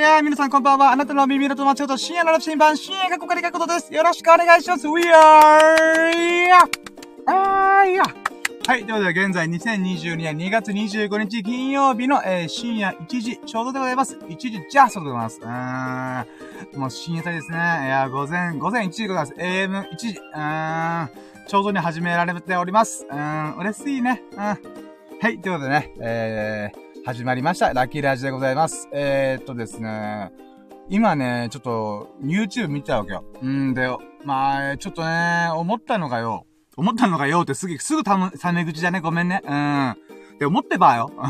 皆さんこんばんは。あなたの耳の友達こと深夜のラブ新版、深夜がここで書くことです。よろしくお願いします。We are! はい、ということで、現在2022年2月25日金曜日の、深夜1時ちょうどでございます。1時ジャストでございます。もう深夜帯ですね。いや、午前1時でございます。AM1 時。ちょうどに始められております。嬉しいね。はい、ということでね、始まりました。ラッキーラジでございます。ですね、今ね、ちょっと、YouTube 見てたわけよ。で、まあ、ちょっとね、思ったのがよってすぐタメ口だね。ごめんね。で、思ったばよ。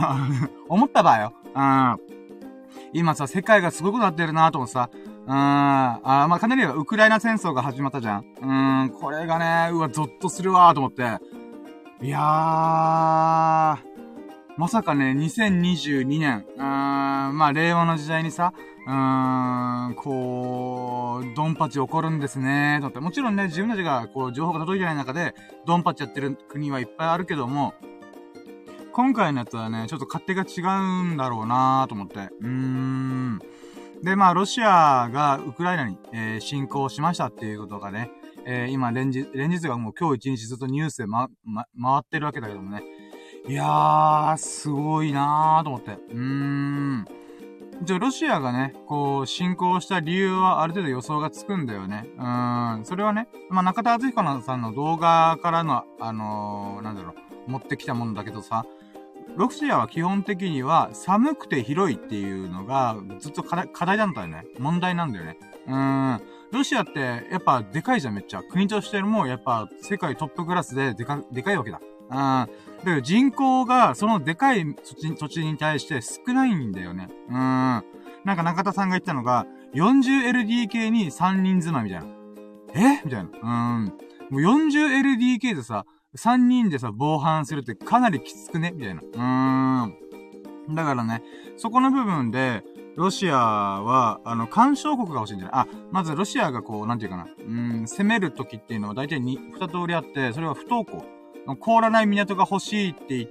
今さ、世界がすごくなってるなと思ってさ。まあ、かなりウクライナ戦争が始まったじゃん。これがね、ゾッとするわと思って。いやー、まさかね、2022年、まあ、令和の時代にさ、こう、ドンパチ起こるんですね、と思って。もちろんね、自分たちが、こう、情報が届いてない中で、ドンパチやってる国はいっぱいあるけども、今回のやつはね、ちょっと勝手が違うんだろうなと思って。で、まあ、ロシアがウクライナに、侵攻しましたっていうことがね、今、連日がもう今日一日ずっとニュースで回ってるわけだけどもね。いやー、すごいなーと思って。ロシアがね、こう、侵攻した理由はある程度予想がつくんだよね。それはね、まあ、中田敦彦さんの動画からの、持ってきたものだけどさ、ロシアは基本的には寒くて広いっていうのがずっと課題なんだよね。問題なんだよね。ロシアってやっぱでかいじゃんめっちゃ。国としてもやっぱ世界トップクラスででかいわけだ。だけど人口がそのでかい土地に対して少ないんだよね。なんか中田さんが言ったのが 40LDK に3人妻みたいな。みたいな。もう 40LDK でさ、3人でさ、防犯するってかなりきつくねみたいな。だからね、そこの部分で、ロシアは、干渉国が欲しいんじゃない？まずロシアがこう、なんていうかな。攻める時っていうのは大体2通りあって、それは不凍港。凍らない港が欲しいって言って、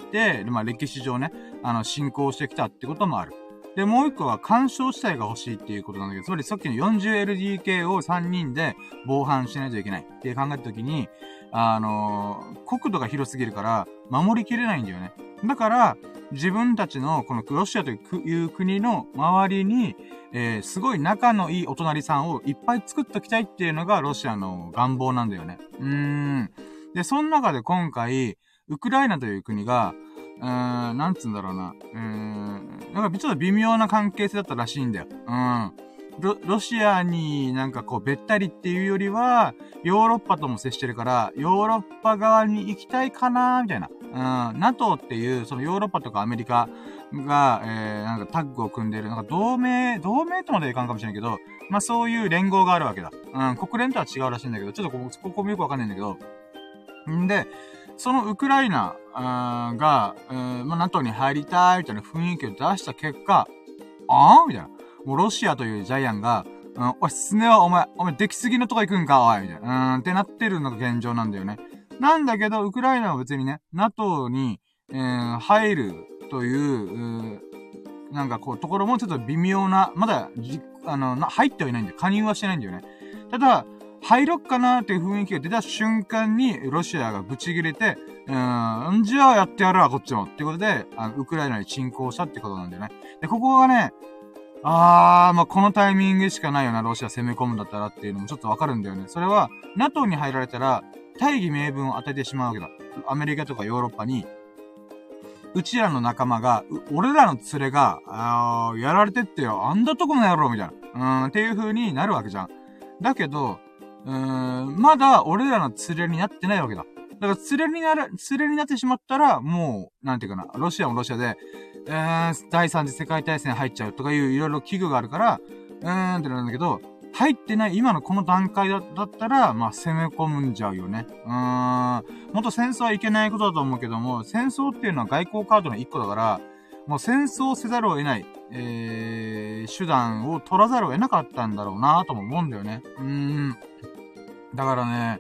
まあ歴史上ね、侵攻してきたってこともある。で、もう一個は干渉地帯が欲しいっていうことなんだけど、つまりさっきの 40LDK を3人で防犯しないといけないって考えたときに、国土が広すぎるから守りきれないんだよね。だから、自分たちのこのロシアという国の周りに、すごい仲のいいお隣さんをいっぱい作っときたいっていうのがロシアの願望なんだよね。で、その中で今回、ウクライナという国が、なんつうんだろうな。なんかちょっと微妙な関係性だったらしいんだよ。ロシアになんかこうべったりっていうよりは、ヨーロッパとも接してるから、ヨーロッパ側に行きたいかなみたいな。NATO っていう、そのヨーロッパとかアメリカが、なんかタッグを組んでる、なんか同盟とまではいかんかもしれないけど、まあそういう連合があるわけだ。国連とは違うらしいんだけど、ちょっとここもよくわかんないんだけど。んで、そのウクライナが、まあ、NATO に入りたいみたいな雰囲気を出した結果、みたいな。もうロシアというジャイアンが、おい、スネはお前出来すぎのとこ行くんか、おい、みたいな。ってなってるのが現状なんだよね。なんだけど、ウクライナは別にね、NATO に、入るという、なんかこう、ところもちょっと微妙な、まだ、入ってはいないんだよ。加入はしてないんだよね。ただ、入ろっかなーっていう雰囲気が出た瞬間に、ロシアがブチ切れて、じゃあやってやるわ、こっちも。ってことで、ウクライナに侵攻したってことなんだよね。で、ここがね、まあ、このタイミングしかないよな、ロシア攻め込むんだったらっていうのもちょっとわかるんだよね。それは、NATO に入られたら、大義名分を与えてしまうわけだ。アメリカとかヨーロッパに、うちらの仲間が、俺らの連れが、やられてってよ、あんだとこの野郎みたいな。っていう風になるわけじゃん。だけど、まだ俺らの連れになってないわけだ。だから連れになってしまったら、もう、なんていうかな、ロシアもロシアで、第三次世界大戦入っちゃうとかいういろいろ危惧があるから、ってなんだけど、入ってない今のこの段階だったら、まあ、攻め込むんじゃうよね。もっと戦争はいけないことだと思うけども、戦争っていうのは外交カードの一個だから、もう戦争せざるを得ない、手段を取らざるを得なかったんだろうなとも思うんだよね。だからね、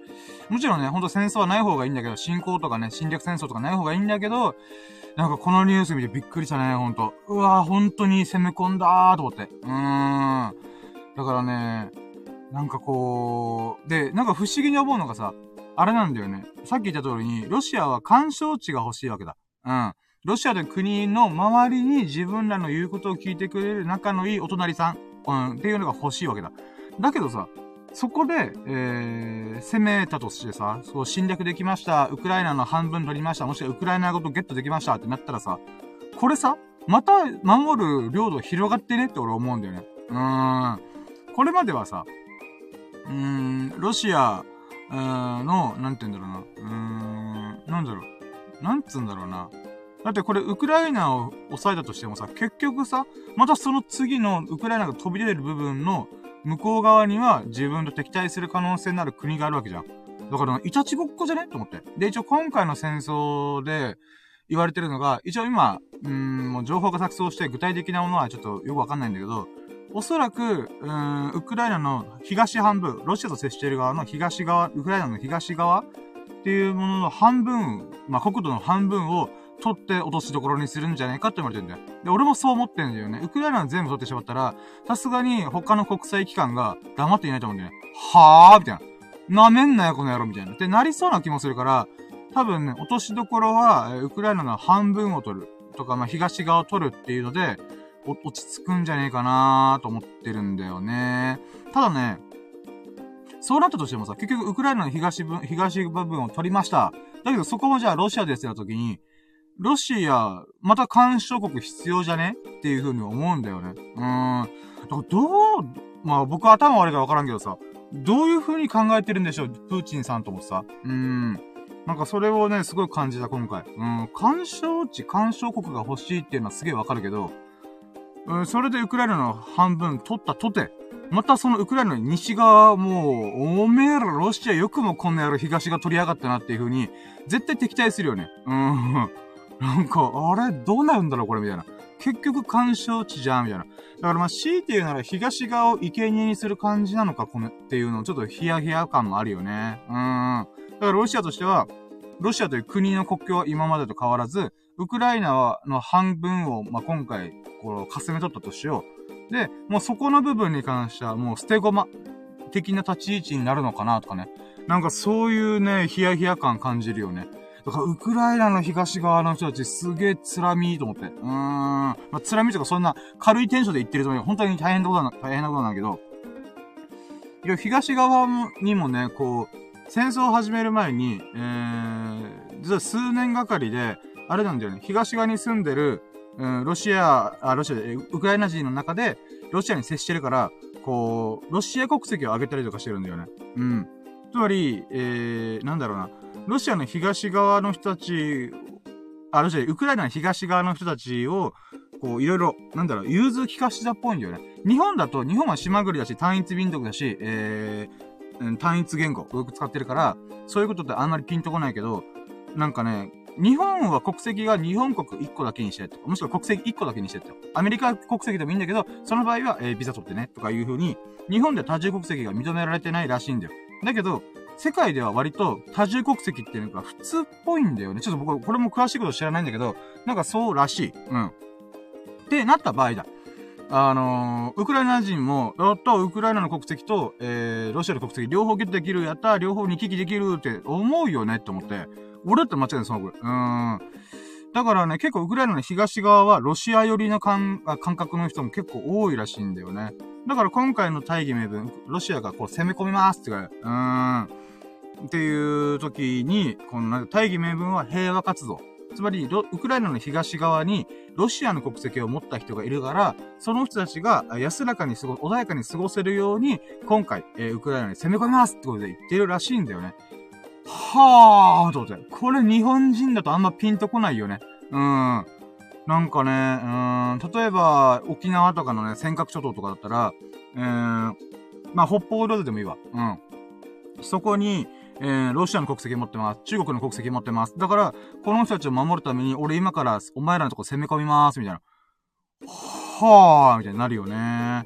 もちろんね、ほんと戦争はない方がいいんだけど、侵攻とかね、侵略戦争とかない方がいいんだけど、なんかこのニュース見てびっくりしたね、ほんと。うわぁ、ほんとに攻め込んだーと思って。だからね、なんかこう、で、なんか不思議に思うのがさ、あれなんだよね。さっき言った通りに、ロシアは干渉地が欲しいわけだ。ロシアという国の周りに自分らの言うことを聞いてくれる仲のいいお隣さん、っていうのが欲しいわけだ。だけどさ、そこで、攻めたとしてさ、そう侵略できました、ウクライナの半分取りました、もしくはウクライナごとゲットできましたってなったらさ、これさ、また守る領土広がってねって俺思うんだよね。これまではさ、ロシア、の、なんて言うんだろうな。なんだろう。なんつうんだろうな。だってこれウクライナを抑えたとしてもさ、結局さ、またその次のウクライナが飛び出る部分の向こう側には自分と敵対する可能性のある国があるわけじゃん。だから、いたちごっこじゃねと思って。で、一応今回の戦争で言われてるのが、一応今、もう情報が錯綜して具体的なものはちょっとよくわかんないんだけど、おそらく、ウクライナの東半分、ロシアと接している側の東側、ウクライナの東側っていうものの半分、まあ、国土の半分を取って落としどころにするんじゃないかって言われてるんだよ。で、俺もそう思ってんだよね。ウクライナの全部取ってしまったら、さすがに他の国際機関が黙っていないと思うんだよね。はぁーみたいな。なめんなよ、この野郎みたいな。ってなりそうな気もするから、多分ね、落としどころは、ウクライナの半分を取る。とか、まあ、東側を取るっていうので、落ち着くんじゃねえかなーと思ってるんだよね。ただね、そうなったとしてもさ、結局ウクライナの東部分を取りました。だけどそこもじゃあロシアですよ時に、ロシア、また干渉国必要じゃねっていう風に思うんだよね。だからまあ僕は頭悪いからわからんけどさ、どういう風に考えてるんでしょう、プーチンさんともさ。なんかそれをね、すごい感じた今回。干渉国が欲しいっていうのはすげえわかるけど、それでウクライナの半分取ったとて、またそのウクライナの西側、もう、おめえらロシアよくもこんな野郎東が取りやがったなっていう風に、絶対敵対するよね。なんか、あれどうなるんだろうこれみたいな。結局干渉地じゃんみたいな。だからまあ、強いて言うなら東側を生贄にする感じなのか、このっていうの、ちょっとヒヤヒヤ感もあるよね。だからロシアとしては、ロシアという国の国境は今までと変わらず、ウクライナの半分を、まあ、今回、こう、かすめ取ったとしよう。で、もうそこの部分に関しては、もう捨て駒的な立ち位置になるのかなとかね。なんかそういうね、ヒヤヒヤ感感じるよね。だから、ウクライナの東側の人たちすげえつらみと思って。まあ、つらみとかそんな軽いテンションで言ってると本当に大変なことなんだけど、いや、東側にもね、こう、戦争を始める前に、実は数年がかりで、あれなんだよね、東側に住んでる、ウクライナ人の中で、ロシアに接してるから、こう、ロシア国籍を上げたりとかしてるんだよね。つまり、なんだろうな、ロシアの東側の人たち、ウクライナの東側の人たちを、こう、いろいろ、なんだろう、融通聞かしたっぽいんだよね。日本は島国だし、単一民族だし、単一言語をよく使ってるから、そういうことってあんまりピンとこないけど、なんかね、日本は国籍が日本国1個だけにしてって。もしくは国籍1個だけにしてって。アメリカ国籍でもいいんだけど、その場合は、ビザ取ってね、とかいう風に、日本で多重国籍が認められてないらしいんだよ。だけど、世界では割と多重国籍っていうのが普通っぽいんだよね。ちょっと僕、これも詳しいこと知らないんだけど、なんかそうらしい。ってなった場合だ。ウクライナ人も、ウクライナの国籍と、ロシアの国籍両方ゲットできるやった両方に行き来できるって思うよねって思って。俺だって間違いない、その子。だからね、結構ウクライナの東側はロシア寄りの感覚の人も結構多いらしいんだよね。だから今回の大義名分、ロシアがこう攻め込みますって言われる。っていう時に、この大義名分は平和活動。つまり、ウクライナの東側にロシアの国籍を持った人がいるから、その人たちが穏やかに過ごせるように、今回、ウクライナに攻め込みますってことで言ってるらしいんだよね。はぁーと思って。これ日本人だとあんまピンとこないよね。なんかね、例えば、沖縄とかのね、尖閣諸島とかだったら、まあ、北方領土でもいいわ。そこに、ロシアの国籍持ってます。中国の国籍持ってます。だから、この人たちを守るために、俺今からお前らのとこ攻め込みます、みたいな。はぁー、みたいになるよね。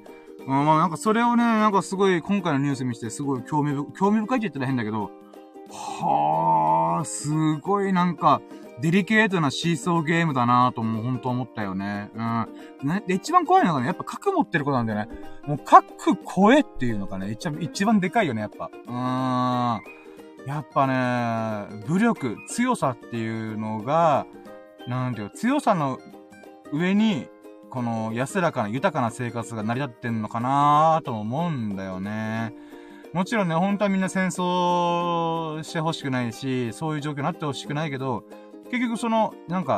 まあなんかそれをね、なんかすごい今回のニュース見てすごい興味深いって言ったら変だけど、 はあ、すごいなんか、デリケートなシーソーゲームだなぁとも本当思ったよね。うん。ね、で、一番怖いのがね、やっぱ核持ってることなんだよね。もう核超えっていうのがね、一番でかいよね、やっぱ。やっぱね、武力、強さっていうのが、なんていうか、強さの上に、この安らかな豊かな生活が成り立ってんのかなぁとも思うんだよね。もちろんね、本当はみんな戦争してほしくないし、そういう状況になってほしくないけど、結局その、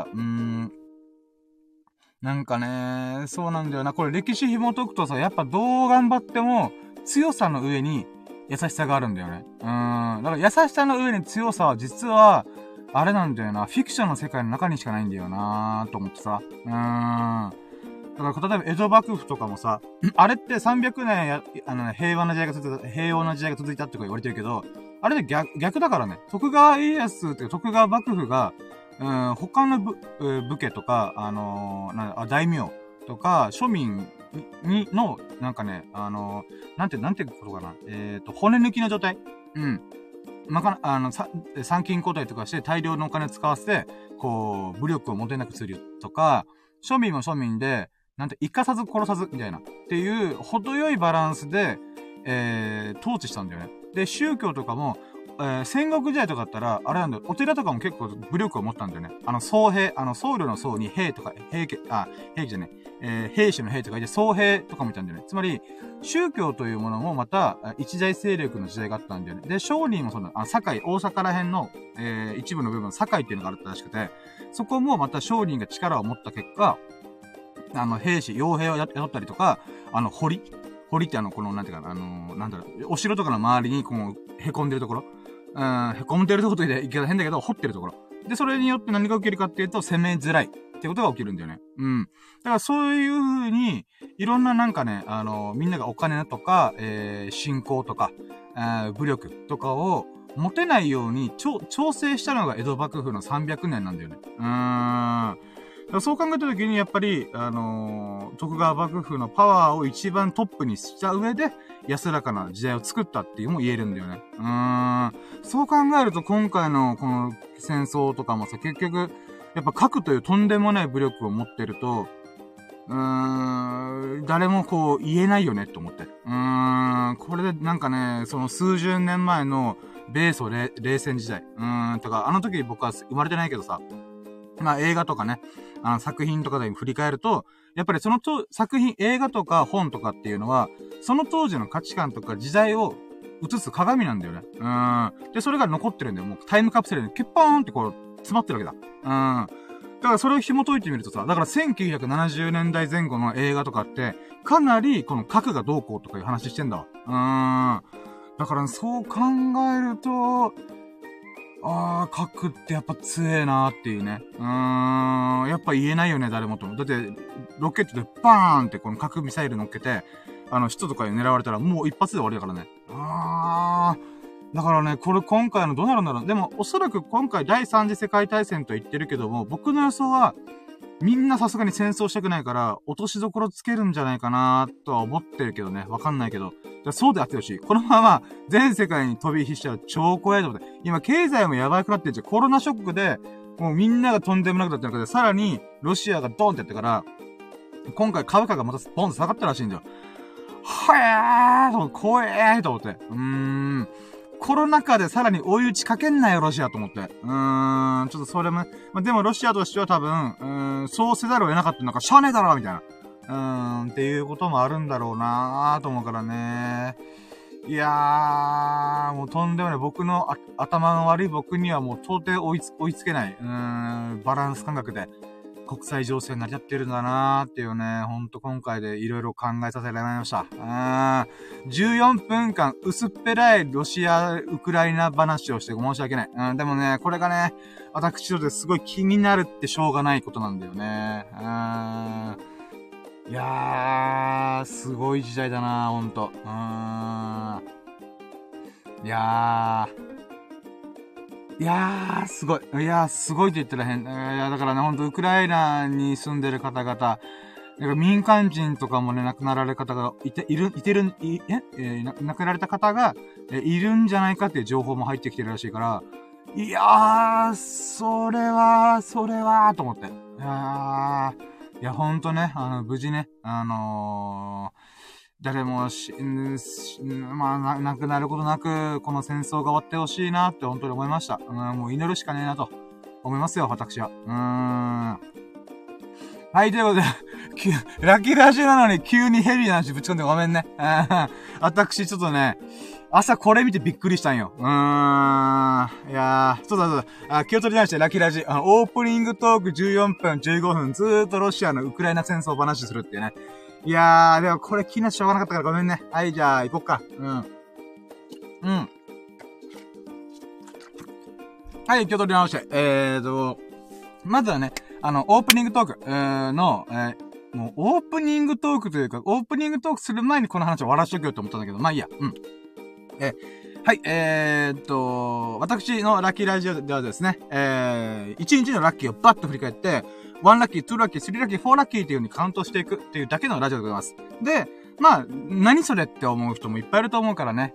なんかね、そうなんだよな。これ歴史紐解くとさ、やっぱどう頑張っても、強さの上に優しさがあるんだよね。だから優しさの上に強さは実は、あれなんだよな。フィクションの世界の中にしかないんだよなと思ってさ。だから、例えば江戸幕府とかもさ、あれって300年平和な時代が続いたって言われてるけど、あれで逆だからね。徳川家康っていう徳川幕府が、他の武家とか、大名とか、庶民の、なんかね、なんてことかな。骨抜きの状態。うん。参勤交代とかして大量のお金を使わせて、こう、武力を持てなくするとか、庶民も庶民で、生かさず殺さず、みたいな。っていう、程よいバランスで、統治したんだよね。で、宗教とかも、戦国時代とかだったら、あれなんだよ、お寺とかも結構武力を持ったんだよね。僧兵、僧侶の僧に兵とか、兵じゃね、兵士の兵とかいて、僧兵とかもいたんだよね。つまり、宗教というものもまた、一大勢力の時代があったんだよね。で、商人もその、堺、大阪ら辺の、一部の部分、堺っていうのがあったらしくて、そこもまた商人が力を持った結果、兵士、傭兵を雇ったりとか、堀ってこの、なんていうか、お城とかの周りに、こう、凹んでるところ。凹んでるところと言い方変だけど、掘ってるところ。で、それによって何が起きるかっていうと、攻めづらいってことが起きるんだよね。うん。だからそういう風に、いろんななんかね、みんながお金とか、信仰とか、武力とかを持てないように調整したのが江戸幕府の300年なんだよね。だからそう考えたときに、やっぱり、徳川幕府のパワーを一番トップにした上で、安らかな時代を作ったっていうのも言えるんだよね。そう考えると今回のこの戦争とかもさ、結局、やっぱ核というとんでもない武力を持ってると、誰もこう言えないよねって思って。これでなんかね、その数十年前の米ソ冷戦時代、とか、あの時僕は生まれてないけどさ、まあ映画とかね、作品とかで振り返ると、やっぱりその作品、映画とか本とかっていうのは、その当時の価値観とか時代を映す鏡なんだよね。で、それが残ってるんだよ。もうタイムカプセルにキュッパーンってこう、詰まってるわけだ。だからそれを紐解いてみるとさ、だから1970年代前後の映画とかって、かなりこの核がどうこうとかいう話してんだわ。だからそう考えると、核ってやっぱ強えなーっていうね。やっぱ言えないよね、誰もとも。だって、ロケットでバーンってこの核ミサイル乗っけて、首都とかに狙われたらもう一発で終わりだからね。だからね、これ今回のどうなるんだろう。でも、おそらく今回第三次世界大戦と言ってるけども、僕の予想は、みんなさすがに戦争したくないから、落としどころつけるんじゃないかなとは思ってるけどね。わかんないけど。そうであってほしい。このまま全世界に飛び火したら超怖いと思って。今経済もやばくなってるじゃん。コロナショックで、もうみんながとんでもなくなってる中で、さらにロシアがドーンってやってから、今回株価がまたボンと下がったらしいんだよ。はぁーと、怖えーと思って。コロナ禍でさらに追い打ちかけんなよ、ロシアと思って。ちょっとそれも、でもロシアとしては多分、そうせざるを得なかったのか、しゃあねえだろみたいな。っていうこともあるんだろうなーと思うからね。いやー、もうとんでもない。僕の頭の悪い僕にはもう到底追いつけない。バランス感覚で。国際情勢になり合ってるんだなーっていうね、ほんと今回でいろいろ考えさせられました。14分間薄っぺらいロシア、ウクライナ話をして申し訳ない。でもね、これがね、私とですごい気になるってしょうがないことなんだよね。いやー、すごい時代だなー、ほんと。いやー、すごい。いやー、すごいって言ったら変。いや、だからね、ほんと、ウクライナに住んでる方々、 だから民間人とかもね、亡くなられる方が亡くなられた方が、いるんじゃないかっていう情報も入ってきてるらしいから、いやー、それは、と思って。いや、ほんとね、無事ね、誰もまあ、亡くなることなく、この戦争が終わってほしいなって本当に思いました。もう祈るしかねえなと思いますよ、私は。はい、ということで、ラッキーラジオなのに急にヘビーな話ぶち込んでごめんね。私ちょっとね、朝これ見てびっくりしたんよ。いやー、そうだ。気を取り直してラッキーラジオ。オープニングトーク14分、15分、ずーっとロシアのウクライナ戦争話するっていうね。いやー、でもこれ気になってしょうがなかったからごめんね。はい、じゃあ行こっか。はい、気を取り直して。まずはね、オープニングトーク、もうオープニングトークというか、オープニングトークする前にこの話を終わらしとけようと思ったんだけど、まあいいや。はい、私のラッキーラジオではですね、1日のラッキーをバッと振り返って、1ラッキー、2ラッキー、3ラッキー、4ラッキーっていう風にカウントしていくっていうだけのラジオでございます。で、まあ、何それって思う人もいっぱいいると思うからね。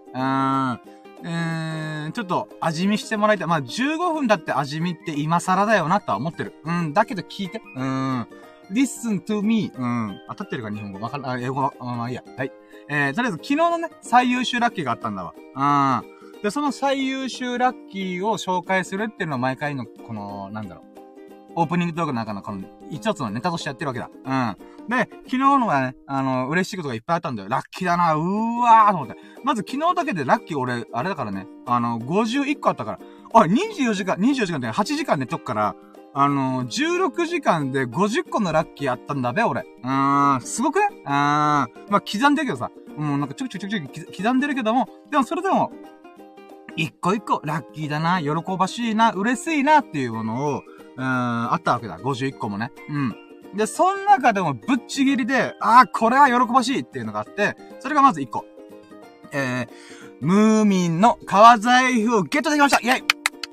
ちょっと味見してもらいたい。まあ、15分だって味見って今更だよなとは思ってる。だけど聞いて。listen to me. 当たってるか日本語わかんない。英語は、まあいいや。はい。とりあえず昨日のね、最優秀ラッキーがあったんだわ。で、その最優秀ラッキーを紹介するっていうのを毎回の、この、なんだろう。オープニングトークの中のこの一つのネタとしてやってるわけだ。で、昨日のはね、嬉しいことがいっぱいあったんだよ。ラッキーだな、ーと思って。まず昨日だけでラッキー俺、あれだからね、51個あったから。おい、24時間って8時間寝とくから、16時間で50個のラッキーあったんだべ、俺。すごくねまあ、刻んでるけどさ、もうなんかちょく刻んでるけども、でもそれでも、一個一個ラッキーだな、喜ばしいな、嬉しいなっていうものを、あったわけだ。51個もね。で、その中でもぶっちぎりで、これは喜ばしいっていうのがあって、それがまず1個。ムーミンの革財布をゲットできましたイェイ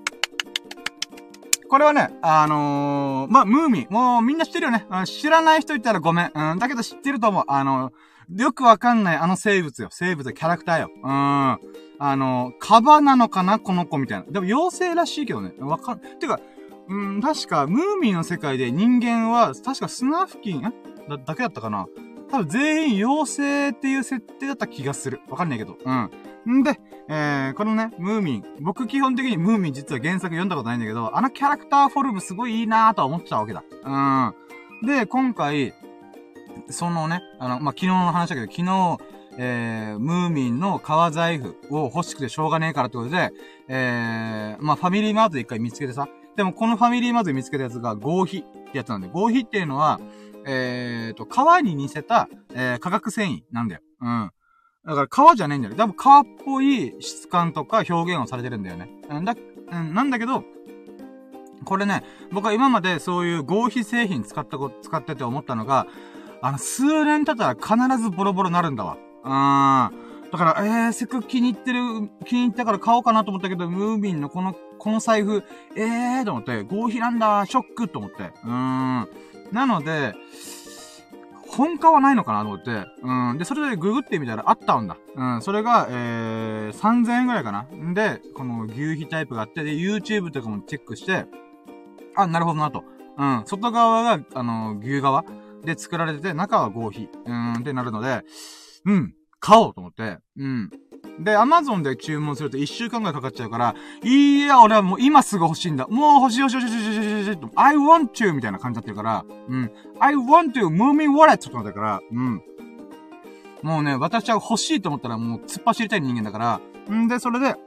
これはね、まあ、ムーミン。もうみんな知ってるよね。知らない人いたらごめん。だけど知ってると思う。よくわかんない生物よ。生物、キャラクターよ。カバなのかなこの子みたいな。でも妖精らしいけどね。てか、確か、ムーミンの世界で人間は、確かスナフキン、だけだったかな多分全員妖精っていう設定だった気がする。わかんないけど。んで、このね、ムーミン。僕基本的にムーミン実は原作読んだことないんだけど、キャラクターフォルムすごいいいなぁとは思ってたわけだ。で、今回、そのね、まあ、昨日の話だけど、昨日、ムーミンの革財布を欲しくてしょうがねえからってことで、まあ、ファミリーマートで一回見つけてさ。でもこのファミリーマートで見つけたやつが合皮ってやつなんで、合皮っていうのは、革に似せた、化学繊維なんだよ。だから革じゃねえんだよ。多分革っぽい質感とか表現をされてるんだよね。なんだけど、これね、僕は今までそういう合皮製品使ってて思ったのが、数年経ったら必ずボロボロなるんだわ。だから、せっかく気に入ったから買おうかなと思ったけど、ムーミンのこの財布、と思って、合皮なんだ、ショックと思って。なので、本価はないのかなと思って。で、それでググってみたらあったんだ。それが、3000円ぐらいかな。で、この牛皮タイプがあって、で、YouTube とかもチェックして、なるほどなと。外側が、牛側で作られてて、中は合皮。ってなるので、買おうと思って。で、Amazon で注文すると1週間ぐらいかかっちゃうから、いや、俺はもう今すぐ欲しいんだ。もう欲しい、I want to! みたいな感じになってるから、I want to moving wallet! ってなってるから、もうね、私は欲しいと思ったらもう突っ走りたい人間だから、で、それで、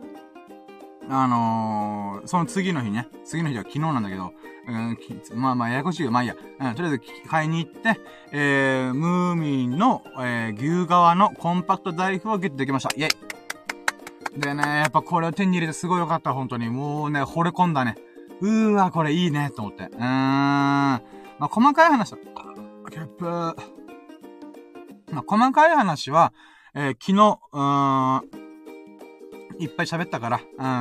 その次の日は昨日なんだけど、まあ、ややこしいよ。まあいいや。とりあえず、買いに行って、ムーミンの、牛革のコンパクト財布をゲットできました。イェイでね、やっぱこれを手に入れてすごい良かった、本当に。もうね、惚れ込んだね。これいいね、と思って。まあ、細かい話だ。キャップ。まあ、細かい話は、昨日、いっぱい喋ったから、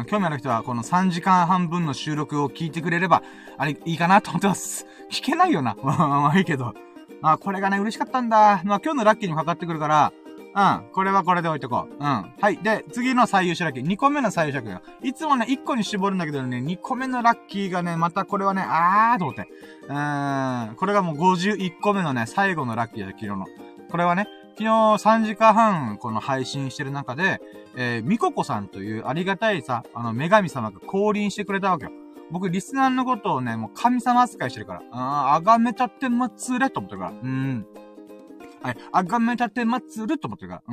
興味ある人はこの3時間半分の収録を聞いてくれれば、いいかなと思ってます。聞けないよな。まあいいけど。 あ、これがね、嬉しかったんだ。まあ、今日のラッキーにもかかってくるから、これはこれで置いとこう。はい。で、次の最優秀ラッキー。2個目の最優秀ラッキー。いつもね、1個に絞るんだけどね、2個目のラッキーがね、またこれはね、と思って。これがもう51個目のね、最後のラッキーだよ、昨日の。これはね、昨日3時間半この配信してる中で、みここさんというありがたいさ、女神様が降臨してくれたわけよ。僕、リスナーのことをね、もう神様扱いしてるから。崇めたって祭れと思ってるから。はい。崇めたて祭ると思ってるから。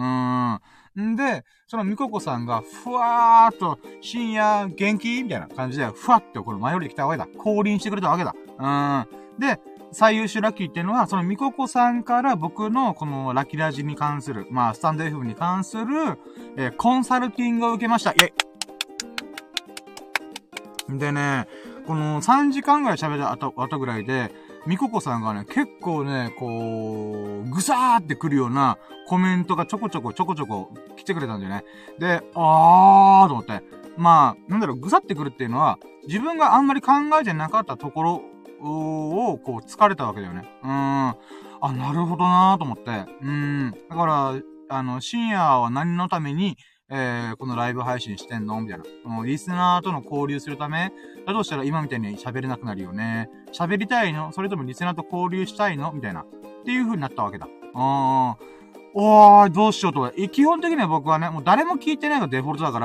んで、そのみここさんが、ふわーっと、深夜元気みたいな感じで、ふわってこの前より来たわけだ。降臨してくれたわけだ。で、最優秀ラッキーっていうのは、そのみここさんから僕のこのラッキーラジに関する、まあ、スタンド F に関する、コンサルティングを受けました。イェイ。でね、この3時間ぐらい喋った後ぐらいで、みここさんがね、結構ね、こう、ぐさーってくるようなコメントがちょこちょこ来てくれたんだよね。で、と思って。まあ、なんだろう、ぐさってくるっていうのは、自分があんまり考えてなかったところを、こう、疲れたわけだよね。なるほどなーと思って。だから、深夜は何のために、このライブ配信してんのみたいな。リスナーとの交流するためだとしたら今みたいに喋れなくなるよね。喋りたいのそれともリスナーと交流したいのみたいな。っていう風になったわけだ。どうしようと。基本的には僕はね、もう誰も聞いてないのがデフォルトだから、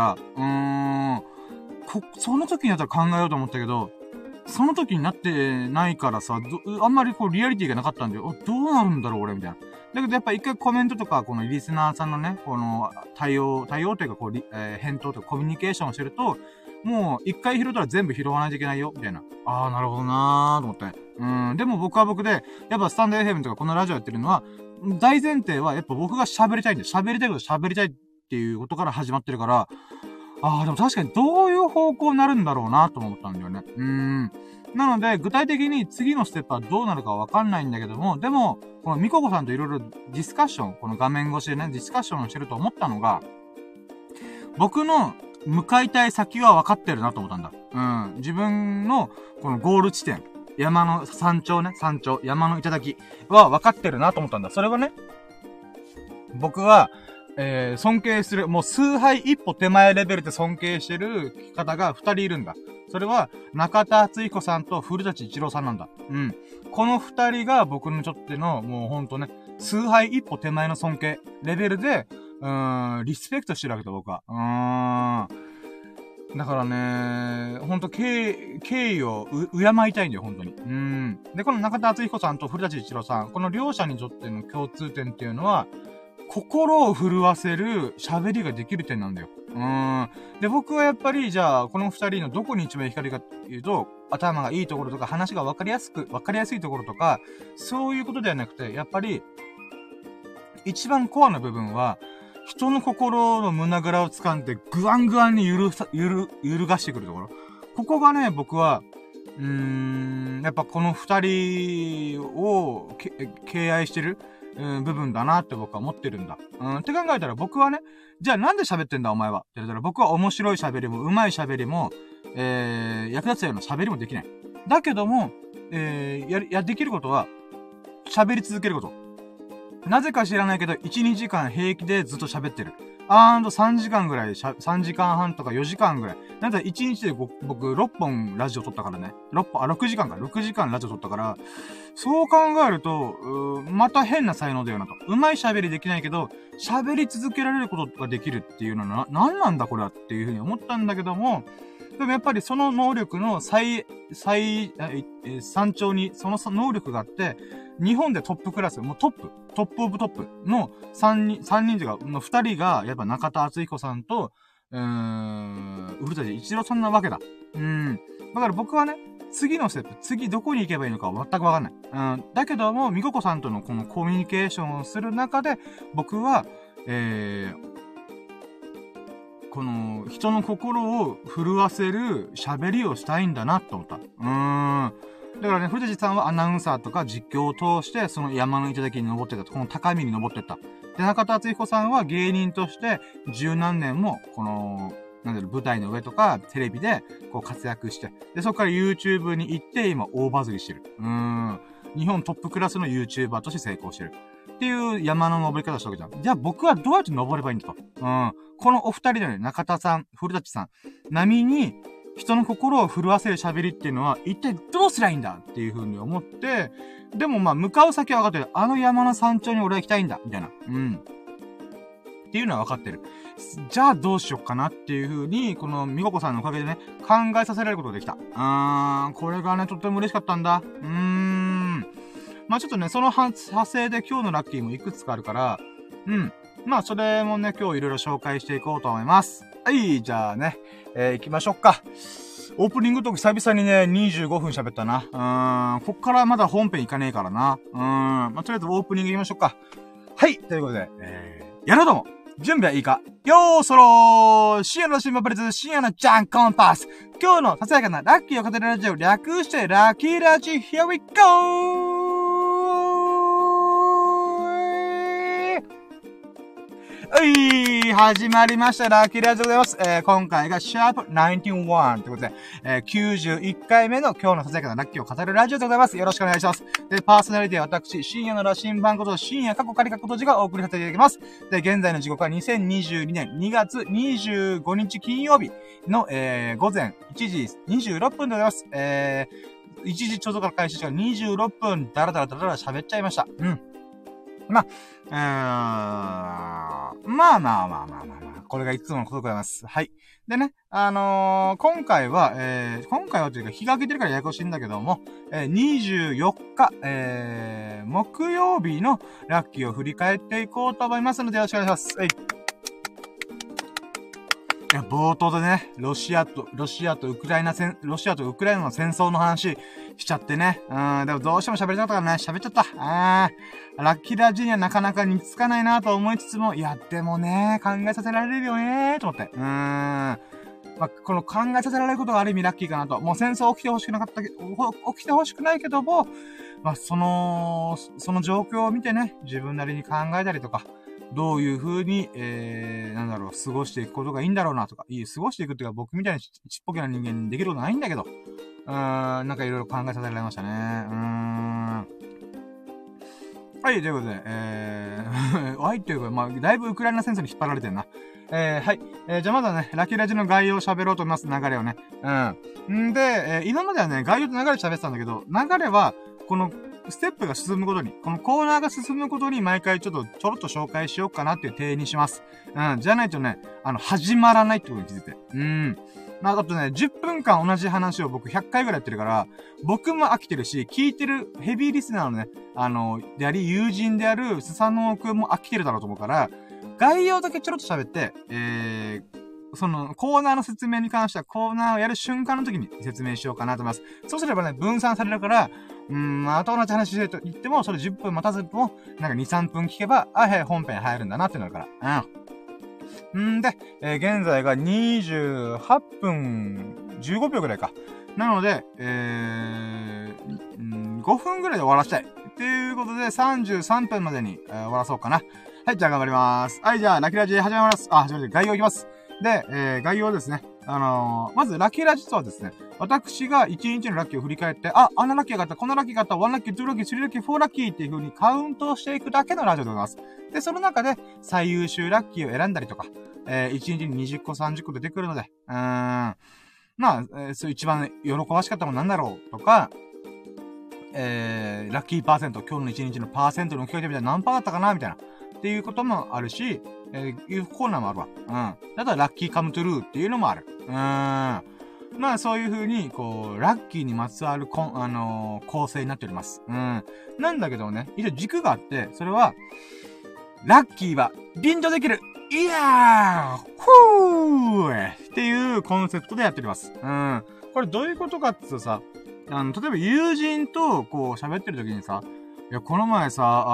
その時になったら考えようと思ったけど、その時になってないからさ、あんまりこうリアリティがなかったんで、どうなるんだろう俺みたいな。だけどやっぱ一回コメントとか、このリスナーさんのね、この対応というかこう、返答とかコミュニケーションをしてると、もう一回拾ったら全部拾わないといけないよ、みたいな。なるほどなーと思って。でも僕は僕で、やっぱスタンド FM とかこのラジオやってるのは、大前提はやっぱ僕が喋りたいんで、喋りたいこと喋りたいっていうことから始まってるから、でも確かにどういう方向になるんだろうなと思ったんだよね。なので、具体的に次のステップはどうなるかわかんないんだけども、でも、このミココさんといろいろディスカッション、この画面越しでね、ディスカッションをしてると思ったのが、僕の向かいたい先は分かってるなと思ったんだ。自分のこのゴール地点、山の山頂、山の頂は分かってるなと思ったんだ。それはね、僕は、尊敬する、もう崇拝一歩手前レベルで尊敬してる方が2人いるんだ。それは、中田敦彦さんと古舘一郎さんなんだ。この2人が僕にとっての、もうほんとね、崇拝一歩手前の尊敬レベルで、リスペクトしてるわけだ、僕は。だからね、ほんと敬意を敬いたいんだよ、ほんとに。で、この中田敦彦さんと古舘一郎さん、この両者にとっての共通点っていうのは、心を震わせる喋りができる点なんだよ。で、僕はやっぱり、じゃあ、この二人のどこに一番光かっていうと、頭がいいところとか、話が分かりやすいところとか、そういうことではなくて、やっぱり、一番コアな部分は、人の心の胸ぐらを掴んで、ぐわんぐわんに揺るがしてくるところ。ここがね、僕は、やっぱこの二人を敬愛してる、部分だなって僕は思ってるんだ。って考えたら僕はね、じゃあなんで喋ってんだお前はって言ったら僕は面白い喋りも上手い喋りも、役立つような喋りもできない。だけども、できることは、喋り続けること。なぜか知らないけど、1、2時間平気でずっと喋ってる。3時間ぐらい、3時間半とか4時間ぐらい。なんだ、1日で僕6本ラジオ撮ったからね。6時間ラジオ撮ったから、そう考えると、また変な才能だよなと。上手い喋りできないけど、喋り続けられることができるっていうのは何なんだこれはっていうふうに思ったんだけども、でもやっぱりその能力の山頂にその能力があって、日本でトップクラス、もうトップオブトップの3人というか、の2人が、やっぱ中田敦彦さんと、古舘一郎さんなわけだ。だから僕はね、次のステップ、次どこに行けばいいのかは全くわかんない。だけども、みここさんとのこのコミュニケーションをする中で、僕は、この人の心を震わせる喋りをしたいんだなと思った。だからね、古舘さんはアナウンサーとか実況を通して、その山の頂に登ってった。この高みに登ってった。で、中田敦彦さんは芸人として、十何年も、この、舞台の上とか、テレビで、こう活躍して。で、そこから YouTube に行って、今、大バズりしてる。 日本トップクラスの YouTuber として成功してる。っていう山の登り方したわけじゃん。じゃあ僕はどうやって登ればいいんだと。このお二人でね、中田さん、古舘さん、並みに人の心を震わせる喋りっていうのは一体どうすりゃいいんだっていう風に思って、でも向かう先は分かってる。あの山の山頂に俺は行きたいんだ。みたいな。っていうのは分かってる。じゃあどうしよっかなっていう風に、このみここさんのおかげでね、考えさせられることができた。これがね、とっても嬉しかったんだ。ちょっとね、その派生で今日のラッキーもいくつかあるから、それもね、今日いろいろ紹介していこうと思います。はい、じゃあね、行きましょうか。オープニングトーク久々にね、25分喋ったな。こっからまだ本編行かねえからな。とりあえずオープニング行きましょうか。はい、ということで、やろうとも準備はいいかよーそろー深夜の新聞プレゼン深夜のジャンコンパス今日のささやかなラッキーを語るラジオ略してラッキーラジ Here we go!始まりました。ラッキーラジオでございます。今回がシャープ91ということで、91回目の今日のささやかなラッキーを語るラジオでございます。よろしくお願いします。で、パーソナリティは私、深夜の羅針盤こと深夜過去仮過去閉じがお送りさせていただきます。で、現在の時刻は2022年2月25日金曜日の、午前1時26分でございます。1時ちょうどから開始して26分、だら喋っちゃいました。これがいつものことでございます。はい。でね、今回はというか日が明けてるからややこしいんだけども、24日、木曜日のラッキーを振り返っていこうと思いますのでよろしくお願いします。はい。いや、冒頭でね、ロシアとウクライナの戦争の話しちゃってね。でもどうしても喋りたかったからね、喋っちゃった。ラッキーラジにはなかなか似つかないなと思いつつも、いや、でもね、考えさせられるよねと思って。この考えさせられることがある意味ラッキーかなと。もう戦争起きてほしくないけども、その状況を見てね、自分なりに考えたりとか、どういう風に、過ごしていくことがいいんだろうなとか、過ごしていくっていうか僕みたいにちっぽけな人間にできることないんだけど、なんかいろいろ考えさせられましたね。はい、ということで、はい、ということで、だいぶウクライナ戦争に引っ張られてんな。はい。じゃあまずはね、ラッキーラジの概要を喋ろうと思います、流れをね。で、今まではね、概要と流れ喋ってたんだけど、流れは、この、ステップが進むごとに、このコーナーが進むごとに毎回ちょろっと紹介しようかなっていう体にします。じゃないとね、始まらないってことに気づいて。あとね、10分間同じ話を僕100回ぐらいやってるから、僕も飽きてるし、聞いてるヘビーリスナーのね、であり、友人であるスサノオくんも飽きてるだろうと思うから、概要だけちょろっと喋って、そのコーナーの説明に関してはコーナーをやる瞬間の時に説明しようかなと思います。そうすればね、分散されるから、また同じ話してと言っても、それ10分待たずとも、なんか2、3分聞けば、はい、本編入るんだなってなるから。で、現在が28分15秒ぐらいか。なので、5分ぐらいで終わらせたい。っていうことで、33分までに、終わらそうかな。はい、じゃあ頑張ります。はい、じゃあ、ラッキーラジ始めます。概要いきます。で、概要ですね。まず、ラッキーラジとはですね、私が1日のラッキーを振り返って、あんなラッキーがあった、こんなラッキーがあった、1ラッキー、2ラッキー、3ラッキー、4ラッキーっていう風にカウントをしていくだけのラジオでございます。で、その中で、最優秀ラッキーを選んだりとか、1日に20個、30個出てくるので、そう一番喜ばしかったものなんだろうとか、ラッキーパーセント、今日の1日のパーセントの置き換えてみたら何パーだったかなみたいな。っていうこともあるし、いうコーナーもあるわ。あとはラッキーカムトゥルーっていうのもある。そういう風に、こう、ラッキーにまつわる構成になっております。なんだけどね、一応軸があって、それは、ラッキーは臨場できるいやーふーっていうコンセプトでやっております。これどういうことかってさ、例えば友人とこう喋ってる時にさ、いや、この前さ、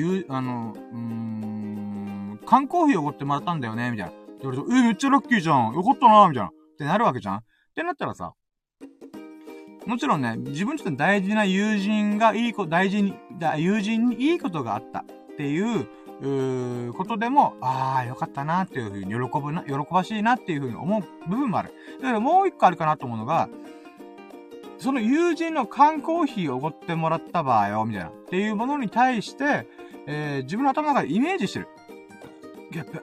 缶コーヒーおごってもらったんだよね、みたいな。って言われて、めっちゃラッキーじゃん。よかったな、みたいな。ってなるわけじゃん。ってなったらさ、もちろんね、自分にとって大事な友人が友人にいいことがあったっていうことでも、よかったなっていうふうに喜ばしいなっていうふうに思う部分もある。だからもう一個あるかなと思うのが、 その友人の缶コーヒーをおごってもらった場合よ、みたいな。っていうものに対して、自分の頭の中でイメージしてる。ゲップ。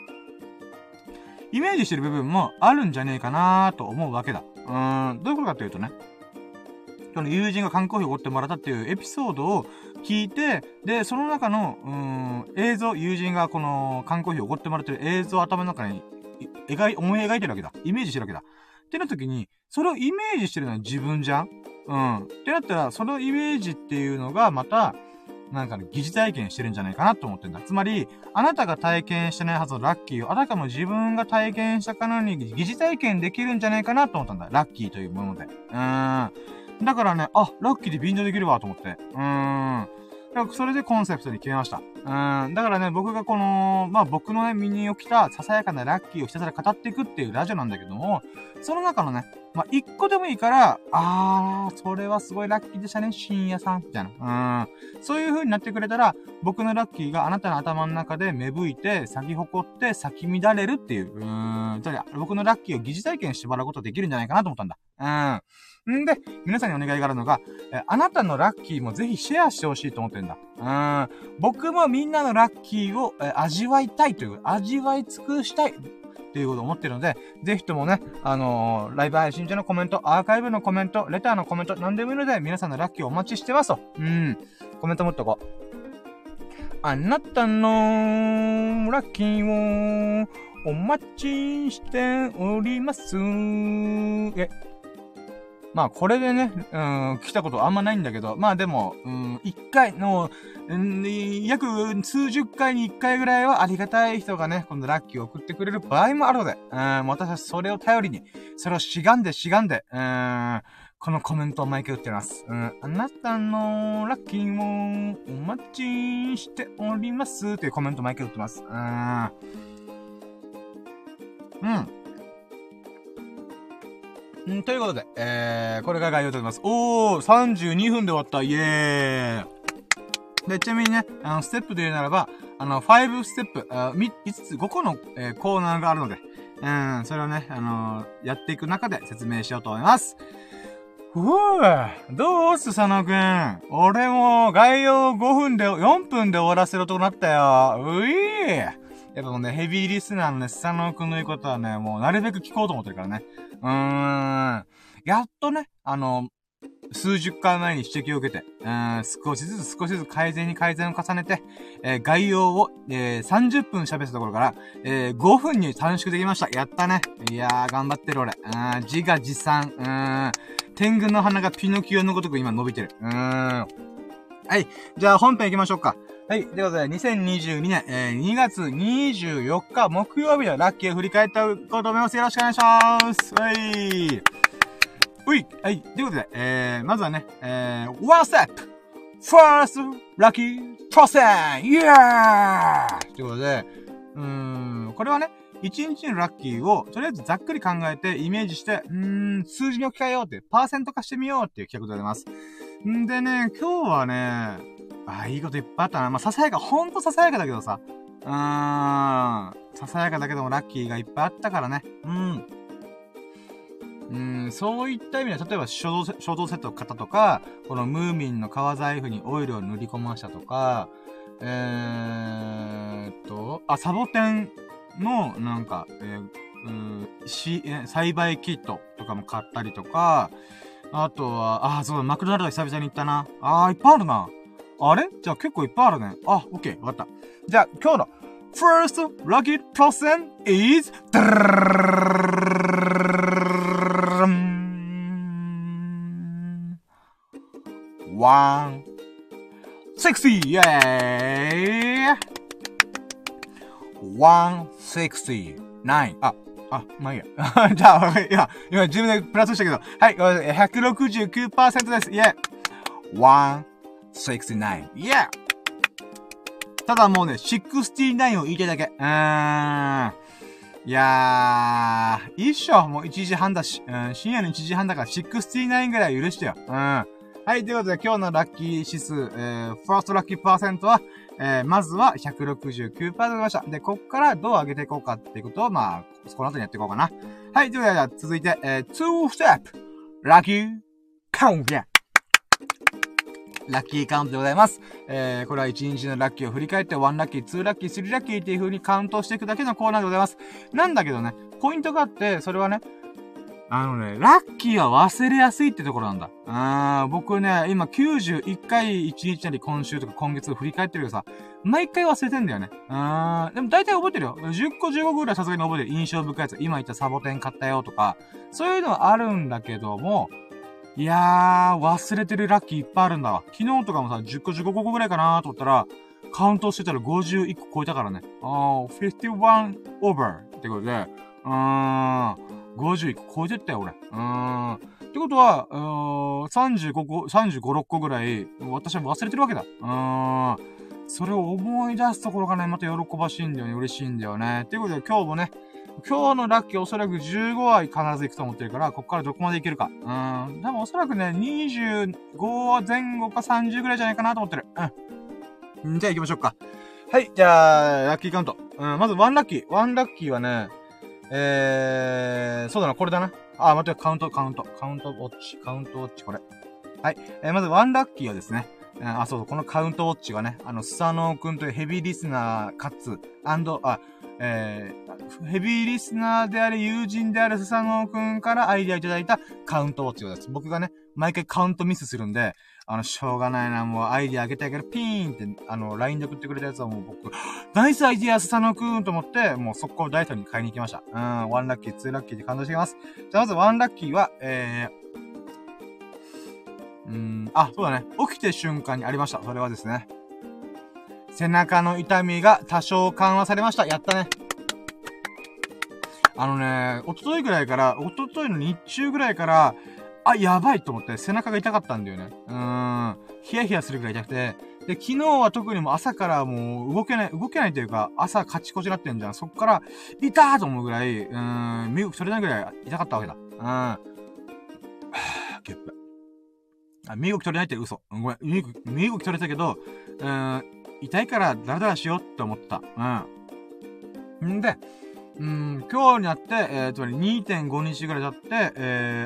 イメージしてる部分もあるんじゃねえかなと思うわけだ。どういうことかというとね。その友人が缶コーヒーをおごってもらったっていうエピソードを聞いて、で、その中の、映像、友人がこの缶コーヒーをおごってもらってる映像を頭の中に思い描いてるわけだ。イメージしてるわけだ。ってなった時に、それをイメージしてるのは自分じゃん。ってなったら、そのイメージっていうのがまた、なんかね、疑似体験してるんじゃないかなと思ってんだ。つまり、あなたが体験してないはずのラッキーを、あたかも自分が体験したかのように疑似体験できるんじゃないかなと思ったんだ。ラッキーというもので。だからね、あ、ラッキーで便乗できるわと思って。だからそれでコンセプトに決めました。だからね、僕がこの、僕のね、身に起きたささやかなラッキーをひたすら語っていくっていうラジオなんだけども、その中のね、一個でもいいから、それはすごいラッキーでしたね、深夜さん、みたいな。そういう風になってくれたら、僕のラッキーがあなたの頭の中で芽吹いて、咲き誇って、咲き乱れるっていう、僕のラッキーを疑似体験してもらうことできるんじゃないかなと思ったんだ。んで、皆さんにお願いがあるのが、あなたのラッキーもぜひシェアしてほしいと思ってんだ。僕もみんなのラッキーを、味わいたいという、味わい尽くしたい。っていうことを思ってるので、ぜひともね、ライブ配信中のコメント、アーカイブのコメント、レターのコメント、何でもいいので、皆さんのラッキーをお待ちしてますと。コメント持っとこう。あなたのラッキーをお待ちしております。これでね、来たことあんまないんだけど、でも、一回の、約数十回に一回ぐらいはありがたい人がね、このラッキーを送ってくれる場合もあるので、私はそれを頼りに、それをしがんで、このコメントを毎回打ってます。あなたのラッキーをお待ちしておりますっていうコメントを毎回打ってます。ということで、これが概要となります。32分で終わった。イエーイ。で、ちなみにね、ステップで言うならば、5ステップ、5つ、5個の、コーナーがあるので、それをね、やっていく中で説明しようと思います。どうす、佐野くん。俺も、概要4分で終わらせろとなったよ。やっぱもうね、ヘビーリスナーのね、佐野くんの言うことはね、もうなるべく聞こうと思ってるからね。やっとね、数十回前に指摘を受けて、少しずつ改善を重ねて、概要を、30分喋ったところから、5分に短縮できました。やったね。いやー、頑張ってる俺。自画自賛。天狗の鼻がピノキオのごとく今伸びてる。はい。じゃあ本編行きましょうか。はい。ということで、2022年、2月24日木曜日のラッキーを振り返っていこうと思います。よろしくお願いします。はい。はい。ということで、まずはね、one step! First lucky person! Yeah! ということで、これはね、1日のラッキーを、とりあえずざっくり考えて、イメージして、数字に置き換えようって、パーセント化してみようっていう企画でございます。んでね、今日はね、いいこといっぱいあったな。ささやか、ほんとささやかだけどさ。ささやかだけどもラッキーがいっぱいあったからね。そういった意味では、例えば衝動セットの方とか、このムーミンの革財布にオイルを塗り込ましたとか、サボテンの、なんか、栽培キットとかも買ったりとか、あとは、そうだ、マクドナルド久々に行ったな。いっぱいあるな。あれじゃあ結構いっぱいあるね。オッケー、わかった。じゃあ今日の First Lucky Person is 160! イェーイ !169! まあいいや。じゃあ、今自分でプラスしたけど。はい、169% です。イェー169. Yeah! ただもうね、69を言いたいだけ。いやー、いいっしょ。もう1時半だし。深夜の1時半だから69ぐらい許してよ。はい、ということで今日のラッキー指数、ファーストラッキーパーセントは、まずは 169% 出ました。で、こっからどう上げていこうかっていうことを、この後にやっていこうかな。はい、ということで、続いて、2 step! ラッキーカウントラッキーカウントでございます。これは1日のラッキーを振り返って、1ラッキー、2ラッキー、3ラッキーっていう風にカウントしていくだけのコーナーでございます。なんだけどね、ポイントがあって、それはね、ラッキーは忘れやすいってところなんだ。僕ね、今91回1日なり今週とか今月を振り返ってるけどさ、毎回忘れてんだよね。でも大体覚えてるよ。10個15個ぐらいさすがに覚えてる。印象深いやつ。今言ったサボテン買ったよとか、そういうのはあるんだけども、いやー、忘れてるラッキーいっぱいあるんだわ。昨日とかもさ、10個15個ぐらいかなーと思ったら、カウントしてたら51個超えたからね。51 over ってことで、51個超えてったよ、俺。ってことは、35個、35、6個ぐらい、私は忘れてるわけだ。それを思い出すところがね、また喜ばしいんだよね、嬉しいんだよね。っていうことで今日もね、今日のラッキーおそらく15は必ず行くと思ってるから、ここからどこまで行けるか。多分おそらくね、25前後か30ぐらいじゃないかなと思ってる。じゃあ行きましょうか。はい、じゃあ、ラッキーカウント。まず1ラッキー。1ラッキーはね、そうだな、これだな。待って、カウントウォッチ、これ。はい。まず1ラッキーはですね、そう、このカウントウォッチがね、スサノーくんというヘビーリスナーかつ、ヘビーリスナーであり、友人であるスサノーくんからアイデアいただいたカウントウォッチです。僕がね、毎回カウントミスするんで、しょうがないな、もうアイデアあげたいからピーンって、LINE で送ってくれたやつはもう僕、ナイスアイデアスサノーくんと思って、もう速攻ダイソンに買いに行きました。1ラッキー、2ラッキーで感動しています。じゃあまず1ラッキーは、そうだね。起きて瞬間にありました。それはですね。背中の痛みが多少緩和されました。やったね。一昨日の日中ぐらいから、やばいと思って背中が痛かったんだよね。ヒヤヒヤするぐらい痛くて。で、昨日は特にもう朝からもう動けないというか、朝カチコチなってんじゃん。そっから、痛ーと思うぐらい、身動き取れないぐらい痛かったわけだ。ゲップ。身動き取れないって嘘。ごめん。身動き取れたけど、痛いからダラダラしようって思った。んで、今日になって、つまり 2.5 日ぐらい経って、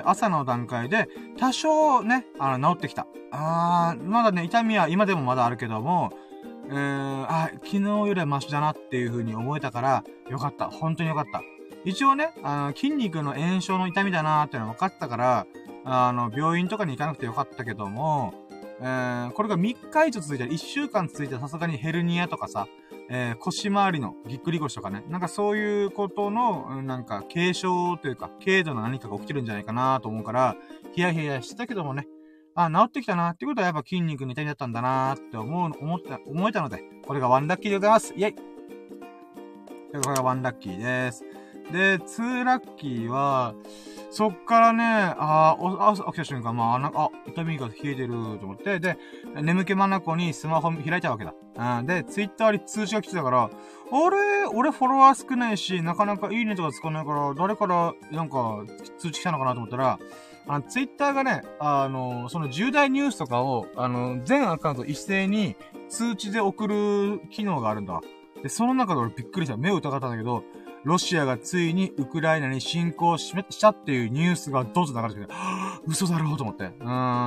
朝の段階で、多少ね、治ってきた。まだね、痛みは今でもまだあるけども、昨日よりはマシだなっていう風に思えたから、よかった。本当によかった。一応ね、筋肉の炎症の痛みだなーっていうのは分かったから、病院とかに行かなくてよかったけども、これが3日以上続いたら1週間続いたらさすがにヘルニアとかさ、腰回りのぎっくり腰とかね、なんかそういうことの、なんか軽症というか、軽度の何かが起きてるんじゃないかなと思うから、ヒヤヒヤしてたけどもね、治ってきたなっていうことはやっぱ筋肉の痛みだったんだなって思えたので、これが1ラッキーでございます。イェイ！これが1ラッキーです。で、2ラッキーは、そっからね、起きた瞬間、痛みが冷えてると思って、で、眠気まなこにスマホ開いたわけだ。で、ツイッターに通知が来てたから、俺フォロワー少ないし、なかなかいいねとかつかないから、誰からなんか通知来たのかなと思ったら、ツイッターがね、その重大ニュースとかを、全アカウント一斉に通知で送る機能があるんだ。で、その中で俺びっくりした。目を疑ったんだけど、ロシアがついにウクライナに侵攻したっていうニュースがどうぞ流れてきて、嘘だろうと思って。だ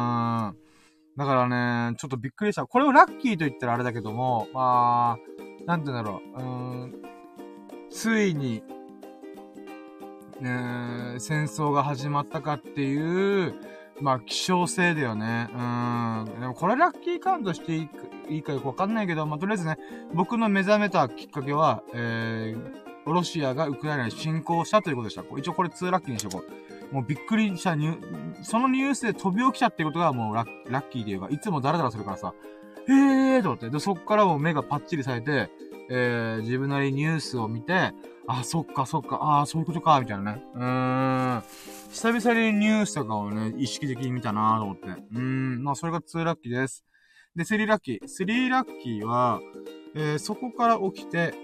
からね、ちょっとびっくりした。これをラッキーと言ったらあれだけども、なんて言うんだろう。ついに、戦争が始まったかっていう、希少性だよね。でもこれラッキーカウントしていいかよくわかんないけど、とりあえずね、僕の目覚めたきっかけは、ロシアがウクライナに侵攻したということでした。一応これ2ラッキーにしとこう。もうびっくりしたそのニュースで飛び起きたってことがもうラッキーでいうか、いつもダラダラするからさ、と思って。で、そっからもう目がパッチリされて、自分なりにニュースを見て、そっか、そういうことか、みたいなね。久々にニュースとかをね、意識的に見たなと思って。それが2ラッキーです。で、3ラッキー。3ラッキーは、そこから起きて、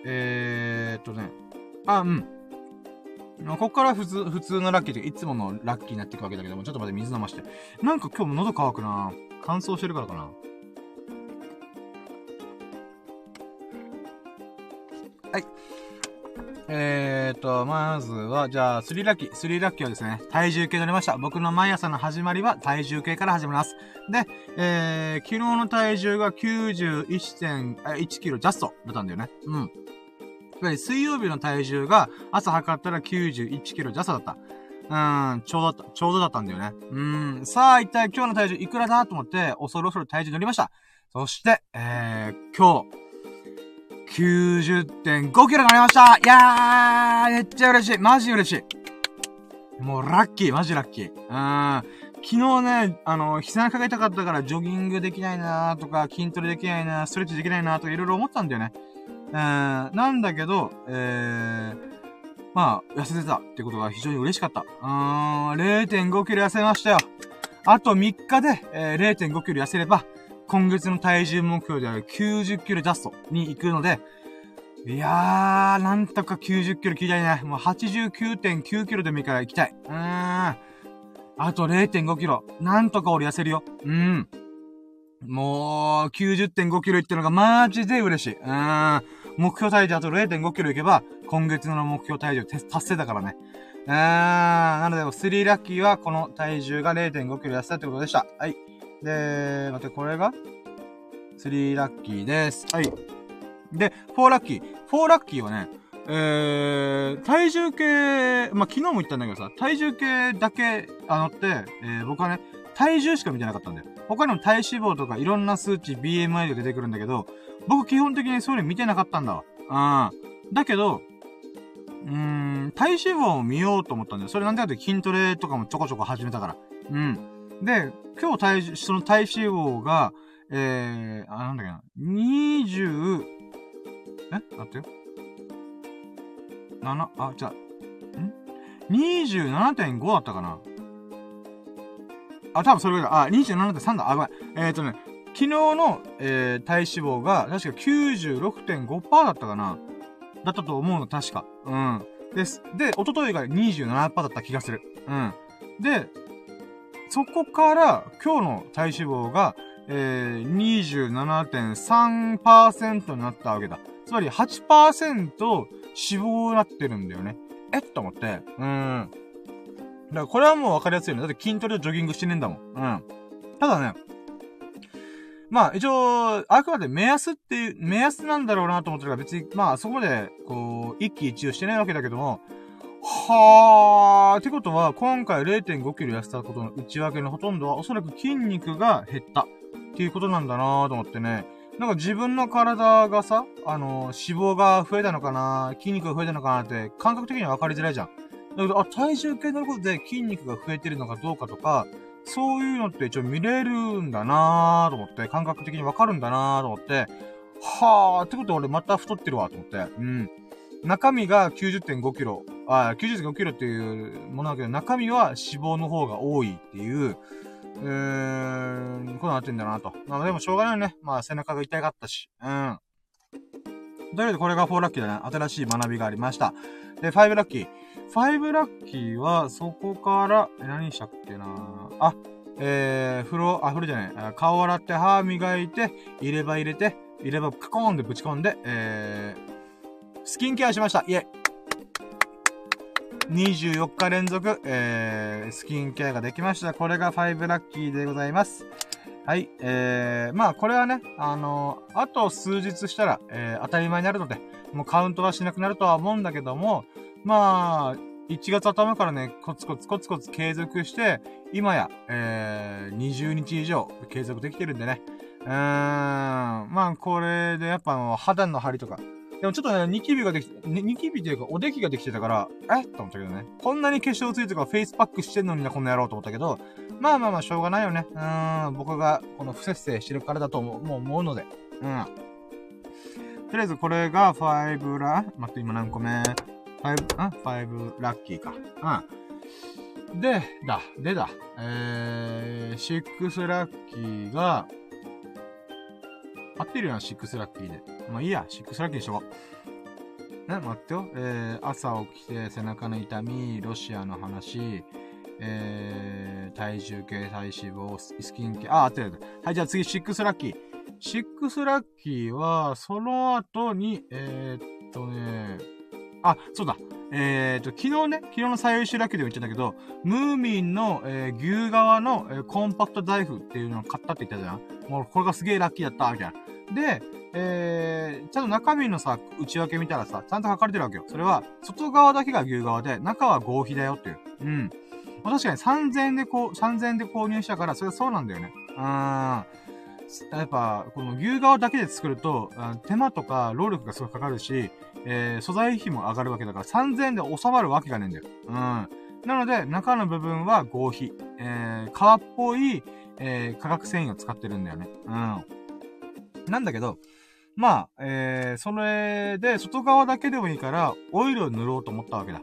ここから普通のラッキーでいつものラッキーになっていくわけだけども、ちょっと待って、水飲まして。なんか今日も喉乾くな乾燥してるからかな。はい。 まずは、じゃあ、スリーラッキー。スリーラッキーはですね、体重計乗りました。僕の毎朝の始まりは体重計から始まります。で、昨日の体重が91.1キロジャストだったんだよね。うん。つまり水曜日の体重が朝測ったら91キロジャストだった。ちょうどだったんだよね。さあ、一体今日の体重いくらだと思って、恐る恐る体重乗りました。そして、今日、90.5 キロになりました。いやー、めっちゃ嬉しい。マジ嬉しい。もうラッキー、マジラッキー。昨日ね、膝がかけたかったからジョギングできないなーとか、筋トレできないなー、ストレッチできないなーとかいろいろ思ったんだよね。なんだけど、まあ、痩せてたってことが非常に嬉しかった。0.5 キロ痩せましたよ。あと3日で、0.5 キロ痩せれば、今月の体重目標である90キロジャストに行くので、いやー、なんとか90キロ切りたいね。もう 89.9 キロでもいいから行きたい。あと 0.5 キロ。なんとか俺痩せるよ。もう、90.5 キロいってのがマジで嬉しい。目標体重あと 0.5 キロいけば、今月の目標体重達成だからね。なので、3ラッキーはこの体重が 0.5 キロ痩せたってことでした。はい。で、待って、これが3ラッキーです。はい。で、4ラッキー。4ラッキーはね、体重計、まあ、昨日も言ったんだけどさ、体重計だけ、って、僕はね、体重しか見てなかったんだよ。他にも体脂肪とかいろんな数値、BMI が出てくるんだけど、僕基本的にそういうの見てなかったんだわ。だけど、体脂肪を見ようと思ったんだよ。それなんでかって筋トレとかもちょこちょこ始めたから。で、今日その体脂肪が、なんだっけな、待ってよ。27.5 だったかな。多分それぐらいだ。27.3 だ。ごめん。昨日の、体脂肪が、確か 96.5% だったかな。だったと思うの、確か。で、一昨日が 27% だった気がする。で、そこから、今日の体脂肪が、27.3% になったわけだ。つまり 8% 脂肪になってるんだよね。と思って。だからこれはもう分かりやすいよね。だって筋トレとジョギングしてねえんだもん。ただね、まあ一応、あくまで目安なんだろうなと思ってるから別に、まあそこまで、こう、一喜一憂してないわけだけども、ってことは、今回 0.5 キロ痩せたことの内訳のほとんどは、おそらく筋肉が減ったっていうことなんだなと思ってね。なんか自分の体がさ、脂肪が増えたのかな、筋肉が増えたのかなって、感覚的には分かりづらいじゃん。だけど、体重計乗ることで筋肉が増えてるのかどうかとか、そういうのって一応見れるんだなと思って、感覚的に分かるんだなと思って、ってことで俺また太ってるわと思って、中身が 90.5 キロ、90.5 キロっていうものだけど、中身は脂肪の方が多いっていう、ことになってんだなと。まあでもしょうがないよね。まあ背中が痛かったし。とりあえずこれが4ラッキーだね。新しい学びがありました。で、5ラッキー。5ラッキーは、そこから、何したっけな風呂じゃない。顔洗って歯磨いて、入れ歯カコーンでぶち込んで、スキンケアしました。イェイ。24日連続、スキンケアができました。これが5ラッキーでございます。はい。まあ、これはね、あと数日したら、当たり前になるので、もうカウントはしなくなるとは思うんだけども、まあ、1月頭からね、コツコツ継続して、今や、20日以上継続できてるんでね。まあ、これでやっぱ肌の張りとか、でもちょっとね、ニキビっていうか、おできができてたから、と思ったけどね。こんなに化粧水とかフェイスパックしてんのにな、こんなやろうと思ったけど、まあ、しょうがないよね。僕が、この不節制してるからだと思うので。とりあえず、これが待って、今何個目 ?5 ラッキーか。6ラッキーが、合ってるよな、6ラッキーで。まあいいや、6ラッキーにしとこう。待ってよ。朝起きて背中の痛み、ロシアの話、体重計、体脂肪、スキンケア、合ってる。はい、じゃあ次、6ラッキー。6ラッキーは、その後に、 あ、そうだ。昨日の最終ラッキーでも言っちゃったけど、ムーミンの、牛革の、コンパクト財布っていうのを買ったって言ったじゃん。もう、これがすげえラッキーだった、みたいな。で、ちゃんと中身のさ、内訳見たらさ、ちゃんと書かれてるわけよ。それは、外側だけが牛革で、中は合皮だよっていう。うん。まあ、確かに3000円で購入したから、それはそうなんだよね。やっぱ、この牛革だけで作ると、手間とか労力がすごいかかるし、素材費も上がるわけだから3000円で収まるわけがねえんだよ。なので、中の部分は合皮。革っぽい、化学繊維を使ってるんだよね。なんだけど、まあ、それで、外側だけでもいいから、オイルを塗ろうと思ったわけだ。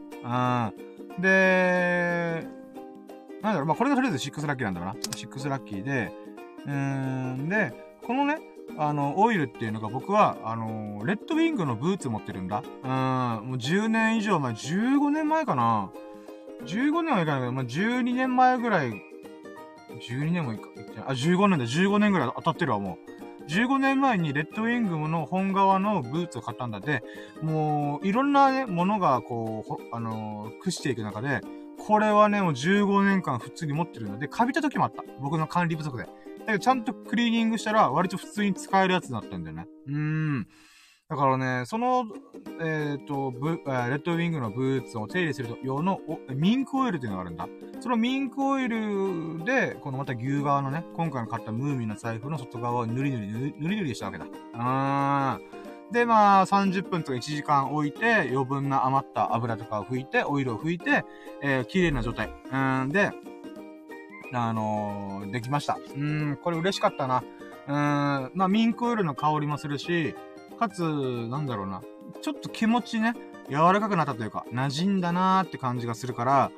で、なんだろう、まあ、これがとりあえず6ラッキーなんだろうな。6ラッキーで、で、このね、オイルっていうのが僕は、レッドウィングのブーツ持ってるんだ。もう10年以上前、15年前かな。15年はいかないけど、まあ、12年前ぐらい、12年もいか、15年だ、15年ぐらい当たってるわ、もう。15年前にレッドウィングの本革のブーツを買ったんだって、もう、いろんなね、ものがこう、駆していく中で、これはね、もう15年間普通に持ってるので、カビた時もあった。僕の管理不足で。だけど、ちゃんとクリーニングしたら、割と普通に使えるやつになったんだよね。だからね、その、レッドウィングのブーツを手入れする用のミンクオイルっていうのがあるんだ。そのミンクオイルで、このまた牛革のね、今回の買ったムーミンの財布の外側を塗り塗りしたわけだ。で、まあ、30分とか1時間置いて、余分な余った油とかを拭いて、オイルを拭いて、綺麗な状態。で、できました。これ嬉しかったな。まあ、ミンクオイルの香りもするし、かつ、なんだろうな。ちょっと気持ちね、柔らかくなったというか、馴染んだなーって感じがするから、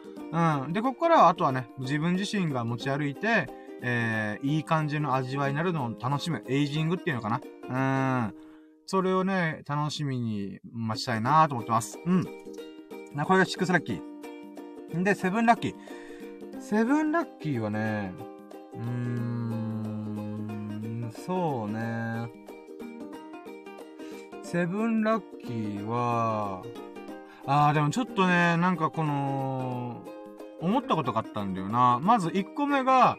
で、ここからは、あとはね、自分自身が持ち歩いて、いい感じの味わいになるのを楽しむ。エイジングっていうのかな。それをね、楽しみに待ちたいなーと思ってます。これが6ラッキー。で、7ラッキー。7ラッキーはね、そうね。7ラッキーは、でもちょっとね、なんかこの、思ったことがあったんだよな。まず1個目が、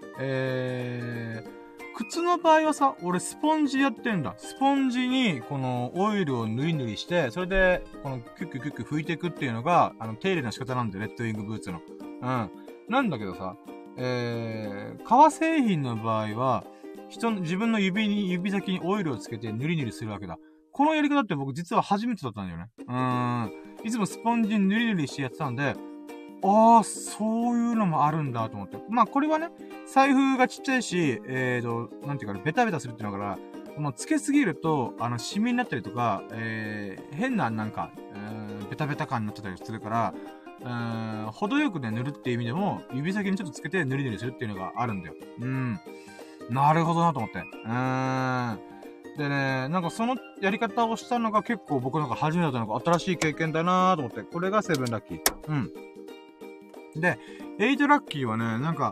靴の場合はさ、俺スポンジやってんだ。スポンジに、このオイルを塗り塗りして、それで、このキュッキュキュッキュ拭いていくっていうのが、手入れの仕方なんだよ、レッドウィングブーツの。なんだけどさ、革製品の場合は、自分の指先にオイルをつけて塗り塗りするわけだ。このやり方って僕実は初めてだったんだよね。いつもスポンジに塗り塗りしてやってたんで、そういうのもあるんだと思って。まあ、これはね、財布がちっちゃいし、なんていうかね、ベタベタするっていうのから、つけすぎると、シミになったりとか、変な、なんか、ベタベタ感になってたりするから、程よくね、塗るっていう意味でも、指先にちょっとつけて塗り塗りするっていうのがあるんだよ。なるほどなと思って。でね、なんかそのやり方をしたのが結構僕なんか初めてだったのが新しい経験だなーと思って。これが7ラッキー。で、8ラッキーはね、なんか、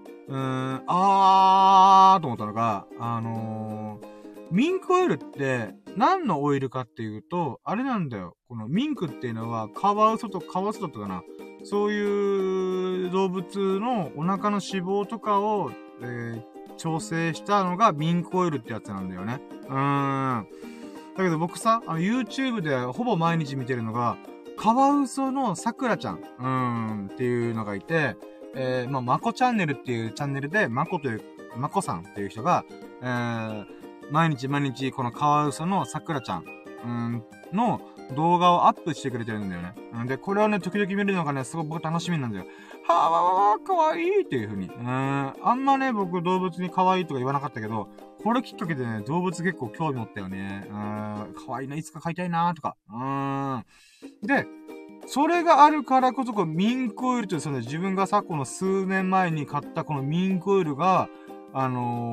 と思ったのが、ミンクオイルって何のオイルかっていうと、あれなんだよ。このミンクっていうのはカワウソとかな。そういう動物のお腹の脂肪とかを、調整したのがミンクオイルってやつなんだよね。だけど僕さ、YouTube でほぼ毎日見てるのが、カワウソのさくらちゃん、っていうのがいて、まこチャンネルっていうチャンネルで、まこさんっていう人が、毎日このカワウソのさくらちゃん、の動画をアップしてくれてるんだよね。で、これをね、時々見るのがね、すごく僕楽しみなんだよ。かわいいっていう風に。あんまね、僕動物に可愛いとか言わなかったけど、これきっかけでね、動物結構興味持ったよね。可愛いな、いつか飼いたいなとか。で、それがあるからこそ、ミンクオイルという、その自分がさ、この数年前に買ったこのミンクオイルが、そ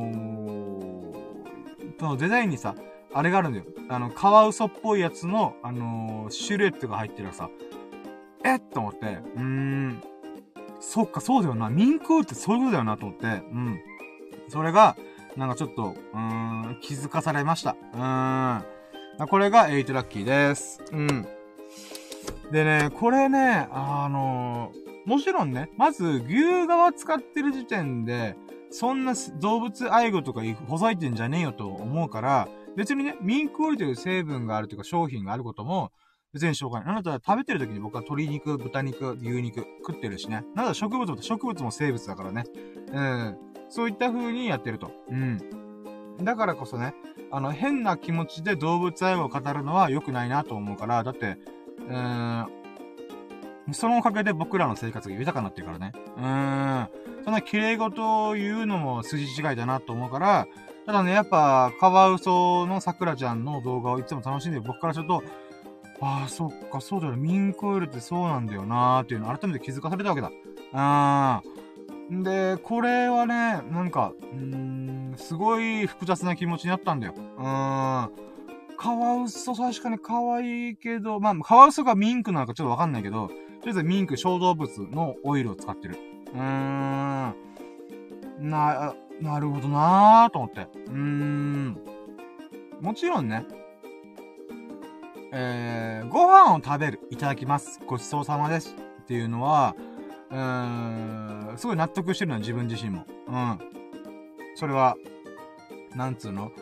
のデザインにさ、あれがあるんだよ。カワウソっぽいやつの、シルエットが入ってるさ、と思って、そっか、そうだよな。ミンクオイルってそういうことだよな、と思って、それが、なんかちょっと、気づかされました。これが8ラッキーです。 でね、これね、もちろんね、まず牛側使ってる時点で、そんな動物愛護とかほざいてんじゃねえよと思うから、別にね、ミンクオイルという成分があるというか商品があることも、別にしょうがない。なんだったら食べてる時に僕は鶏肉、豚肉、牛肉食ってるしね。なんだら植物も生物だからね。そういった風にやってると。だからこそね、変な気持ちで動物愛護を語るのは良くないなと思うから、だって、そのおかげで僕らの生活が豊かになってるからね。そんな綺麗事を言うのも筋違いだなと思うから、ただね、やっぱ、カワウソの桜ちゃんの動画をいつも楽しんでる僕からすると、ああ、そっか、そうだよね。ミンクオイルってそうなんだよなーっていうのを改めて気づかされたわけだ。で、これはね、なんか、すごい複雑な気持ちになったんだよ。カワウソ、確かに可愛いけど、まあ、カワウソがミンクなのかちょっとわかんないけど、とりあえずミンク小動物のオイルを使ってる。なるほどなーと思って。もちろんね、ご飯を食べる。いただきます。ごちそうさまです。っていうのは、すごい納得してるのは自分自身も。それは、なんつうの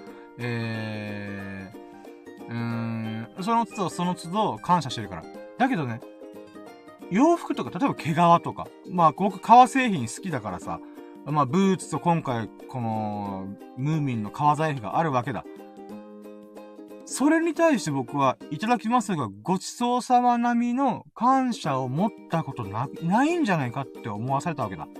その都度感謝してるから。だけどね、洋服とか、例えば毛皮とか。まあ、僕、革製品好きだからさ。まあ、ブーツと今回、この、ムーミンの革財布があるわけだ。それに対して僕は、いただきますが、ごちそうさま並みの感謝を持ったことないんじゃないかって思わされたわけだ。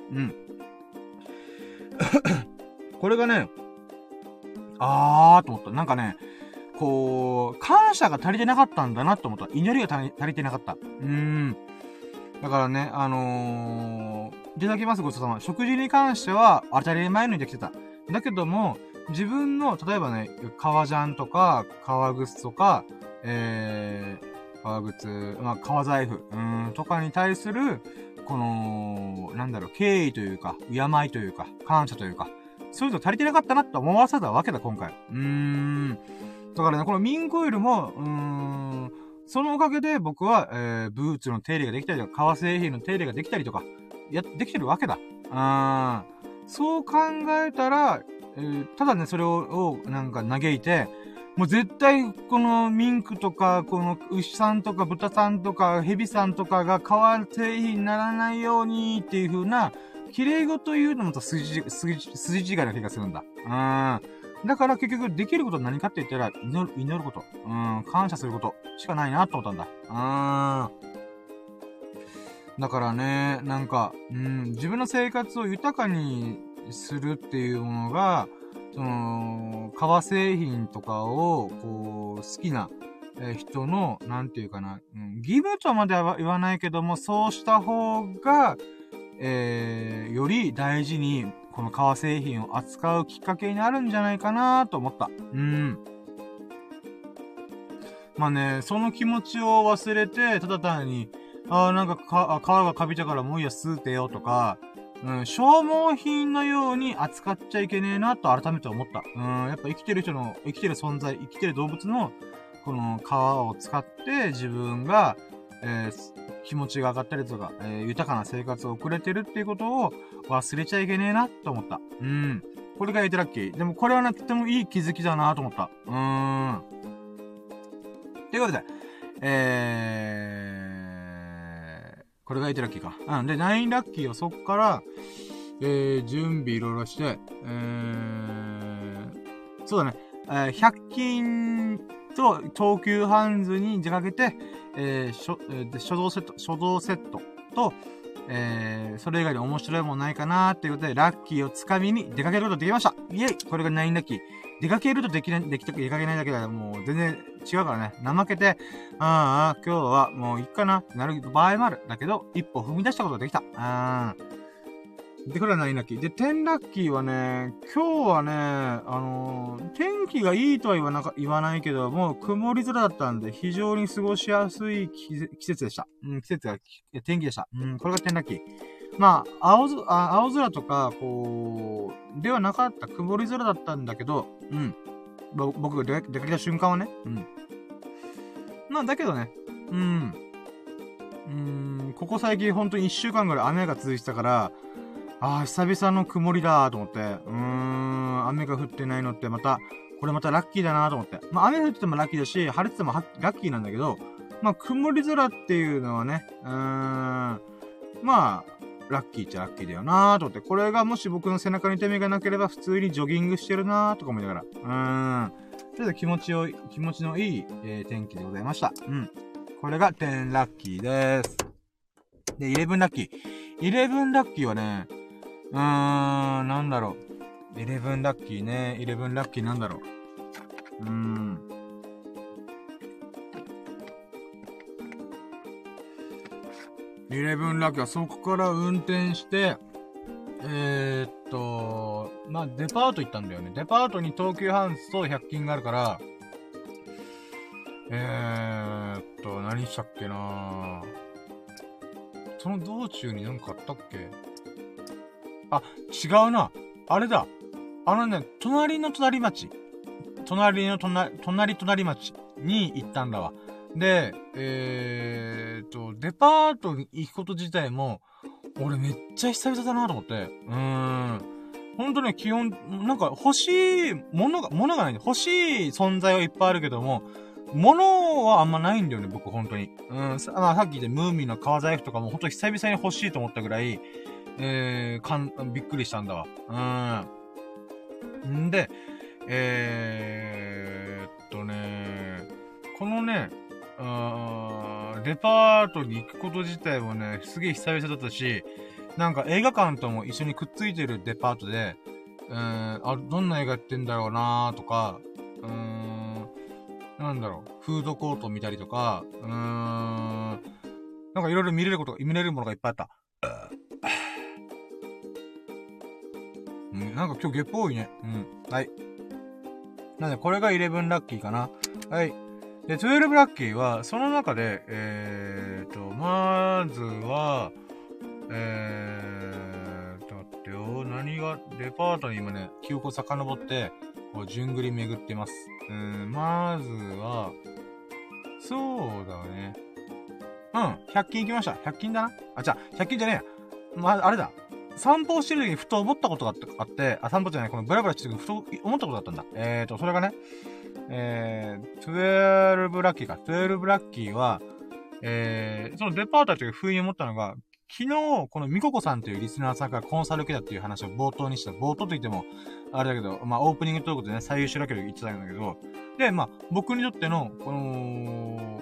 これがね、と思った。なんかね、こう、感謝が足りてなかったんだなって思った。祈りが足りてなかった。だからね、いただきますごちそうさま。食事に関しては当たり前のようにできてた。だけども、自分の、例えばね、革ジャンとか、革靴とか、革靴、まあ、革財布、とかに対する、この、なんだろう、敬意というか、敬いというか、感謝というか、そういうの足りてなかったなって思わせたわけだ、今回。だからね、このミンクオイルも、そのおかげで僕は、ブーツの手入れができたりとか、革製品の手入れができたりとか、できてるわけだ。そう考えたら、ただね、それをなんか嘆いて、もう絶対、このミンクとか、この牛さんとか豚さんとか蛇さんとかが革製品にならないようにっていう風な、綺麗事言うのもと筋違いな気がするんだ。だから結局できることは何かって言ったら、祈ること。感謝することしかないなと思ったんだ。だからね、なんか、自分の生活を豊かにするっていうものが、革製品とかを、こう、好きな、人の、なんていうかな、義務とまでは言わないけども、そうした方が、より大事に、この革製品を扱うきっかけになるんじゃないかなと思った。まあね、その気持ちを忘れて、ただ単に、なんか皮がカビたからもういいや、吸うてよとか、消耗品のように扱っちゃいけねえなと改めて思った。やっぱ生きてる存在、生きてる動物の、この皮を使って自分が、気持ちが上がったりとか、豊かな生活を送れてるっていうことを忘れちゃいけねえなと思った。これがエイトラッキー。でもこれはね、とてもいい気づきだなと思った。ということで、これがエイトラッキーか。で、ナインラッキーはそっから、準備いろいろして、そうだね、100均と東急ハンズに出かけて、書道セットと、それ以外に面白いもんないかなーっていうことで、ラッキーをつかみに出かけることができました。イェイこれが9ラッキー。出かけると出かけないだけだもう全然違うからね。怠けて、今日はもういいかなってなる場合もある。だけど、一歩踏み出したことができた。で、これは9ラッキー。で、10ラッキーはね、今日はね、天気がいいとは言わないけど、もう曇り空だったんで、非常に過ごしやすい季節でした。天気でした。これが10ラッキー。まあ、青空とか、こう、ではなかった曇り空だったんだけど、僕が出かけた瞬間はね、まあ、だけどね、 ここ最近ほんとに1週間ぐらい雨が続いてたから、久々の曇りだーと思って、雨が降ってないのってこれまたラッキーだなーと思って。まあ、雨降っててもラッキーだし、晴れててもラッキーなんだけど、まあ、曇り空っていうのはね、まあ、ラッキーっちゃラッキーだよなーと思って。これがもし僕の背中に痛みがなければ普通にジョギングしてるなーとか思いながら。ちょっと気持ちのいい、天気でございました。これが10ラッキーです。で、11ラッキー。11ラッキーはね、なんだろう。11ラッキーね。11ラッキーなんだろう。11ラッキーはそこから運転して、まあ、デパート行ったんだよね。デパートに東急ハンズと100均があるから、何したっけなその道中になんかあったっけ違うな。あれだ。隣の隣町に行ったんだわ。で、デパートに行くこと自体も、俺めっちゃ久々だなと思って。ほんとね、基本、なんか欲しい、物がない。欲しい存在はいっぱいあるけども、物はあんまないんだよね、僕ほんとに。さっき言ったムーミンの革財布とかもほんと久々に欲しいと思ったぐらい、びっくりしたんだわ。んで、このね、デパートに行くこと自体もね、すげえ久々だったし、なんか映画館とも一緒にくっついてるデパートで、どんな映画やってんだろうなーとか、なんだろう、フードコート見たりとか、なんかいろいろ見れるものがいっぱいあった。なんか今日ゲップ多いね。はい。なんで、これが11ラッキーかな。はい。で、12ラッキーは、その中で、まずは、待ってよ。何が、デパートに今ね、記憶を遡って、こう、順繰り巡っています。まずは、そうだね。100均行きました。100均だな。100均じゃねえや。あれだ。散歩をしてる時にふと思ったことがあって、散歩じゃない、このブラブラしてる時にふと思ったことがあったんだ。それがね、12ラッキーか。12ラッキーは、そのデパートと不意に思ったのが、昨日、このミココさんというリスナーさんからコンサル受けたっていう話を冒頭にした。冒頭と言っても、あれだけど、まあ、オープニングトークでね、最優秀だけど言ってたんだけど、で、まあ、僕にとっての、この、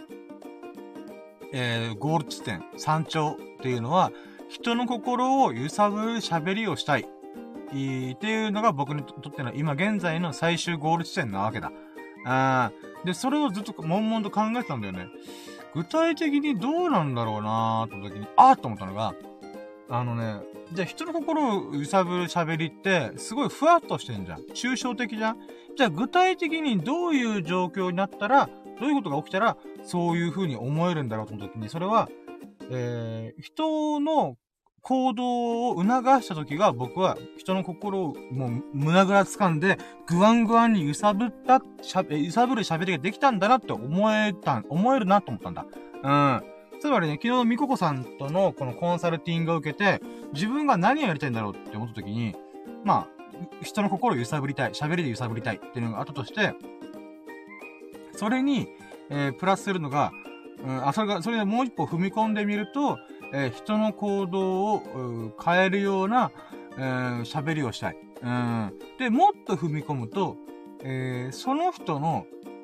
ゴール地点、山頂っていうのは、人の心を揺さぶる喋りをしたい。っていうのが僕にとっての今現在の最終ゴール地点なわけだ。で、それをずっと悶々と考えてたんだよね。具体的にどうなんだろうなーって時に、と思ったのが、じゃあ人の心を揺さぶる喋りって、すごいふわっとしてんじゃん。抽象的じゃん。じゃあ具体的にどういう状況になったら、どういうことが起きたら、そういう風に思えるんだろうと思った時に、それは、人の行動を促した時が僕は人の心をもう胸ぐら掴んでグワングワンに揺さぶる喋りができたんだなって思えるなと思ったんだ。つまりね、昨日ミココさんとのこのコンサルティングを受けて自分が何をやりたいんだろうって思った時に、まあ、人の心を揺さぶりたい、喋りで揺さぶりたいっていうのがあったとして、それに、プラスするのが、それでもう一歩踏み込んでみると、人の行動を変えるような喋りをしたい。で、もっと踏み込むと、その人の、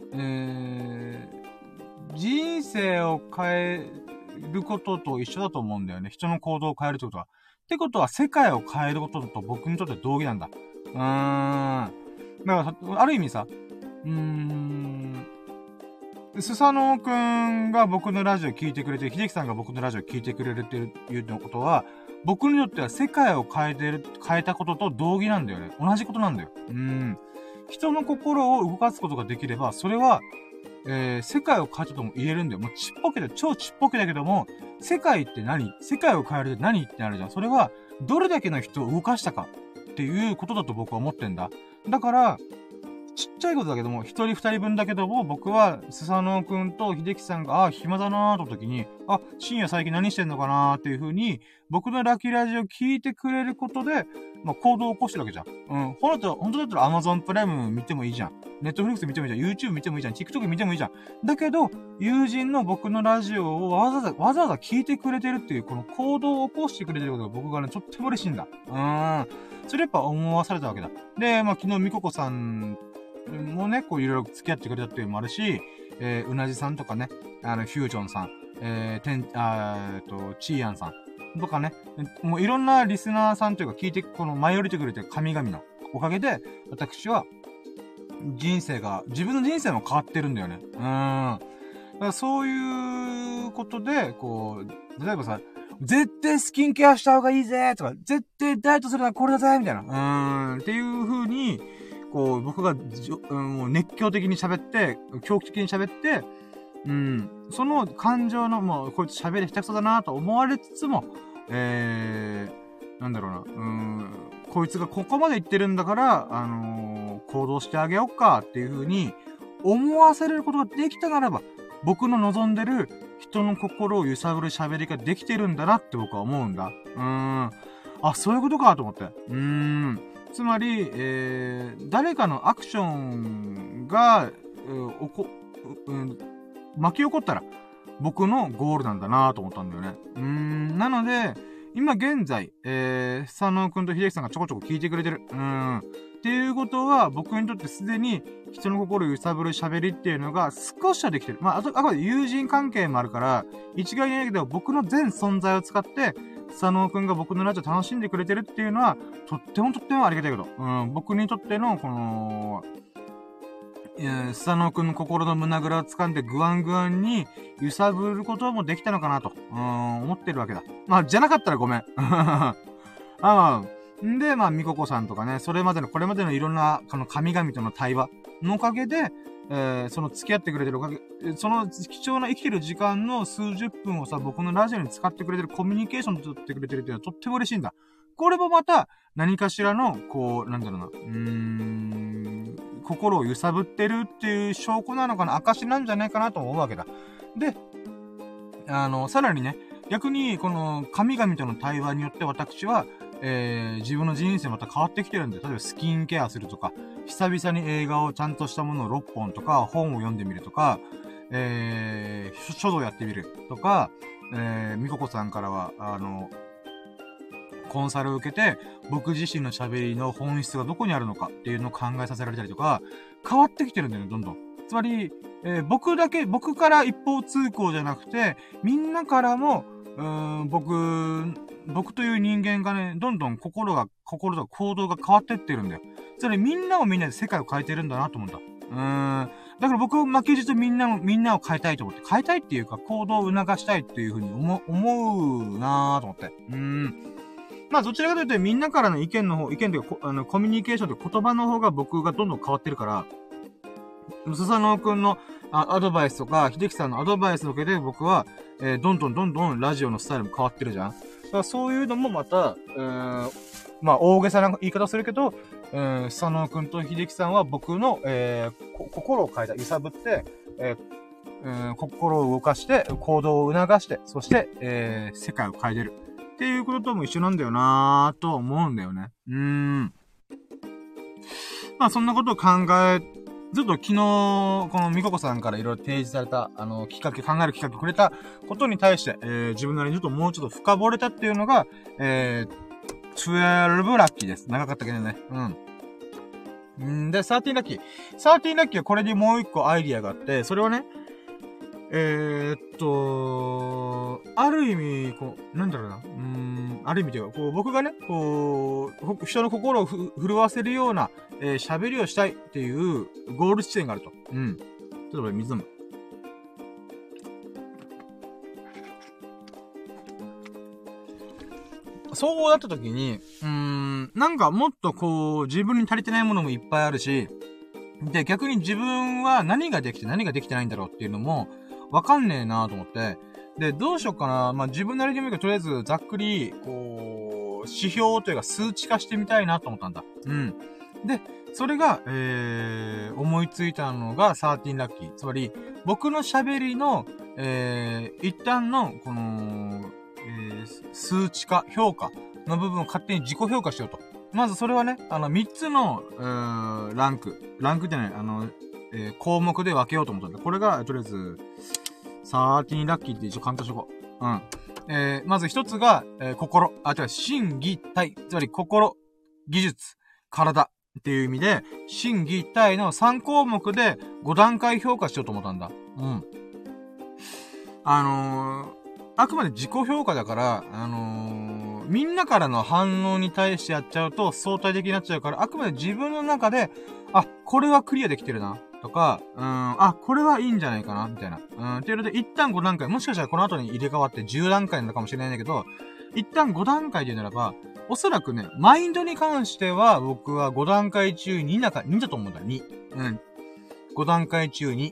人生を変えることと一緒だと思うんだよね。人の行動を変えるってことは。ってことは、世界を変えることと僕にとって同義なんだ。だから、ある意味さ、スサノオくんが僕のラジオ聞いてくれて、秀樹さんが僕のラジオ聞いてくれるっていうのことは、僕にとっては世界を変えたことと同義なんだよね。同じことなんだよ。人の心を動かすことができれば、それは、世界を変えたとも言えるんだよ。もう超ちっぽけだけども、世界って何？世界を変えるって何ってなるじゃん。それは、どれだけの人を動かしたかっていうことだと僕は思ってんだ。だから、 ちっちゃいことだけども、一人二人分だけども、僕は、スサノオくんと秀樹さんが、暇だなーと時に、深夜最近何してんのかなーっていう風に、僕のラッキーラジオ聞いてくれることで、行動を起こしてるわけじゃん。本当だったら Amazon プライム見てもいいじゃん。Netflix 見てもいいじゃん。YouTube 見てもいいじゃん。TikTok 見てもいいじゃん。だけど、友人の僕のラジオをわざわざ聞いてくれてるっていう、この行動を起こしてくれてることが僕がね、とっても嬉しいんだ。それやっぱ思わされたわけだ。で、昨日、みここさんもね、こういろいろ付き合ってくれたっていうのもあるし、うなじさんとかね、フュージョンさん、チーヤンさんとかね、もういろんなリスナーさんというか聞いて、この舞い降りてくれてる神々のおかげで、私は、自分の人生も変わってるんだよね。だからそういうことで、こう、例えばさ、絶対スキンケアした方がいいぜとか、絶対ダイエットするのはこれだぜみたいな。っていう風に、こう、僕がもう熱狂的に喋って、狂気的に喋って、その感情の、もう、こいつ喋り下手くそだなと思われつつも、なんだろうな、こいつがここまで言ってるんだから、行動してあげようかっていう風に思わせることができたならば、僕の望んでる人の心を揺さぶる喋りができてるんだなって僕は思うんだ。そういうことかと思って。つまり、誰かのアクションが、巻き起こったら、僕のゴールなんだなと思ったんだよね。なので、今現在、スサノオくんと秀樹さんがちょこちょこ聞いてくれてる。っていうことは、僕にとってすでに人の心を揺さぶる喋りっていうのが少しはできてる。あくまで友人関係もあるから、一概に言えないけど、僕の全存在を使って、スサノオくんが僕のラジオ楽しんでくれてるっていうのは、とってもありがたいこと。僕にとっての、この、スサノオくんの心の胸ぐらを掴んでグワングワンに揺さぶることもできたのかなと、思ってるわけだ。じゃなかったらごめん。で、みここさんとかね、これまでのいろんな、この神々との対話のおかげで、その付き合ってくれてるおかげ、その貴重な生きてる時間の数十分をさ、僕のラジオに使ってくれてるコミュニケーション取ってくれてるっていうのはとっても嬉しいんだ。これもまた、何かしらの、こう、なんだろうな、心を揺さぶってるっていう証拠なのかな、証なんじゃないかなと思うわけだ。で、さらにね、逆に、この、神々との対話によって私は、自分の人生また変わってきてるんで、例えばスキンケアするとか、久々に映画をちゃんとしたものを6本とか、本を読んでみるとか、書道やってみるとか、みここさんからは、コンサルを受けて、僕自身の喋りの本質がどこにあるのかっていうのを考えさせられたりとか、変わってきてるんだよね、どんどん。つまり、僕から一方通行じゃなくて、みんなからも、僕という人間がね、どんどん心とか行動が変わってってるんだよ。つまりみんなをみんなで世界を変えてるんだなと思うんだ。だから僕は負けじとみんなを変えたいと思って、変えたいっていうか行動を促したいっていうふうに思うなと思って。どちらかというとみんなからの意見というか、コミュニケーションという言葉の方が僕がどんどん変わってるから、スサノオくんのアドバイスとか、秀樹さんのアドバイスを受けて僕は、どんどんラジオのスタイルも変わってるじゃん。だからそういうのもまた、大げさな言い方するけど、スサノオくんと秀樹さんは僕の、心を変えた、揺さぶって、心を動かして、行動を促して、そして、世界を変えてる。っていうこととも一緒なんだよなぁと思うんだよね。そんなことを考え、ずっと昨日、このみここさんからいろいろ提示された、考えるきっかけくれたことに対して、自分なりにちょっともうちょっと深掘れたっていうのが、12ラッキーです。長かったけどね。で、13ラッキー。13ラッキーはこれにもう一個アイディアがあって、それはね、ある意味、なんだろうな。ある意味では、僕がね、人の心を震わせるような、喋りをしたいっていうゴール地点があると。ちょっとこれ水飲む。そうなった時に、なんかもっと自分に足りてないものもいっぱいあるし、で、逆に自分は何ができて何ができてないんだろうっていうのも、わかんねえなと思って。で、どうしようかな。自分なりにもいいけど、とりあえず、ざっくり、指標というか数値化してみたいなと思ったんだ。 で、それが、思いついたのが13ラッキー。つまり、僕の喋りの、一旦の、この、数値化、評価の部分を勝手に自己評価しようと。まずそれはね、3つの、ランクってね、項目で分けようと思ったんだ。これが、とりあえず、13ラッキーって一応簡単しとこう。うん。まず一つが、心。心技体。つまり心、技術、体っていう意味で、心技体の3項目で5段階評価しようと思ったんだ。うん。あくまで自己評価だから、みんなからの反応に対してやっちゃうと相対的になっちゃうから、あくまで自分の中で、あ、これはクリアできてるな。とか、あ、これはいいんじゃないかなみたいな。っていうので、一旦5段階、もしかしたらこの後に入れ替わって10段階なのかもしれないんだけど、一旦5段階で言うならば、おそらくね、マインドに関しては、僕は5段階中2だと思うんだ、2。うん。5段階中2。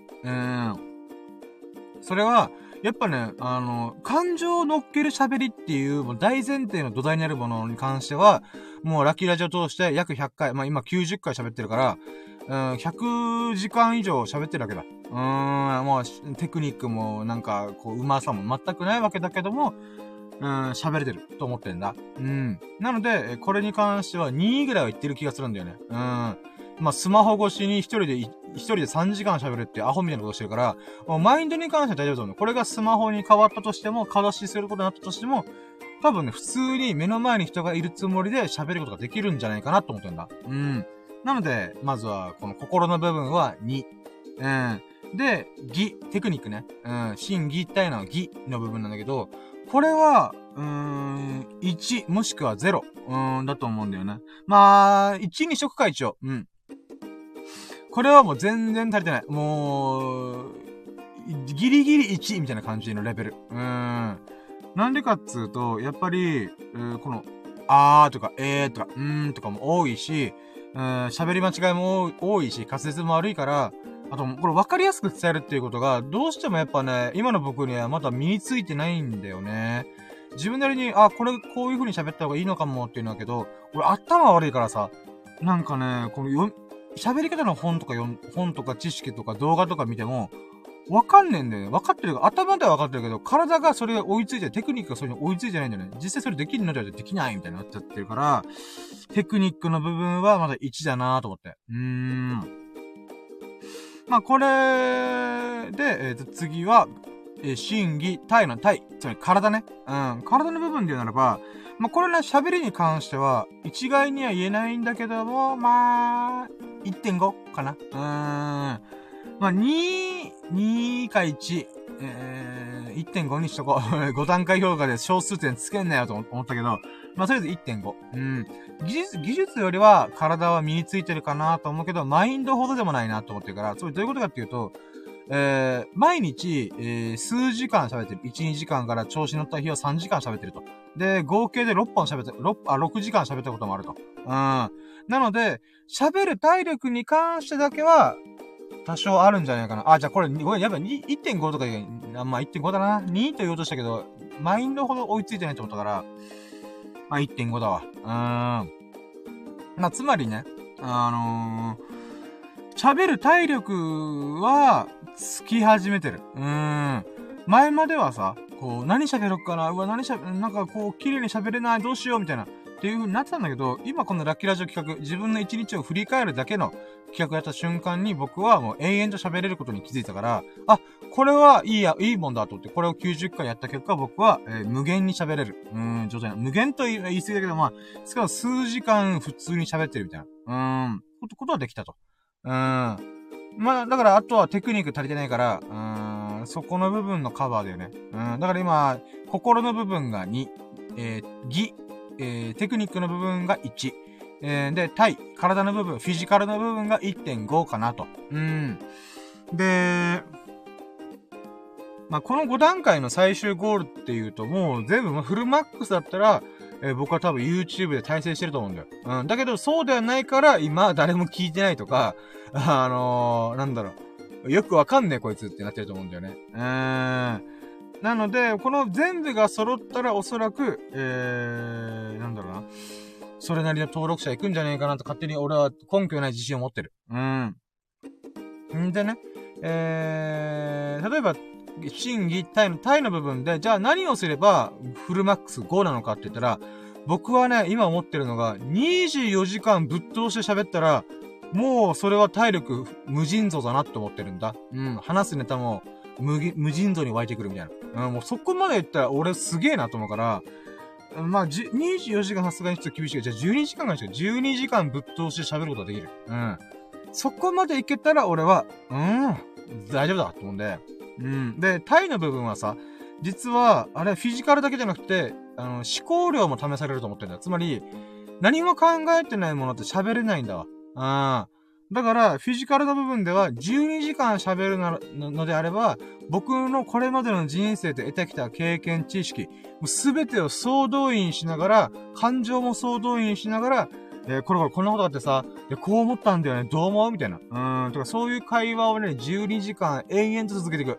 それは、やっぱね、感情を乗っける喋りっていう、もう大前提の土台になるものに関しては、もうラッキーラジオ通して約100回、まあ今90回喋ってるから、100時間以上喋ってるわけだ。もうテクニックもなんか、こう、うまさも全くないわけだけども、喋れてると思ってんだ。なので、これに関しては2ぐらいは言ってる気がするんだよね。まあ、スマホ越しに一人で3時間喋るってアホみたいなことしてるから、もうマインドに関しては大丈夫だと思う。これがスマホに変わったとしても、かざしすることになったとしても、多分ね、普通に目の前に人がいるつもりで喋ることができるんじゃないかなと思ってんだ。なので、まずは、この心の部分は2。で、技、テクニックね。心技体の技の部分なんだけど、これは、1、もしくは0、だと思うんだよね。まあ、1にしとくか、一応。これはもう全然足りてない。もう、ギリギリ1みたいな感じのレベル。なんでかっつうと、やっぱり、この、あーとか、とか、とかも多いし、喋り間違いも多いし、滑舌も悪いから、あと、これ分かりやすく伝えるっていうことが、どうしてもやっぱね、今の僕にはまだ身についてないんだよね。自分なりに、これ、こういう風に喋った方がいいのかもっていうんだけど、俺頭悪いからさ、なんかね、この喋り方の本とか知識とか動画とか見ても、わかんねえんだよね。わかってる頭ではわかってるけど、体がそれが追いついて、テクニックがそれに追いついてないんだよね。実際それできるのでできないみたいになっちゃってるから、テクニックの部分はまだ1だなぁと思って。まあ、これで、次は、心技体の体、つまり体ね。体の部分で言うならば、まあ、これね、喋りに関しては、一概には言えないんだけども、まあ、1.5 かな。まあ、2か1、1.5 にしとこう。5段階評価で小数点つけんなよと思ったけど、まあ、とりあえず 1.5。技術よりは体は身についてるかなと思うけど、マインドほどでもないなと思ってるから、それどういうことかっていうと、毎日、数時間喋ってる。1、2時間から調子乗った日は3時間喋ってると。で、合計で6時間喋ったこともあると。なので、喋る体力に関してだけは、多少あるんじゃないかな。じゃあこれ、ごめん、やっぱ 1.5 とかまあ 1.5 だな。2と言おうとしたけど、マインドほど追いついてないと思ったから、まあ 1.5 だわ。まあつまりね、喋る体力は、つき始めてる。前まではさ、こう、何喋ろっかな、なんかこう、綺麗に喋れない、どうしよう、みたいな、っていう風になってたんだけど、今このラッキーラジオ企画、自分の一日を振り返るだけの企画やった瞬間に、僕はもう永遠と喋れることに気づいたから、これはいいもんだと思って、これを90回やった結果、僕は、無限に喋れる。状態な。無限と言い過ぎだけど、まあ、しかも数時間普通に喋ってるみたいな。ことはできたと。まあ、だから、あとはテクニック足りてないから、そこの部分のカバーだよね。だから今、心の部分が2、テクニックの部分が1、で、体の部分、フィジカルの部分が 1.5 かなと。で、まあ、この5段階の最終ゴールっていうと、もう全部フルマックスだったら、僕は多分 YouTube で再生してると思うんだよ。だけど、そうではないから、今、誰も聞いてないとか、なんだろう。よくわかんねえこいつってなってると思うんだよね。なので、この全部が揃ったらおそらく、なんだろうな。 それなりの登録者行くんじゃねえかなと勝手に俺は根拠ない自信を持ってる。んでね、例えば、審議、タイの部分で、じゃあ何をすればフルマックス5なのかって言ったら、僕はね、今思ってるのが、24時間ぶっ通して喋ったら、もうそれは体力無尽蔵だなって思ってるんだ。話すネタも無尽蔵に湧いてくるみたいな。もうそこまで言ったら俺すげえなと思うから、まあ、24時間さすがにちょっと厳しいけど、じゃあ12時間がしよう。12時間ぶっ通して喋ることができる。そこまでいけたら俺は、大丈夫だと思うんで。で、タイの部分はさ、実は、あれ、フィジカルだけじゃなくて、思考量も試されると思ってるんだ。つまり、何も考えてないものって喋れないんだわ。だから、フィジカルの部分では、12時間喋るのであれば、僕のこれまでの人生で得てきた経験、知識、すべてを総動員しながら、感情も総動員しながら、こんなことがあってさ、こう思ったんだよね、どう思うみたいな。とかそういう会話をね、12時間延々と続けていく。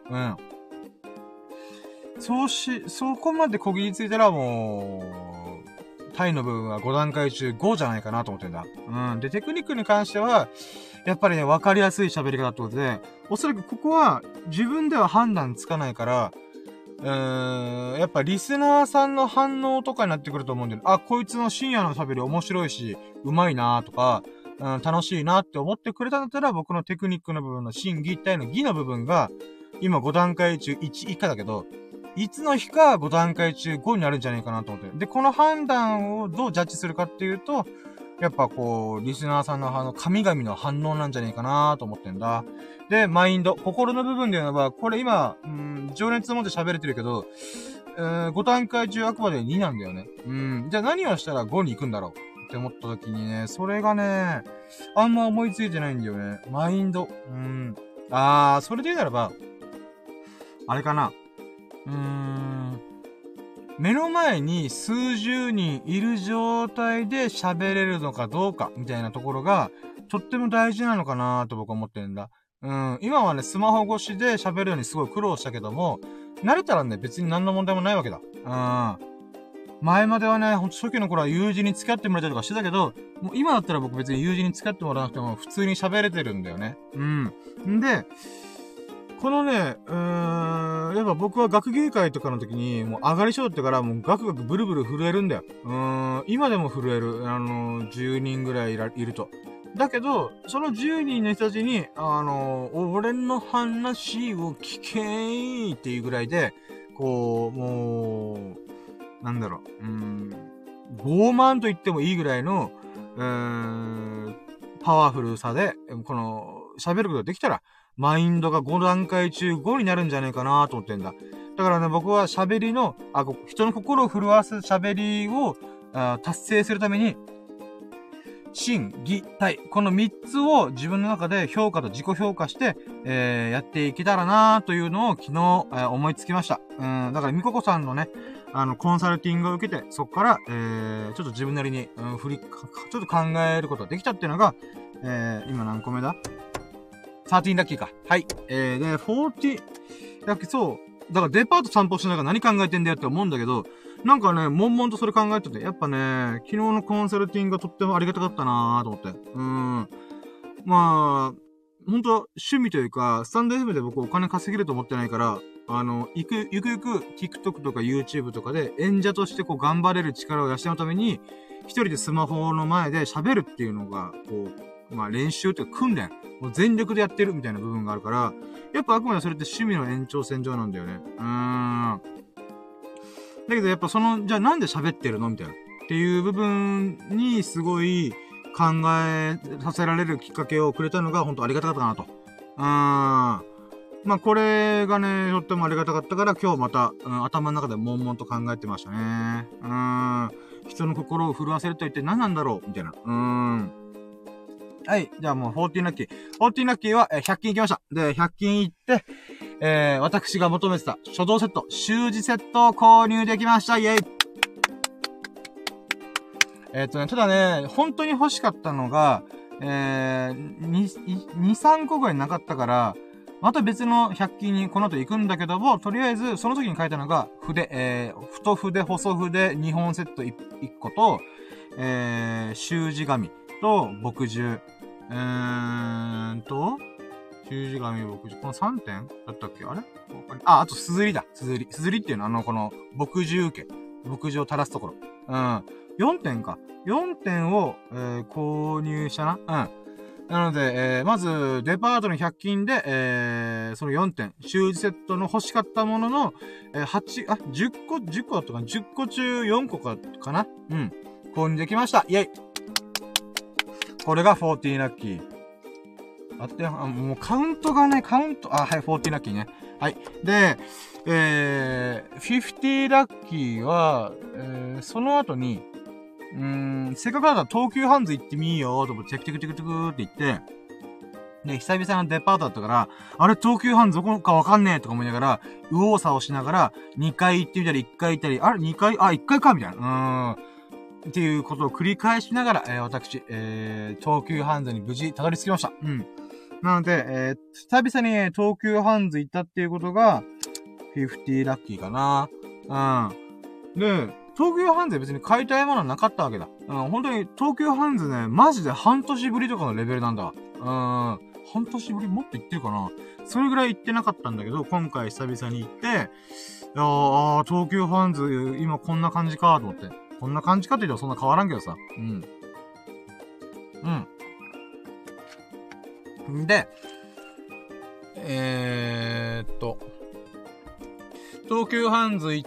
そこまでこぎりついたらもう、タイの部分は5段階中5じゃないかなと思ってんだ。で、テクニックに関しては、やっぱりね、わかりやすい喋り方ってことで、おそらくここは自分では判断つかないから、やっぱリスナーさんの反応とかになってくると思うんだよね。あ、こいつの深夜の喋り面白いし、うまいなーとか、楽しいなって思ってくれたんだったら、僕のテクニックの部分の審議体の義の部分が、今5段階中1以下だけど、いつの日か5段階中5になるんじゃないかなと思ってる。で、この判断をどうジャッジするかっていうと、やっぱこう、リスナーさんの神々の反応なんじゃないかなと思ってんだ。で、マインド、心の部分で言えば、これ今、情熱を持って喋れてるけど、5段階中あくまで2なんだよね。じゃあ何をしたら5に行くんだろうって思った時にね、それがね、あんま思いついてないんだよね。マインド。それで言うならば、あれかな。目の前に数十人いる状態で喋れるのかどうか、みたいなところが、とっても大事なのかなと僕は思ってるんだ。今はね、スマホ越しで喋るようにすごい苦労したけども、慣れたらね、別に何の問題もないわけだ。前まではね、ほんと初期の頃は友人に付き合ってもらったりとかしてたけど、もう今だったら僕別に友人に付き合ってもらわなくても普通に喋れてるんだよね。んで、このね、やっぱ僕は学芸会とかの時に、もう上がり症ってからもうガクガクブルブル震えるんだよ。今でも震える。10人ぐらいいると。だけど、その10人の人たちに、俺の話を聞けーっていうぐらいで、こう、もう、なんだろう、傲慢と言ってもいいぐらいの、パワフルさで、この、喋ることができたら、マインドが5段階中5になるんじゃないかなと思ってんだ。だからね、僕は喋りの、人の心を震わす喋りを達成するために、心、技、体、この3つを自分の中で評価と自己評価して、やっていけたらなというのを昨日、思いつきました。だからみここさんのね、コンサルティングを受けて、そこから、ちょっと自分なりに、ちょっと考えることができたっていうのが、今何個目だ13ラッキーか。はい。で、40ラッキー、そう。だからデパート散歩しながら何考えてんだよって思うんだけど、なんかね、悶々とそれ考えてて、やっぱね、昨日のコンサルティングがとってもありがたかったなーと思って。まあ、ほんと、趣味というか、スタンド FM で僕お金稼げると思ってないから、ゆくゆく TikTok とか YouTube とかで演者としてこう頑張れる力を養うために、一人でスマホの前で喋るっていうのが、こう、まあ練習というか訓練、もう全力でやってるみたいな部分があるから、やっぱあくまでそれって趣味の延長線上なんだよね。だけどやっぱじゃあなんで喋ってるのみたいな。っていう部分にすごい考えさせられるきっかけをくれたのが本当ありがたかったなと。まあこれがね、とってもありがたかったから今日また、頭の中で悶々と考えてましたね。人の心を震わせると一体何なんだろうみたいな。はい。じゃあもう14ラッキー。14ラッキーは、100均行きました。で、100均行って、私が求めてた書道セット、習字セットを購入できました。イェイ。ただね、本当に欲しかったのが、2、3個ぐらいなかったから、また別の100均にこの後行くんだけども、とりあえず、その時に書いたのが、太筆、細筆2本セット1個と、 習字紙と墨汁、習字紙、墨汁、この3点だったっけあれあと、すずりだ。すずり。すずりっていうのは、この、墨汁受け。墨汁を垂らすところ。4点か。4点を、購入したな。なので、まず、デパートの100均で、その4点、習字セットの欲しかったものの、10個だったかな ?10 個中4個かな購入できました。イェイこれが40ラッキー。もうカウントがね、はい、40ラッキーね。はい。で、50ラッキーは、その後に、せっかくだったら東急ハンズ行ってみようと思って、テクテクって言って、で、久々のデパートだったから、あれ、東急ハンズどこかわかんねえとか思いながら、右往左往しながら、2回行ってみたり、1回行ったり、あれ、2回1回かみたいな。っていうことを繰り返しながら、私、東急ハンズに無事たどり着きました。なので、久々に東急ハンズ行ったっていうことが、50ラッキーかな。で、東急ハンズで別に買いたいものはなかったわけだ。本当に東急ハンズね、マジで半年ぶりとかのレベルなんだ。半年ぶりもっと行ってるかなそれぐらい行ってなかったんだけど、今回久々に行って、東急ハンズ、今こんな感じかと思って。こんな感じかって言うとそんな変わらんけどさ。で、東急ハンズ行って、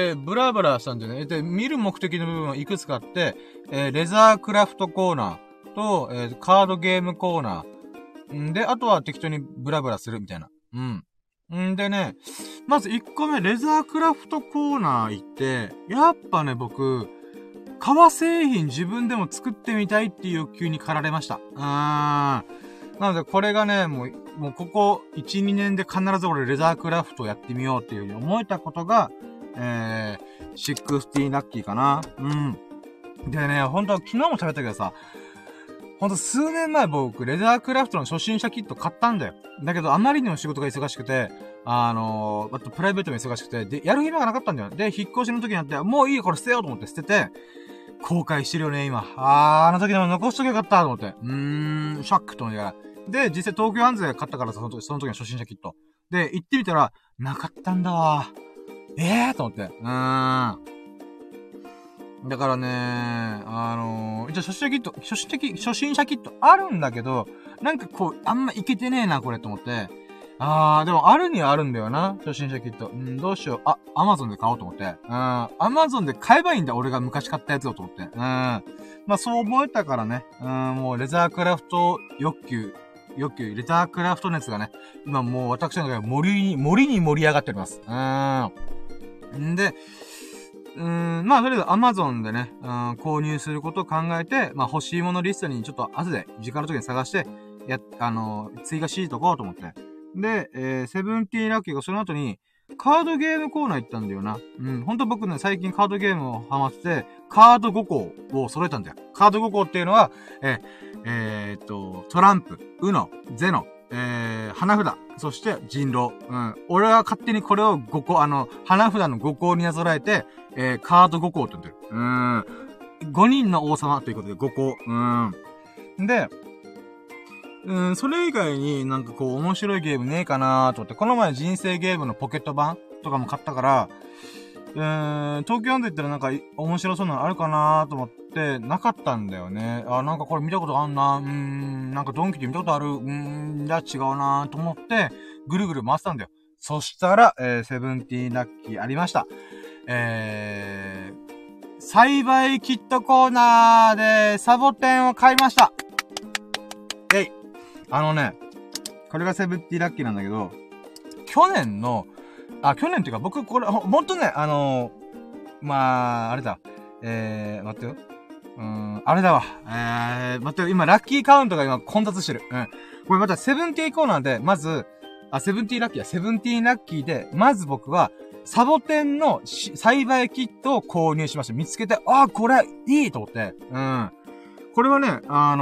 ブラブラしたんだよね。で、見る目的の部分はいくつかあって、レザークラフトコーナーと、カードゲームコーナー。で、あとは適当にブラブラするみたいな。でね、まず1個目、レザークラフトコーナー行って、やっぱね、僕、革製品自分でも作ってみたいっていう欲求に駆られました。なので、これがね、もうここ1、2年で必ず俺レザークラフトをやってみようっていう風に思えたことが、60ラッキーかな。でね、ほんと昨日も喋ったけどさ、ほんと数年前僕、レザークラフトの初心者キット買ったんだよ。だけど、あまりにも仕事が忙しくて、あとプライベートも忙しくて、で、やる暇がなかったんだよ。で、引っ越しの時になって、もういいよ、これ捨てようと思って捨てて、後悔してるよね、今。あの時でも残しとけばよかったと思って。ショックと思いながら。で、実際東急ハンズで買ったからさ、その時の初心者キット。で、行ってみたら、なかったんだわ。と思って。だからね、一応初心者キットあるんだけど、なんかこう、あんまいけてねえな、これと思って。でもあるにはあるんだよな、初心者キット。どうしよう。アマゾンで買おうと思って。アマゾンで買えばいいんだ、俺が昔買ったやつをと思って。まあそう思えたからね。もうレザークラフトレザークラフト熱がね、今もう私の中で森に盛り上がっております。で、まあ、とりあえず Amazon でね、購入することを考えて、まあ、欲しいものリストにちょっと後で、時間の時に探して、追加しとこうと思って。で、セブンティーラッキーがその後に、カードゲームコーナー行ったんだよな。ほんと僕ね、最近カードゲームをハマってて、カード5個を揃えたんだよ。カード5個っていうのは、トランプ、ウノ、ゼノ、花札、そして人狼。俺は勝手にこれを5個、花札の5個になぞらえて、カード5個って言ってる。5人の王様ということで5個。で、それ以外になんかこう面白いゲームねえかなーと思って、この前人生ゲームのポケット版とかも買ったから、東京ハンズ行ったらなんか面白そうなのあるかなーと思って、なかったんだよね。なんかこれ見たことあんななんかドンキで見たことあるじゃあ違うなーと思って、ぐるぐる回したんだよ。そしたら、セブンティーンラッキーありました。栽培キットコーナーでサボテンを買いました。これがセブンティーラッキーなんだけど、去年っていうか僕これ、ほんとね、まあ、あれだ。待ってよ。あれだわ。待ってよ。今、ラッキーカウントが今混雑してる。これまたセブンティーコーナーで、まず、セブンティーラッキーで、まず僕は、サボテンの栽培キットを購入しました。見つけて、これ、いいと思って。これはね、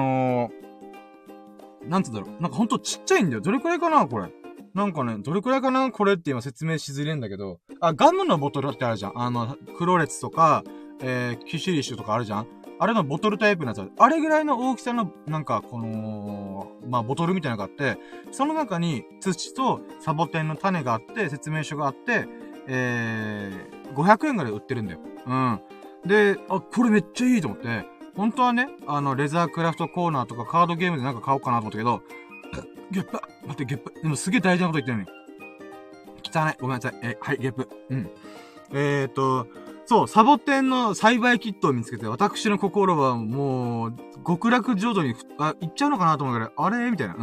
なんつうんだろう。なんかほんとちっちゃいんだよ。どれくらいかなこれ。なんかね、どれくらいかなこれって今説明しづれんだけど。ガムのボトルってあるじゃん。クロレツとか、キュシュリッシュとかあるじゃん。 あれのボトルタイプのやつあれぐらいの大きさの、なんか、まあ、ボトルみたいなのがあって、その中に土とサボテンの種があって、説明書があって、500円ぐらい売ってるんだよ。うん。で、あ、これめっちゃいいと思って、本当はね、レザークラフトコーナーとかカードゲームでなんか買おうかなと思ったけど、ゲップ待って、ゲップ。でもすげえ大事なこと言ってるのに。汚い。ごめんなさい。はい、ゲップ。うん。そう、サボテンの栽培キットを見つけて、私の心はもう、極楽浄土に、行っちゃうのかなと思うぐらい、あれみたいな。うん。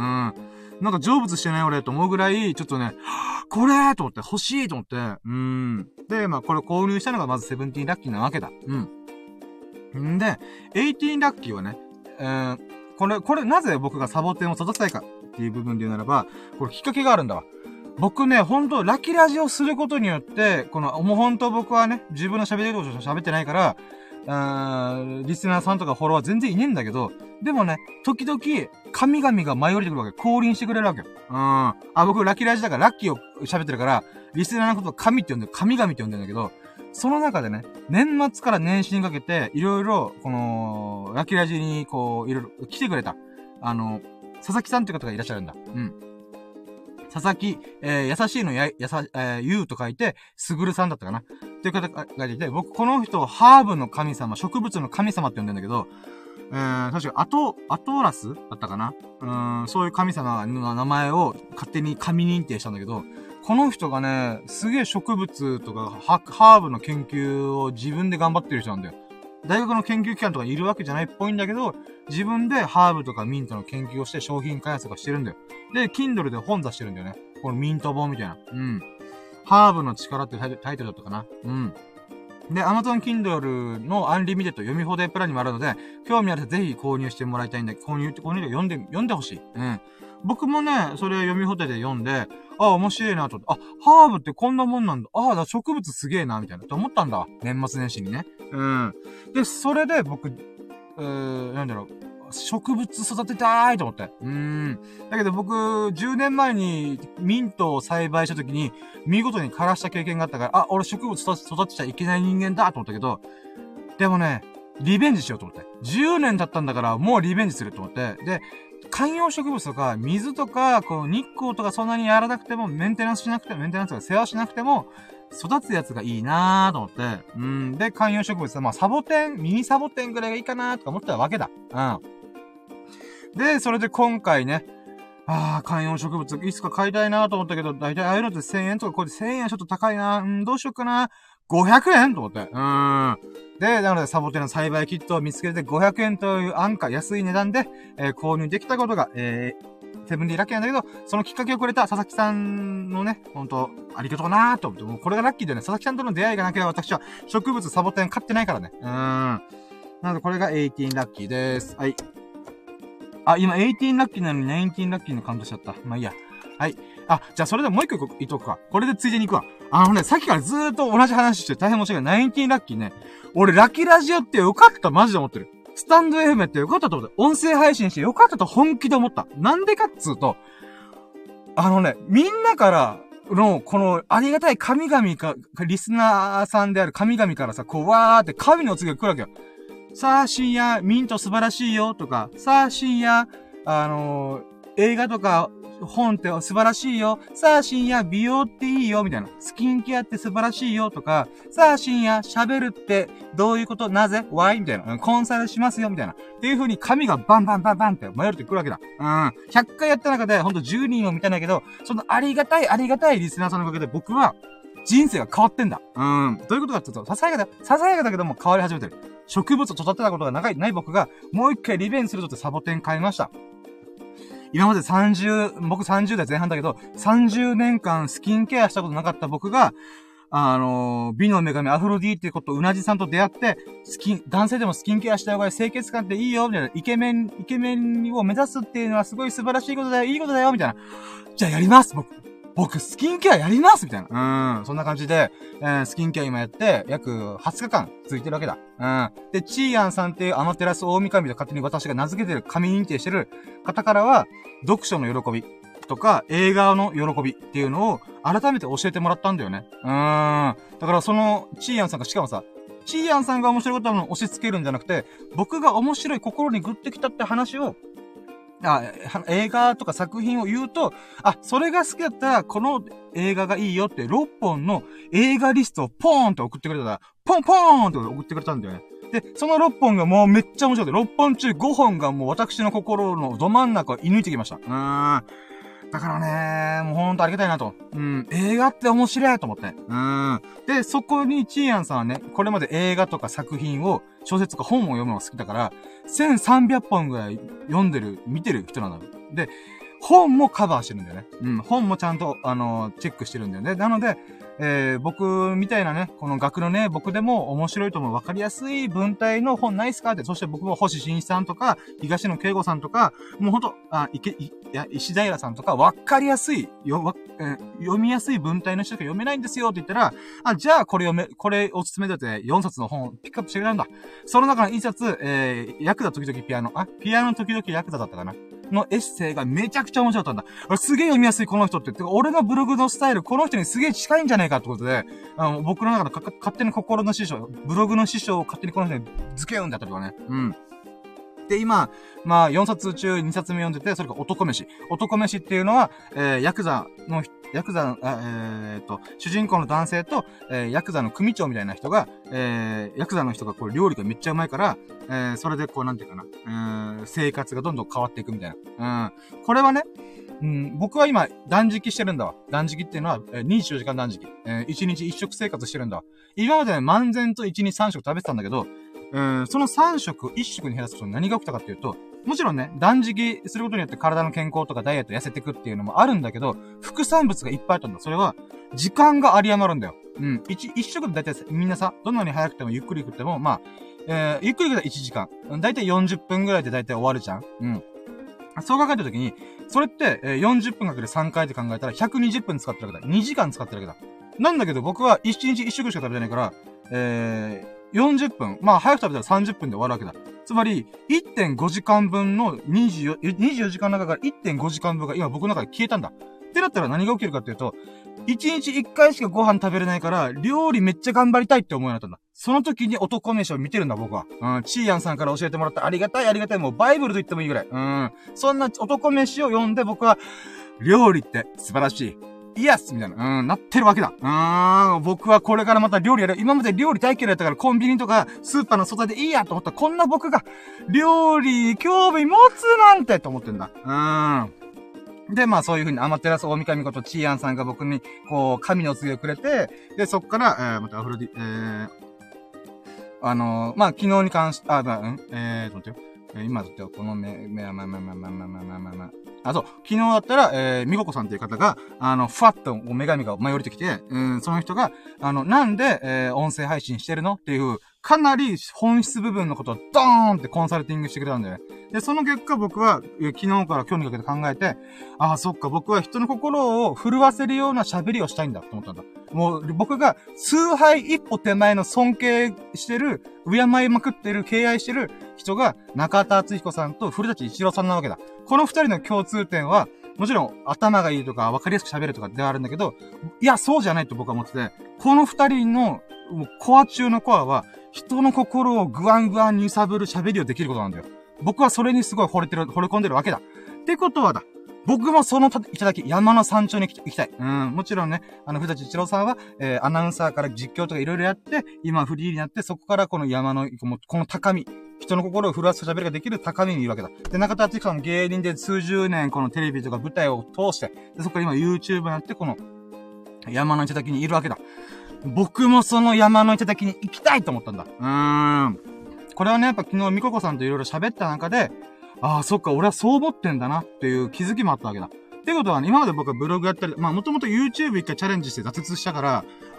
なんか成仏してない俺と思うぐらい、ちょっとね、これと思って、欲しいと思って、で、まあ、これ購入したのがまずセブンティーンラッキーなわけだ。んで、18ラッキーはね、これ、なぜ僕がサボテンを育てたいかっていう部分で言うならば、これきっかけがあるんだわ。僕ね、ほんと、ラッキーラジオすることによって、もうほんと僕はね、自分の喋りことしか喋ってないから、リスナーさんとかフォロワー全然いねえんだけど、でもね、時々、神々が舞い降りてくるわけ。降臨してくれるわけよ。僕、ラッキーラジだから、ラッキーを喋ってるから、リスナーのことを神って呼んでる、神々って呼んでるんだけど、その中でね、年末から年始にかけて、いろいろ、ラッキーラジに、いろいろ来てくれた。佐々木さんって方がいらっしゃるんだ。佐々木、優しいのゆうと書いて、すぐるさんだったかなっていう方がいて、僕この人をハーブの神様、植物の神様って呼んでんだけど、確かアトラスだったかなそういう神様の名前を勝手に神認定したんだけど、この人がね、すげえ植物とかハーブの研究を自分で頑張ってる人なんだよ。大学の研究機関とかいるわけじゃないっぽいんだけど、自分でハーブとかミントの研究をして商品開発とかしてるんだよ。で、Kindle で本出してるんだよね。このミント本みたいな。ハーブの力ってタイトルだったかな。で、Amazon Kindle のアンリミテッド読み放題プランにもあるので、興味ある人ぜひ購入してもらいたいんだ。購入で読んでほしい。僕もね、それ読み放題で読んで、面白いなと思って、ハーブってこんなもんなんだ。植物すげえな、みたいな。と思ったんだ。年末年始にね。で、それで僕、なんだろう、植物育てたーいと思って。だけど僕、10年前にミントを栽培した時に、見事に枯らした経験があったから、俺植物育てちゃいけない人間だと思ったけど、でもね、リベンジしようと思って。10年経ったんだから、もうリベンジすると思って。で、観葉植物とか、水とか、日光とかそんなにやらなくても、メンテナンスとか世話しなくても、育つやつがいいなーと思って。で、観葉植物、まあ、ミニサボテンぐらいがいいかなーとか思ってたわけだ。で、それで今回ね、観葉植物、いつか買いたいなーと思ったけど、だいたいああいうのって1000円とか、これ1000円はちょっと高いなー。どうしようかなー。500円と思って。で、なのでサボテンの栽培キットを見つけて500円という安価、安い値段で、購入できたことが、セブンディラッキーなんだけど、そのきっかけをくれた佐々木さんのね、ほんと、ありがとうなーと思って、もうこれがラッキーだよね。佐々木さんとの出会いがなければ私は植物サボテン買ってないからね。なのでこれが18ラッキーです。はい。今18ラッキーなのに19ラッキーのカウントしちゃった。まあいいや。はい。じゃあそれでもう一個言っとくか。これでついでに行くわ。さっきからずーっと同じ話して大変申し訳ない。19ラッキーね。俺ラッキーラジオってよかった。マジで思ってる。スタンド FM ってよかったと思って。音声配信してよかったと本気で思った。なんでかっつうと、みんなからの、このありがたい神々か、リスナーさんである神々からさ、わーって神のお告げが来るわけよ。さあ、深夜、ミント素晴らしいよ、とか、さあ、深夜、映画とか、本って素晴らしいよ。さあ、深夜、美容っていいよ、みたいな。スキンケアって素晴らしいよ、とか、さあ、深夜、喋るってどういうことなぜ ?why? みたいな。コンサルしますよ、みたいな。っていう風に神がバンバンバンバンって迷ってくるわけだ。100回やった中で、ほんと10人も満たないけど、そのありがたいリスナーさんのおかげで僕は、人生が変わってんだ。どういうことかって言うと、ささやかだけども変わり始めてる。植物を育てたことがない僕が、もう一回リベンジするとってサボテン買いました。今まで僕30代前半だけど、30年間スキンケアしたことなかった僕が、美の女神アフロディっていうことをうなじさんと出会って、男性でもスキンケアした方が清潔感っていいよ、みたいな、イケメンを目指すっていうのはすごい素晴らしいことだよ、いいことだよ、みたいな。じゃあやります僕、スキンケアやりますみたいな。そんな感じで、スキンケア今やって、約20日間続いてるわけだ。で、チーアンさんっていうアマテラス大神と勝手に私が名付けてる、神認定してる方からは、読書の喜びとか、映画の喜びっていうのを改めて教えてもらったんだよね。だからその、チーアンさんがしかもさ、 チーアンさんが面白いことを押し付けるんじゃなくて、僕が面白い心にグッてきたって話を、映画とか作品を言うと、それが好きだったら、この映画がいいよって6本の映画リストをポーンと送ってくれたら、ポンポーンって送ってくれたんだよね。で、その6本がもうめっちゃ面白くて、6本中5本がもう私の心のど真ん中を射抜いてきました。だからね、もうほんとありがたいなと。映画って面白いと思って。で、そこにチーアンさんはね、これまで映画とか作品を、小説とか本を読むのが好きだから、1300本ぐらい読んでる、見てる人なんだ。で、本もカバーしてるんだよね。本もちゃんと、チェックしてるんだよね。なので、僕みたいなね、この学のね、僕でも面白いと思う分かりやすい文体の本ないっすかって、そして僕も星新一さんとか、東野圭吾さんとか、もうほんと、石平さんとか、分かりやすい、読みやすい文体の人しか読めないんですよって言ったら、じゃあこれおすすめだって4冊の本をピックアップしてくれたんだ。その中の1冊、ヤクザ時々ピアノ時々ヤクザだったかなのエッセイがめちゃくちゃ面白かったんだ。すげえ読みやすいこの人って。俺のブログのスタイル、この人にすげえ近いんじゃないかってことで、僕の中の勝手に心の師匠、ブログの師匠を勝手にこの人に付け合うんだったりとかね。で、今、4冊中2冊目読んでて、それが男飯。男飯っていうのは、ヤクザ、主人公の男性と、ヤクザの組長みたいな人が、ヤクザの人がこれ料理がめっちゃうまいから、それでこうなんていうかな、生活がどんどん変わっていくみたいな。これはね、僕は今、断食してるんだわ。断食っていうのは、24時間断食。1日1食生活してるんだわ。今まで漫然と1日3食食べてたんだけど、その3食、1食に減らすと何が起きたかっていうと、もちろんね、断食することによって体の健康とかダイエット痩せてくっていうのもあるんだけど、副産物がいっぱいあったんだ。それは、時間が有り余るんだよ。一食でだいたいみんなさ、どんなに早くてもゆっくり食っても、ゆっくり食ったら1時間。だいたい40分ぐらいでだいたい終わるじゃん。そう考えたときに、それって、40分かける3回って考えたら120分使ってるわけだ。2時間使ってるわけだ。なんだけど僕は1日1食しか食べてないから、40分。早く食べたら30分で終わるわけだ。つまり、1.5 時間分の24時間の中から 1.5 時間分が今僕の中で消えたんだ。ってなったら何が起きるかっていうと、1日1回しかご飯食べれないから、料理めっちゃ頑張りたいって思うようになったんだ。その時に男飯を見てるんだ、僕は。チーアンさんから教えてもらったありがたい、もうバイブルと言ってもいいぐらい。そんな男飯を読んで僕は、料理って素晴らしい。イエスみたいな、なってるわけだ。僕はこれからまた料理やる。今まで料理大嫌いだったからコンビニとかスーパーの素材でいいやと思ったこんな僕が、料理に興味持つなんてと思ってんだ。で、そういう風にアマテラス大神ことチーアンさんが僕に、こう、神の告げをくれて、で、そっから、またアフロディ、昨日に関し、待ってよ。今だってこのそう、昨日だったら、みここさんという方が、ふわっと女神が舞い降りてきて、その人が、なんで、音声配信してるのっていう、かなり本質部分のことをドーンってコンサルティングしてくれたんだよね。で、その結果僕は、昨日から今日にかけて考えて、そっか、僕は人の心を震わせるような喋りをしたいんだと思ったんだ。もう、僕が崇拝一歩手前の尊敬してる、敬いまくってる、敬愛してる人が、中田敦彦さんと古舘一郎さんなわけだ。この二人の共通点は、もちろん頭がいいとか分かりやすく喋るとかではあるんだけど、いや、そうじゃないと僕は思ってて、この二人のコア中のコアは、人の心をグワングワンに揺さぶる喋りをできることなんだよ。僕はそれにすごい惚れ込んでるわけだ。ってことはだ。僕もその頂き、山の山頂に行きたい。もちろんね、古舘一郎さんは、アナウンサーから実況とかいろいろやって、今フリーになって、そこからこの山の、この高み、人の心を震わす喋りができる高みにいるわけだ。で、中田敦彦さんも芸人で数十年このテレビとか舞台を通して、でそこから今 YouTube になって、この山の頂にいるわけだ。僕もその山の頂に行きたいと思ったんだ。これはね、やっぱ昨日みここさんといろいろ喋った中で、そっか、俺はそう思ってんだなっていう気づきもあったわけだ。ってことはね、今まで僕はブログやったり、もともと YouTube 一回チャレンジして挫折したから、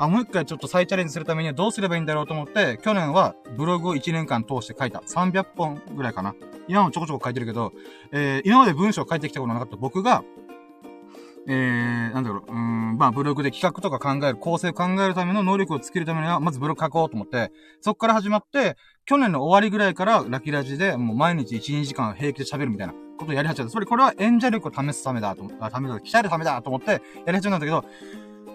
もう一回ちょっと再チャレンジするためにはどうすればいいんだろうと思って、去年はブログを1年間通して書いた。300本ぐらいかな。今もちょこちょこ書いてるけど、今まで文章を書いてきたことなかった僕が、ブログで企画とか考える、構成を考えるための能力をつけるためには、まずブログ書こうと思って、そっから始まって、去年の終わりぐらいからラキラジでもう毎日1、2時間平気で喋るみたいなことをやり始めた。これは演者力を試すためだと思って、鍛えるためだと思ってやり始めたんだけど、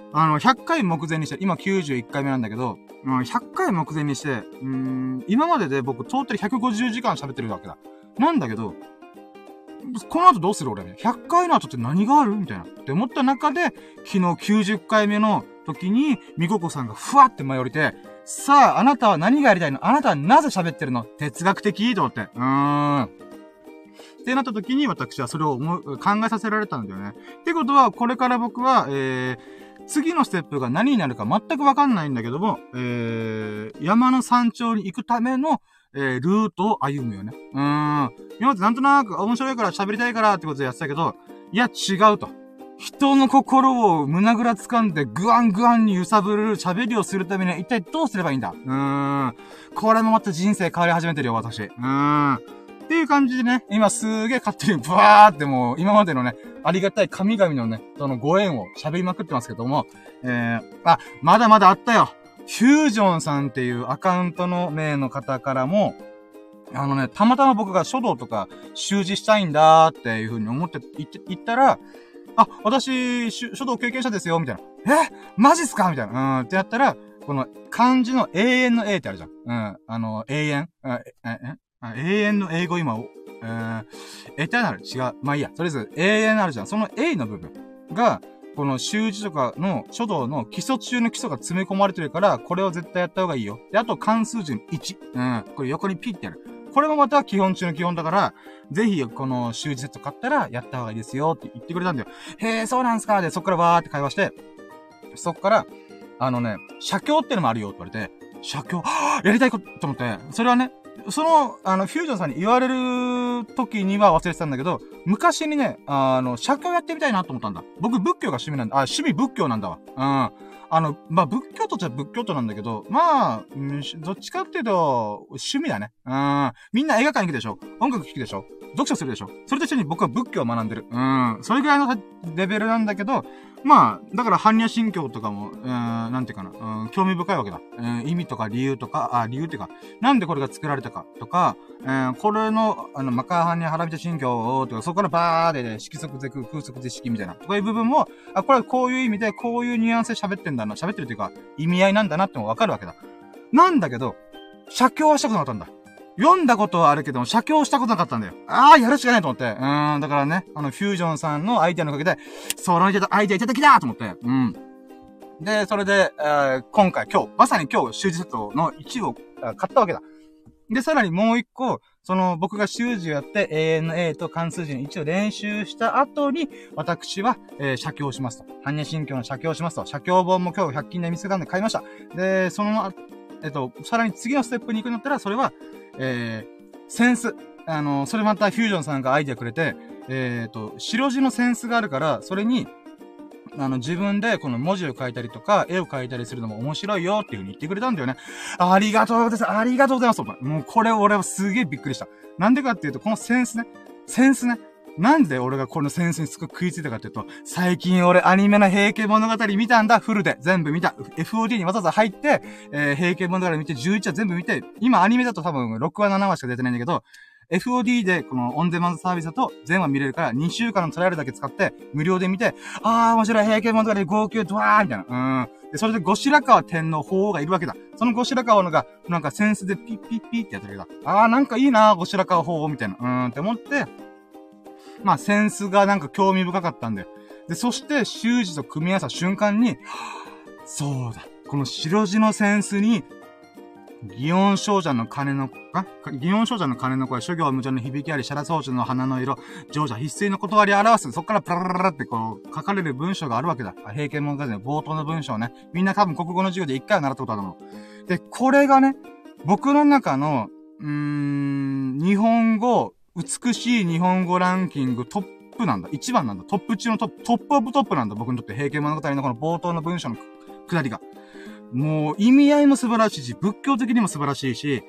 100回目前にして、今91回目なんだけど、100回目前にして、今までで僕トータル150時間喋ってるわけだ。なんだけど、この後どうする俺ね。100回の後って何があるみたいな。って思った中で、昨日90回目の時に、みここさんがふわって舞い降りて、さあ、あなたは何がやりたいの？あなたはなぜ喋ってるの？哲学的と思って。ってなった時に私はそれを考えさせられたんだよね。ってことは、これから僕は、次のステップが何になるか全くわかんないんだけども、山の山頂に行くための、ルートを歩むよね。今までなんとなく面白いから喋りたいからってことでやってたけど、いや違うと。人の心を胸ぐら掴んでグワングワンに揺さぶる喋りをするためには一体どうすればいいんだ？これもまた人生変わり始めてるよ、私。っていう感じでね、今すげえ勝手にブワーってもう今までのね、ありがたい神々のね、そのご縁を喋りまくってますけども、まだまだあったよ。フュージョンさんっていうアカウントの名の方からも、たまたま僕が書道とか習字したいんだっていう風に思って言ったら、私、書道経験者ですよ、みたいな。マジっすかみたいな。ってやったら、この漢字の永遠の A ってあるじゃん。永遠永遠の英語今、エターナル違う。まあいいや。とりあえず、永遠あるじゃん。その A の部分が、この習字とかの書道の基礎中の基礎が詰め込まれてるから、これを絶対やった方がいいよ。で、あと漢数字の1。これ横にピッてやる。これもまた基本中の基本だから、ぜひこの習字セット買ったらやった方がいいですよって言ってくれたんだよ。へー、そうなんすか。で、そっからわーって会話して、そっから、写経ってのもあるよって言われて、写経、やりたいこと思って、それはね、フュージョンさんに言われる時には忘れてたんだけど、昔にね、写経やってみたいなと思ったんだ。僕、仏教が趣味なんだ。趣味仏教なんだわ。仏教徒っちゃ仏教徒なんだけど、どっちかっていうと、趣味だね。みんな映画館行くでしょ？音楽聴くでしょ？読書するでしょ？それと一緒に僕は仏教を学んでる。それぐらいのレベルなんだけど、だから般若心経とかも、なんていうかな、興味深いわけだ。意味とか理由とか、理由っていうか、なんでこれが作られたかとか、これの、マカー般若腹びた心経とか、そこからバーで、色即是空、空即是色みたいな、こういう部分も、これはこういう意味で、こういうニュアンスで喋ってるというか、意味合いなんだなってもわかるわけだ。なんだけど、写経はしたことなかったんだ。読んだことはあるけども、写経したことなかったんだよ。やるしかないと思って。だからね、フュージョンさんのアイデアのおかげで、そのアイデアいただきだと思って。で、それで、今日、まさに今日、習字セットの1を買ったわけだ。で、さらにもう一個、僕が習字をやって、永遠の A と漢数字の1を練習した後に、私は、写経をしますと。般若心経の写経をしますと。写経本も今日100均で見つけたんで買いました。で、さらに次のステップに行くんだったら、それは、センス。それまたフュージョンさんがアイデアくれて、白字のセンスがあるから、それに、自分でこの文字を書いたりとか、絵を描いたりするのも面白いよっていう風に言ってくれたんだよね。ありがとうございます。ありがとうございます。もうこれ俺はすげえびっくりした。なんでかっていうと、このセンスね。なんで俺がこのセンスにすごく食いついたかっていうと、最近俺アニメの平家物語見たんだ、フルで。全部見た。FOD にわざわざ入って、平家物語見て、11話全部見て、今アニメだと多分6話7話しか出てないんだけど、FOD でこのオンデマンドサービスだと全話見れるから2週間のトライアルだけ使って無料で見て、面白い平家物語号泣ドワーみたいな。で、それで後白河天皇法皇がいるわけだ。その後白河のが、なんかセンスでピッピッピッってやってるわけだ。なんかいいな後白河法皇みたいな。って思って、センスがなんか興味深かったんだよ。で、そして習字と組み合わせた瞬間に、そうだ。この白字のセンスに、祇園精舎の鐘の声、諸行無常の響きあり、シャラ草樹の花の色、情者必須の断り表す。そっからプララララってこう、書かれる文章があるわけだ。平家物語の冒頭の文章ね。みんな多分国語の授業で一回は習ったことあるの。で、これがね、僕の中の、日本語、美しい日本語ランキングトップなんだ。一番なんだ。トップ中のトップ、トップオブトップなんだ。僕にとって平家物語のこの冒頭の文章の下りが。もう意味合いも素晴らしいし、仏教的にも素晴らしいし、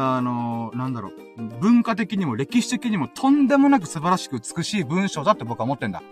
文化的にも歴史的にもとんでもなく素晴らしく美しい文章だって僕は思ってんだ。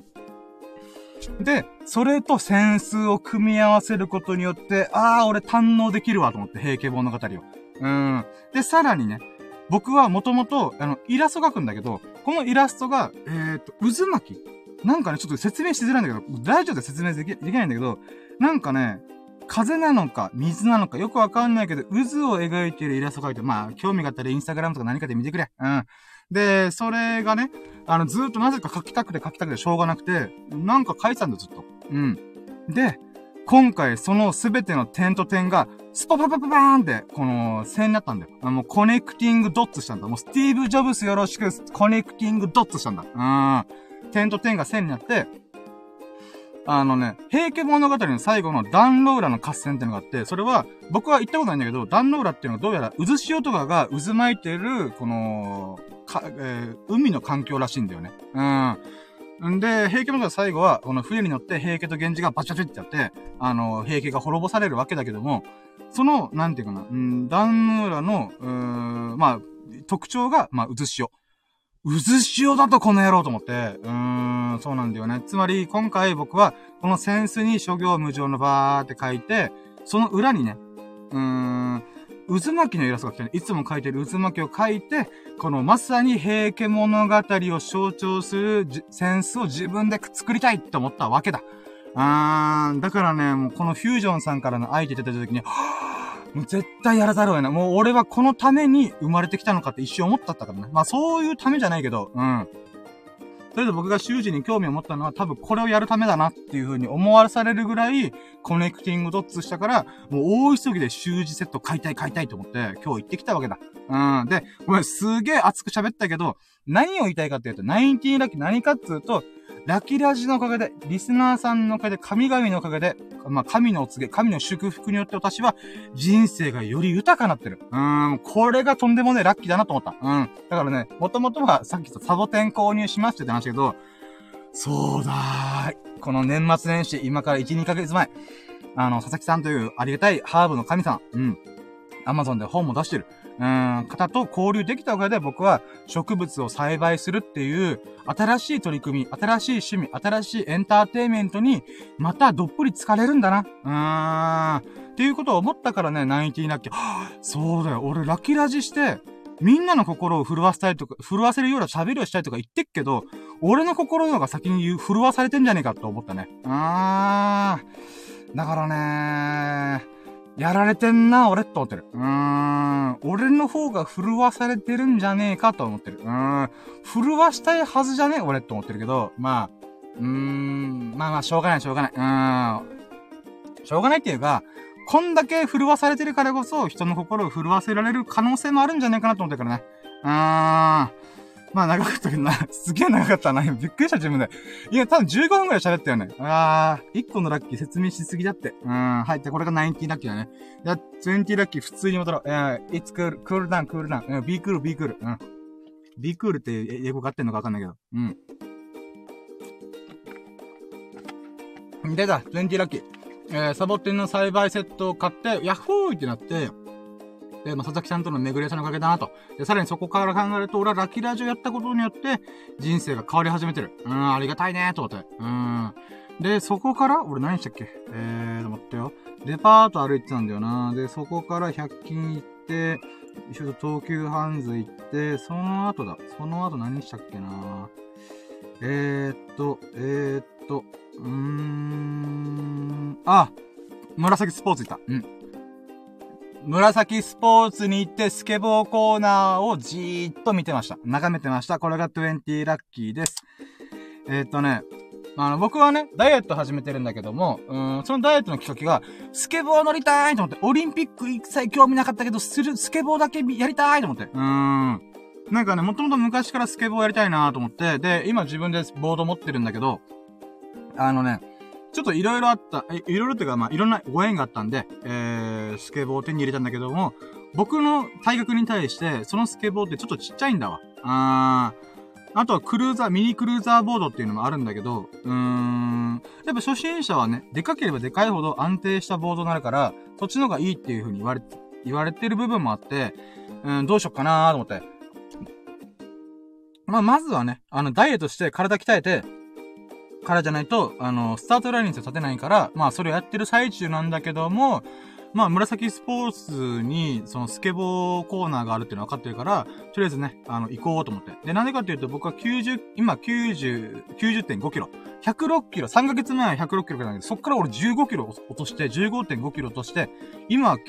で、それとセンスを組み合わせることによって、俺堪能できるわと思って、平家物語を。で、さらにね、僕はもともと、イラスト描くんだけど、このイラストが、渦巻きなんかね、ちょっと説明しづらいんだけど、ラジオで説明できないんだけど、なんかね、風なのか、水なのか、よくわかんないけど、渦を描いているイラスト描いて、まあ、興味があったらインスタグラムとか何かで見てくれ。うん。で、それがね、ずーっとなぜか書きたくてしょうがなくて、なんか書いてたんだ、ずっと。うん。で、今回そのすべての点と点が、スパパパパパーンって、この、線になったんだよ。もうコネクティングドッツしたんだ。もうスティーブ・ジョブスよろしく、コネクティングドッツしたんだ。点と点が線になって、平家物語の最後のダンローラの合戦ってのがあって、それは、僕は行ったことないんだけど、ダンローラっていうのはどうやら渦潮とかが渦巻いてる、この、海の環境らしいんだよね。んで、平家物語の最後は、この船に乗って平家と源氏がバチバチってやって、平家が滅ぼされるわけだけども、その、なんていうかな、ダンローラの、まあ、特徴が、まあ、渦潮。渦潮だとこの野郎と思って、そうなんだよね。つまり、今回僕は、このセンスに諸行無常のバーって書いて、その裏にね、渦巻きのイラストが来てね、いつも書いてる渦巻きを書いて、このまさに平家物語を象徴するセンスを自分で作りたいって思ったわけだ。だからね、もうこのフュージョンさんからの愛って出た時に、もう絶対やらざるを得ない。もう俺はこのために生まれてきたのかって一瞬思ったからね。まあそういうためじゃないけど、とりあえず僕が習字に興味を持ったのは多分これをやるためだなっていう風に思わされるぐらいコネクティングドッツしたから、もう大急ぎで習字セット買いたいと思って今日行ってきたわけだ。で、ごめん、すげえ熱く喋ったけど、何を言いたいかっていうと、19ラッキー何かっていうと、ラッキーラジのおかげで、リスナーさんのおかげで、神々のおかげで、まあ、神のお告げ、神の祝福によって私は人生がより豊かになってる。これがとんでもねえラッキーだなと思った。だからね、もともとはさっきとサボテン購入しますって言ってましたけど、そうだー。この年末年始、今から1、2ヶ月前、佐々木さんというありがたいハーブの神さん、アマゾンで本も出してる。方と交流できたおかげで僕は植物を栽培するっていう新しい取り組み、新しい趣味、新しいエンターテインメントにまたどっぷり疲れるんだな。っていうことを思ったからね、ナインティラッキー。そうだよ。俺ラッキーラジして、みんなの心を震わせたいとか、震わせるような喋りをしたいとか言ってっけど、俺の心の方が先に震わされてんじゃねえかと思ったね。だからねやられてんな、俺って思ってる。俺の方が震わされてるんじゃねえかと思ってる。震わしたいはずじゃねえ、俺って思ってるけど、まあ、しょうがない。しょうがないっていうか、こんだけ震わされてるからこそ、人の心を震わせられる可能性もあるんじゃねえかなと思ってるからね。まあ長かったけどな。すげえ長かったな。びっくりした自分で。いや、多分15分くらい喋ったよね。1個のラッキー説明しすぎだって。はい。で、これが90ラッキーだね。いや、20ラッキー普通に戻ろう。it's cool, cool down. be cool. be cool って英語が合ってんのかわかんないけど。出た、20ラッキー。サボテンの栽培セットを買って、ヤッホーってなって、で、まあ、佐々木さんとの巡り合わせのおかげだなと。で、さらにそこから考えると、俺はラッキーラジオやったことによって、人生が変わり始めてる。ありがたいねと思って。で、そこから、俺何したっけ待ってよ。デパート歩いてたんだよな。で、そこから100均行って、一緒と東急ハンズ行って、その後何したっけな。紫スポーツ行った。紫スポーツに行ってスケボーコーナーをじーっと見てました。眺めてました。これが20ラッキーです。僕はね、ダイエット始めてるんだけども、そのダイエットのきっかけが、スケボー乗りたいと思って、オリンピック一切興味なかったけど、スケボーだけやりたいと思って。なんかね、もともと昔からスケボーやりたいなと思って、で、今自分でボード持ってるんだけど、ちょっといろいろあった、いろいろっていうか、まあ、いろんなご縁があったんで、スケボーを手に入れたんだけども、僕の体格に対して、そのスケボーってちょっとちっちゃいんだわ。あとはミニクルーザーボードっていうのもあるんだけど、やっぱ初心者はね、でかければでかいほど安定したボードになるから、そっちの方がいいっていう風に言われてる部分もあって、どうしよっかなーと思って。まずはね、ダイエットして体鍛えて、からじゃないと、スタートラインに立てないから、まあ、それをやってる最中なんだけども、 まあ、紫スポーツに、そのスケボーコーナーがあるっていうの分かってるから、とりあえずね、行こうと思って。で、なんでかっていうと、僕は今90.5キロ。106キロ、3ヶ月前は106キロなんだけど、そっから俺15キロ落として、15.5キロ落として、今は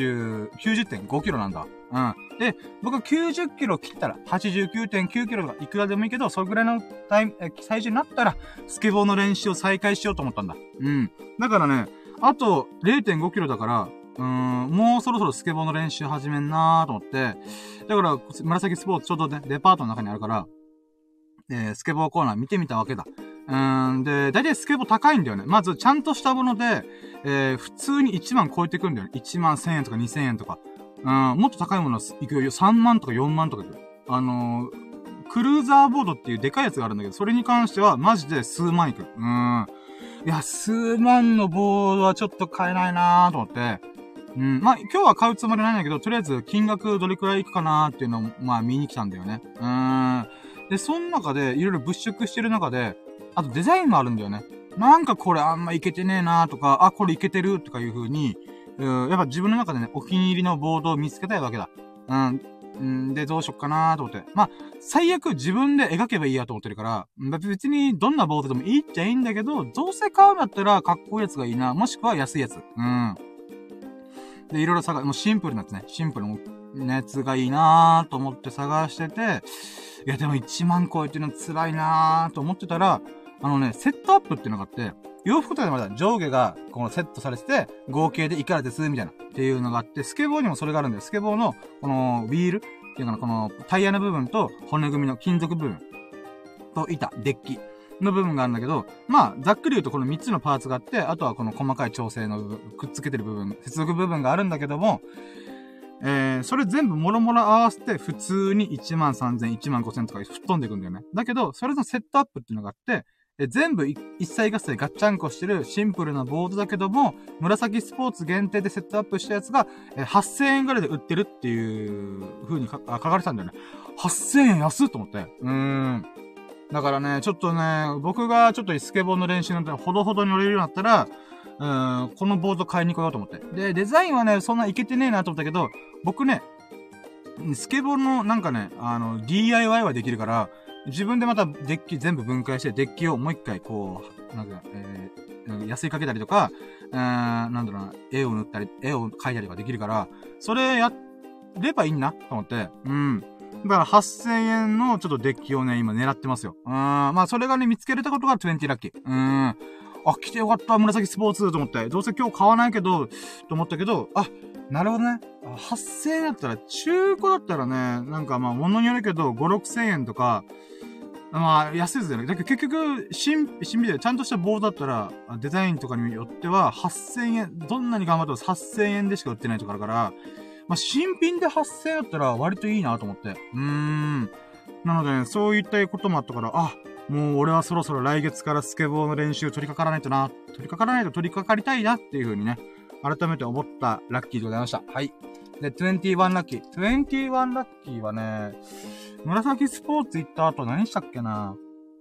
90.5キロなんだ。うん。で、僕は90キロ切ったら、89.9キロとかいくらでもいいけど、それぐらいの体重になったら、スケボーの練習を再開しようと思ったんだ。うん。だからね、あと0.5キロだから、もうそろそろスケボーの練習始めんなーと思って、だから、紫スポーツちょうどね、デパートの中にあるから、スケボーコーナー見てみたわけだ。で、だいたいスケボー高いんだよね。まず、ちゃんとしたもので、普通に1万超えてくんだよね。1万1000円とか2000円とか。もっと高いもの行くよ。3万とか4万とか行く。クルーザーボードっていうでかいやつがあるんだけど、それに関してはマジで数万行く。いや、数万のボードはちょっと買えないなーと思って。まあ、今日は買うつもりないんだけど、とりあえず金額どれくらいいくかなーっていうのを、まあ見に来たんだよね。で、その中で、いろいろ物色してる中で、あとデザインもあるんだよね。なんかこれあんまいけてねえなーとか、あ、これいけてるとかいう風に、やっぱ自分の中でね、お気に入りのボードを見つけたいわけだ。で、どうしよっかなーと思って。まあ、最悪自分で描けばいいやと思ってるから、別にどんなボードでもいいっちゃいいんだけど、どうせ買うんだったらかっこいいやつがいいな、もしくは安いやつ。で、いろいろもうシンプルなやつね。シンプルなやつがいいなーと思って探してて、いやでも1万超えてるの辛いなーと思ってたら、セットアップっていうのがあって、洋服とかでまだ上下がこのセットされてて、合計でいくらです、みたいな。っていうのがあって、スケボーにもそれがあるんだよ。スケボーの、この、ウィールっていうかな、この、タイヤの部分と、骨組みの金属部分と板、デッキの部分があるんだけど、まあ、ざっくり言うとこの3つのパーツがあって、あとはこの細かい調整の部分、くっつけてる部分、接続部分があるんだけども、それ全部もろもろ合わせて、普通に13,000、15,000とか吹っ飛んでいくんだよね。だけど、それのセットアップっていうのがあって、全部一切合切ガッチャンコしてるシンプルなボードだけども、紫スポーツ限定でセットアップしたやつが、8,000円ぐらいで売ってるっていう風に書かれてたんだよね。8,000円安っと思って。だからね、ちょっとね、僕がちょっとスケボーの練習なんてほどほどに乗れるようになったら、このボード買いに来ようと思って。で、デザインはね、そんないけてねえなと思ったけど、僕ね、スケボーのなんかね、DIY はできるから、自分でまたデッキ全部分解して、デッキをもう一回こう、なんか、ヤスリかけたりとか、なんだろうな、絵を塗ったり、絵を描いたりとかできるから、それやればいいな、と思って。だから8,000円のちょっとデッキをね、今狙ってますよ。まあそれがね、見つけれたことが20ラッキー。あ、来てよかった、紫スポーツと思って。どうせ今日買わないけど、と思ったけど、あ、なるほどね。8,000円だったら、中古だったらね、なんかまあ物によるけど、5、6,000円とか、まあ、安いですよね。だけど結局、新美でちゃんとしたボードだったら、デザインとかによっては、8,000円、どんなに頑張っても8,000円でしか売ってないとかあるから、まあ、新品で8,000円だったら割といいなと思って。なので、ね、そういったこともあったから、あ、もう俺はそろそろ来月からスケボーの練習取り掛からないと取り掛かりたいなっていう風にね、改めて思ったラッキーでございました。はい。で、21ラッキー。21ラッキーはね、紫スポーツ行った後何したっけな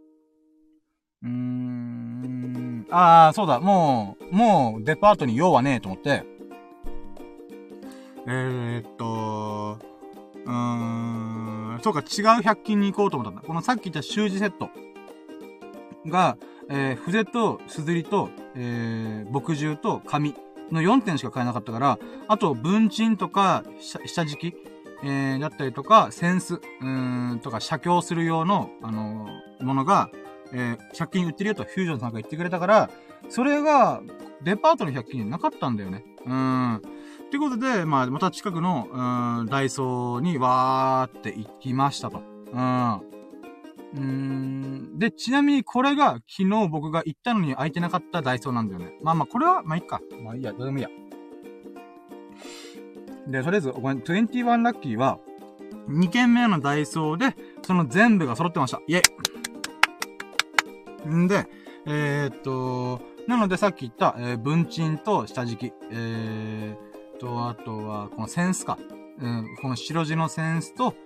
そうだ、もうデパートに用はねえと思って、そうか、違う100均に行こうと思ったんだ。このさっき言った習字セットが、筆と、すずりと、墨汁と紙の4点しか買えなかったから、あと、文鎮とか、下敷き、だったりとか、扇子、とか、写経する用の、ものが、100均売ってるよとフュージョンさんが言ってくれたから、それが、デパートの100均になかったんだよね。ってことで、また近くの、ダイソーにわーって行きましたと。で、ちなみにこれが昨日僕が行ったのに空いてなかったダイソーなんだよね。これは、いいか。いいや、どうでもいいや。で、とりあえず、これ、21ラッキーは、2軒目のダイソーで、その全部が揃ってました。イェイ。んで、なのでさっき言った、文鎮と下敷き、あとは、このセンスか。この白地のセンスと、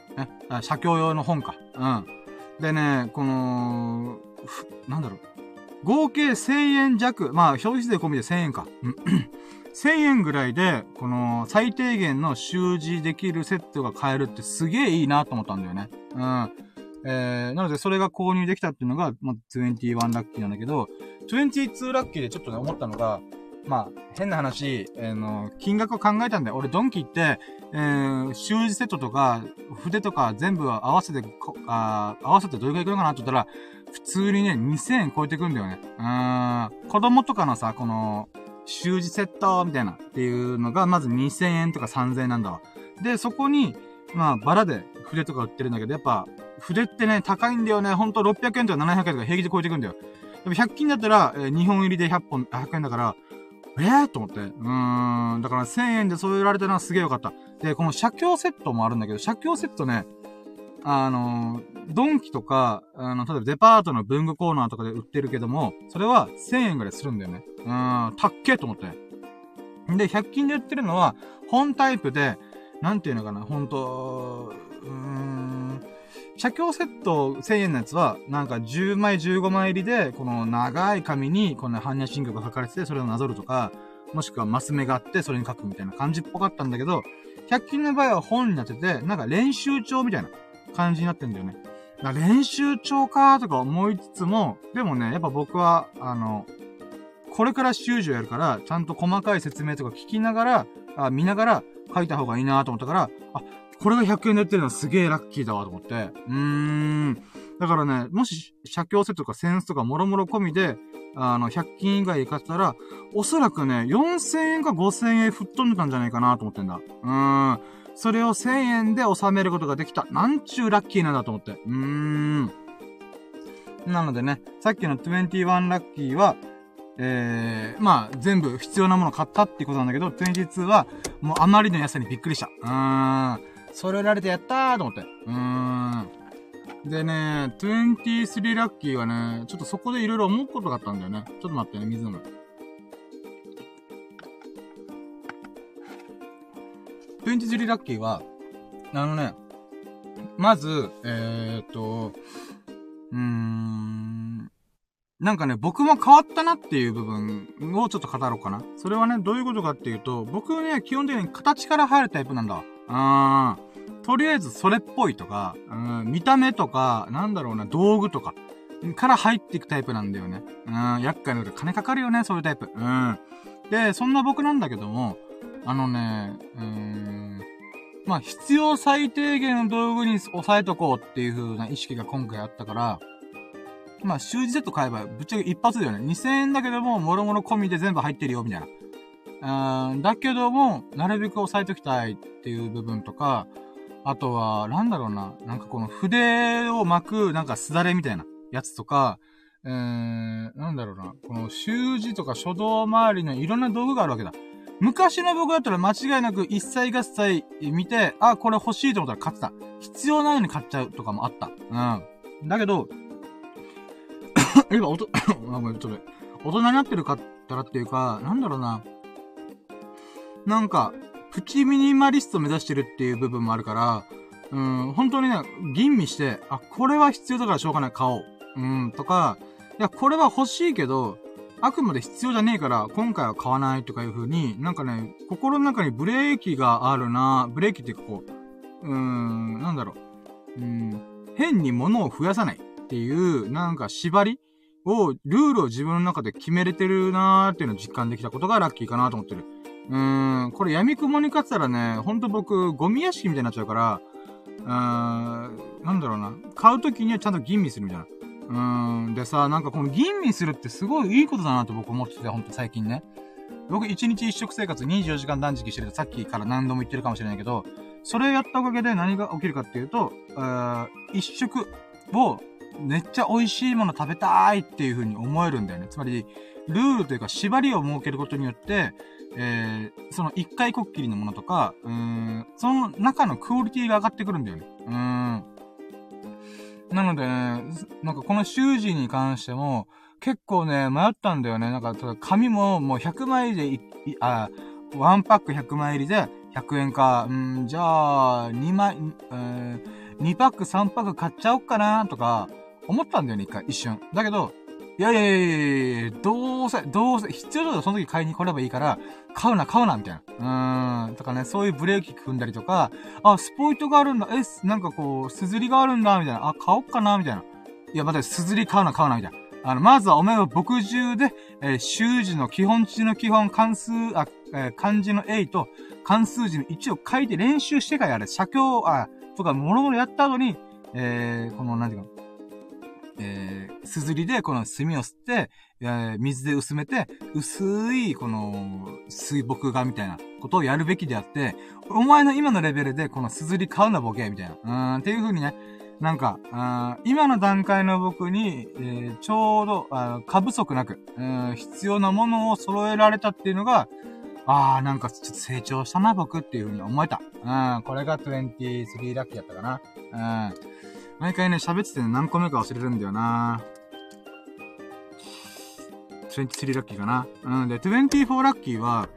写経用の本か。でね、この、なんだろう。 合計1000円弱、まあ、消費税込みで1000円か。1000円ぐらいで、この、最低限の習字できるセットが買えるってすげえいいなと思ったんだよね。なので、それが購入できたっていうのが、まあ、21ラッキーなんだけど、22ラッキーでちょっとね、思ったのが、まあ、変な話、金額を考えたんだよ。俺、ドンキ行って、習字セットとか、筆とか全部合わせて、合わせてどれくらいいくのかなって言ったら、普通にね、2000円超えてくんだよね。子供とかのさ、この、習字セットみたいなっていうのが、まず2000円とか3000円なんだわ。で、そこに、まあ、バラで筆とか売ってるんだけど、やっぱ、筆ってね、高いんだよね。ほんと600円とか700円とか平気で超えてくんだよ。でも100均だったら、2本入りで100円だから、と思って。だから1000円でそう言われたのはすげえよかった。で、この写経セットもあるんだけど、写経セットね、ドンキとか、例えばデパートの文具コーナーとかで売ってるけども、それは1000円ぐらいするんだよね。たっけーと思って。で、100均で売ってるのは、本タイプで、なんていうのかな、写経セット1000円のやつは、なんか10枚15枚入りで、この長い紙に、この般若心経が書かれてて、それをなぞるとか、もしくはマス目があって、それに書くみたいな感じっぽかったんだけど、100均の場合は本になってて、なんか練習帳みたいな感じになってんだよね。練習帳かーとか思いつつも、でもね、やっぱ僕は、これから習字をやるから、ちゃんと細かい説明とか聞きながら、見ながら書いた方がいいなと思ったから、これが100円で売ってるのはすげえラッキーだわと思って。だからね、もし、写経セットとかセンスとかもろもろ込みで、100均以外で買ったら、おそらくね、4000円か5000円吹っ飛んでたんじゃないかなと思ってんだ。それを1000円で収めることができた。なんちゅうラッキーなんだと思って。なのでね、さっきの21ラッキーは、まあ、全部必要なもの買ったっていうことなんだけど、22は、もうあまりの安さにびっくりした。それられてやったーと思って。でね、23ラッキーはね、ちょっとそこでいろいろ思うことがあったんだよね。ちょっと待ってね、水飲む。23ラッキーは、まず、なんかね、僕も変わったなっていう部分をちょっと語ろうかな。それはね、どういうことかっていうと、僕ね、基本的に形から入るタイプなんだ。とりあえずそれっぽいとか、見た目とか、なんだろうな、道具とか、から入っていくタイプなんだよね。厄介なこと金かかるよね、そういうタイプ。で、そんな僕なんだけども、まあ、必要最低限の道具に抑えとこうっていう風な意識が今回あったから、まあ、習字セット買えば、ぶっちゃけ一発だよね。2000円だけども、もろもろ込みで全部入ってるよ、みたいな。だけども、なるべく抑えときたいっていう部分とか、あとは、なんだろうな。なんかこの筆を巻く、なんかすだれみたいなやつとか、なんだろうな。この習字とか書道周りのいろんな道具があるわけだ。昔の僕だったら間違いなく一切合切見て、これ欲しいと思ったら買ってた。必要ないのに買っちゃうとかもあった。だけど、今、ちょっと、大人になってるかったらっていうか、なんだろうな。なんか、プチミニマリスト目指してるっていう部分もあるから、本当にね、吟味して、これは必要だからしょうがない、買おう。とか、いや、これは欲しいけど、あくまで必要じゃねえから、今回は買わないとかいう風に、なんかね、心の中にブレーキがあるな。ブレーキっていうかこう、なんだろう。変に物を増やさないっていう、なんか縛りルールを自分の中で決めれてるなーっていうのを実感できたことがラッキーかなと思ってる。これ闇雲に勝ってたらね、ほんと僕、ゴミ屋敷みたいになっちゃうから、なんだろうな。買うときにはちゃんと吟味するみたいな。でさ、なんかこの吟味するってすごいいいことだなと僕思ってて、ほんと最近ね。僕1日1食生活24時間断食してるとさっきから何度も言ってるかもしれないけど、それをやったおかげで何が起きるかっていうと、一食をめっちゃ美味しいもの食べたいっていう風に思えるんだよね。つまり、ルールというか縛りを設けることによって、その一回こっきりのものとか、その中のクオリティが上がってくるんだよね。なのでね、なんかこの習字に関しても、結構ね、迷ったんだよね。なんか、紙ももう100枚でワンパック100枚入りで100円か。じゃあ、2枚、2パック3パック買っちゃおっかなとか、思ったんだよね、一瞬。だけど、 いやいやいやいやどうせ、必要だとその時買いに来ればいいから、買うな、みたいな。とかね、そういうブレーキ踏んだりとか、あ、スポイトがあるんだ、なんかこう、すずりがあるんだ、みたいな。あ、買おっかな、みたいな。いや、また、すずり買うな、みたいな。まずはお前は墨汁で、習字の基本値の基本、漢字の A と、漢数字の1を書いて練習してからやれ。写経、とか、もろもろやった後に、この、なんていうか、すずりでこの墨を吸って、水で薄めて、薄い、この、水墨画みたいなことをやるべきであって、お前の今のレベルでこのすずり買うなボケみたいな。っていう風にね、なんか、今の段階の僕に、ちょうど、過不足なく、必要なものを揃えられたっていうのが、なんかちょっと成長したな、僕っていう風に思えた。これが23ラッキーだったかな。毎回ね、喋ってて、ね、何個目か忘れるんだよな。23ラッキーかな。で、24ラッキーは、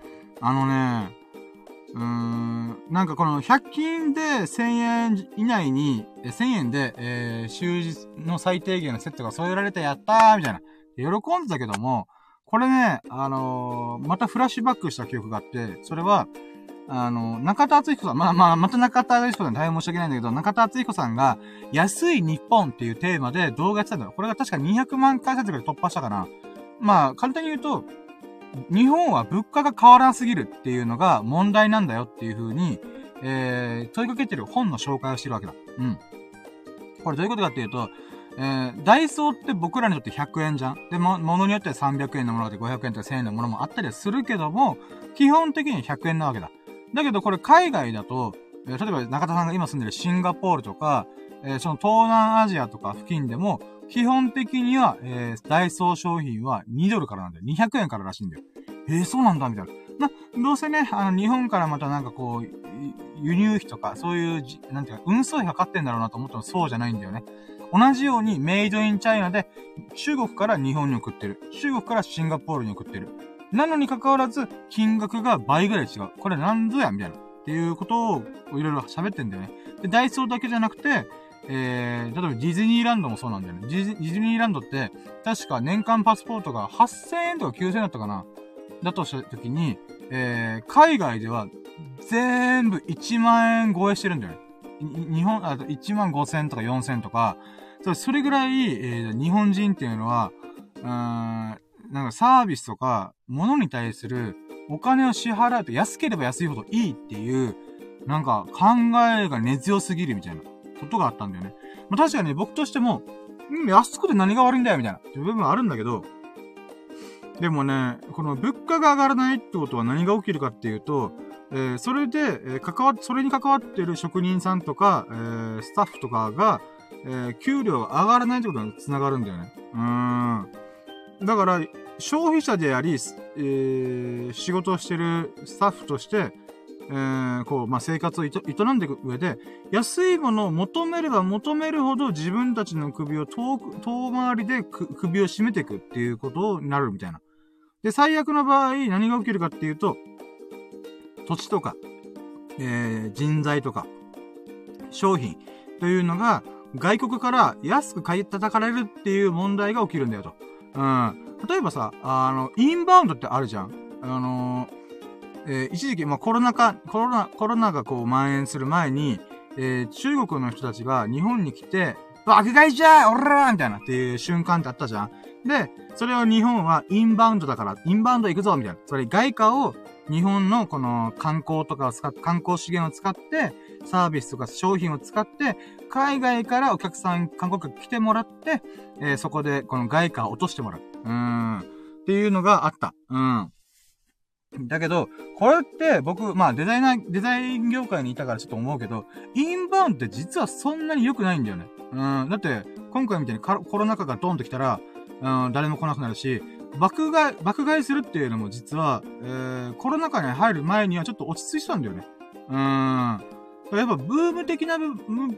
なんかこの100均で1000円以内に、1000円で、習字の最低限のセットが添えられてやったーみたいな。喜んでたけども、これね、またフラッシュバックした記憶があって、それは、中田敦彦さん、また中田敦彦さん大変申し訳ないんだけど、中田敦彦さんが、安い日本っていうテーマで動画やってたんだよ。これが確か200万回再生で突破したかな。簡単に言うと、日本は物価が変わらなすぎるっていうのが問題なんだよっていう風に、問いかけてる本の紹介をしてるわけだ。これどういうことかっていうと、ダイソーって僕らにとって100円じゃん。で、物によっては300円のもので500円とか1000円のものもあったりはするけども、基本的に100円なわけだ。だけどこれ海外だと、例えば中田さんが今住んでるシンガポールとか、その東南アジアとか付近でも、基本的には、ダイソー商品は2ドルからなんだよ。200円かららしいんだよ。そうなんだ、みたいな。どうせね、日本からまたなんかこう、輸入費とか、そういう、なんていうか、運送費かかってんだろうなと思ったらそうじゃないんだよね。同じようにメイドインチャイナで、中国から日本に送ってる。中国からシンガポールに送ってる。なのに関わらず、金額が倍ぐらい違う。これなんぞやみたいな。っていうことをいろいろ喋ってんだよね。で、ダイソーだけじゃなくて、例えばディズニーランドもそうなんだよね。ディズニーランドって、確か年間パスポートが8000円とか9000円だったかな。だとしたときに、海外では全部1万円超えしてるんだよね。日本、1万5000とか4000とか、それぐらい、日本人っていうのは、なんかサービスとか、物に対するお金を支払うと安ければ安いほどいいっていう、なんか考えが根強すぎるみたいなことがあったんだよね。確かに僕としても、安くて何が悪いんだよみたいな部分はあるんだけど、でもね、この物価が上がらないってことは何が起きるかっていうと、それで、それに関わってる職人さんとか、スタッフとかが、給料が上がらないってことに繋がるんだよね。だから、消費者であり、仕事をしてるスタッフとして、生活を営んでいく上で、安いものを求めれば求めるほど自分たちの首を遠回りで首を絞めていくっていうことになるみたいな。で、最悪の場合、何が起きるかっていうと、土地とか、人材とか、商品というのが、外国から安く買い叩かれるっていう問題が起きるんだよと。例えばさ、インバウンドってあるじゃん。一時期、コロナがこう蔓延する前に、中国の人たちが日本に来て、爆買いじゃーおらーみたいなっていう瞬間ってあったじゃん。で、それを日本はインバウンドだから、インバウンド行くぞみたいな。それ外貨を日本のこの観光とかを観光資源を使って、サービスとか商品を使って、海外からお客さん、観光客来てもらって、そこでこの外貨を落としてもらう。っていうのがあった。だけど、これって僕、デザイン業界にいたからちょっと思うけど、インバウンドって実はそんなに良くないんだよね。だって、今回みたいにコロナ禍がドンと来たら、誰も来なくなるし、爆買いするっていうのも実は、コロナ禍に入る前にはちょっと落ち着いてたんだよね。やっぱブーム的な部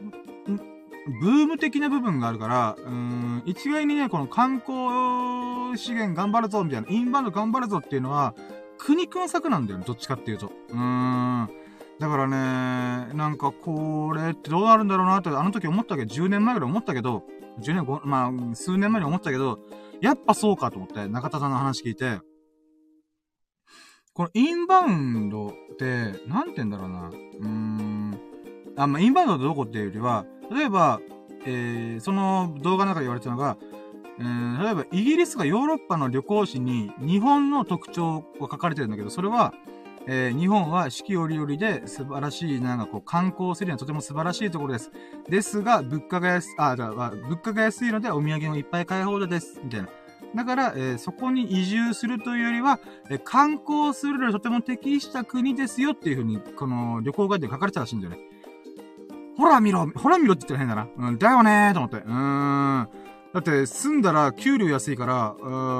分があるから、一概にね、この観光資源頑張るぞ、みたいな、インバウンド頑張るぞっていうのは、苦肉の策なんだよね、どっちかっていうと。だからね、なんかこれってどうなるんだろうなって、あの時思ったけど、10年前ぐらい思ったけど、数年前に思ったけど、 やっぱそうかと思って、中田さんの話聞いて、このインバウンドって、なんて言うんだろうな。インバウンドってどこっていうよりは、例えば、その動画の中で言われてたのが、例えばイギリスがヨーロッパの旅行誌に日本の特徴が書かれてるんだけど、それは、日本は四季折々で素晴らしい、観光するにはとても素晴らしいところです。ですが、物価が安いのでお土産もいっぱい買い放題です。みたいな。だから、そこに移住するというよりは、観光するのにとても適した国ですよっていうふうに、この旅行ガイドで書かれてたらしいんだよね。ほら見ろって言ったら変だな。だよねーと思って。だって、住んだら給料安いから、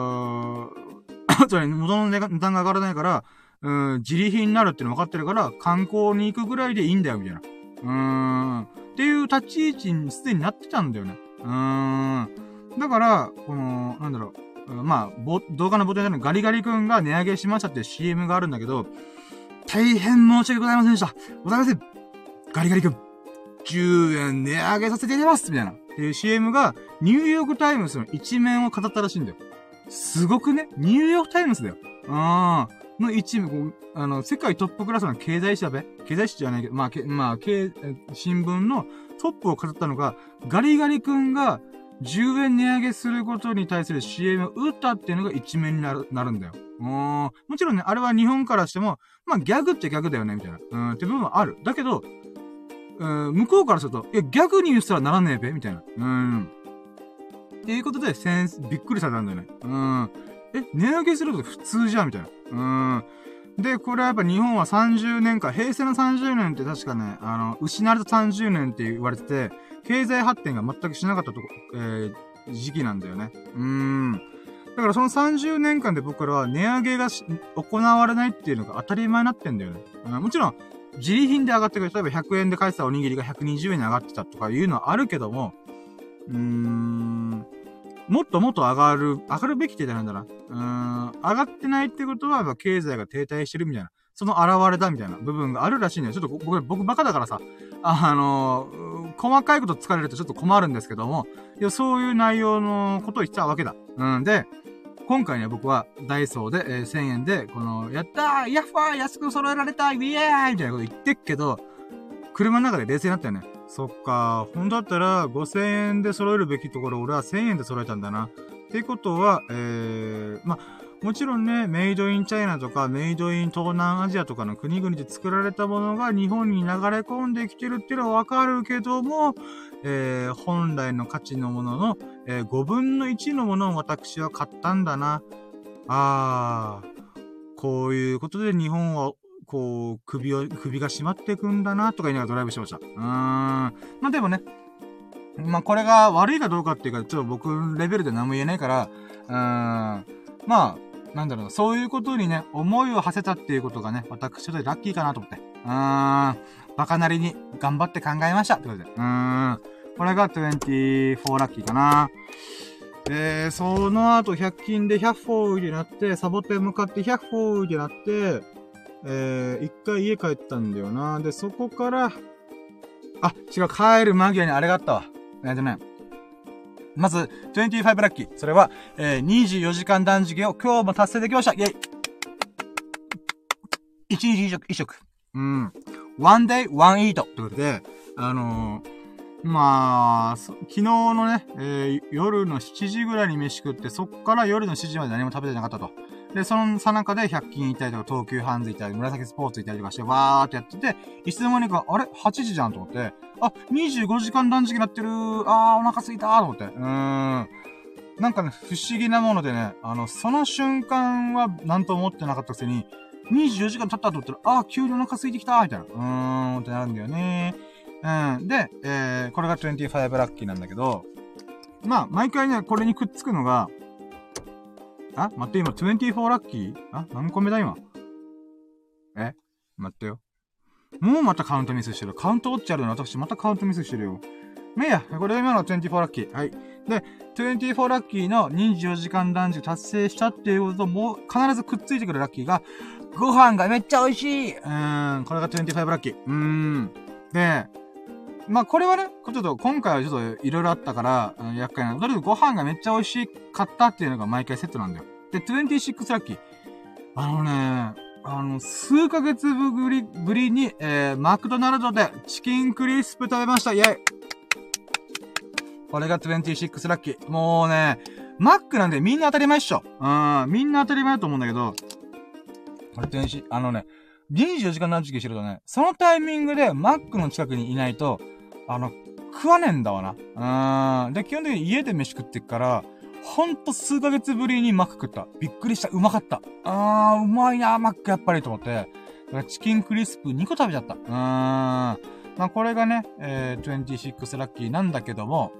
元の値段が上がらないから、自利品になるっていうの分かってるから、観光に行くぐらいでいいんだよ、みたいな。っていう立ち位置にすでになってたんだよね。だから、この、動画の冒頭にガリガリ君が値上げしましたっていう CM があるんだけど、大変申し訳ございませんでした。ございません。ガリガリ君、10円値上げさせていただきますみたいな。っていう CM が、ニューヨークタイムズの一面を語ったらしいんだよ。すごくね、ニューヨークタイムズだよ。の一面、世界トップクラスの経済誌じゃないけど、新聞のトップを語ったのが、ガリガリ君が10円値上げすることに対する CM を打ったっていうのが一面になるんだよ。もちろんね、あれは日本からしても、ギャグってギャグだよね、みたいな。って部分はある。だけど、向こうからすると、ギャグに言ったらならねえべみたいな。っていうことで、びっくりされたんだよね。値上げすること普通じゃんみたいな。で、これはやっぱ日本は30年間、平成の30年って確かね、失われた30年って言われてて、経済発展が全くしなかった時期なんだよね。だからその30年間で僕らは値上げが行われないっていうのが当たり前になってんだよね。もちろん、自利品で上がってくる。例えば100円で買えてたおにぎりが120円に上がってたとかいうのはあるけども、もっともっと上がるべきってなんだな。上がってないってことは、経済が停滞してるみたいな。その現れだみたいな部分があるらしいんだよ。ちょっと僕バカだからさ、細かいこと疲れるとちょっと困るんですけども、そういう内容のことを言っちゃうわけだ。で、今回ね、僕はダイソーで、1000円で、やったーヤッファー安く揃えられたイエーイみたいなこと言ってっけど、車の中で冷静になったよね。そっか、本当だったら5000円で揃えるべきところ、俺は1000円で揃えたんだな。っていうことは、もちろんね、メイドインチャイナとか、メイドイン東南アジアとかの国々で作られたものが日本に流れ込んできてるっていうのはわかるけども、本来の価値のものの、5分の1のものを私は買ったんだな。こういうことで日本は、首が締まっていくんだな、とか言いながらドライブしました。でもね、これが悪いかどうかっていうか、ちょっと僕レベルで何も言えないから、そういうことにね、思いを馳せたっていうことがね、私はラッキーかなと思って。バカなりに頑張って考えましたってことで。これが24ラッキーかな。その後100均で100フォーになって、サボテン向かって100フォーになって、一回家帰ったんだよな。で、そこから、違う、帰る間際にあれがあったわ。まず、25ラッキー。それは、24時間断食を今日も達成できました。イェイ !1 日1食。one day, one eat. ということで、昨日のね、夜の7時ぐらいに飯食って、そっから夜の7時まで何も食べてなかったと。で、そのさなかで100均行ったりとか、東急ハンズ行ったり、紫スポーツ行ったりとかして、わーってやってて、いつの間にか、あれ ?8 時じゃんと思って、25時間断食になってるお腹すいたーと思って。なんかね、不思議なものでね、その瞬間はなんと思ってなかったくせに、24時間経ったと思ったら、急にお腹空いてきたーみたいな。ってなるんだよね。で、これが25ラッキーなんだけど、毎回ね、これにくっつくのが、待って、今、24ラッキー何個目だ、今。待ってよ。もうまたカウントミスしてる。カウントウォッチあるの私、またカウントミスしてるよ。これが今の24ラッキー。はい。で、24ラッキーの24時間断食達成したっていうことと、もう必ずくっついてくるラッキーが、ご飯がめっちゃ美味しいこれが25ラッキー。で、 まあ、これはね、ちょっと今回はちょっといろいろあったから、厄介なの。とりあえずご飯がめっちゃ美味しかったっていうのが毎回セットなんだよ。で、26ラッキー。数ヶ月ぶりに、マクドナルドでチキンクリスプ食べました。イェイ。これが26ラッキー。もうね、マックなんでみんな当たり前っしょ。みんな当たり前だと思うんだけど、これ24時間何時期してるとね、そのタイミングでマックの近くにいないと、食わねえんだわな。で、基本的に家で飯食ってっから、ほんと数ヶ月ぶりにマック食った。びっくりした。うまかった。うまいな、マックやっぱりと思って。だからチキンクリスプ2個食べちゃった。まあ、これがね、26ラッキーなんだけども、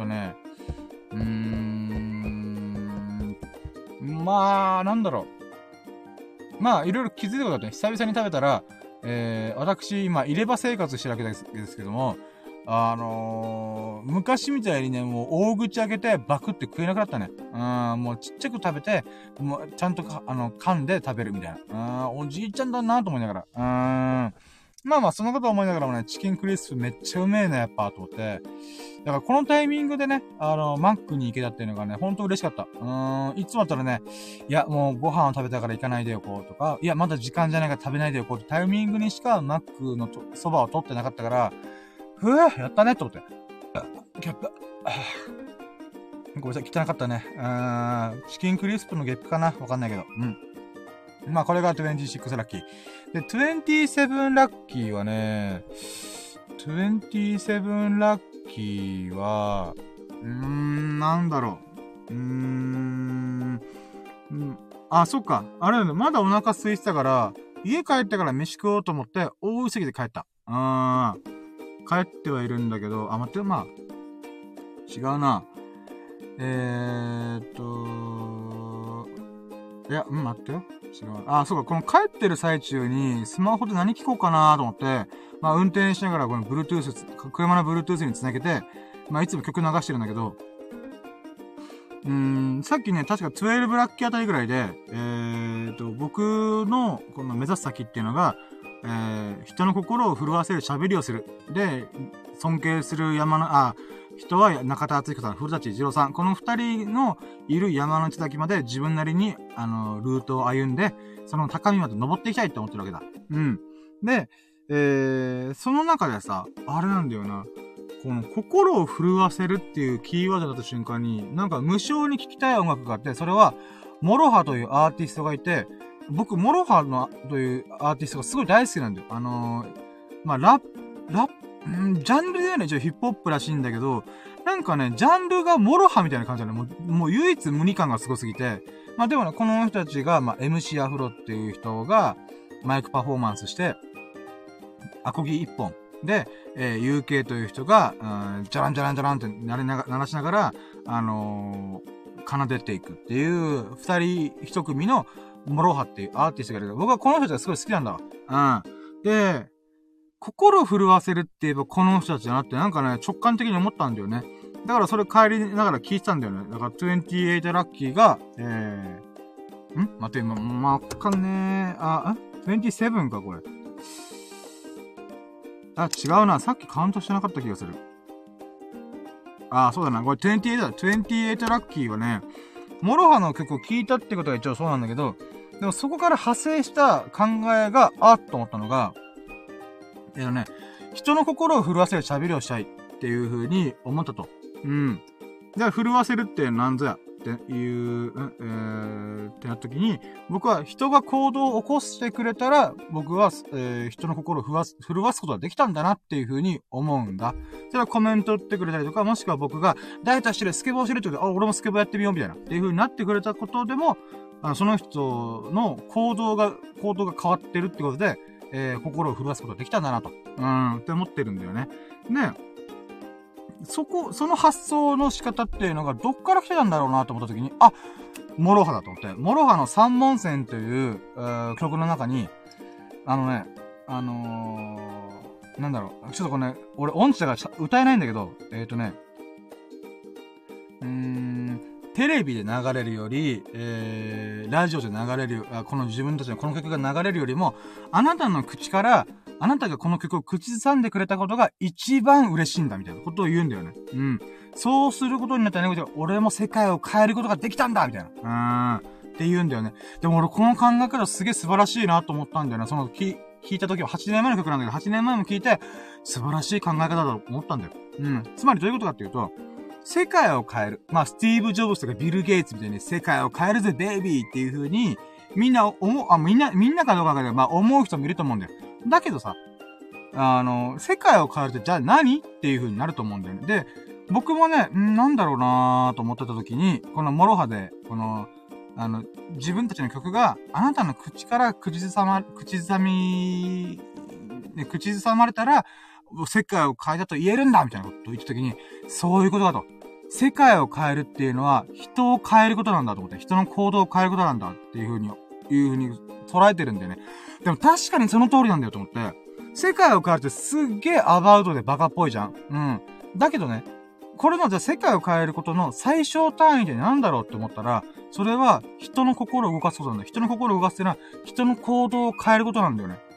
まあ、なんだろう。まあ、いろいろ気づいたことあって、久々に食べたら、私、今、入れ歯生活してるわけですけども、昔みたいにね、もう大口開けてバクって食えなくなったね。もうちっちゃく食べて、もうちゃんと噛んで食べるみたいな。おじいちゃんだなと思いながら。まあまあ、そのこと思いながらもね、チキンクリスプめっちゃうめえな、やっぱ、と思って。だからこのタイミングでね、マックに行けたっていうのがね、ほんと嬉しかった。いつもだったらね、いや、もうご飯を食べたから行かないでよこうとか、いや、まだ時間じゃないから食べないでよこうってタイミングにしかマックのそばを取ってなかったから、やったねと思って。ゲップ。ごめんなさい、汚かったね。チキンクリスプのゲップかなわかんないけど。まあ、これが26ラッキー。で、27ラッキーはね、27ラッキーは、なんだろう。そっか。あれだね、まだお腹空いてたから、家帰ってから飯食おうと思って、大急ぎで帰った。帰ってはいるんだけど、待ってよ、まあ、違うな。いや、待ってよ。違う。そうか、この帰ってる最中に、スマホで何聞こうかなと思って、まあ、運転しながら、この Bluetooth、車の Bluetooth につなげて、まあ、いつも曲流してるんだけど、さっきね、確か12ラッキーあたりぐらいで、僕の、この目指す先っていうのが、人の心を震わせる喋りをする。で、尊敬する人は中田敦彦さん、古舘一郎さん。この二人のいる山の頂まで自分なりに、ルートを歩んで、その高みまで登っていきたいって思ってるわけだ。で、その中でさ、あれなんだよな。この心を震わせるっていうキーワードだった瞬間に、なんか無償に聴きたい音楽があって、それは、モロハというアーティストがいて、僕、モロハというアーティストがすごい大好きなんだよ。まあ、ジャンルではね、一応ヒップホップらしいんだけど、なんかね、ジャンルがモロハみたいな感じだね。もう唯一無二感がすごすぎて。まあでもね、この人たちが、まあ MC アフロっていう人が、マイクパフォーマンスして、アコギ一本で、UK という人が、ジャランジャランジャランって鳴らしながら、奏でていくっていう、二人一組のモロハっていうアーティストがいるけど、僕はこの人たちがすごい好きなんだわ。で、心を震わせるって言えばこの人たちだなってなんかね、直感的に思ったんだよね。だからそれ帰りながら聞いてたんだよね。だから28ラッキーが、待って、わかんねえ。27か、これ。違うな。さっきカウントしてなかった気がする。そうだな。これ28だ。28ラッキーはね、モロハの曲を聴いたってことが一応そうなんだけど、でもそこから派生した考えが、と思ったのが、人の心を震わせる喋りをしたいっていう風に思ったと。じゃあ、震わせるって何ぞやっていう、ってなった時に、僕は人が行動を起こしてくれたら、僕は、人の心を震わすことができたんだなっていう風に思うんだ。それはコメント打ってくれたりとか、もしくは僕がダイエットしてる、スケボーしてるって言うと、俺もスケボーやってみようみたいな。っていう風になってくれたことでも、その人の行動が変わってるってことで、心を震わすことができたんだなと。って思ってるんだよね。で、その発想の仕方っていうのがどっから来てたんだろうなと思った時に、モロハだと思って。モロハの三文線という、曲の中に、なんだろう。ちょっとこれね、俺音痴だから歌えないんだけど、 テレビで流れるより、ラジオで流れる、この自分たちのこの曲が流れるよりも、あなたの口から、あなたがこの曲を口ずさんでくれたことが一番嬉しいんだ、みたいなことを言うんだよね。うん。そうすることによってね、俺も世界を変えることができたんだみたいな。って言うんだよね。でも俺この考え方すげえ素晴らしいなと思ったんだよね。聞いた時は8年前の曲なんだけど、8年前も聞いて、素晴らしい考え方だと思ったんだよ。うん。つまりどういうことかっていうと、世界を変える。まあ、スティーブ・ジョブズとかビル・ゲイツみたいに世界を変えるぜ、ベイビーっていう風に、みんなみんなかどうかだけど、まあ、思う人もいると思うんだよ。だけどさ、世界を変えるってじゃあ何っていう風になると思うんだよね。で、僕もね、なんだろうなーと思ってた時に、このモロハで、自分たちの曲があなたの口から口ずさまれたら、世界を変えたと言えるんだみたいなことを言った時に、そういうことだと。世界を変えるっていうのは、人を変えることなんだと思って、人の行動を変えることなんだっていう風に捉えてるんだよね。でも確かにその通りなんだよと思って、世界を変えるってすっげえアバウトでバカっぽいじゃん。うん。だけどね、これのじゃあ世界を変えることの最小単位でなんだろうって思ったら、それは人の心を動かすことなんだよ。人の心を動かすっていうのは、人の行動を変えることなんだよね。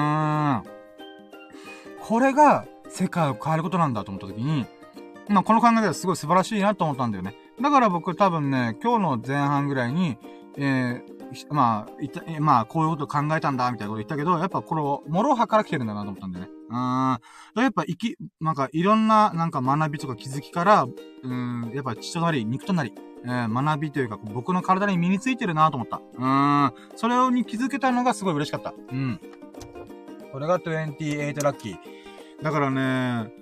これが世界を変えることなんだと思った時に、まあ、この考え方はすごい素晴らしいなと思ったんだよね。だから僕多分ね、今日の前半ぐらいに、まあ、こういうことを考えたんだ、みたいなこと言ったけど、やっぱこれを、諸刃から来てるんだなと思ったんだよね。やっぱなんかいろんな、なんか学びとか気づきから、やっぱ血となり、肉となり、学びというか、僕の体に身についてるなと思った。それに気づけたのがすごい嬉しかった。これが28ラッキー。だからね、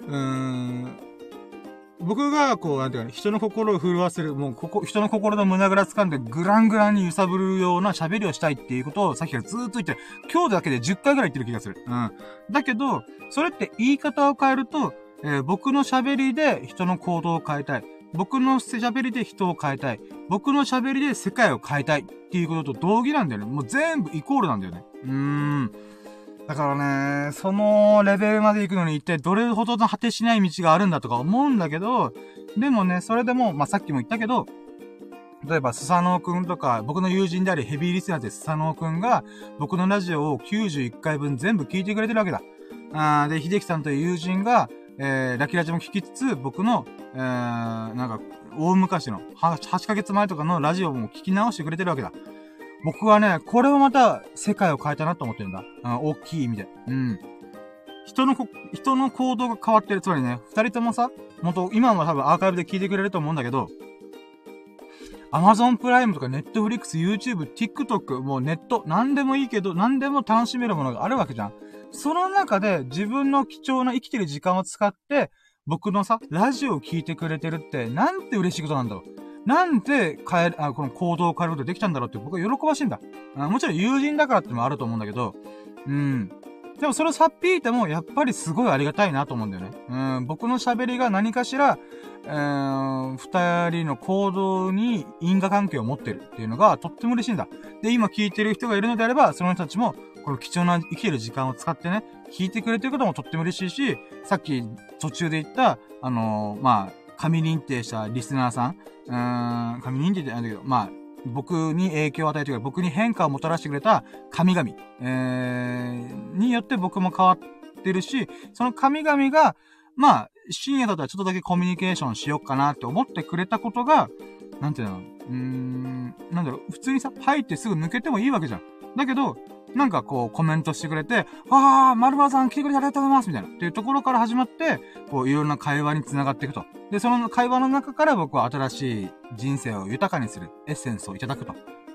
僕が、なんていうか、人の心を震わせる、もう、人の心の胸ぐら掴んで、グラングランに揺さぶるような喋りをしたいっていうことを、さっきからずーっと言ってる。今日だけで10回ぐらい言ってる気がする。だけど、それって言い方を変えると、僕の喋りで人の行動を変えたい。僕の喋りで人を変えたい。僕の喋りで世界を変えたい。っていうことと同義なんだよね。もう全部イコールなんだよね。だからね、そのレベルまで行くのに一体どれほどの果てしない道があるんだとか思うんだけど、でもね、それでも、まあ、さっきも言ったけど、例えば、スサノオくんとか、僕の友人でありヘビーリスナーでスサノオくんが、僕のラジオを91回分全部聞いてくれてるわけだ。で、秀樹さんという友人が、ラキラジも聞きつつ、僕の、なんか、大昔の、8ヶ月前とかのラジオも聞き直してくれてるわけだ。僕はね、これをまた世界を変えたなと思ってるんだ。大きい意味で。人の行動が変わってる。つまりね、二人ともさ、今は多分アーカイブで聞いてくれると思うんだけど、Amazon プライムとか Netflix、YouTube、TikTok、もうネット、何でもいいけど、何でも楽しめるものがあるわけじゃん。その中で自分の貴重な生きてる時間を使って、僕のさ、ラジオを聞いてくれてるって、なんて嬉しいことなんだろう。なんでこの行動を変えることができたんだろうって僕は喜ばしいんだ。もちろん友人だからってのもあると思うんだけど、でもそれをさっぴいても、やっぱりすごいありがたいなと思うんだよね。僕の喋りが何かしら、二人の行動に因果関係を持ってるっていうのがとっても嬉しいんだ。で、今聞いてる人がいるのであれば、その人たちも、この貴重な生きてる時間を使ってね、聞いてくれてることもとっても嬉しいし、さっき途中で言った、まあ、神認定したリスナーさん、神認定じゃないんだけど、まあ、僕に影響を与えてくれる、僕に変化をもたらしてくれた神々、によって僕も変わってるし、その神々が、まあ、深夜だったらちょっとだけコミュニケーションしよっかなって思ってくれたことが、なんていうの、なんだろう、普通にさ、入ってすぐ抜けてもいいわけじゃん。だけど、なんかこうコメントしてくれて、〇〇さん来てくれてありがとうございますみたいな。っていうところから始まって、こういろんな会話に繋がっていくと。で、その会話の中から僕は新しい人生を豊かにするエッセンスをいただくと。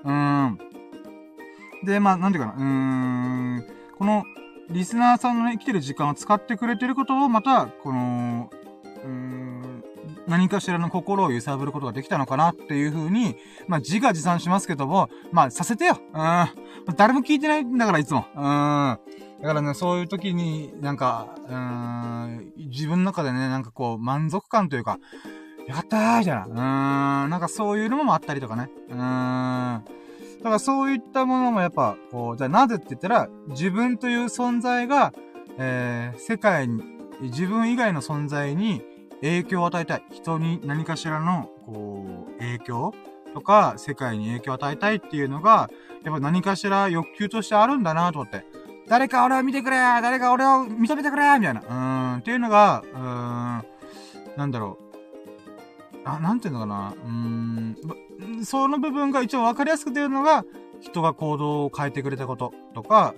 で、まあ、なんていうかな、この、リスナーさんのね、生きてる時間を使ってくれてることをまた、この、何かしらの心を揺さぶることができたのかなっていう風に、まあ、自画自賛しますけども、まあ、させてよ。誰も聞いてないんだから、いつも。だからね、そういう時に、なんか、自分の中でね、なんかこう、満足感というか、やったーみたいな。なんかそういうのもあったりとかね。だからそういったものもやっぱ、こう、じゃあなぜって言ったら、自分という存在が、世界に、自分以外の存在に影響を与えたい。人に何かしらの、 こう、影響とか、世界に影響を与えたいっていうのが、やっぱ何かしら欲求としてあるんだなと思って。誰か俺を見てくれ誰か俺を認めてくれみたいな。っていうのが、なんだろう。なんていうのかな。その部分が一応分かりやすく出るのが、人が行動を変えてくれたこととか、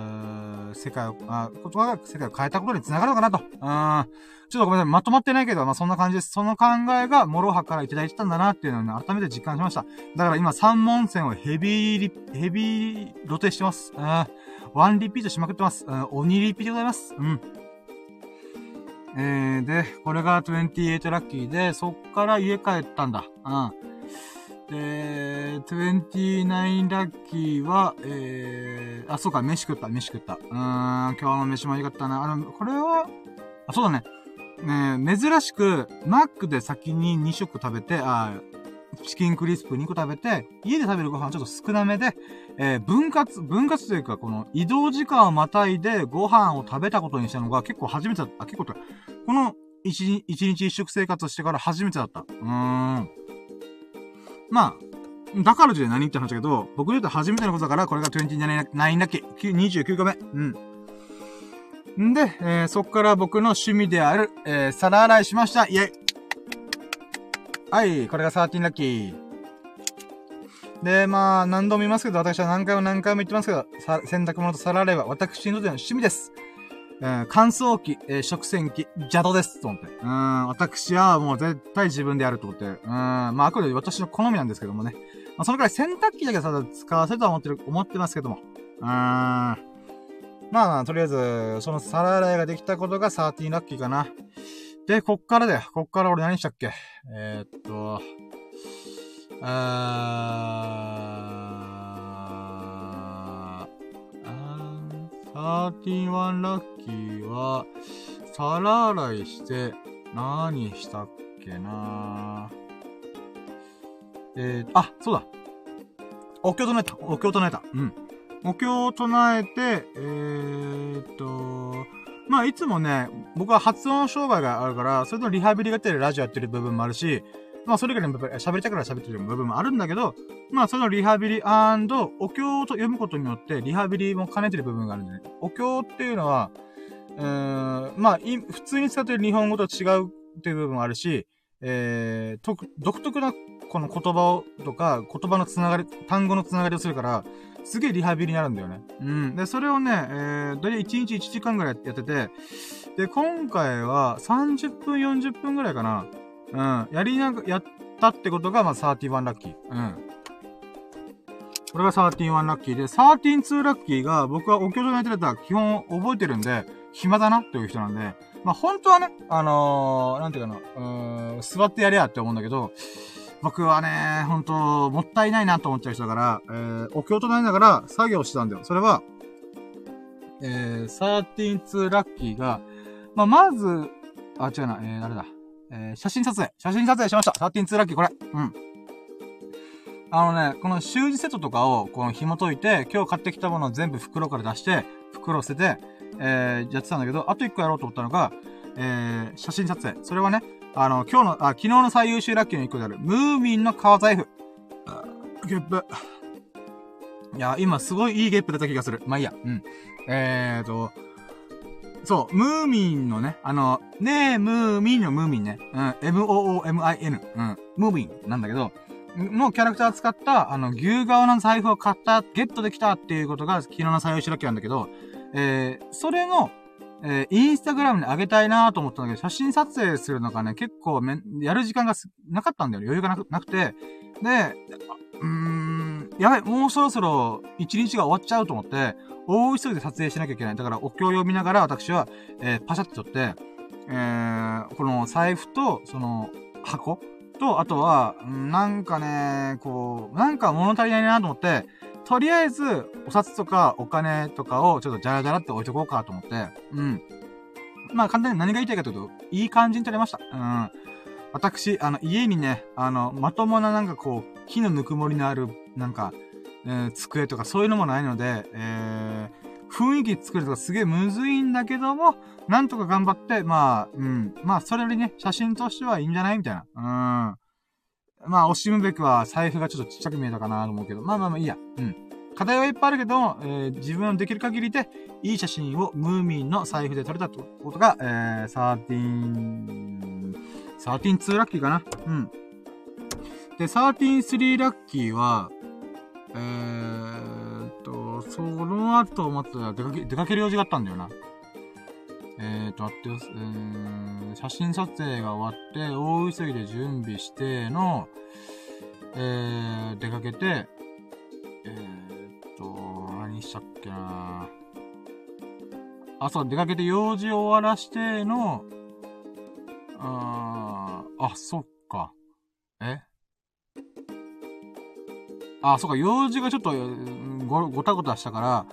ことが世界を変えたことにつながるのかなと。ちょっとごめんなさい。まとまってないけど、まあ、そんな感じです。その考えが、諸刃からいただいてたんだなっていうのをね、改めて実感しました。だから今、三問線をヘビー露呈してます。ワンリピートしまくってます。鬼リピでございます。で、これが28ラッキーで、そっから家帰ったんだ。で、29ラッキーは、そうか、飯食った。今日の飯も良かったな。これは、そうだね。珍しく、マックで先に2食食べて、チキンクリスプ2個食べて、家で食べるご飯ちょっと少なめで、分割というか、この移動時間をまたいでご飯を食べたことにしたのが結構初めてだった。この一日一食生活をしてから初めてだった。まあ、だからじゃ何言って話だけど、僕にとって初めてのことだから、これが29ラッキー。29個目。んで、そっから僕の趣味である、皿洗いしました。イェイ。はい、これが13ラッキー。で、まあ、何度も言いますけど、私は何回も言ってますけど、洗濯物と皿洗いは私にとっての趣味です。乾燥機、食洗機、邪道です。と思って。私はもう絶対自分でやると思って。まあ、あくまで私の好みなんですけどもね。まあ、そのくらい洗濯機だけさ、使わせるとは思ってますけども。まあ、とりあえず、その皿洗いができたことが13ラッキーかな。で、こっからだよ。こっから俺何したっけ31ラッキーは、皿洗いして、何したっけなそうだ。お経唱えた。お経を唱えて、まあ、いつもね、僕は発音障害があるから、それとリハビリがてるラジオやってる部分もあるし、まあ、それぐらい喋りたくら喋ってる部分もあるんだけど、まあ、そのリハビリ&お経を読むことによって、リハビリも兼ねてる部分があるんでね。お経っていうのは、まあ、普通に使ってる日本語と違うっていう部分もあるし、独特なこの言葉とか、言葉のつながり、単語のつながりをするから、すげえリハビリになるんだよね。で、それをね、だいたい1日1時間ぐらいやってて、で、今回は30分、40分ぐらいかな。やったってことが、まあ、31ラッキー。これが31ラッキーで、132ラッキーが、僕はお経のやってたら基本覚えてるんで、暇だなっていう人なんで、まあ、本当はね、なんていうかな、座ってやりゃって思うんだけど、僕はね、本当もったいないなと思っちゃう人だから、お経唱えながら作業してたんだよ。それは、132ラッキーが、まあ、まず、違うな、誰だ。写真撮影しました。132ラッキー、これ。この習字セットとかを、この紐解いて、今日買ってきたものを全部袋から出して、袋を捨てて、やってたんだけど、あと一個やろうと思ったのが、写真撮影。それはね、昨日の最優秀ラッキーの一個である、ムーミンの革財布。ゲップ。いや、今すごいいいゲップ出た気がする。まあいいや。そう、ムーミンのね、ねえ、ムーミンのムーミンね。MOOMIN。ムーミンなんだけど、のキャラクターを使った、牛革の財布を買った、ゲットできたっていうことが昨日の最優秀ラッキーなんだけど、それの、インスタグラムに上げたいなと思ったんだけど、写真撮影するのがね、結構やる時間がなかったんだよ。余裕がなくて。で、やべ、もうそろそろ一日が終わっちゃうと思って、大急ぎで撮影しなきゃいけない。だから、お経を読みながら私は、パシャって撮って、この財布と、その、箱と、あとは、なんかね、なんか物足りないなと思って、とりあえず、お札とかお金とかをちょっとジャラジャラって置いとこうかと思って、まあ簡単に何が言いたいかというと、いい感じに撮れました。私、家にね、まともななんか木のぬくもりのある、なんか、机とかそういうのもないので、雰囲気作るとかすげえむずいんだけども、なんとか頑張って、まあ、それよりね、写真としてはいいんじゃないみたいな。 まあ、惜しむべくは財布がちょっとちっちゃく見えたかなと思うけど、まあいいや。うん。課題はいっぱいあるけど、自分のできる限りで、いい写真をムーミンの財布で撮れたことが、13、2ラッキーかな。うん。で、3ラッキーは、その後、また出かける用事があったんだよな。待ってよ、写真撮影が終わって、大急ぎで準備しての、出かけて、何したっけなあ、そう、出かけて用事を終わらしての、そっか。そっか、用事がちょっと、ごたごたしたから、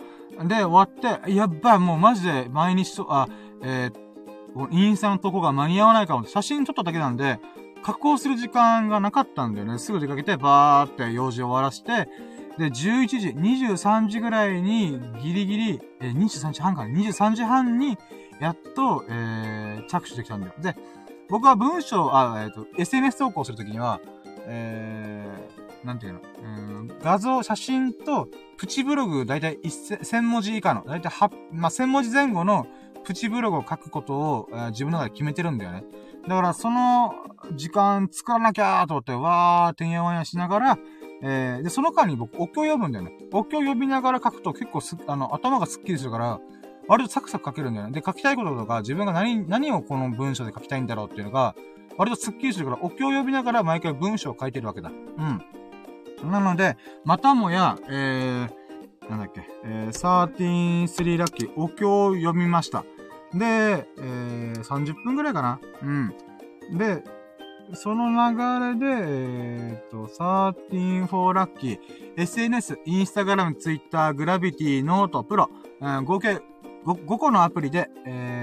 で、終わって、やっばい、もうマジで毎日インスタの投稿が間に合わないかも。写真撮っただけなんで、加工する時間がなかったんだよね。すぐ出かけて、バーって用事を終わらして、で、11時、23時ぐらいに、ギリギリ、23時半かな ?23 時半に、やっと、着手できたんだよ。で、僕は文章、SNS 投稿するときには、なんていうの、画像、写真と、プチブログ、だいたい1000文字以下の、だいたい1000文字前後の、プチブログを書くことを、自分の中で決めてるんだよね。だから、その、時間作らなきゃーと思って、わー、てんやわんやしながら、で、その間に僕、お経を読むんだよね。お経を読みながら書くと結構頭がスッキリするから、割とサクサク書けるんだよね。で、書きたいこととか、自分が何をこの文章で書きたいんだろうっていうのが、割とスッキリするから、お経を読みながら毎回文章を書いてるわけだ。うん。なので、またもや、なんだっけ、13ラッキー、お経を読みました。で、30分ぐらいかな。うん。で、その流れで、13ラッキー、SNS、インスタグラム、ツイッター、グラビティ、ノート、プロ、合計 5個のアプリで、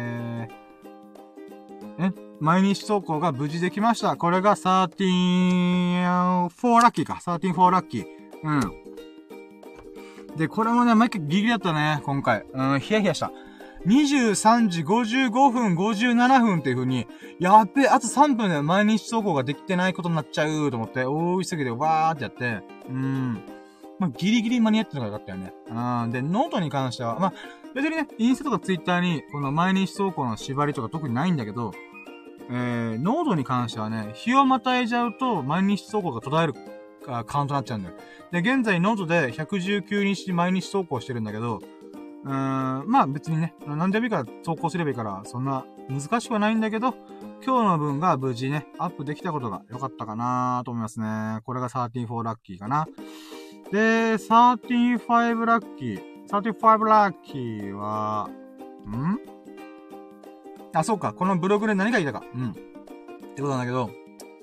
毎日投稿が無事できました。これが13、4ラッキーか。13、4ラッキー。うん。で、これもね、毎回ギリギリだったね、今回。ヒヤヒヤした。23時55分57分っていう風に、やっべ、あと3分で毎日投稿ができてないことになっちゃうと思って、大急ぎでわーってやって、まあ、ギリギリ間に合ってるのがよかったよね。で、ノートに関しては、まあ、別にね、インスタとかツイッターに、この毎日投稿の縛りとか特にないんだけど、ノートに関してはね、日をまたいじゃうと、毎日投稿が途絶える、カウントになっちゃうんだよ。で、現在ノートで119日毎日投稿してるんだけど、まあ別にね、何でもいいから投稿すればいいから、そんな難しくはないんだけど、今日の分が無事ね、アップできたことが良かったかなと思いますね。これが13-4ラッキーかな。で、13-5ラッキー。13-5ラッキーは、そうか。このブログで何が言いたか。ってことなんだけど、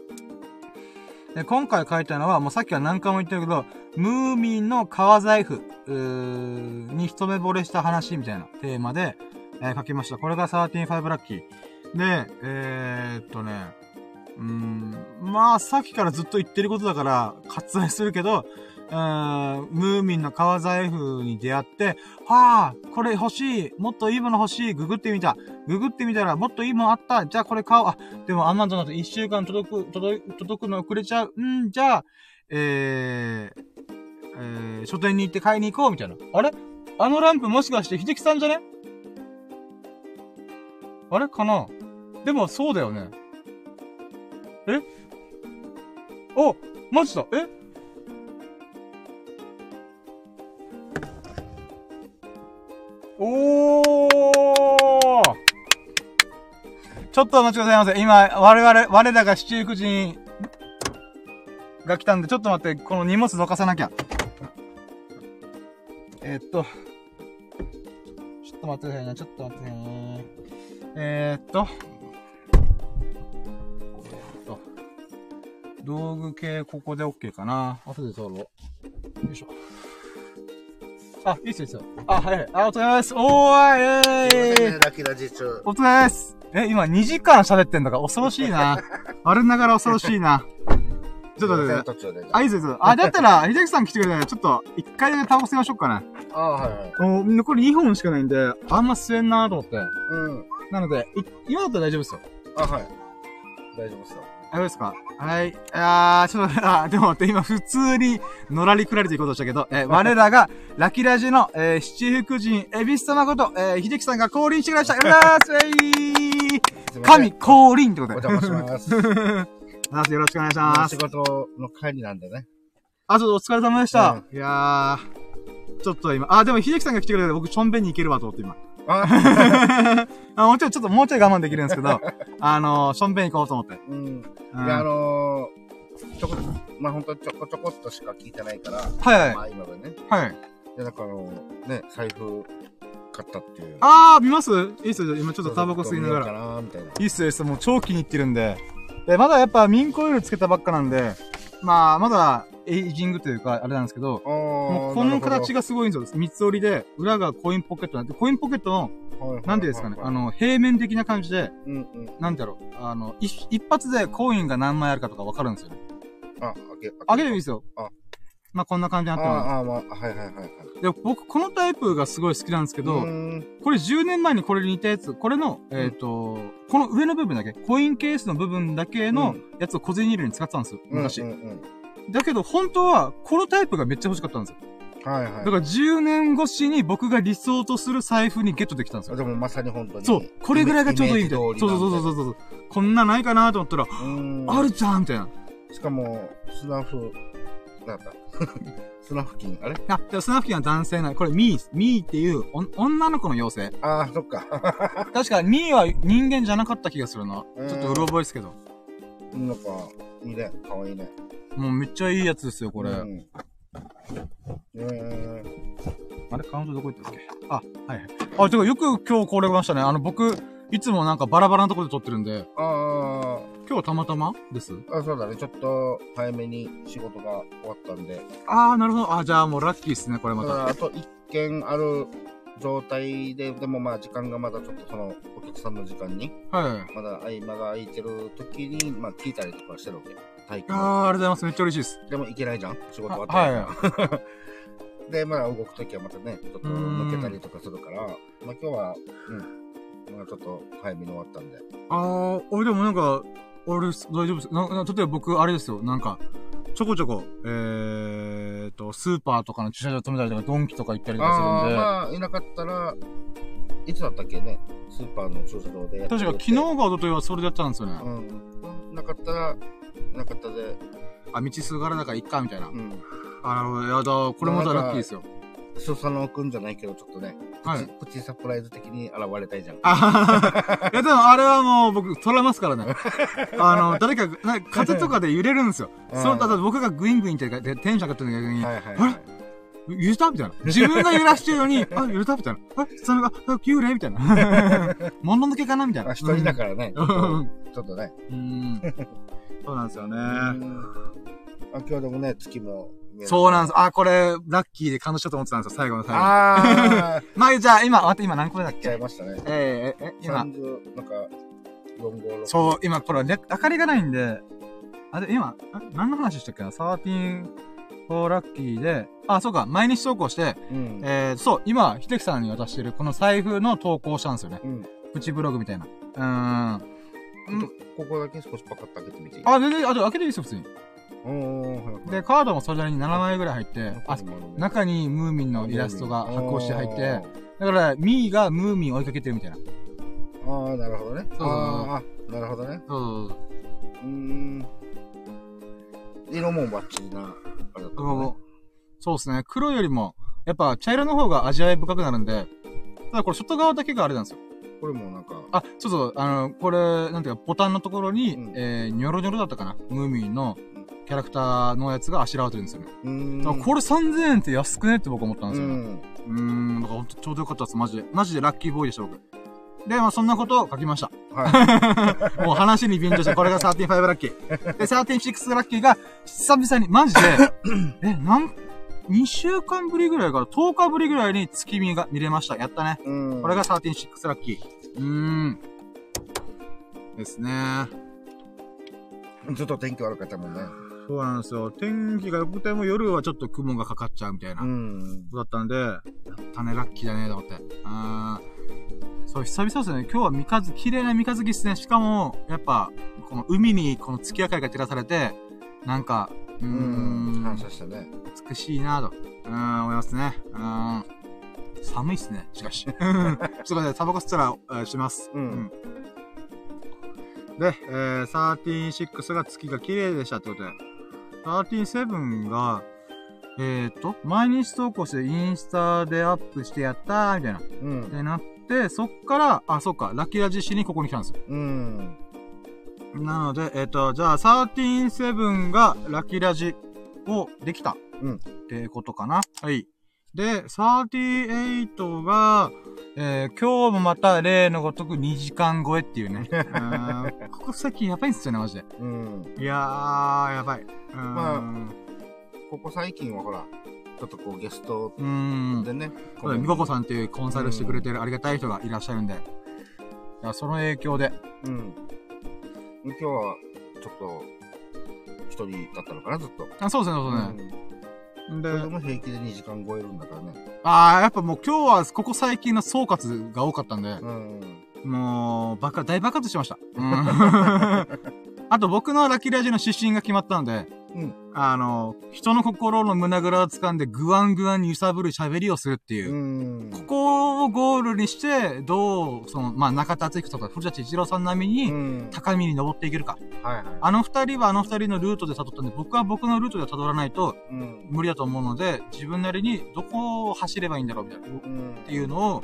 今回書いたのは、もうさっきは何回も言ってるけど、ムーミンの革財布、に一目惚れした話みたいなテーマで、書きました。これが13-5ラッキー。で、まあ、さっきからずっと言ってることだから、割愛するけど、ムーミンの革財布に出会って、これ欲しい、もっといいもの欲しい、ググってみたらもっといいものあった、じゃあこれ買おう、でも Amazon だと1週間届くの遅れちゃう、じゃあ、書店に行って買いに行こう、みたいな。あれあのランプもしかして秀樹さんじゃね？あれかな？でもそうだよね。マジだ。ちょっとお待ちくださいませ。今、我らが七福神が来たんで、ちょっと待って、この荷物どかさなきゃ。ちょっと待ってくださいね。道具系ここで OK かな。後で取ろう。よいしょ。いいっすよ。はい。お疲れ様です。 ラキラジ中。 お疲れ様です。今2時間喋ってんだから恐ろしいな。我ながら恐ろしいな。ちょっと待って。いいっすよ。だったら、秀樹さん来てくれたら、ちょっと、1回だけタバコ吸いましょうかね。 はい。 残り2本しかないんで、あんま吸えんなと思って。なので、今だったら大丈夫ですよ。 はい。大丈夫ですよ。 どうですか？はい。ちょっと、でも待って、今普通に、のらりくらりということでしたけど、我らが、ラキラジの、七福神、エビス様こと、秀樹さんが降臨してくれました。ありがとうございます。神降臨ってことで。 お邪魔します。 よろしくお願いします。 仕事の帰りなんでね。 ちょっとお疲れ様でした。いやー、ちょっと今、でも秀樹さんが来てくれて僕、ちょんべんに行けるわと思って今。もちろんちょっともうちょい我慢できるんですけど、しょんべん行こうと思って。 うん。いや、まあ、ほんとちょこちょこっとしか聞いてないから。 はい。 まあ、今はね。 はい。 で、だからね、財布買ったっていう。 見ます？いいっすよ。今ちょっとタバコ吸いながら。いいっすよ、もう超気に入ってるんで。まだやっぱミンクオイルつけたばっかなんで、まだ、エイジングというか、あれなんですけど、もうこの形がすごいんですよ。三つ折りで、裏がコインポケットなんで、コインポケットの、なんていうんですかね、平面的な感じで、なんだろう、一発でコインが何枚あるかとかわかるんですよね。あげてもいいですよ。まあ、こんな感じになってます。 はい。 で、僕、このタイプがすごい好きなんですけど、これ10年前にこれに似たやつ、これの、この上の部分だけ、コインケースの部分だけのやつを小銭入れに使ってたんですよ、昔。だけど、本当は、このタイプがめっちゃ欲しかったんですよ。 はい。 だから10年越しに僕が理想とする財布にゲットできたんですよ。 でもまさに本当に。 そう。これぐらいがちょうどいいみたいな。そう。こんなないかなと思ったら、あるじゃんみたいな。 しかも、スナフキン、あれ？ スナフキンは男性ない。これミーっていう女の子の妖精。 そっか。 確かミーは人間じゃなかった気がするな。ちょっとうろ覚えですけど。 なんか、いいね。かわいいね。 もうめっちゃいいやつですよ、これ。あれカウントどこ行ったっけ？はい。てかよく今日これましたね。僕、いつもなんかバラバラなところで撮ってるんで。今日はたまたまです。 そうだね。ちょっと早めに仕事が終わったんで。 なるほど。じゃあもうラッキーっすね、これまた。 あと一件ある状態で、でもまあ時間がまだちょっとそのお客さんの時間に。はい。まだ合間が空いてる時に、まあ聞いたりとかしてるわけ。 ありがとうございます。めっちゃ嬉しいです。 でも行けないじゃん仕事終わったら。はい。で、まあ動くときはまたね、ちょっと抜けたりとかするから、まあ今日は、まあちょっと早めに終わったんで。 俺でもなんか、大丈夫です。例えば僕、あれですよ。なんか、ちょこちょこ、スーパーとかの駐車場止めたりとか、ドンキとか行ったりとかするんで。 まあ、いなかったら、いつだったっけねスーパーの駐車場でやってる。 確か昨日が一昨日はそれでやったんですよね。 なかったら、なかったで。 道すがらだからいっか、みたいな。やだ、これまたラッキーですよ。 スサノオくんじゃないけど、ちょっとね、プチサプライズ的に現れたいじゃん。いや、でもあれはもう僕、取らますからね。誰か、風とかで揺れるんですよ。だから僕がグイングインってテンション上がってるのに、あれ揺れたみたいな。自分が揺らしてるのに、揺れたみたいな。それが、幽霊みたいな。もののけかなみたいな。 一人だからね。ちょっとね。 そうなんですよね。 今日でもね、月も。 そうなんです。これ、ラッキーで感動しようと思ってたんですよ、最後の最後に。まあ、じゃあ、今何個目だっけ？ ちゃいましたね。 今。 なんか、456。 そう、今、これ、明かりがないんで、今、何の話したっけな ?13、4ラッキーで、そうか、毎日投稿して、そう、今、秀樹さんに渡してる、この財布の投稿したんですよね。プチブログみたいな。 ここだけ少しパカッと開けてみていい？ 全然、開けていいですよ、普通に。で、カードもそれなりに7枚ぐらい入って、中にムーミンのイラストが発行して入って、だから、ミーがムーミン追いかけてるみたいな。 なるほどね。なるほどね。色もバッチリな、あれだったね。 そうですね。黒よりも、やっぱ茶色の方が味わい深くなるんで、ただこれ外側だけがあれなんですよ。 これもなんか。 これ、なんていうか、ボタンのところに、ニョロニョロだったかなムーミンのキャラクターのやつがあしらわれてるんですよね。これ3000円って安くねって僕思ったんですよね。だからほんとちょうどよかったです、マジで。マジでラッキーボーイでした、僕。で、まあそんなことを書きました。もう話に便乗して、これが13.5ラッキー。で、13.6ラッキーが、久々に、マジで、2週間ぶりぐらいから10日ぶりぐらいに月見が見れました。やったね。これが13.6ラッキー。ですね。 ちょっと天気悪かったもんね。 そうなんですよ。天気が良くても夜はちょっと雲がかかっちゃうみたいな。だったんで、やったね、ラッキーだね、と思って。そう、久々ですね。今日は綺麗な三日月っすね。しかも、やっぱ、 この海にこの月明かりが照らされて、なんか、 反射してね。 美しいなぁと、思いますね。寒いっすね、しかし。ちょっと待って、タバコ吸ったら、します。で、136が月が綺麗でしたってことで、137が、毎日投稿してインスタでアップしてやったー、みたいな。ってなって、そっから、そっか、ラッキーラジしにここに来たんですよ。なので、じゃあ、137がラッキーラジをできた。ってことかな。はい。で、38が、今日もまた例のごとく2時間超えっていうね。ここ最近やばいんすよね、マジで。いやー、やばい。 まあ、ここ最近はほら、ちょっとこうゲストでね。 みここさんっていうコンサルしてくれてるありがたい人がいらっしゃるんで。その影響で。 今日は、ちょっと、一人だったのかな、ずっと。 そうですね、そうですね。 で、それでも平気で2時間超えるんだからね。 やっぱもう今日はここ最近の総括が多かったんで、もう、大爆発しました。あと僕のラッキーラジの指針が決まったので、人の心の胸ぐらを掴んでグワングワンに揺さぶる喋りをするっていう。ここをゴールにして、中田敦彦とか古舘一郎さん並みに、高みに登っていけるか。あの二人はあの二人のルートで辿ったんで、僕は僕のルートで辿らないと、無理だと思うので、自分なりにどこを走ればいいんだろう、みたいな。っていうのを、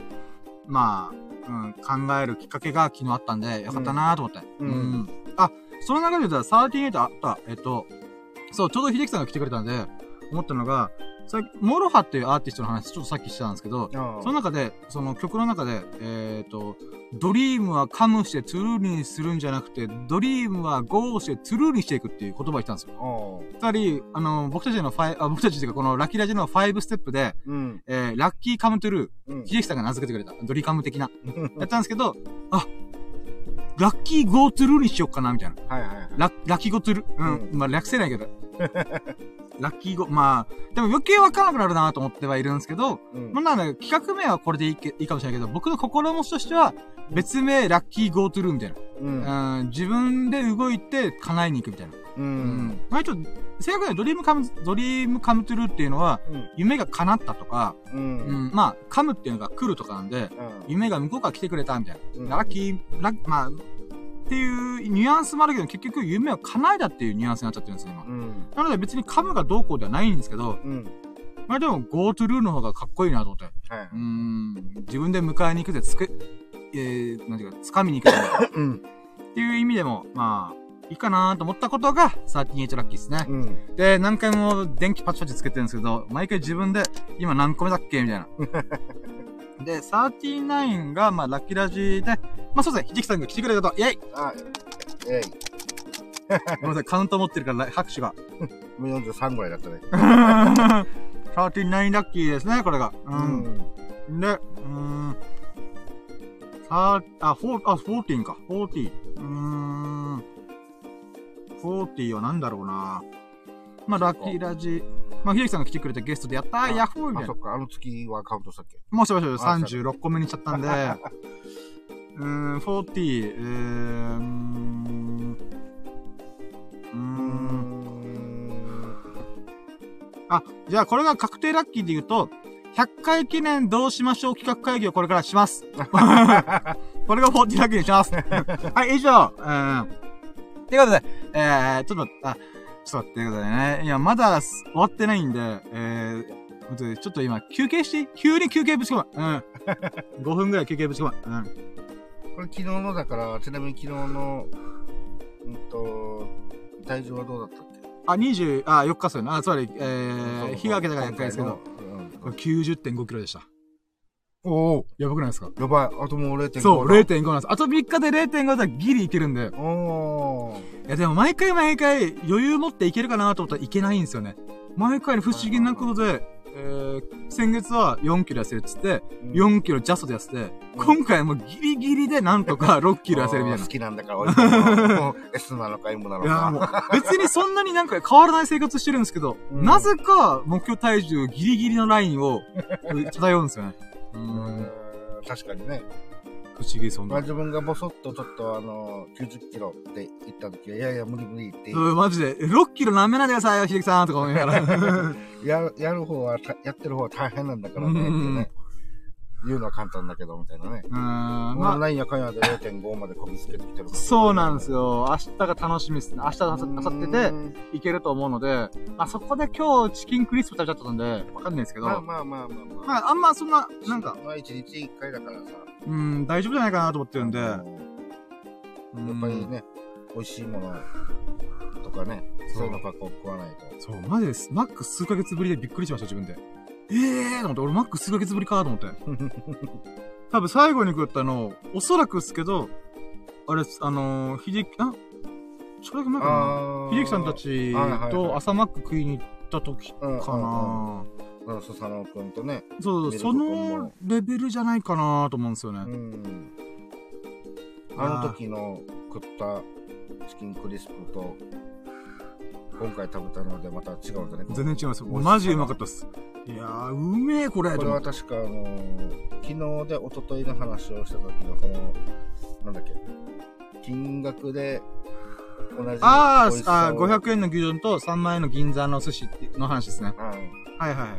考えるきっかけが昨日あったんで、よかったなーと思って。その中で言うと、38あった、そう、ちょうど秀樹さんが来てくれたんで、思ったのが、モロハっていうアーティストの話、ちょっとさっきしてたんですけど、その中で、その曲の中で、ドリームはカムしてトゥルーにするんじゃなくて、ドリームはゴーしてトゥルーにしていくっていう言葉を言ったんですよ。つまり、僕たちっていうか、このラッキーラジの5ステップで、ラッキーカムトゥルー、秀樹さんが名付けてくれた、ドリカム的な、やったんですけど、ラッキーゴートゥルーにしよっかな、みたいな。ラッキーゴートゥルー。略せないけど。ラッキーゴ、でも余計わからなくなるなと思ってはいるんですけど、企画名はこれでいいかもしれないけど、僕の心持ちとしては、別名ラッキーゴートゥルーみたいな。自分で動いて叶えに行くみたいな。一応、正確にはドリームカムトゥルーっていうのは、夢が叶ったとか、カムっていうのが来るとかなんで、夢が向こうから来てくれたみたいな。ラッキー、っていうニュアンスもあるけど、結局夢を叶えたっていうニュアンスになっちゃってるんですよ、今。なので別にカムがどうこうではないんですけど、でも、ゴートゥルーの方がかっこいいなと思って。自分で迎えに行くぜ、掴みに行くぜ、っていう意味でも、いいかなと思ったことが、38ラッキーですね。で、何回も電気パチパチつけてるんですけど、毎回自分で、今何個目だっけみたいな。で、39が、ラッキーラジで、そうですね、秀樹さんが来てくれたこと、イェイごめんなさい、カウント持ってるから、拍手が。 もう43ぐらいだったね。 39ラッキーですね、これが。で、14か。40。40は何だろうな。ラッキーラジ。秀樹さんが来てくれてゲストでやったー、ヤッフーみたいな。 そっか、月はカウントしたっけ？ もうしばしば36個目にしちゃったんで、40、じゃあこれが確定ラッキーで言うと、100回記念どうしましょう企画会議をこれからします。これが40ラッキーにします。はい、以上。ということで、ちょっと待ってくださいね。いや、まだ終わってないんで、ちょっと今、休憩して急に休憩ぶち込む。5分ぐらい休憩ぶち込む。 これ昨日のだから、ちなみに昨日の、体重はどうだったっけ 4日っすよね。つまり、日が明けたから1回ですけど、これ 90.5 キロでした。 おお、 やばくないですか？ やばい。あともう 0.5。 そう、0.5 なんです。あと3日で 0.5 だったらギリいけるんで。いや、でも毎回余裕持っていけるかなと思ったらいけないんですよね。毎回不思議なことで、先月は4キロ痩せるっつって、4キロジャストで痩せて、今回はもうギリギリでなんとか6キロ痩せるみたいな。 好きなんだから、俺も S なのか M なのか。 いや、もう別にそんなに変わらない生活してるんですけど、なぜか目標体重ギリギリのラインを漂うんですよね。 確かにね。 不思議そんな。 まあ自分がボソッとちょっと90キロって言った時は、いやいや無理無理ってマジで、6キロ舐めないでくださいよ、秀樹さんとか思いながら。 やる方は、やってる方は大変なんだからね、ってね。言うのは簡単だけど、みたいなね。まあ、なんやかんやで 0.5 までこぎつけてきてるから。 そうなんですよ。明日が楽しみですね。明日、明後日でいけると思うので、まあそこで今日チキンクリスプ食べちゃったんで、わかんないですけど。まああんまそんな、なんか。 まあ1日1回だからさ。 大丈夫じゃないかなと思ってるんで。やっぱりね、美味しいものとかね、そういうのばっか食わないと。 そう、マジです。マック数ヶ月ぶりでびっくりしました、自分で。と思って、俺マック数ヶ月ぶりかと思って。多分最後に食ったの、おそらくっすけど、あれ、ちょれ前かな秀樹さんたちと朝マック食いに行った時かなスサノオくんとね。 そう、そのレベルじゃないかなと思うんですよね。 あの時の食ったチキンクリスプと、今回食べたのでまた違うんだね。 全然違います。マジうまかったっす。いやー、うめえ、これ。 これは確か昨日で一昨日の話をした時のなんだっけ、金額で同じ。 500円の牛丼と3万円の銀座の寿司の話ですね。はいはい。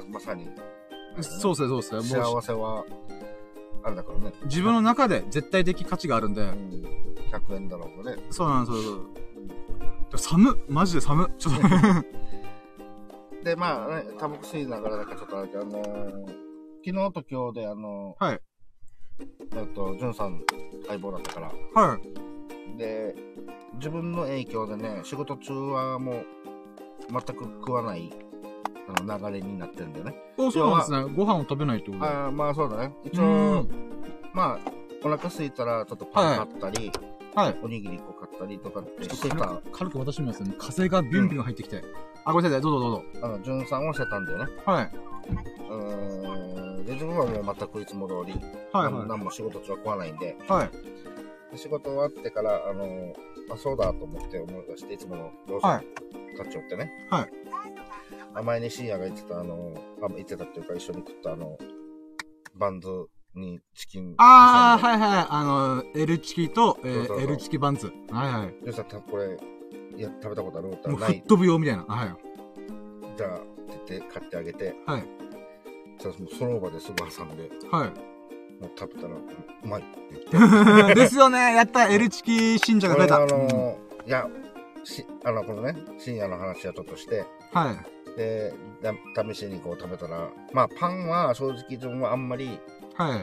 まさに。 そうっすね、そうっすね。 幸せは、あれだからね。 自分の中で絶対的価値があるんで。 100円だろうがね。 そうなんです、そうマジで寒っ。ちょっとで、まあね、タバコ吸いながらだからちょっとあれ昨日と今日ではい。 ジュンさん相棒だったから。 はい。 で、自分の影響でね、仕事中はもう、全く食わない、流れになってるんだよね。 そうなんですね。ご飯を食べないってこと？ まあそうだね。一応、まあ、お腹空いたらちょっとパン買ったり、はい。おにぎり1個買ったりとかってしてた。 軽く私もですね、風がビュンビュン入ってきて。ごめんなさい、どうぞ。 ジュンさんはしてたんだよね。 はい。 で、自分はもう全くいつも通り、何も仕事中は食わないんで、はい。で仕事終わってから、そうだと思って思い出して、いつものローソン買っちゃってね。はい。前に深夜が言ってた、言ってたっていうか一緒に食ったバンズにチキン。 はい。L チキと、L チキバンズ。はいはい。 でさ、これ、食べたことあるって言ったらない。吹っ飛ぶよ、みたいな。はい。 じゃあ、って言って買ってあげて。はい。じゃあ、その場ですぐ挟んで。はい。もう食べたら、うまいって言って。 ですよね。やった L チキ信者が増えた。 いや、このね、深夜の話はちょっとして。はい。で、試しにこう食べたら、まあ、パンは正直自分はあんまり、はい。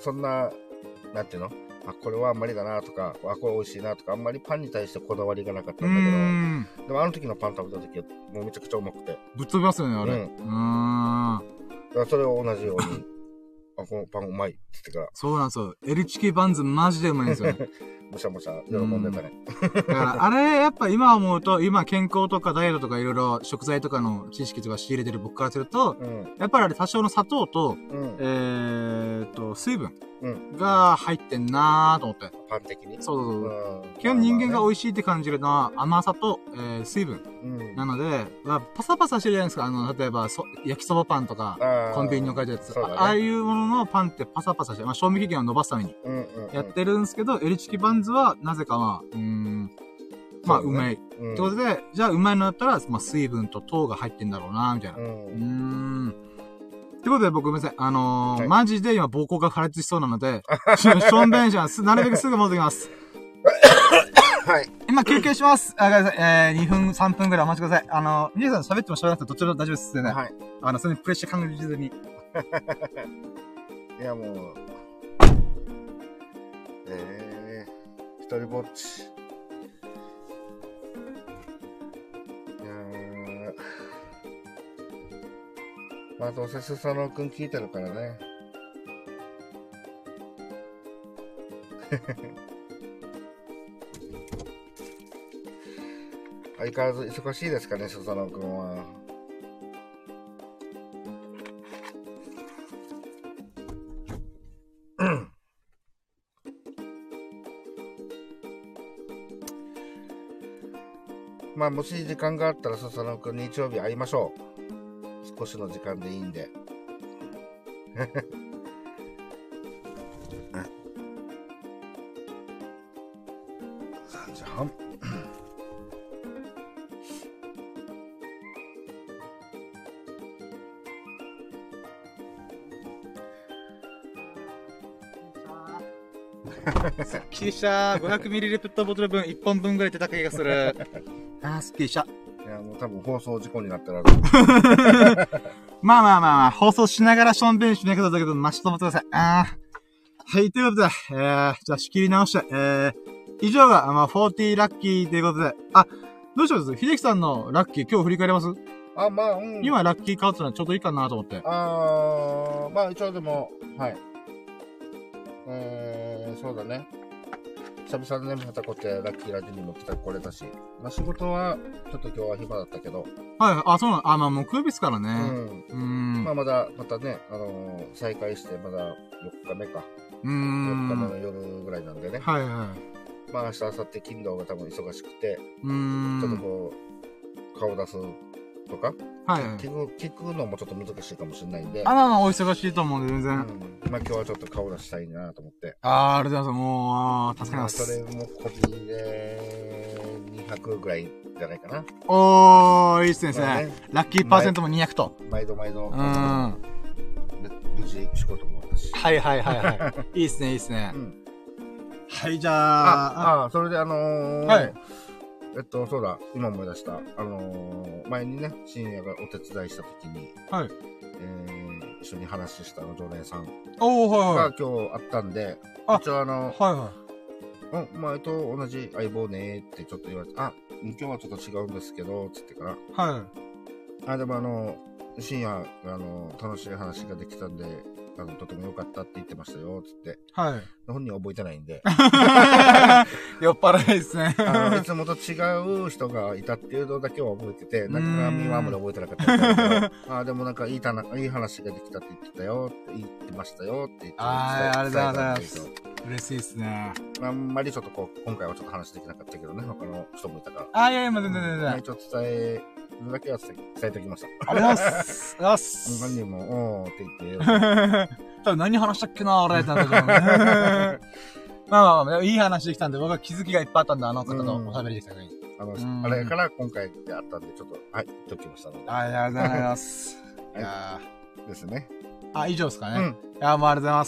そんな、なんていうの？これはあんまりだなとか、これ美味しいなとか、あんまりパンに対してこだわりがなかったんだけど、でもあの時のパン食べた時はもうめちゃくちゃうまくて。 ぶっ飛びますよね、あれ。 だからそれを同じように、このパンうまいって言ってから。 そうなんですよ。L チキバンズマジでうまいんですよ。 むしゃむしゃ喜んでたね。 だからあれ、やっぱ今思うと、今健康とかダイエットとかいろいろ食材とかの知識とか仕入れてる僕からすると、やっぱりあれ多少の砂糖と、水分が入ってんなーと思って。 パン的に？ そう。基本人間が美味しいって感じるのは甘さと、水分。なので、パサパサしてるじゃないですか。例えば、焼きそばパンとか、コンビニに置かれたやつ。ああいうもののパンってパサパサして、賞味期限を伸ばすためにやってるんですけど、L チキバンズはなぜかうまい。ってことで、じゃあうまいのだったら、水分と糖が入ってんだろうな、みたいな。ってことで僕ごめんなさい。マジで今膀胱が破裂しそうなので、しょんべんじゃん。なるべくすぐ戻ってきます。はい。今休憩します。ごめんなさい。2分、3分ぐらいお待ちください。皆さん喋っても喋らなくてどっちでも大丈夫ですよね。はい。それにプレッシャー感じずに。 いやもう、一人ぼっち。まあどうせスサノオくん聞いてるからね。相変わらず忙しいですかね、スサノオくんは。まあもし時間があったらスサノオくん日曜日会いましょう。少しの時間でいいんで。 すっきりした。500ml ペットボトル分、1本分ぐらい出た気がする。すっきりした。 いや、もう多分放送事故になったら。 まあ、放送しながらしょんべんしなきゃだけど、ましと思ってください。はい、ということで、じゃあ仕切り直して、以上が、40ラッキーということで、どうします秀樹さんのラッキー、今日振り返ります今ラッキーカードのはちょうどいいかなと思って。 一応でも、はい。そうだね。久々にね、またこっちラッキーラジにも来れたし。仕事は、ちょっと今日は暇だったけど。 はい、そうなの。木曜日ですからね。 またね、再開して、まだ4日目か。4日目の夜ぐらいなんでね。 はい。 明日、明後日、金土が多分忙しくて、ちょっとこう、顔出すとか、聞くのもちょっと難しいかもしれないんで。 お忙しいと思うんで、全然。 今日はちょっと顔出したいなと思って。 ありがとうございます。もう、助かります。 それも込みで、200ぐらいじゃないかな。 いいっすね。ラッキーパーセントも200と。 毎度。無事仕事もあったし。 はい。いいっすね。はい、じゃあ。 それではい。 そうだ、今思い出した。前にね、深夜がお手伝いした時に、 はい。 一緒に話した常連さんがはい。 今日あったんで、一応お前と同じ相棒ねってちょっと言われて、今日はちょっと違うんですけど、つってから。 はい。 でも深夜、楽しい話ができたんで、とても良かったって言ってましたよ、つって。 はい。 本人は覚えてないんで。 酔っ払いですね。 いつもと違う人がいたっていうのだけは覚えてて、中身はあんまり覚えてなかったんだけど、でもなんかいい話ができたって言ってたよ、って言ってましたよ、って言って。 ありがとうございます。嬉しいですね。 あんまりちょっと今回はちょっと話できなかったけどね、他の人もいたから。 いや、全然。 一応伝えるだけは伝えておきました。 ありがとうございます。 本人も、って言って。 多分何話したっけな、俺ってなったけど。いい話できたんで、僕は気づきがいっぱいあったんで、あの方とおしゃべりできたからいい。 あれから今回であったんで、ちょっと、言っときましたので。 ありがとうございます。 いやですね。 以上ですかね。もうありがとうございます。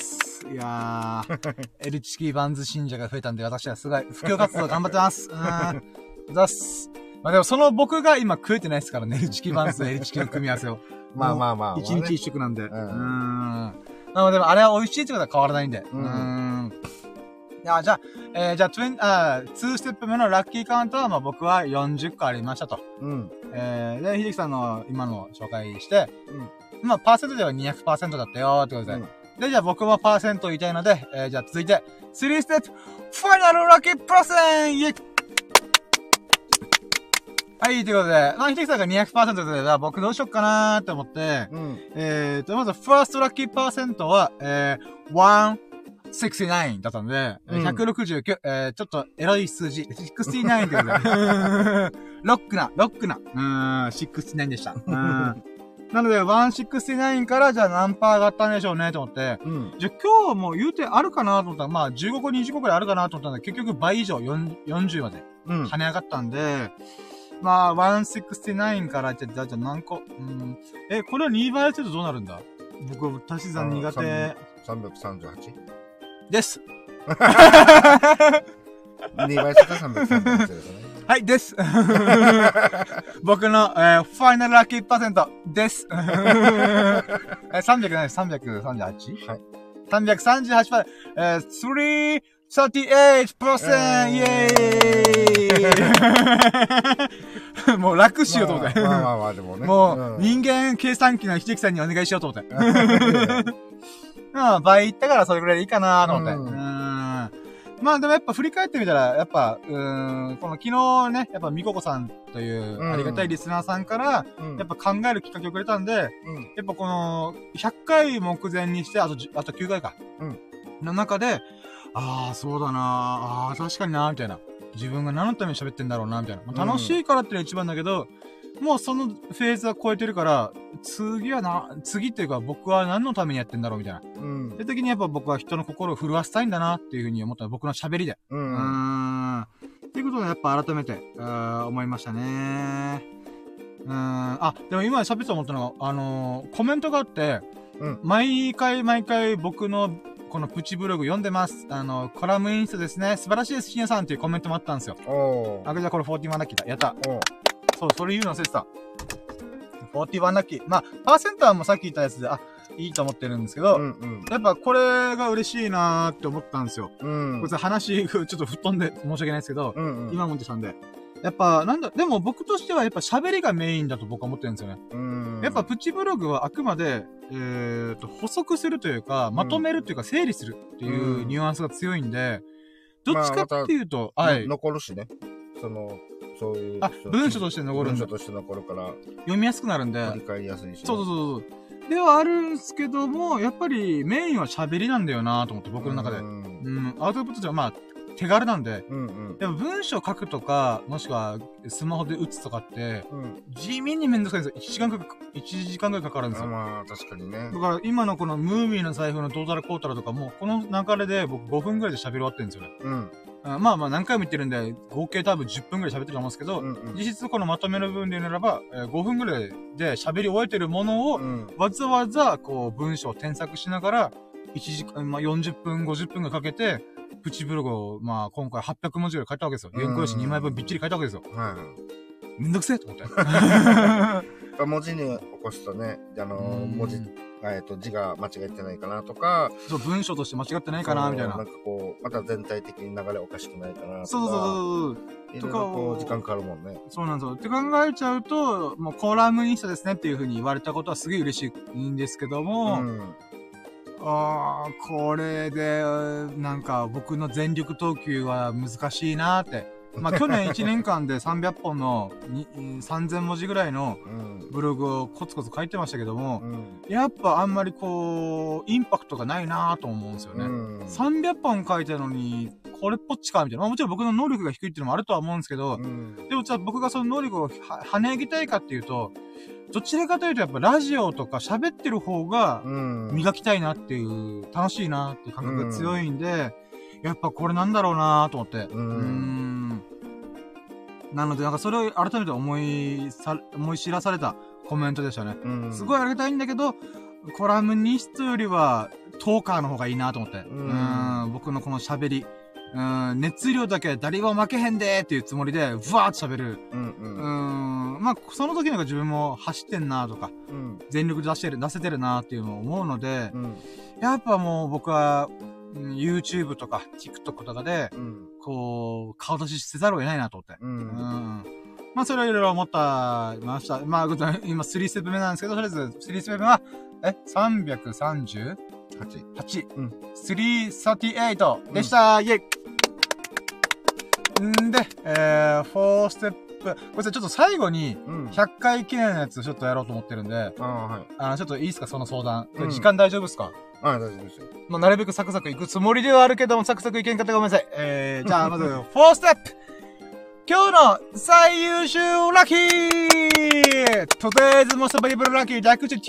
エルチキバンズ信者が増えたんで、私はすごい、布教活動頑張ってます。ざっす。でもその僕が今食えてないですからね、エルチキバンズとエルチキの組み合わせを。一日一食なんで。なので、あれは美味しいってことは変わらないんで。じゃあ、2ステップ目のラッキーカウントは、僕は40個ありましたと。で、秀樹さんの今の紹介して、パーセントでは 200% だったよってことで。で、じゃあ僕もパーセント言いたいので、じゃあ続いて、3ステップ、ファイナルラッキープラセンイェイはい、ということで、秀樹さんが 200% で、じゃあ僕どうしよっかなーって思って、まず、ファーストラッキーパーセントは、169だったんで、169、ちょっとエロい数字、69ってことで、ロックな、69でした。なので、169からじゃあ何パー上がったんでしょうね、と思って。じゃあ今日はもう言うてあるかなと思ったら、15個、20個くらいあるかなと思ったんで、結局倍以上、40まで、跳ね上がったんで、169から、じゃあ何個これは2倍するとどうなるんだ？僕、足し算苦手。 338? です。 2倍すると338ですね。 はい、です。僕の、ファイナルラッキーパーセントです。300ない、338? はい。 338%、338%イェーイもう楽しようと思って。 でもね。 もう、人間計算機の秀樹さんにお願いしようと思って。倍いったからそれぐらいでいいかなと思って。でもやっぱ振り返ってみたら、やっぱ、この昨日ね、やっぱみここさんというありがたいリスナーさんから、やっぱ考えるきっかけをくれたんで、やっぱこの、100回目前にして、あと9回か。の中で、そうだな確かになみたいな。自分が何のために喋ってんだろうなみたいな。楽しいからってのが一番だけど、もうそのフェーズは超えてるから、次っていうか僕は何のためにやってんだろうみたいな。で、時にやっぱ僕は人の心を震わせたいんだなっていうふうに思った僕の喋りで。っていうこことをやっぱ改めて、思いましたね。でも今喋って思ったのが、コメントがあって、毎回僕のこのプチブログ読んでます。コラムインストですね。素晴らしいです、ひなさんっていうコメントもあったんですよ。じゃあこれ41ラッキーだ。やった。そう、それ言うの忘れてた。41ラッキー。まあ、パーセンターもさっき言ったやつで、いいと思ってるんですけど、やっぱこれが嬉しいなーって思ったんですよ。これ話、ちょっと吹っ飛んで申し訳ないですけど、今思ってたんで。やっぱ、でも僕としてはやっぱ喋りがメインだと僕は思ってるんですよね。やっぱプチブログはあくまで、補足するというか、まとめるというか、整理するっていうニュアンスが強いんで、どっちかっていうと、はい。 残るしね。そういう。 文章として残るんで。 文章として残るから。 読みやすくなるんで。 理解やすいし。 そう。ではあるんですけども、やっぱりメインは喋りなんだよなと思って、僕の中で。アウトプットじゃまあ、手軽なんで。でも文章書くとか、もしくはスマホで打つとかって、地味にめんどくさいんですよ。1時間ぐらいかかるんですよ。 まあ、確かにね。 だから今のこのムーミーの財布のどうたらこうたらとかも、この流れで僕5分ぐらいで喋り終わってるんですよね。まあ何回も言ってるんで、合計多分10分ぐらい喋ってると思うんですけど、実質このまとめの部分で言うならば、5分ぐらいで喋り終えてるものを、わざわざこう文章を添削しながら、1時間、40分、50分がかけて、プチブログを、今回800文字ぐらい書いたわけですよ。原稿用紙2枚分びっちり書いたわけですよ。めんどくせえと思って。 文字に起こすとね、文字、字が間違えてないかなとか、 そう、文章として間違ってないかな、みたいな。 なんかこう、また全体的に流れおかしくないかなとか。 そう。 いろいろこう、時間かかるもんね。 そうなんですよ。って考えちゃうと、もうコラムニストですねっていう風に言われたことはすげえ嬉しいんですけども、これで、なんか僕の全力投球は難しいなーって。去年1年間で300本の3000文字ぐらいのブログをコツコツ書いてましたけども、やっぱあんまりこう、インパクトがないなぁと思うんですよね。300本書いてるのに、これっぽっちかみたいな。もちろん僕の能力が低いっていうのもあるとは思うんですけど、でもじゃあ僕がその能力を跳ね上げたいかっていうと、どちらかというとやっぱラジオとか喋ってる方が磨きたいなっていう、楽しいなっていう感覚が強いんで、やっぱこれなんだろうなと思って。なので、なんかそれを改めて思い知らされたコメントでしたね。すごいありがたいんだけど、コラムニストよりはトーカーの方がいいなと思って。僕のこの喋り。熱量だけ誰も負けへんでーっていうつもりで、ブワーって喋る。その時のが自分も走ってんなとか、全力で出せてるなっていうのを思うので、やっぱもう僕は、YouTube とか TikTok とかで、こう、顔出しせざるを得ないなと思って。それをいろいろ思ったました。今3ステップ目なんですけど、とりあえず3ステップ目は、338? 338でした、イェイで、4ステップ。これちょっと最後に、100回記念のやつちょっとやろうと思ってるんで、ちょっといいですか、その相談。時間大丈夫ですか？ 大丈夫ですよ。 なるべくサクサクいくつもりではあるけども、サクサクいけんかったらごめんなさい。じゃあ、まず、4ステップ今日の最優秀ラッキー Today's most valuable lucky 略して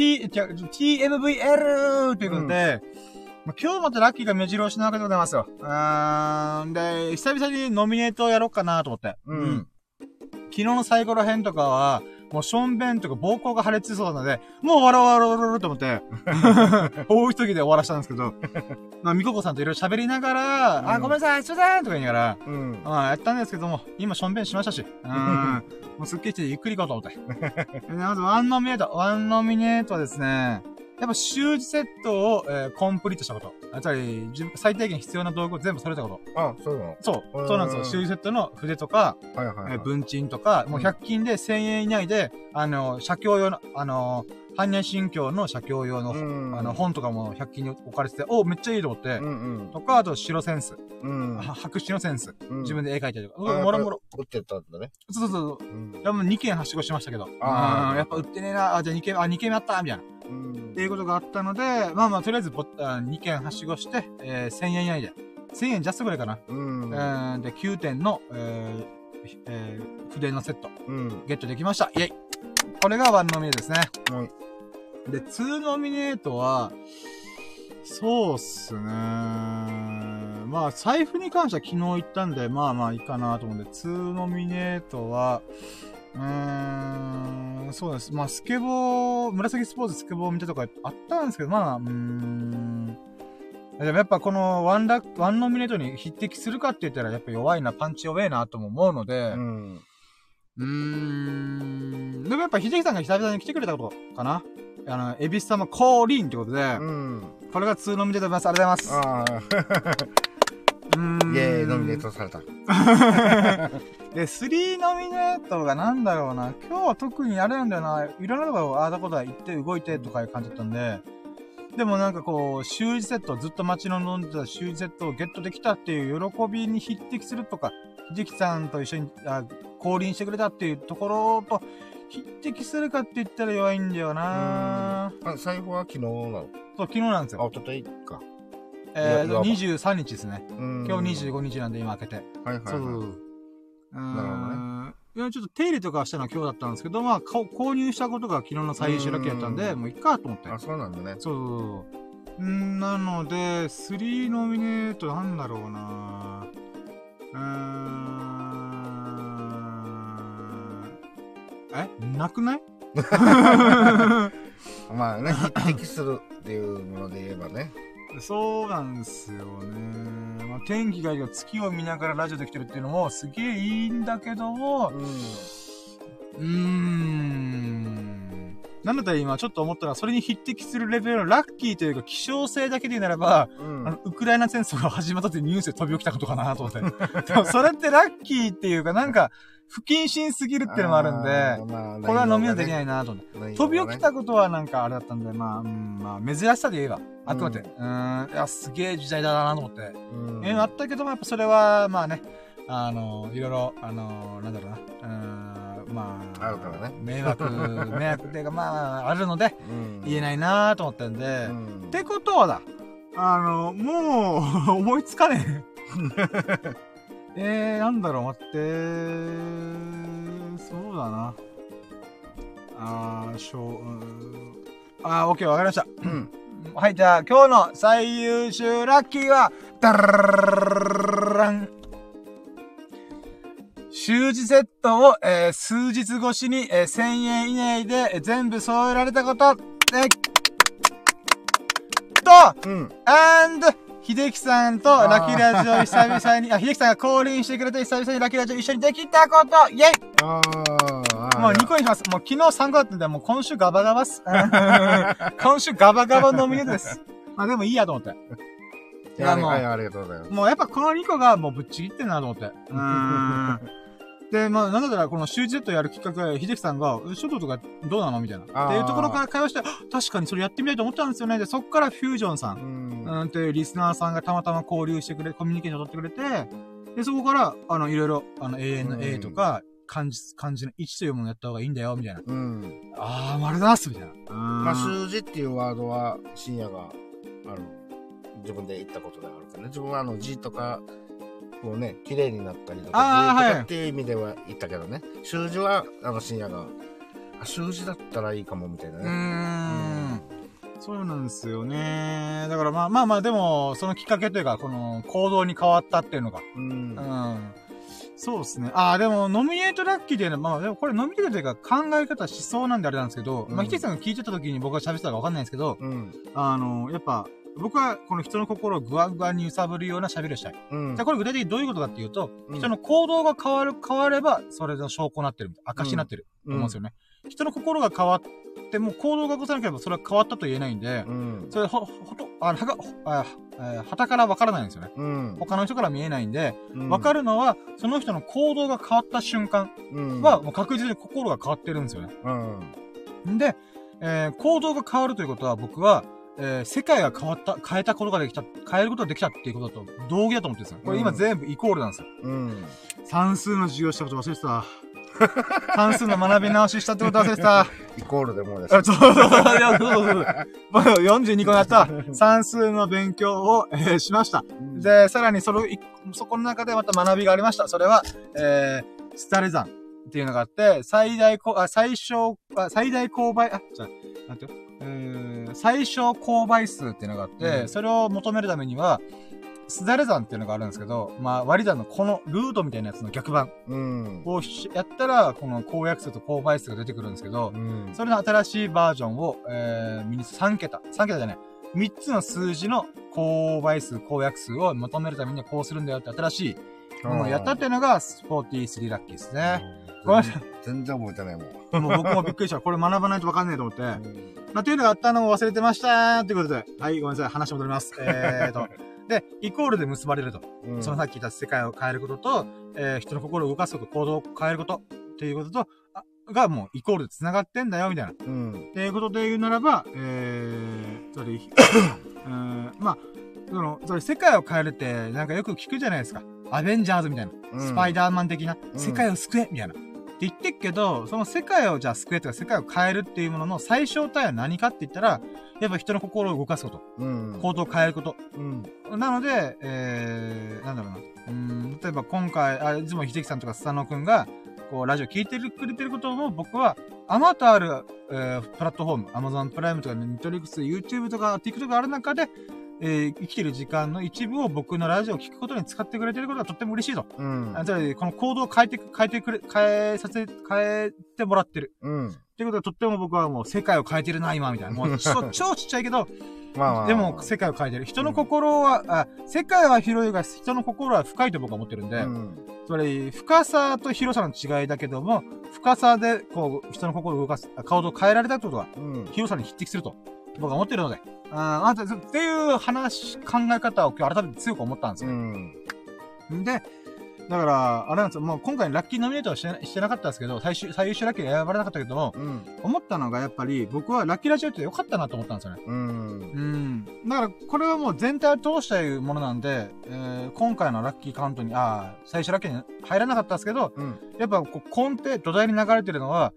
TMVL ということで、今日またラッキーが目白押しなわけでございますよ。で、久々にノミネートをやろうかなと思って。昨日の最後ら辺とかは、もうションベンとか膀胱が腫れついそうなので、もう笑と思って、大急ぎで終わらしたんですけど、みここさんといろいろ喋りながら、ごめんなさい、すいませんとか言いながら、やったんですけども、今ションベンしましたし、もうすっきりしてゆっくり行こうと思って。まずワンノミネートはですね、やっぱ習字セットを、コンプリートしたこと。つまり、最低限必要な道具を全部揃えたこと。 そうなの？ そうなんですよ。習字セットの筆とか、文鎮とか、もう100均で1000円以内で、写経用の、般若心経の写経用の、本とかも100均に置かれてて、めっちゃいいと思って、とか、あと白センス。白紙のセンス。自分で絵描いたりとか。もろもろ。 売ってたんだね。 そう。でも2件はしごしましたけど。やっぱ売ってねえな。じゃあ2件目あったみたいな。っていうことがあったので、とりあえず2件はしごして、1000円以内で。1000円ジャストぐらいかな。で、9点の、筆のセット。ゲットできました。イェイ！これが1ノミネートですね。で、2ノミネートは、そうっすね。 まあ、財布に関しては昨日言ったんで、まあまあいいかなと思うんで、2ノミネートは、そうです。まあ、スケボー、紫スポーツスケボー見たとかあったんですけど、まあ、でもやっぱこのワンノミネートに匹敵するかって言ったらやっぱ弱いな、パンチ弱いなとも思うので、でもやっぱ秀樹さんが久々に来てくれたことかな。エビス様降臨ってことで、これが2ノミネートでます。ありがとうございます。 イェーイ、ノミネートされた。 で、3ノミネートがなんだろうな。今日は特にあれなんだよな。いろんなのがああだこだ言って動いてとかいう感じだったんで、でもなんかこう、習字セット、ずっと待ち望んでた習字セットをゲットできたっていう喜びに匹敵するとか、秀樹さんと一緒に降臨してくれたっていうところと、匹敵するかって言ったら弱いんだよなぁ。 財布は昨日なの？ そう、昨日なんですよ。 おとといか。 23日ですね。今日25日なんで今開けて。 はいはい、はい。そう。なるほどね。いや、ちょっと手入れとかしたのは今日だったんですけど、まあ、購入したことが昨日の最終ラッキーだったんで、もういっかと思って。 あ、そうなんだね。 そう。なので、3ノミネートなんだろうななくないまあね、匹敵するっていうもので言えばね。 そうなんですよね。まあ、天気がいいよ、月を見ながらラジオできてるっていうのもすげえいいんだけども、なんだったら今ちょっと思ったら、それに匹敵するレベルのラッキーというか希少性だけで言うならば、ウクライナ戦争が始まったってニュースで飛び起きたことかなと思って。でもそれってラッキーっていうかなんか、不謹慎すぎるっていうのもあるんで、これは飲みはできないなと思って。飛び起きたことはなんかあれだったんで、まあ、珍しさで言えば、あくまで、いや、すげえ時代だなと思って。あったけども、やっぱそれは、まあね、いろいろ、なんだろうな、まあ、 あるからね。 迷惑っていうか、まあ、あるので、言えないなと思ったんで、ってことはだ、もう、思いつかねえ。なんだろう、待って、そうだな。オッケー、わかりました。はい、じゃあ、今日の最優秀ラッキーは、習字セットを、数日越しに、1000円以内で、全部揃えられたこと、秀樹さんとラッキーラジオ久々に、秀樹さんが降臨してくれて久々にラッキーラジオ一緒にできたこと、イェイもう2個にします。もう昨日3個だったんで、もう今週ガバガバっす。今週ガバガバノミネートです。まあでもいいやと思って。 いや、もう、ありがとうございます。 もうやっぱこの2個がもうぶっちぎってんなと思って。で、まあ、なんだったら、この習字セットやるきっかけは、秀樹さんが、書道とかどうなのみたいな。っていうところから会話して、確かにそれやってみたいと思ったんですよね。で、そっからフュージョンさん、っていうリスナーさんがたまたま交流してくれ、コミュニケーション取ってくれて、で、そこから、いろいろ、永遠の A とか、漢字の1というものをやった方がいいんだよ、みたいな。まるだす、みたいな。 まあ、数字っていうワードは、深夜が、自分で言ったことであるからね。自分は字とか、こうね、綺麗になったりとか、っていう意味では言ったけどね。習字は、深夜が、習字だったらいいかも、みたいなね。 そうなんですよね。だからまあ、でも、そのきっかけというか、この行動に変わったっていうのが。そうですね。でも、ノミネートラッキーでね、まあ、でもこれノミネートというか考え方しそうなんであれなんですけど、まあ、ひてさんが聞いてた時に僕が喋ってたかわかんないんですけど、やっぱ、僕はこの人の心をグワグワに揺さぶるような喋りをしたい。じゃあこれ具体的にどういうことかっていうと、人の行動が変われば、それの証拠になってる、証になってる、思うんですよね。人の心が変わっても、行動が起こさなければそれは変わったと言えないんで、それ旗からわからないんですよね。他の人から見えないんで、わかるのは、その人の行動が変わった瞬間は、もう確実に心が変わってるんですよね。で、行動が変わるということは、僕は、世界が変えることができたっていうことだと同義だと思ってるんですよ。これ今全部イコールなんですよ。算数の授業したこと忘れてた。算数の学び直ししたってこと忘れてた。 イコールでもうです。 そう。42個やった。算数の勉強を、しました。で、さらにそこの中でまた学びがありました。それは、スタレ算っていうのがあって、最大公倍、なんていう最小公倍数っていうのがあって、それを求めるためには、 すだれ山っていうのがあるんですけど、まあ、割り算のこのルートみたいなやつの逆版をやったら、この公約数と公倍数が出てくるんですけど、それの新しいバージョンを、ミニ3桁じゃない、3つの数字の公倍数、公約数を求めるためにはこうするんだよって新しいものをやったっていうのが、43ラッキーですね。ごめんなさい。 全然覚えてないもん。 もう僕もびっくりした。これ学ばないとわかんないと思って。まあ、というのがあったのを忘れてましたーということで。はい、ごめんなさい。話戻ります。で、イコールで結ばれると。そのさっき言った世界を変えることと、人の心を動かすこと、行動を変えることっていうことと、がもうイコールで繋がってんだよ、みたいな。っていうことで言うならば、まあ、それ世界を変えるってなんかよく聞くじゃないですか。アベンジャーズみたいな。スパイダーマン的な。世界を救えみたいな。って言ってっけど、その世界をじゃあ救えとか世界を変えるっていうものの最小単位は何かって言ったら、やっぱ人の心を動かすこと。行動を変えること。なので、なんだろうな。例えば今回、いつも秀樹さんとかスサノくんが、こう、ラジオ聞いてくれてることも僕は、あまたある、プラットフォーム、Amazon プライムとか、Netflix、YouTube とか、TikTok がある中で、生きてる時間の一部を僕のラジオを聞くことに使ってくれてることがとっても嬉しいと。つまり、この行動を変えてもらってる。っていうことはとっても僕はもう世界を変えてるな、今、みたいな。もう超ちっちゃいけど、でも世界を変えてる。人の心は、世界は広いが人の心は深いと僕は思ってるんで、つまり、深さと広さの違いだけども、深さで、こう、人の心を動かす、行動を変えられたってことは、広さに匹敵すると、僕は思ってるので、っていう考え方を今日改めて強く思ったんですよ。で、だから、あれなんですよ、もう今回ラッキーノミネートはしてなかったんですけど、最優秀ラッキーに選ばれなかったけども、思ったのがやっぱり、僕はラッキーラジオって良かったなと思ったんですよね。だから、これはもう全体を通したいものなんで、今回のラッキーカウントに、最優秀ラッキーに入らなかったんですけど、やっぱこう根底、土台に流れてるのは、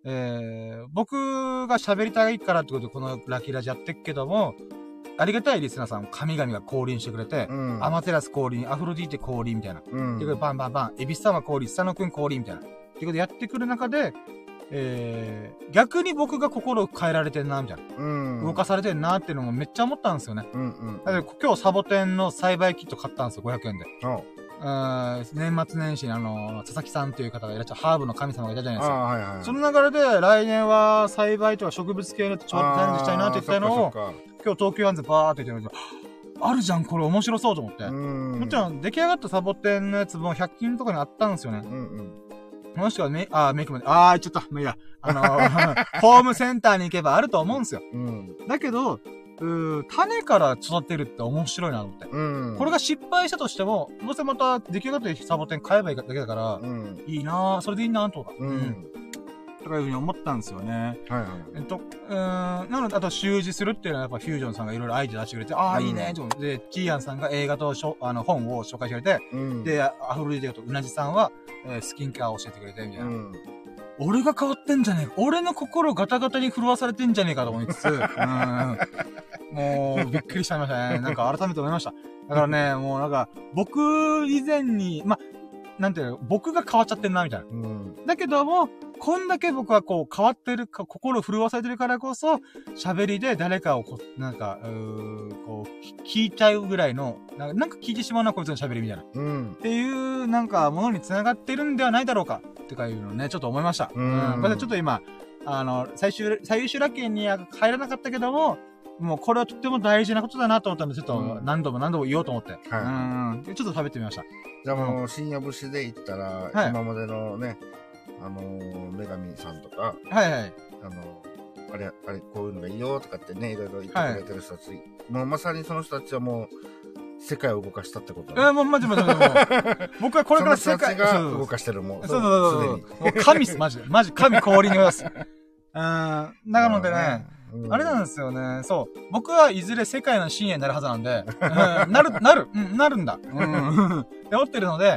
僕が喋りたいからってことでこのラッキーラジオやってっけども、ありがたいリスナーさん、神々が降臨してくれて、アマテラス降臨、アフロディーテ降臨みたいな。っていうことでバンバンバン、エビス様降臨、スサノくん降臨みたいな。っていうことでやってくる中で、逆に僕が心を変えられてんな、みたいな。動かされてんなっていうのもめっちゃ思ったんですよね。だって今日サボテンの栽培キット買ったんですよ、500円で。年末年始に佐々木さんという方がいらっしゃるハーブの神様がいたじゃないですか。その流れで来年は栽培とか植物系のちょっとチャレンジしたいなって言ったのを、今日東急ハンズバーって言ってあるじゃん、これ面白そうと思って。もちろん出来上がったサボテンのやつも100均とかにあったんですよね。もしくはメイクまで、言っちゃった。まあ、いいや。ホームセンターに行けばあると思うんですよ。だけど、種から育てるって面白いなと思って。これが失敗したとしても、どうせまた出来上がってサボテン買えばいいだけだから、いいなぁ、それでいいなぁとか。とかいうふうに思ったんですよね。なので、あと習字するっていうのはやっぱフュージョンさんがいろいろアイデア出してくれて、いいねーで、キーアンさんが映画と本を紹介してくれて、で、アフロディティとうなじさんは、スキンケアを教えてくれて、みたいな。俺が変わってんじゃねえか。俺の心をガタガタに震わされてんじゃねえかと思いつつ、もう、びっくりしちゃいましたね。なんか改めて思いました。だからね、もうなんか、僕以前に、なんていうの、僕が変わっちゃってんな、みたいな。だけども、こんだけ僕はこう変わってるか、心を震わされてるからこそ、喋りで誰かをこう聞いちゃうぐらいの、なんか聞いてしまうな、こいつの喋りみたいな。っていう、なんか、ものに繋がってるんではないだろうか。ってかいうのをね、ちょっと思いました。これちょっと今、最優秀ラッキーには入らなかったけども、もうこれはとっても大事なことだなと思ったんで、ちょっと何度も言おうと思って。ちょっと食べてみました。 じゃあもう、深夜節で言ったら、今までのね、女神さんとか、あれ、こういうのがいいよとかってね、いろいろ言ってくれてる人たち、もうまさにその人たちはもう、世界を動かしたってこともう、マジ。僕はこれから世界が動かしてる、もう。 そう。もう神っす、マジ。神降臨がます。なのでね、あれなんですよね。そう。僕はいずれ世界の深夜になるはずなんで、なるんだ。って思ってるので、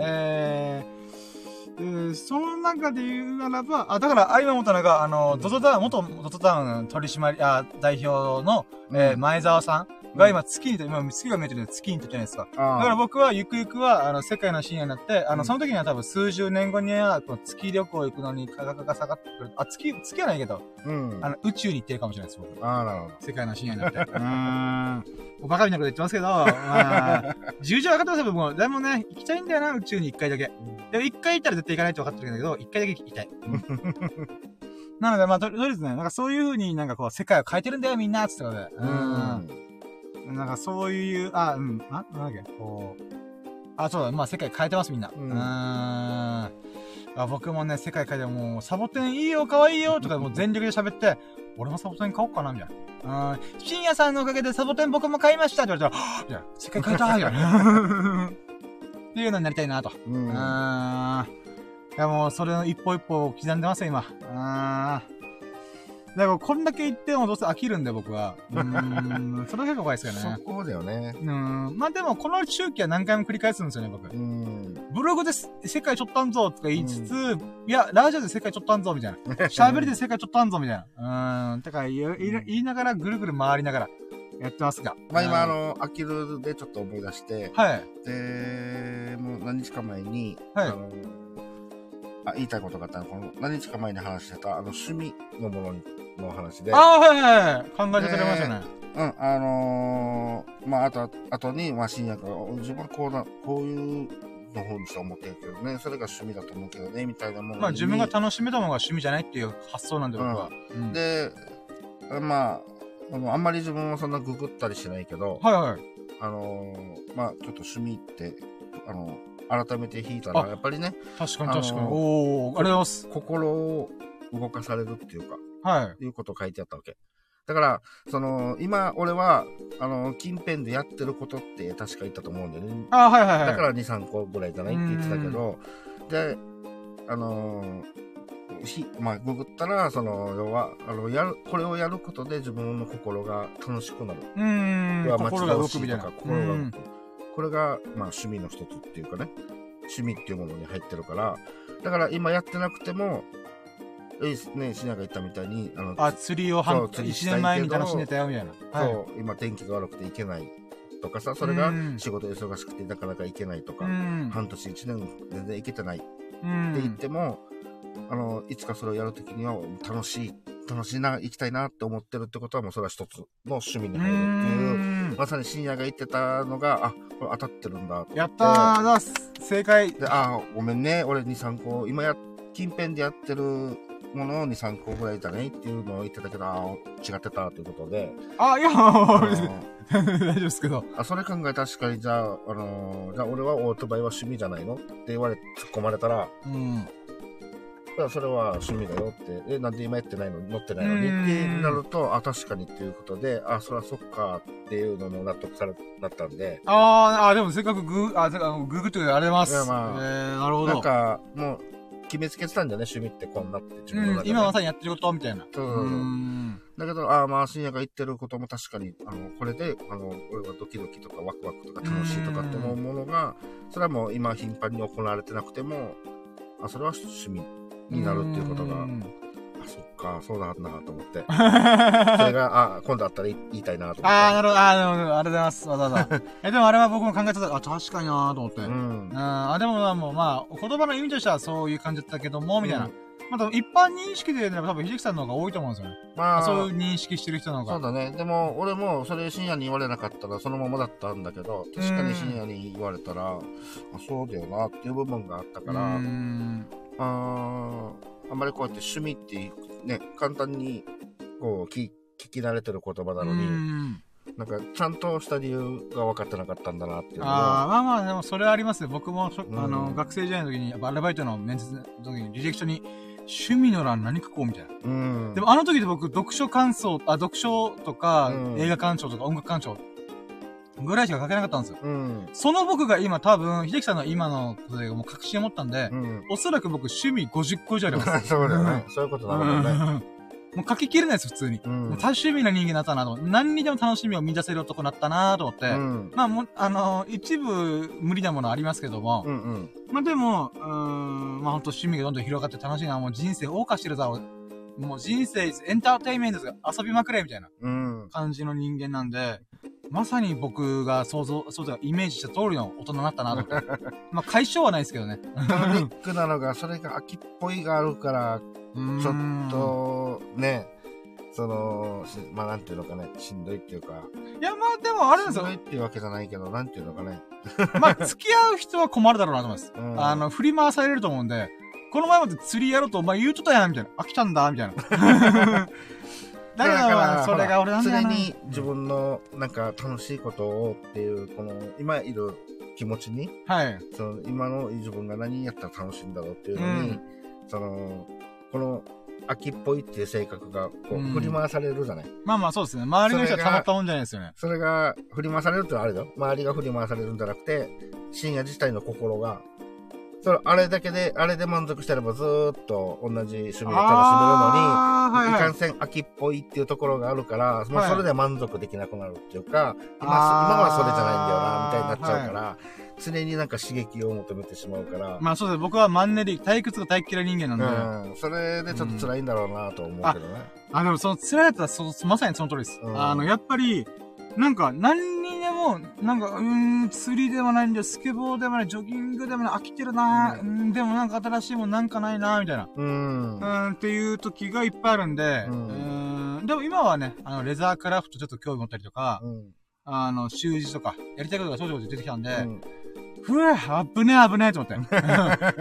その中で言うならば、だから、今思ったのが、元ドトタウン取締、代表の、前澤さんが今月が見えてるんで月に行ったじゃないですか。だから僕はゆくゆくは、世界の深夜になって、その時には多分数十年後には、月旅行行くのに価格が下がってくる。月はないけど、宇宙に行ってるかもしれないです、僕。 なるほど。 世界の深夜になって。バカみたいなこと言ってますけど、10時は分かってますよ、僕も。でもね、行きたいんだよな、宇宙に一回だけ。でも一回行ったら絶対行かないって分かってるんだけど、一回だけ行きたい。なので、まあ、とりあえずね、なんかそういう風になんかこう、世界を変えてるんだよ、みんな、つってことで。なんかそういう、なんだっけ、こう、そうだ、まあ世界変えてます、みんな。僕もね、世界変えてもう、サボテンいいよ、可愛いよ、とかもう全力で喋って、俺もサボテン買おうかな、みたいな。深夜さんのおかげでサボテン僕も買いましたって言われたら、いや、世界変えたみたいな。っていうのになりたいなと。いやもう、それの一歩一歩刻んでますよ、今。だから、こんだけ言ってもどうせ飽きるんで、僕は。それが結構怖いですよね。 そこだよね。 まあでも、この周期は何回も繰り返すんですよね、僕。ブログで世界ちょったんぞとか言いつつ、いや、ラジオで世界ちょったんぞ、みたいな。喋りで世界ちょったんぞ、みたいな。だから言いながら、ぐるぐる回りながら、やってますが。 まあ今、飽きるでちょっと思い出して、 はい。 で、もう何日か前に、言いたいことがあったの。この何日か前に話してた、趣味のものの話で。 はい。考えてくれましたね。 まあ、後に、まあ、深夜から、自分はこういうの方にして思ってるけどね、それが趣味だと思うけどね、みたいなもの。 まあ、自分が楽しめたものが趣味じゃないっていう発想なんで、僕は。 で、まあ、あんまり自分はそんなググったりしないけど、 はいはい。 まあ、ちょっと趣味って、改めて引いたら、やっぱりね。 確かに。おー、ありがとうございます。 心を動かされるっていうか、 はい。 いうことを書いてあったわけ。だから、今、俺は、近辺でやってることって確か言ったと思うんだよね。 はい。 だから2、3個ぐらいじゃないって言ってたけど、で、まあ、ググったら、要は、これをやることで自分の心が楽しくなる。 心が動くみたいな。 心が動く。これが、まあ、趣味の一つっていうかね、趣味っていうものに入ってるから、だから今やってなくても、ね、シナが言ったみたいに、 釣りを1年前に楽しんでたよ、みたいな。 そう、今天気が悪くて行けないとかさ、それが仕事忙しくてなかなか行けないとか、半年1年全然行けてないって言っても、いつかそれをやるときには楽しいな、行きたいなって思ってるってことはもうそれは一つの趣味に入るっていう、まさに深夜が言ってたのが、これ当たってるんだって。 やったー、正解。 で、ごめんね、俺2、3個、今近辺でやってるものを2、3個ぐらいじゃないっていうのを言ってたけど、違ってたということで。 いや、大丈夫ですけど。 それ考え確かに、じゃあ俺はオートバイは趣味じゃないのって言われ、突っ込まれたら、それは趣味だよって、なんで今やってないのに乗ってないのにってなると、確かにっていうことで、そりゃそっかっていうのも納得なったんで。 でもせっかくググってくれてありがとうございます。なるほど。 なんか、もう、決めつけてたんだよね、趣味ってこんなって自分の中で。 今まさにやってることみたいな。 そう。だけど、まあ、深夜が言ってることも確かに、これで、俺はドキドキとかワクワクとか楽しいとかって思うものが、それはもう今頻繁に行われてなくても、それは趣味になるっていうことが、そっか、そうだなと思って。それが、今度あったら言いたいなと思って。 なるほど。ありがとうございます。わざわざ。でもあれは僕も考えてた。確かになと思って。でももうまあ、言葉の意味としてはそういう感じだったけども、みたいな。まあ、一般認識で言えば多分、ひじきさんの方が多いと思うんですよね。そういう認識してる人の方が。 そうだね。でも、俺もそれ深夜に言われなかったらそのままだったんだけど、確かに深夜に言われたら、そうだよなっていう部分があったから、あんまりこうやって趣味ってね、簡単にこう聞き慣れてる言葉なのに、なんかちゃんとした理由が分かってなかったんだなっていうのは。 まあでもそれはありますよ。僕も学生時代の時にアルバイトの面接の時に履歴書に趣味の欄何書こうみたいな。でもあの時で僕読書とか、映画鑑賞とか音楽鑑賞ぐらいしか書けなかったんですよ。その僕が今多分、秀樹さんの今のことでもう確信を持ったんで、おそらく僕趣味50個以上あります。 そうだよね。そういうことだもんね。 もう書ききれないです、普通に。もう多趣味な人間だったなと思って。何にでも楽しみを見出せる男だったなと思って。まあ、一部無理なものありますけども。まあでも、まあ本当趣味がどんどん広がって楽しいな。もう人生謳歌してるぞ。もう人生エンターテインメントですが遊びまくれみたいな感じの人間なんで、 まさに僕がイメージした通りの大人になったなと。まあ、解消はないですけどね。 ネックなのが、それが秋っぽいがあるから、ちょっと、ね、まあ、なんていうのかね、しんどいっていうか。 いや、まあ、でもあれですよ。 しんどいっていうわけじゃないけど、なんていうのかね。 まあ、付き合う人は困るだろうなと思います。振り回されると思うんで、この前まで釣りやろうと、お前言うとったやん、みたいな。飽きたんだ、みたいな。だから、それが俺なんだよな。 常に自分の、なんか、楽しいことをっていう、今いる気持ちに、 はい。 今の自分が何やったら楽しいんだろうっていうのに、この、秋っぽいっていう性格が、振り回されるじゃない。 まあまあそうですね。周りの人はたまったもんじゃないですよね。 それが、振り回されるってのはあれだよ。周りが振り回されるんじゃなくて、深夜自体の心が、あれで満足してればずーっと同じ趣味を楽しめるのに、いかんせん秋っぽいっていうところがあるから、もうそれで満足できなくなるっていうか、今はそれじゃないんだよな、みたいになっちゃうから、常になんか刺激を求めてしまうから。 まあそうです。僕はマンネリ、退屈が大嫌い人間なんで。それでちょっと辛いんだろうなと思うけどね。 でもその辛いやつはまさにその通りです。やっぱり、なんか、何にでも、なんか、釣りでもないんだよ、スケボーでもない、ジョギングでもない、飽きてるな、でもなんか新しいもんなんかないな、みたいな。っていう時がいっぱいあるんで、でも今はね、レザークラフトちょっと興味持ったりとか、習字とか、やりたいことが少々出てきたんで、危ねえと思って。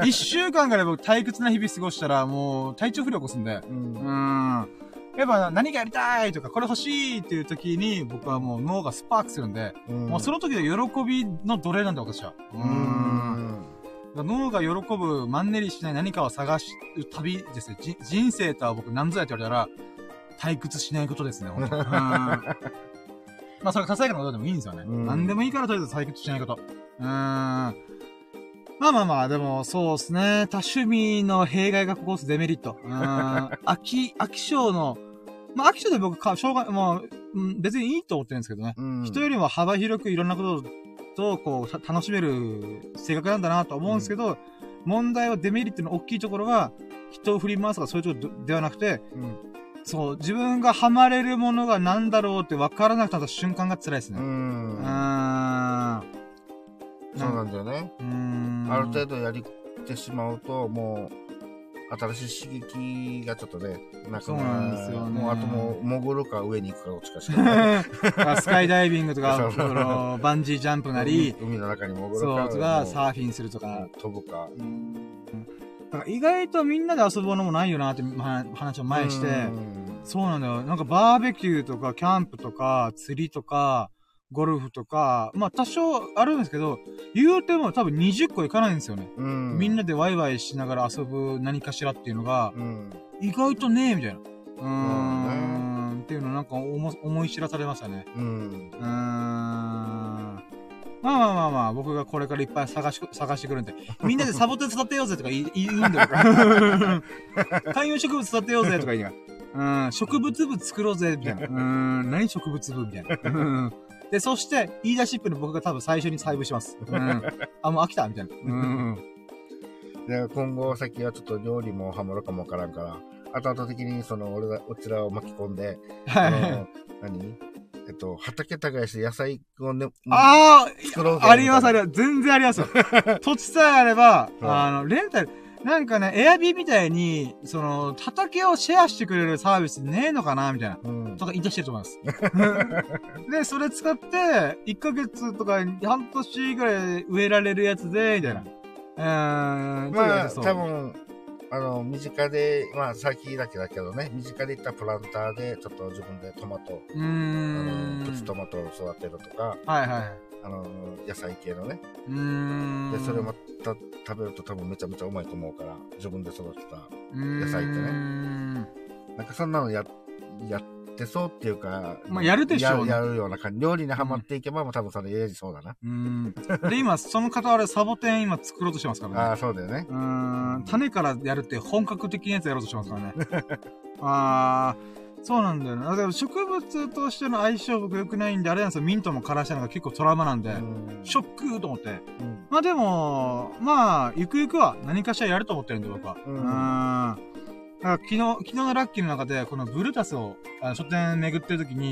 一週間から僕退屈な日々過ごしたら、もう体調不良起こすんで、やっぱ何がやりたいとか、これ欲しいっていう時に、僕はもう脳がスパークするんで、もうその時の喜びの奴隷なんだ、私は。脳が喜ぶ、マンネリしない何かを探す旅ですね。人生とは僕何ぞやって言われたら、退屈しないことですね、本当に。まあ、それがささやかなことでもいいんですよね。何でもいいからとりあえず退屈しないこと。まあ、でも、そうですね。多趣味の弊害がここすデメリット。飽き性の、まあ、飽き性で僕、別にいいと思ってるんですけどね。人よりも幅広くいろんなことと、楽しめる性格なんだなと思うんですけど、問題はデメリットの大きいところが、人を振り回すとかそういうところではなくて、そう、自分がハマれるものが何だろうって分からなくなった瞬間が辛いですね。 そうなんだよね。ある程度やりてしまうと、もう、新しい刺激がちょっとね、なくなる。そうなんですよね。もう、あともう、潜るか上に行くかどっちかしか。 スカイダイビングとか、バンジージャンプなり、 海の中に潜るか。 そう、とか、サーフィンするとか。 飛ぶか。 だから意外とみんなで遊ぶものもないよなって話を前して、そうなんだよ。なんかバーベキューとか、キャンプとか、釣りとか、ゴルフとか、まあ多少あるんですけど、言うても多分20個いかないんですよね。みんなでワイワイしながら遊ぶ何かしらっていうのが、意外とねえ、みたいな。っていうのなんか思い知らされましたね。まあ、僕がこれからいっぱい探してくるんで、みんなでサボテン育てようぜとか言うんだよ。観葉植物育てようぜとか言いながら。植物部作ろうぜ、みたいな。何植物部みたいな。で、そして、言い出しっぺの僕が多分最初に細部します。もう飽きたみたいな。 で、今後先はちょっと料理もハマるかもわからんから、後々的にうちらを巻き込んで、畑耕して野菜をね、 作ろうぜ。あります。全然ありますよ。土地さえあれば、レンタル、なんかね、エアビーみたいに、畑をシェアしてくれるサービスねえのかなみたいな。とか言い出してると思います。で、それ使って、1ヶ月とか半年ぐらい植えられるやつで、みたいな。 まあ、多分、身近で、まあ、先だけだけどね、身近でいったプランターで、ちょっと自分でトマト、プチトマトを育てるとか、野菜系のね。で、それまた食べると多分めちゃめちゃうまいと思うから、自分で育てた野菜ってね。なんかそんなのやってそうっていうか、 まあやるでしょうね。 やるような感じ。料理にハマっていけば、多分それやりそうだな。 で、今、その傍らサボテン今作ろうとしてますからね。 ああ、そうだよね。 種からやるって本格的なやつやろうとしてますからね。そうなんだよね。だから植物としての相性僕良くないんで、あれなんですよ、ミントも枯らしたのが結構トラウマなんで、ショックと思って。まあでも、まあ、ゆくゆくは何かしらやると思ってるんで、僕は。だから昨日のラッキーの中で、このブルータスを、書店巡ってる時に、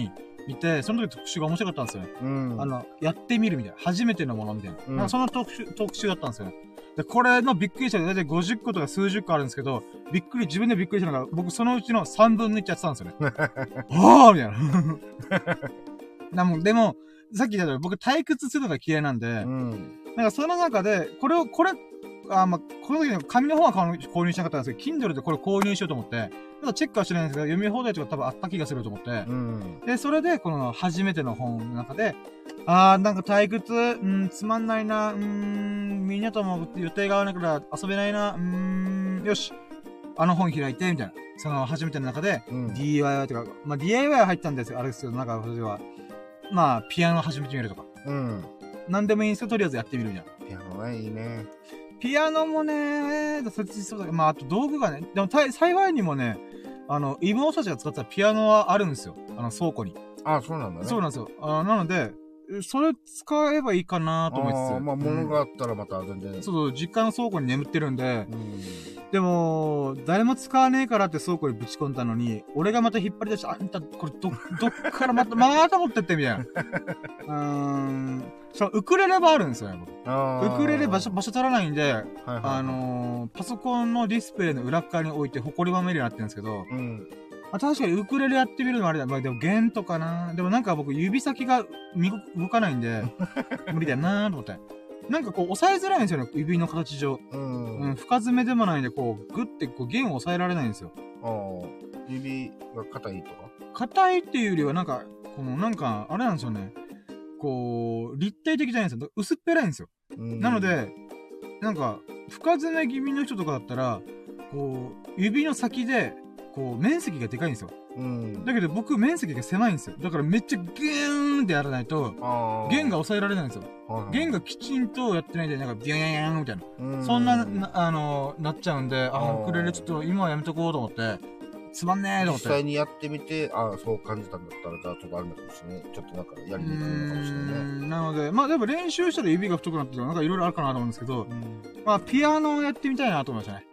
見て、その時特集が面白かったんですよね。やってみるみたいな。初めてのものみたいな。なんかその特集だったんですよね。で、これのびっくりしたのが大体50個とか数十個あるんですけど、自分でびっくりしたのが、僕そのうちの3分の1やってたんですよね。おーみたいな。でも、さっき言ったように僕退屈するのが嫌いなんで、なんかその中で、この時に紙の方は購入しなかったんですけど、Kindle でこれ購入しようと思って、まだチェックはしてないんですけど、読み放題とか多分あった気がすると思って、で、それで、この初めての本の中で、なんか退屈、つまんないな、みんなとも予定が合わないから遊べないな、よし、本開いて、みたいな。その初めての中で、DIY とか、まあ DIY は入ったんですよ、あれですけど、なんか、それは、まあ、ピアノ始めてみるとか。なんでもいいんですけど、とりあえずやってみるみたいな。 ピアノはいいね。 ピアノもね、そうだけど、まあ、あと道具がね、でも幸いにもね、妹たちが使ってたピアノはあるんですよ。倉庫に。 そうなんだね。 そうなんですよ。なので、それ使えばいいかなと思いつつ。 まあ、物があったらまた全然。 そう、実家の倉庫に眠ってるんで、でも、誰も使わねえからって倉庫にぶち込んだのに、俺がまた引っ張り出して、あんた、これどっからまた持ってって、みたいな。ウクレレはあるんですよね、僕。ウクレレ場所取らないんで、パソコンのディスプレイの裏側に置いて、埃まみれになってるんですけど、確かにウクレレやってみるのもあれだ。まあでも弦とかな。でもなんか僕指先が動かないんで、無理だなーと思って。なんかこう押さえづらいんですよね、指の形上。深爪でもないんで、こう、グッてこう弦を押さえられないんですよ。 指が硬いとか硬いっていうよりはなんか、あれなんですよね。こう、立体的じゃないんですよ。薄っぺらいんですよ。なので、なんか、深爪気味の人とかだったら、こう、指の先で、こう、面積がでかいんですよ。だけど僕、面積が狭いんですよ。だからめっちゃギューンってやらないと、弦が抑えられないんですよ。弦がきちんとやってないんで、なんかビューンみたいな。そんな、なっちゃうんで、ウクレレちょっと今はやめとこうと思って、つまんねえと思って。 実際にやってみて、そう感じたんだったら、じゃあちょっとあるんだかもしれない。ちょっとなんかやりにくいのかもしれないね。 なので、まあでも練習したら指が太くなってとか、なんかいろいろあるかなと思うんですけど、まあピアノをやってみたいなと思いましたね。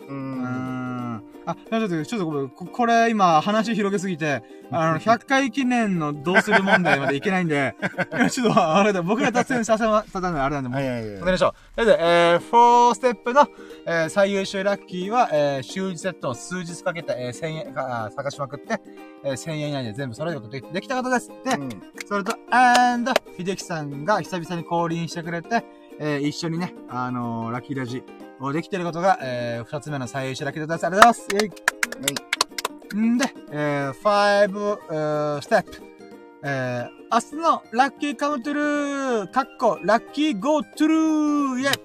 ちょっとごめん、これ今話広げすぎて、100回記念のどうする問題までいけないんで、ちょっとあれだ、僕が達成させたのであれなんで、もう、お願いしょう。それで、4ステップの、最優秀ラッキーは、習字セットを数日かけて、1000円探しまくって、1000円以内で全部揃えることできたことです。で、それと、秀樹さんが久々に降臨してくれて、一緒にね、ラッキーラジをできてることが、二つ目の最優秀ラッキーだったです。ありがとうございます。んで、5ステップ。明日のラッキーカムトゥルー、ラッキーゴートゥルー、イェ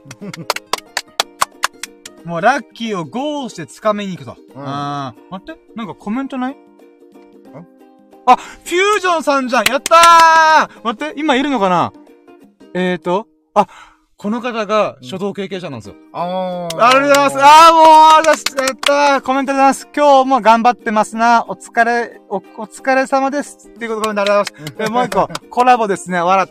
イもうラッキーをゴーして掴みに行くと。待って、なんかコメントない？フュージョンさんじゃん、やったー！待って、今いるのかな？この方が書道経験者なんですよ。ありがとうございます。やったー！コメントでございます。今日も頑張ってますな。お疲れ様です。っていうことで、ありがとうございます。で、もう一個、コラボですね。笑って、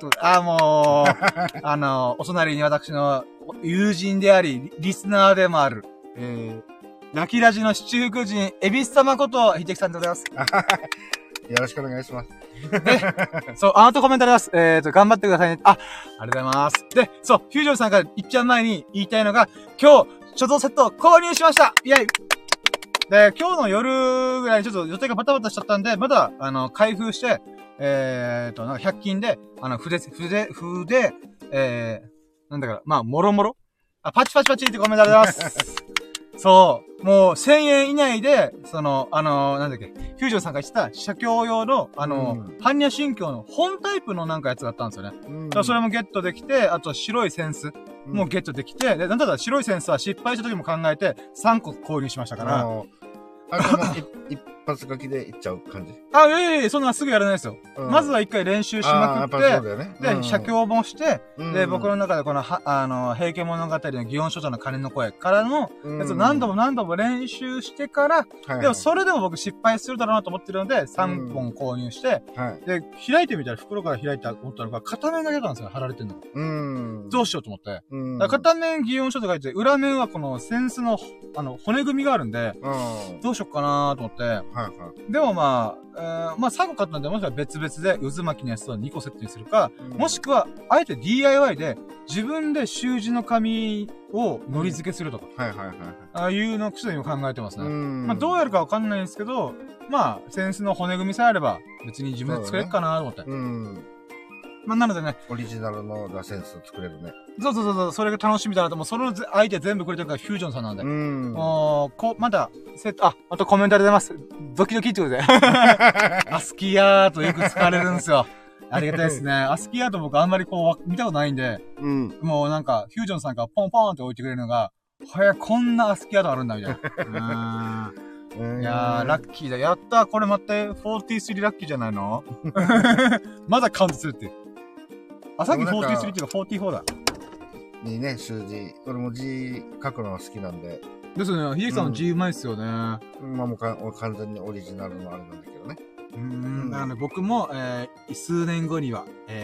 お隣に私の友人であり、リスナーでもある、ラキラジの七福神、エビス様こと、秀樹さんでございます。 よろしくお願いします。 そう、コメントあります。頑張ってくださいね。ありがとうございます。で、そう、フュージョンさんから言っちゃう前に言いたいのが、今日、書道セットを購入しました！イェイ！で、今日の夜ぐらいにちょっと予定がバタバタしちゃったんで、まだ、開封して、なんか100均で、筆、なんだから、まあ、もろもろ。パチパチパチってコメントありがとうございます。そう。もう、1000円以内で、なんだっけ、フュージョンさんが言ってた、写経用の、般若心経の本タイプのなんかやつがあったんですよね。それもゲットできて、あと白いセンスもゲットできて、で、なんだったら白いセンスは失敗した時も考えて、3個購入しましたから。 一発書きでいっちゃう感じ？ いや、そんなすぐやらないですよ。まずは一回練習しまくって、で、写経もして、で、僕の中でこの、平家物語の祇園書者の鐘の声からの、やつを何度も練習してから、でもそれでも僕失敗するだろうなと思ってるので、3本購入して、で、開いてみたら袋から開いた思ったのが、片面だけなんですよ、貼られてるの。どうしようと思って。片面祇園書と書いて、裏面はこのセンスの、骨組みがあるんで、どうしよっかなと思って、 はいはい。 でもまあ、まあ3個買ったんで、もしくは別々で渦巻きのやつを2個セットにするか、もしくは、あえて DIY で自分で習字の紙を糊付けするとか。 はいはいはい。 ああいうのくそにも考えてますね。まあどうやるかわかんないんですけど、まあ、センスの骨組みさえあれば、別に自分で作れるかなと思って。まあ、なのでね。 オリジナルのラセンス作れるね。 そう、それが楽しみだなと、もうその相手全部くれてるからフュージョンさんなんで。まだ、あとコメントありがとうございます。ドキドキってことで。アスキーアートよく使われるんですよ。ありがたいですね。アスキーアート僕あんまり見たことないんで、もうなんか、フュージョンさんがポンポンって置いてくれるのが、こんなアスキーアートあるんだ、みたいな。いやー、ラッキーだ。やったー、これ待って、43ラッキーじゃないのまだカウントするって。あ、さっき43っていうか44だ。 にね、習字。俺も字書くのが好きなんで。 ですね。ひでさんの字うまいっすよね。 まあもう完全にオリジナルのあれなんだけどね。 だからね、僕も、数年後には、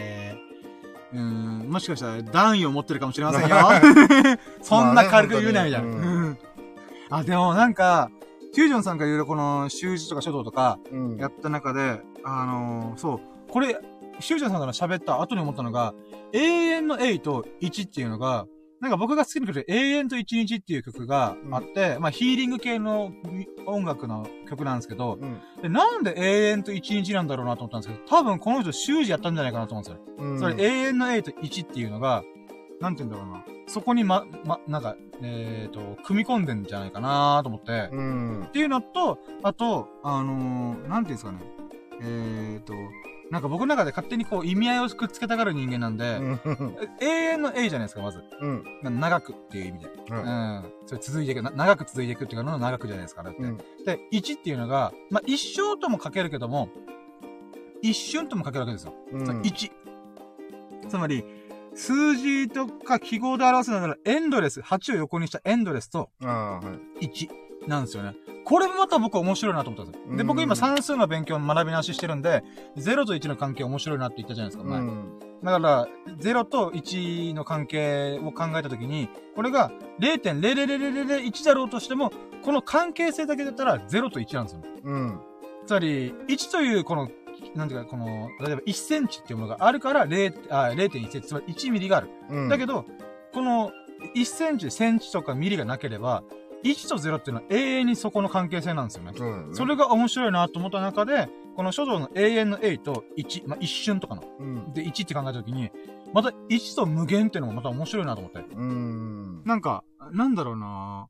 もしかしたら段位を持ってるかもしれませんよ。そんな軽く言うなみたいな。あ、でもなんか、フュージョンさんがいろいろこの習字とか書道とかやった中で、そう、これ、フュージョンさんから喋った後に思ったのが、永遠の A と1っていうのが、なんか僕が好きな曲で永遠と1日っていう曲があって、まあヒーリング系の音楽の曲なんですけど、でなんで永遠と1日なんだろうなと思ったんですけど、多分この人習字やったんじゃないかなと思うんですよ。それ永遠の A と1っていうのが、なんて言うんだろうな。そこになんか、組み込んでんじゃないかなと思って、っていうのと、あと、なんていうんですかね。なんか僕の中で勝手に意味合いをくっつけたがる人間なんで、永遠の A じゃないですか、まず。長くっていう意味で。それ続いていく、長く続いていくっていうか、長くじゃないですか、だって。で、1っていうのが、まあ、一生とも書けるけども、一瞬とも書けるわけですよ。1。つまり、数字とか記号で表すなら、エンドレス、8を横にしたエンドレスと、1なんですよね。これもまた僕面白いなと思ったんですよ。で、僕今算数の勉強の学び直ししてるんで、0と1の関係面白いなって言ったじゃないですか、前。だから、0と1の関係を考えたときに、これが 0.00001 だろうとしても、この関係性だけだったら0と1なんですよ。つまり、1というこの、なんていうか、例えば1センチっていうものがあるから、0.1 センチ、つまり1ミリがある。だけど、この1センチ、センチとかミリがなければ、1と0っていうのは永遠にそこの関係性なんですよね。それが面白いなと思った中で、この書道の永遠の A と1、まあ、一瞬とかの。で、1って考えたときに、また1と無限っていうのもまた面白いなと思って。なんか、なんだろうな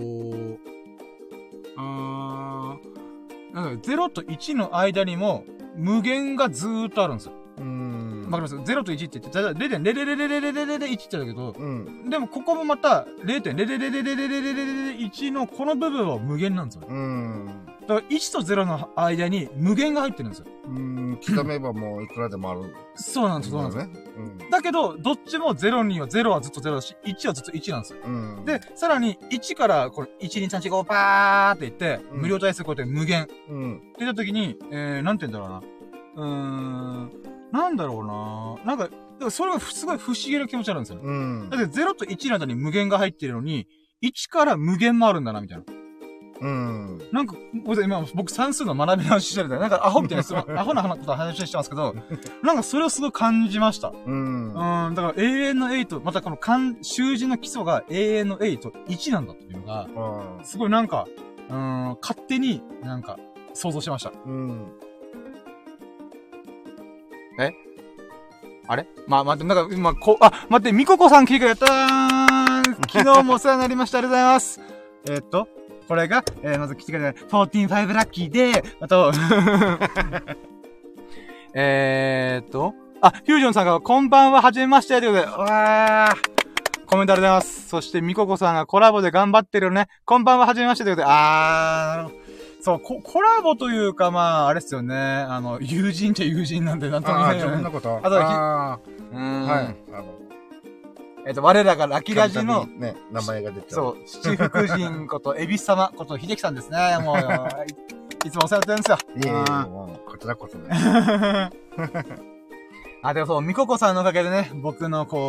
なんか0と1の間にも無限がずーっとあるんですよ。わかります ?0 と1って言って、0.00001って言ったけど、でもここもまた 0.00001 のこの部分は無限なんですよ。だから1と0の間に無限が入ってるんですよ。 刻めばもういくらでもある。 そうなんです、そうなんです。だけど、どっちも0には0はずっと0だし、1はずっと1なんですよ。で、さらに1からこれ1、2、3、4、5パーって言って、無料対数こうやって無限。って言った時に、なんて言うんだろうな。なんだろうななんか、それがすごい不思議な気持ちなんですよ。だって0と1の間に無限が入ってるのに、1から無限もあるんだな、みたいな。なんか、今僕算数の学び直ししてるんで、なんかアホみたいな、アホなこと話してますけど、なんかそれをすごい感じました。だから永遠の A と、またこの習字の基礎が永遠の A と1なんだっていうのが、すごいなんか、勝手になんか想像しました。あれ待って、なんか、今、待って、みここさん聞いてやったー昨日もお世話になりました。ありがとうございます。これが、まず来てくれた、145ラッキーで、あと、フュージョンさんが、こんばんは、はじめまして、ということで、コメントありがとうございます。そして、みここさんがコラボで頑張ってるよね。こんばんは、はじめまして、ということで、なるほど。そう、コラボというか、まあ、あれっすよね。友人って友人なんで、なんとも言えない。 自分のこと。 はい。我らがラキラジの、 ね、名前が出てる。 そう、七福神こと、エビス様こと、秀樹さんですね。もう、いつもお世話になってるんですよ。 いえいえ、もう、こちらこそね。 でもそう、みここさんのおかげでね、僕の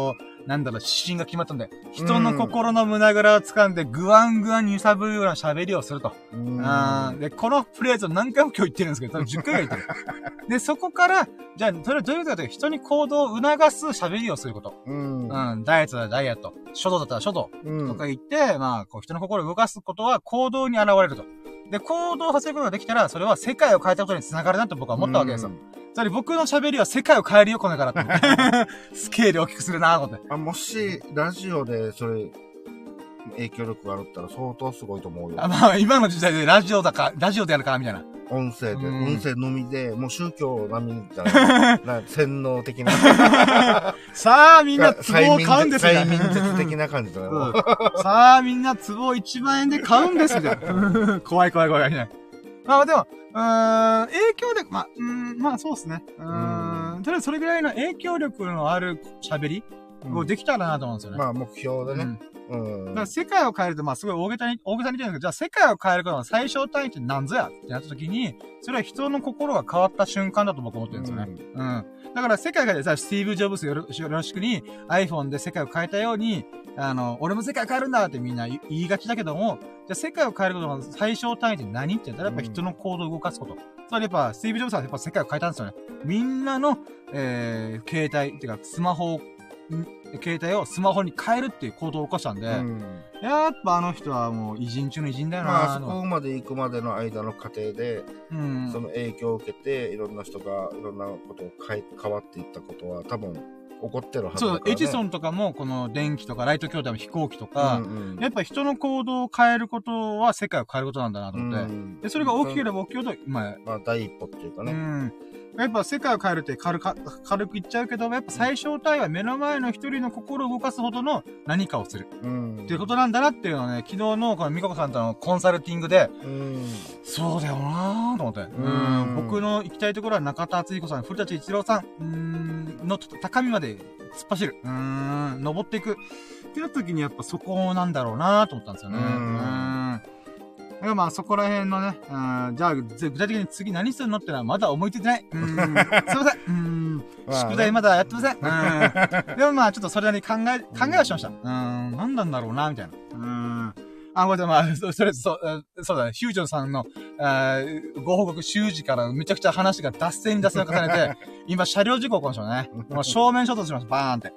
なんだろう、指針が決まったんで、人の心の胸ぐらを掴んで、ぐわんぐわんに揺さぶるような喋りをすると。で、このフレーズを何回も今日言ってるんですけど、多分10回ぐらい言ってる。で、そこから、じゃあ、それはどういうことかというと、人に行動を促す喋りをすること。ダイエットだダイエット。書道だったら書道。とか言って、まあ、こう人の心を動かすことは行動に現れると。で、行動させることができたら、それは世界を変えたことに繋がるなと僕は思ったわけですよ。つまり僕の喋りは世界を変えるよ、これからって。スケールを大きくするなぁ、と思って。 もし、ラジオで、それ、影響力があるったら相当すごいと思うよ。 まあ、今の時代でラジオでやるから、みたいな。 音声のみで、もう宗教並みじゃない。洗脳的な。 さあ、みんな壺を買うんですよ。 催眠術的な感じだよ。 さあ、みんな壺を1万円で買うんですよ。怖い。まあでも、影響力、まあそうですね。とりあえずそれぐらいの影響力のある喋りをできたらなと思うんですよね。 まあ目標でね。 だから世界を変えると、まあすごい大げさに言ってるんですけど、じゃあ世界を変えることの最小単位って何ぞやってなった時に、それは人の心が変わった瞬間だと僕は思ってるんですよね。だから世界がさ、スティーブ・ジョブズよろしくに iPhone で世界を変えたように、俺も世界を変えるんだってみんな言いがちだけども、じゃあ世界を変えることの最小単位って何って言ったらやっぱ人の行動を動かすこと。つまりやっぱスティーブ・ジョブズはやっぱ世界を変えたんですよね。みんなの、携帯っていうか携帯をスマホに変えるっていう行動を起こしたんで、やっぱあの人はもう偉人中の偉人だよな。 まあそこまで行くまでの間の過程で、その影響を受けていろんな人がいろんなことを変わっていったことは多分起こってるはずだから、ね。そう、 エジソンとかもこの電気とかライト兄弟も飛行機とか、やっぱ人の行動を変えることは世界を変えることなんだなと思って。で、それが大きければ大きいほど、まあ第一歩っていうかね。 やっぱ世界を変えるって軽く言っちゃうけど、やっぱ最小単位は目の前の一人の心を動かすほどの何かをする。っていうことなんだなっていうのをね、昨日のこのミココさんとのコンサルティングで、そうだよなぁと思って。僕の行きたいところは中田敦彦さん、古舘一郎さん、の高みまで突っ走る。登っていく。ってなった時にやっぱそこなんだろうなぁと思ったんですよね。だからまあそこら辺のね、じゃあ具体的に次何するのってのはまだ思いついてない。すいません。宿題まだやってません。でもまあちょっとそれなりに考えはしました。何なんだろうな、みたいな。これまあ、そうだね、ヒュージョンさんの、ご報告習字からめちゃくちゃ話が脱線を重ねて、今車両事故起こるんでしょうね。もう正面衝突しました、バーンって。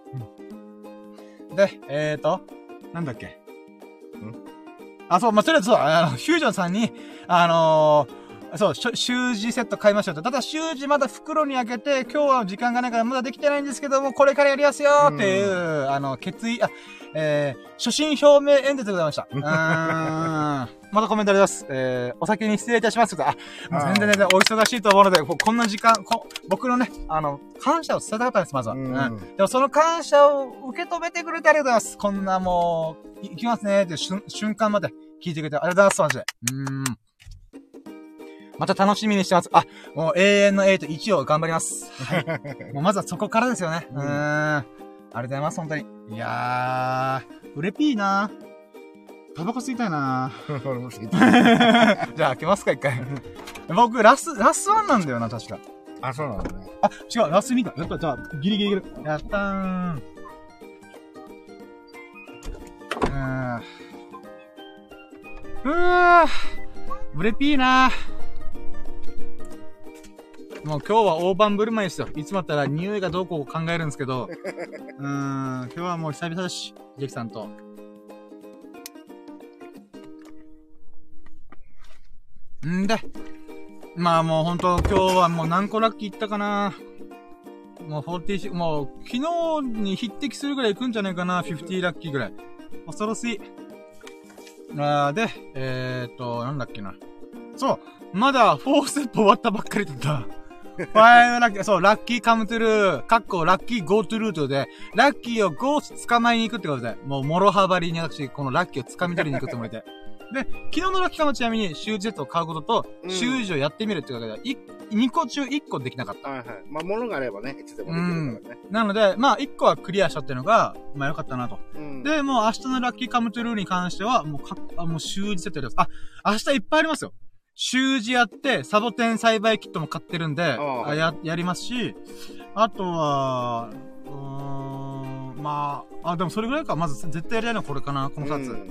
で、なんだっけ。そう、まあ、とりあえずそう、ヒュージョンさんに、そう、習字セット買いましたと。ただ習字まだ袋に開けて、今日は時間がないからまだできてないんですけども、これからやりますよーっていう、決意、初心表明演説でございました。またコメントあります。お先に失礼いたします。全然お忙しいと思うので、こんな時間、僕のね、感謝を伝えたかったんです、まずは。でもその感謝を受け止めてくれてありがとうございます。こんなもう、行きますねって瞬間まで聞いてくれてありがとうございます、マジで。また楽しみにしてます。もう永遠の8、1を頑張ります。はい。もうまずはそこからですよね。ありがとうございます、本当に。いやー、うれぴーなー。タバコ吸いたいなー。 俺も吸いたい。 じゃあ開けますか、一回。僕、ラス1なんだよな、確か。 そうなんだね。 違う、ラス2か。やった、じゃあ、ギリギリ。やったーん。うれぴーなー。もう今日は大盤振る舞いですよ。いつもだったら匂いがどうこう考えるんですけど、今日はもう久々だし、ジェキさんと。まあもうほんと今日はもう何個ラッキーいったかな。もう46、もう昨日に匹敵するぐらいいくんじゃないかな、50ラッキーぐらい。恐ろしい。なんだっけな。そう、まだ4ステップ終わったばっかりだった。5ラッキー、そう、ラッキーカムトゥルー、ラッキーゴートゥルートで、ラッキーをゴー捕まえに行くってことで、もう、もろはばりに私、このラッキーを掴み取りに行くつもりで。で、昨日のラッキーカムちなみに、習字セットを買うことと、習字をやってみるってことで、2個中1個できなかった。 まあ、物があればね、いつでもできるからね。 なので、まあ、1個はクリアしたっていうのが、まあ、よかったなと。で、もう明日のラッキーカムトゥルーに関しては、もう習字セットやります。明日いっぱいありますよ。習字やって、サボテン栽培キットも買ってるんで、やりますし、あとは、 まあ、でもそれぐらいか。まず絶対やりたいのはこれかな、この2つ。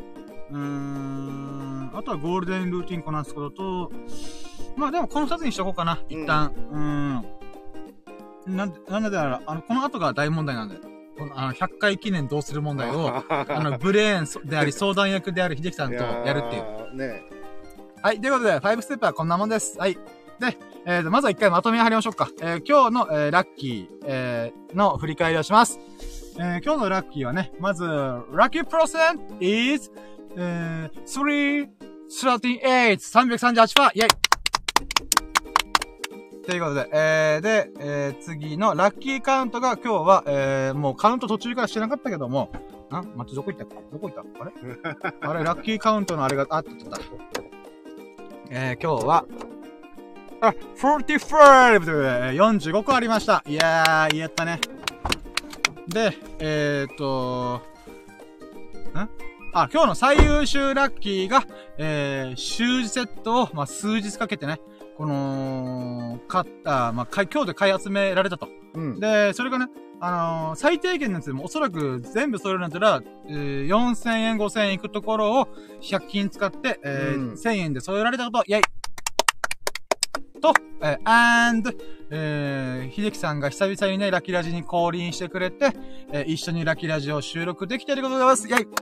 あとはゴールデンルーティンこなすことと、まあでもこの2つにしとこうかな、一旦。なんでだろう、この後が大問題なんだよ。100回記念どうする問題を、ブレーンであり、相談役である秀樹さんとやるっていう。ね。はい、ということで、5ステップはこんなもんです。はい。で、まずは一回まとめ貼りましょうか。今日の、ラッキー、の振り返りをします。今日のラッキーはね、まず、ラッキープロセント is、338%、338%、イェイということで、次のラッキーカウントが今日は、もうカウント途中からしてなかったけども、待って、どこ行ったあれあれ、ラッキーカウントのあれが、って言った。今日は、45! ということで、45個ありました。いやー、やったね。で、今日の最優秀ラッキーが、習字セットを、数日かけてね、この、今日で買い集められたと。で、それがね、最低限のやつでもおそらく全部揃えるんだったら、4000円、5000円いくところを100均使って、1000円で揃えられたこと、イェイと、秀樹さんが久々にね、ラキラジに降臨してくれて、一緒にラキラジを収録できていることでございます。イェイ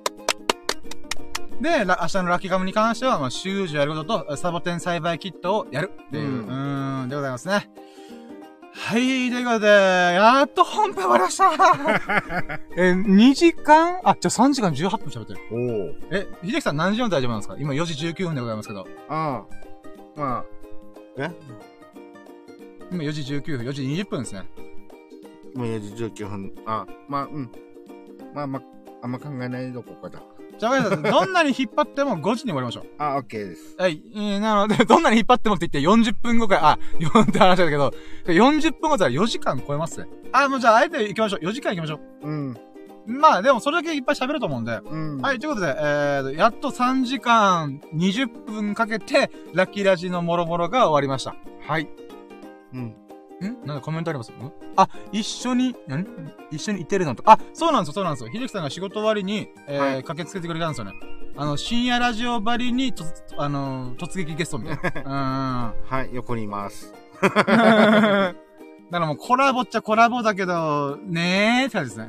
で、明日のラッキーガムに関しては、習字をやることと、サボテン栽培キットをやるっていう、でございますね。はい、ということで、やっと本編終わりました2時間じゃあ3時間18分喋ってる。秀樹さん何時まで大丈夫なんですか？今4時19分でございますけど。今4時19分、4時20分ですね。 もう4時19分。あんま考えないどこかだ。 じゃあ、どんなに引っ張っても5時に終わりましょう。 OK です。 はい。なので、どんなに引っ張ってもって言って40分後くらい、4って話だけど、40分後だったら4時間超えますね。もうじゃあ、あえて行きましょう。4時間行きましょう。でもそれだけいっぱい喋ると思うんで。はい、ということで、やっと3時間20分かけて、ラッキーラジのもろもろが終わりました。はい。なんかコメントあります？一緒にいてるのと。そうなんですよ。秀樹さんが仕事終わりに、駆けつけてくれたんですよね。深夜ラジオばりに、突撃ゲストみたいな。 はい、横にいます。 だからもうコラボっちゃコラボだけど、ねーって感じです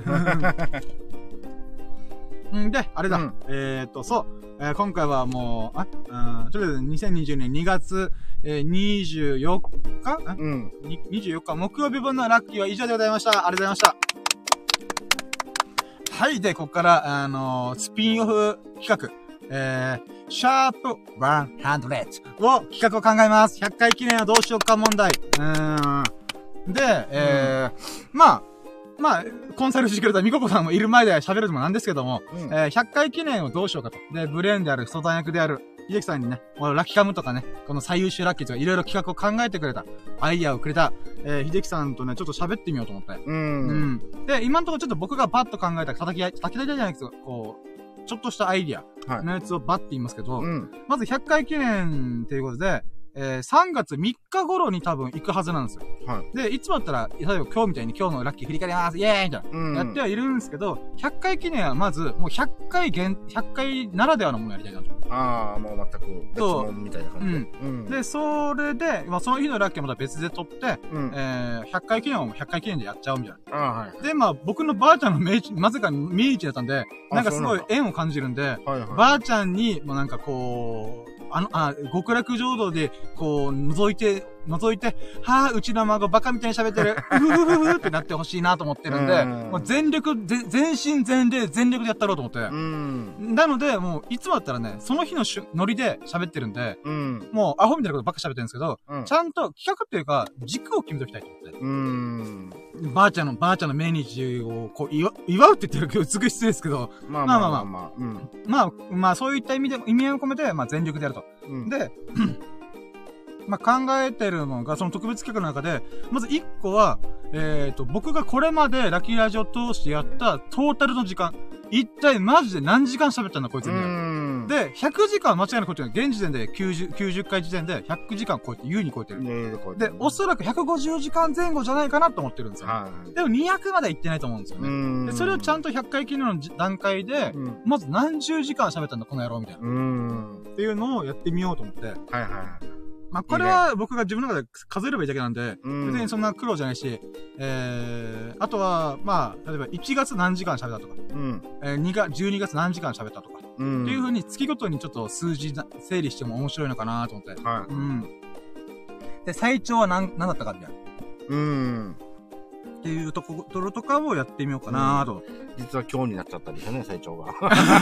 ね。で、あれだ。今回はもう、とりあえず2020年2月、24日24日木曜日分のラッキーは以上でございました。ありがとうございました。はい。で、ここから、スピンオフ企画、シャープ100を企画を考えます。100回記念はどうしようか問題。で、コンサルしてくれたミココさんもいる前で喋るのもなんですけども、100回記念をどうしようかと。で、ブレーンである相談役である、秀樹さんにね、ラッキーカムとかね、この最優秀ラッキーとかいろいろ企画を考えてくれた、アイディアをくれた、秀樹さんとね、ちょっと喋ってみようと思って。で、今のところちょっと僕がパッと考えた叩き台じゃないですけど、こう、ちょっとしたアイディアのやつをバッて言いますけど、まず100回記念っていうことで、3月3日頃に多分行くはずなんですよ。で、いつもだったら、例えば今日みたいに今日のラッキー振り返りますイエーイみたいな、やってはいるんですけど、100回記念はまず、もう100回ならではのものをやりたいなと。 もう全く別物みたいな感じで。で、それで、その日のラッキーはまた別で撮って、100回記念を100回記念でやっちゃうみたいな。で、僕のばあちゃんのなぜか命日だったんで、なんかすごい縁を感じるんで、ばあちゃんに、もうなんかこう、極楽浄土で、こう、覗いて、うちの孫バカみたいに喋ってる、うふふふってなってほしいなと思ってるんで、もう全身全霊、全力でやったろうと思って。なので、もう、いつもだったらね、その日のノリで喋ってるんで、もう、アホみたいなことばっか喋ってるんですけど、ちゃんと企画っていうか、軸を決めときたいと思って。ばあちゃんの命日を、こう、祝うって言ってるけど、すごい失礼ですけど、そういった意味合いを込めて、全力でやると。で、考えてるのが、その特別企画の中で、まず1個は、僕がこれまでラッキーラジオを通してやったトータルの時間。一体マジで何時間喋ったんだこいつみたいな。 で、100時間間違いなく超えてる。現時点で90回時点で100時間超えて、優に超えてる。で、おそらく150時間前後じゃないかなと思ってるんですよ。でも200まで行ってないと思うんですよね。で、それをちゃんと100回記念の段階で、まず何十時間喋ったんだ、この野郎みたいな。っていうのをやってみようと思って。まあ、これは僕が自分の中で数えればいいだけなんで、別にそんな苦労じゃないし、あとは、まあ、例えば1月何時間喋ったとか、12月何時間喋ったとか、っていう風に月ごとにちょっと数字整理しても面白いのかなと思って。で、最長は何だったかみたいな。っていうところとかをやってみようかなと。 実は今日になっちゃったんですよね、最長が。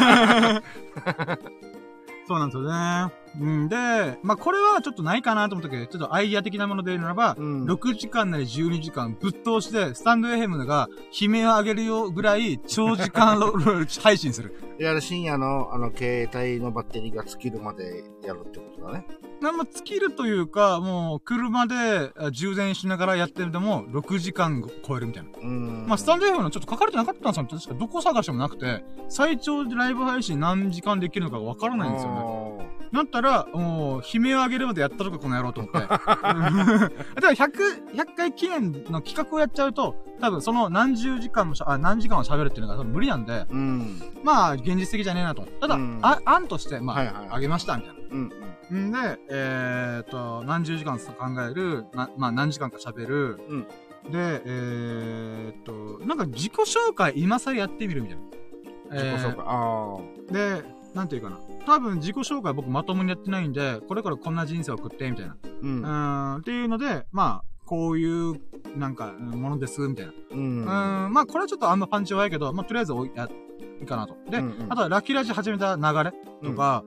そうなんですよね。で、まあ、これはちょっとないかなと思ったけど、ちょっとアイディア的なもので言うならば、6時間なり12時間ぶっ通して、スタンドFMが悲鳴を上げるよぐらい長時間配信する。 いや、深夜の携帯のバッテリーが尽きるまでやるってことだね。 尽きるというか、もう、車で充電しながらやってるでも、6時間超えるみたいな。まあ、スタンド FM のちょっと書かれてなかったんですよ。確かどこ探してもなくて、最長でライブ配信何時間できるのかわからないんですよね。だったら、もう、悲鳴を上げるまでやったとかこの野郎と思って。だから100回記念の企画をやっちゃうと、多分その何時間も喋るっていうのが多分無理なんで、まあ、現実的じゃねえなと。ただ、案として、まあ、あげました、みたいな。で、何十時間考える、まあ何時間か喋る。で、なんか自己紹介今更やってみるみたいな。 自己紹介。 で、なんていうかな。多分自己紹介僕まともにやってないんで、これからこんな人生を送って、みたいな。っていうので、まあ、こういう、なんか、ものです、みたいな。まあ、これはちょっとあんまパンチ弱いけど、まあ、とりあえずいいかなと。で、あとはラッキーラジ始めた流れとか、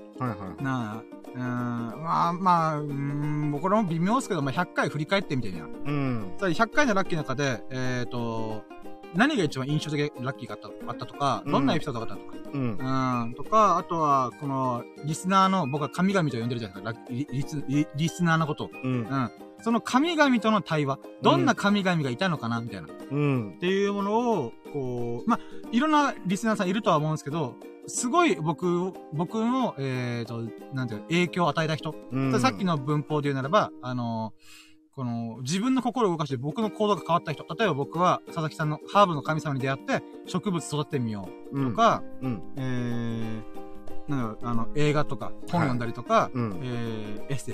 これも微妙ですけど、まあ、100回振り返ってみてね。100回のラッキーの中で、何が一番印象的ラッキーがあったとか、どんなエピソードがあったとか、とか、あとは、この、リスナーの、僕は神々と呼んでるじゃないですか、リスナーのことを。その神々との対話、どんな神々がいたのかな、みたいな。っていうものを、こう、まあ、いろんなリスナーさんいるとは思うんですけど、すごい僕の、なんていう影響を与えた人。さっきの文法で言うならば、この、自分の心を動かして僕の行動が変わった人。例えば僕は、佐々木さんのハーブの神様に出会って、植物育ててみよう。とか、映画とか、本読んだりとか、エステ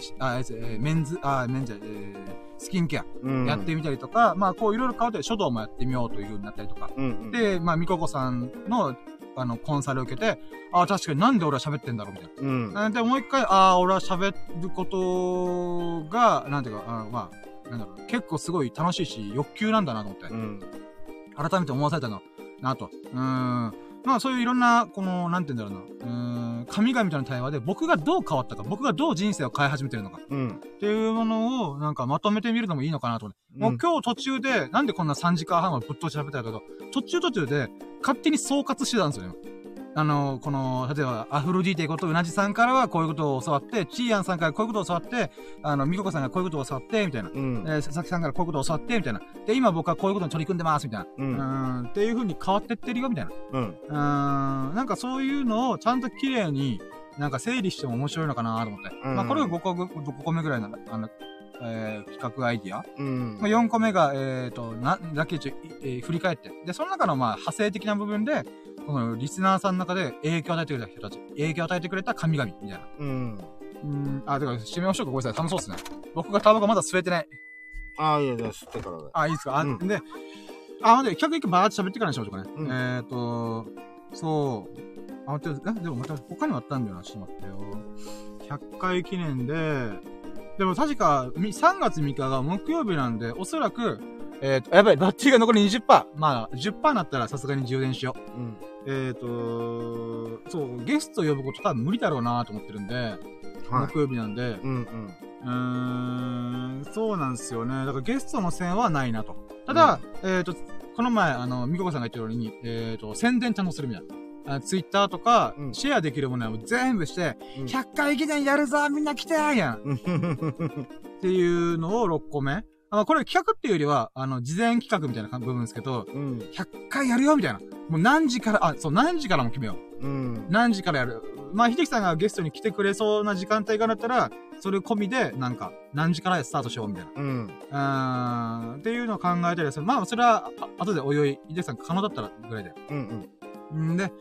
スキンケア、やってみたりとか、まあ、こういろいろ変わって、書道もやってみようという風になったりとか。で、まあ、みここさんの、コンサルを受けて、確かになんで俺は喋ってんだろうみたいな。で、もう一回、俺は喋ることが、なんていうか、まあ、なんだろう、結構すごい楽しいし、欲求なんだなと思って。改めて思わされたの、なと。まあそういういろんな、この、なんて言うんだろうな、神々との対話で僕がどう変わったか、僕がどう人生を変え始めてるのか、っていうものをなんかまとめてみるのもいいのかなと思って。もう今日途中で、なんでこんな3時間半もぶっ通し喋ったけど、途中で勝手に総括してたんですよね。この、例えば、アフロディーテことうなじさんからはこういうことを教わって、チーアンさんからこういうことを教わって、ミココさんがこういうことを教わって、みたいな。佐々木さんからこういうことを教わって、みたいな。で、今僕はこういうことに取り組んでます、みたいな。っていう風に変わってってるよ、みたいな。なんかそういうのをちゃんと綺麗に、なんか整理しても面白いのかなと思って。まあこれが5個目ぐらいなんだ。企画アイディア。4個目が、だけ振り返って。で、その中のまあ派生的な部分で、このリスナーさんの中で影響を与えてくれた人たち、影響を与えてくれた神々、みたいな。だから締めましょうか、ごめんなさい。楽しそうっすね。僕がタバコまだ吸えてない。 いや、吸ってからだ。いいですか。で、企画一個バーって喋ってからにしましょうかね。そう。でもまた他にもあったんだよな。ちょっと待ってよ。100回記念で、でも確か、3月3日が木曜日なんで、おそらく、やばい、バッテリーが残り 20%。まあ、10% になったらさすがに充電しよう。そう、ゲスト呼ぶこと多分無理だろうなと思ってるんで、木曜日なんで、そうなんですよね。だからゲストの線はないなと。ただ、この前、みここさんが言ったように、宣伝ちゃんとするみたいな。ツイッターとか、シェアできるものは全部して、100回記念やるぞみんな来てーやんっていうのを6個目。これ企画っていうよりは、事前企画みたいな部分ですけど、100回やるよみたいな。もう何時からも決めよう。何時からやる。 まあ、秀樹さんがゲストに来てくれそうな時間帯があったら、それ込みで、なんか、何時からスタートしようみたいな。っていうのを考えたりでする。まあ、それは、後でおいおい、秀樹さん可能だったらぐらいだよ。んで、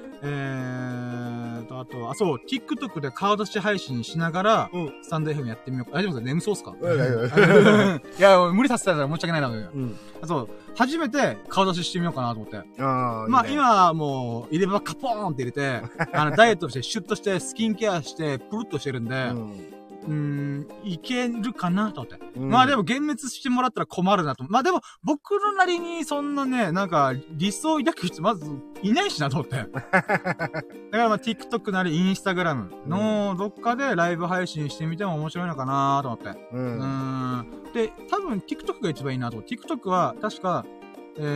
あとは、そう、TikTok で顔出し配信しながら、スタンド FM やってみようか。大丈夫ですか？眠そうっすか？いや、無理させたら申し訳ないな。そう、初めて顔出ししてみようかなと思って。まあ、今はもう、入れ歯カポーンって入れて、ダイエットして、シュッとして、スキンケアして、プルッとしてるんで、いけるかなと思って。まあでも幻滅してもらったら困るなと。まあでも僕のなりにそんなね、なんか理想を抱く人まずいないしなと思って。だからまあ TikTok なり Instagram のどっかでライブ配信してみても面白いのかなと思って。で、多分 TikTok が一番いいなと思って。TikTok は確か、ラ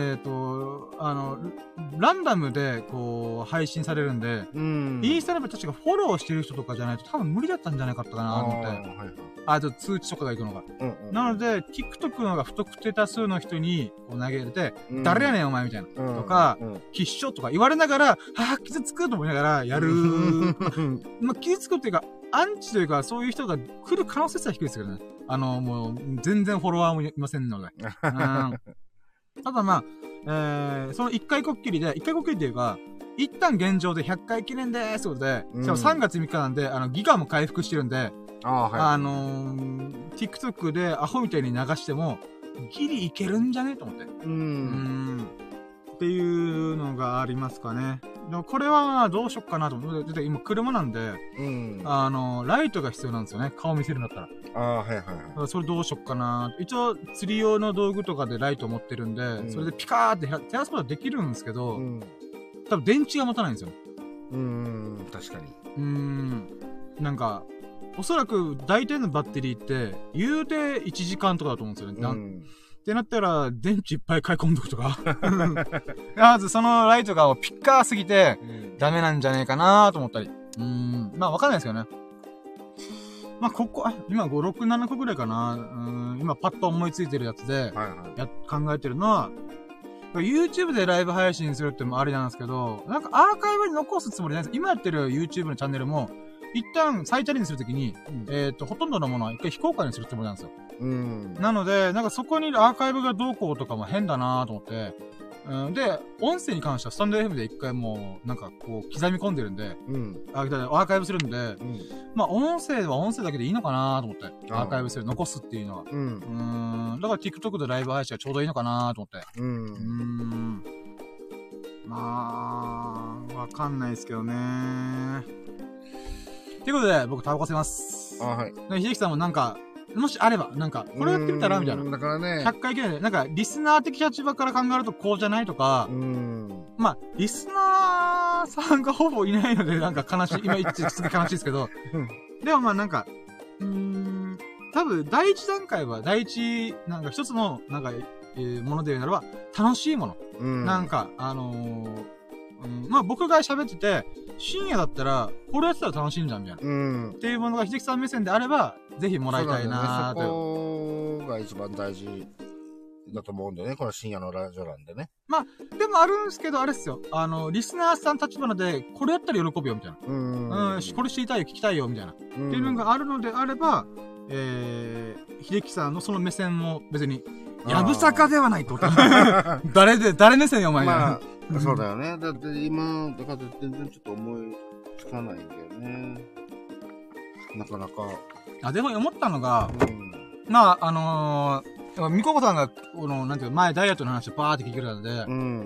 ンダムで、こう、配信されるんで、インスタでも確かフォローしてる人とかじゃないと多分無理だったんじゃないかったかなと思って。あと通知とかが行くのが。なので、TikTok のが不特定多数の人にこう投げて、誰やねんお前みたいな。とか、きっしょとか言われながら、傷つくと思いながらやる。まあ、傷つくっていうか、アンチというか、そういう人が来る可能性は低いですけどね。もう、全然フォロワーもいませんので。ただまあ、その一回こっきりっていうか、一旦現状で100回記念でーすということで、しかも3月3日なんで、ギガも回復してるんで、TikTok でアホみたいに流しても、ギリいけるんじゃねと思って。っていうのがありますかね。でもこれはどうしよっかなと思って、今車なんで、ライトが必要なんですよね。顔見せるんだったら。それどうしよっかな。一応釣り用の道具とかでライト持ってるんで、それでピカーって照らすことはできるんですけど、多分電池が持たないんですよ。 確かに。 なんか、おそらく大体のバッテリーって、言うて1時間とかだと思うんですよね。ってなったら、電池いっぱい買い込んどくとか。まずそのライトがピッカーすぎて、ダメなんじゃねえかなと思ったり。まあわかんないですけどね。まあ今5、6、7個ぐらいかな。今パッと思いついてるやつで、考えてるのは、YouTube でライブ配信するってもありなんですけど、なんかアーカイブに残すつもりないです。今やってる YouTube のチャンネルも、一旦再チャレンジするときに、ほとんどのものは一回非公開にするつもりなんですよ。なので、なんかそこにアーカイブがどうこうとかも変だなと思って、で、音声に関してはスタンド FM で一回もう、なんかこう、刻み込んでるんで、アーカイブするんで、まあ音声は音声だけでいいのかなと思って、アーカイブする、残すっていうのは。だから TikTok でライブ配信はちょうどいいのかなと思って。まあ、わかんないですけどね。ということで、僕タバコ吸います。秀樹さんもなんか、もしあれば、なんか、これやってみたらみたいな。 だからね。 100回記念で、なんか、リスナー的立場から考えるとこうじゃないとか、まあ、リスナーさんがほぼいないので、なんか悲しい、今言ってすごい悲しいですけど、でもまあなんか、多分、第一段階は、なんか一つの、なんか、もので言うならば、楽しいもの。なんか、まあ僕が喋ってて、深夜だったら、これやってたら楽しいんじゃん、みたいな。っていうものが秀樹さん目線であれば、ぜひもらいたいなーと。 そこが一番大事だと思うんだよね、この深夜のラジオなんでね。 まあ、でもあるんですけど、あれっすよ。リスナーさん立花で、これやったら喜ぶよ、みたいな。これ知りたいよ、聞きたいよ、みたいな。っていうのがあるのであれば、秀樹さんのその目線も別に、やぶさかではないと。誰目線よ、お前。 まあ、そうだよね。だって今、だから全然ちょっと思いつかないんだよね。なかなか。 でも思ったのが、まあ、みここさんが、なんていうか、前ダイエットの話をバーって聞けるので、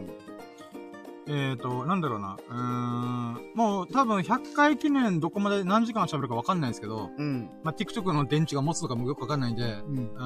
なんだろうな、もう多分100回記念どこまで何時間喋るかわかんないんですけど、まあ、TikTok の電池が持つとかもよくわかんないんで、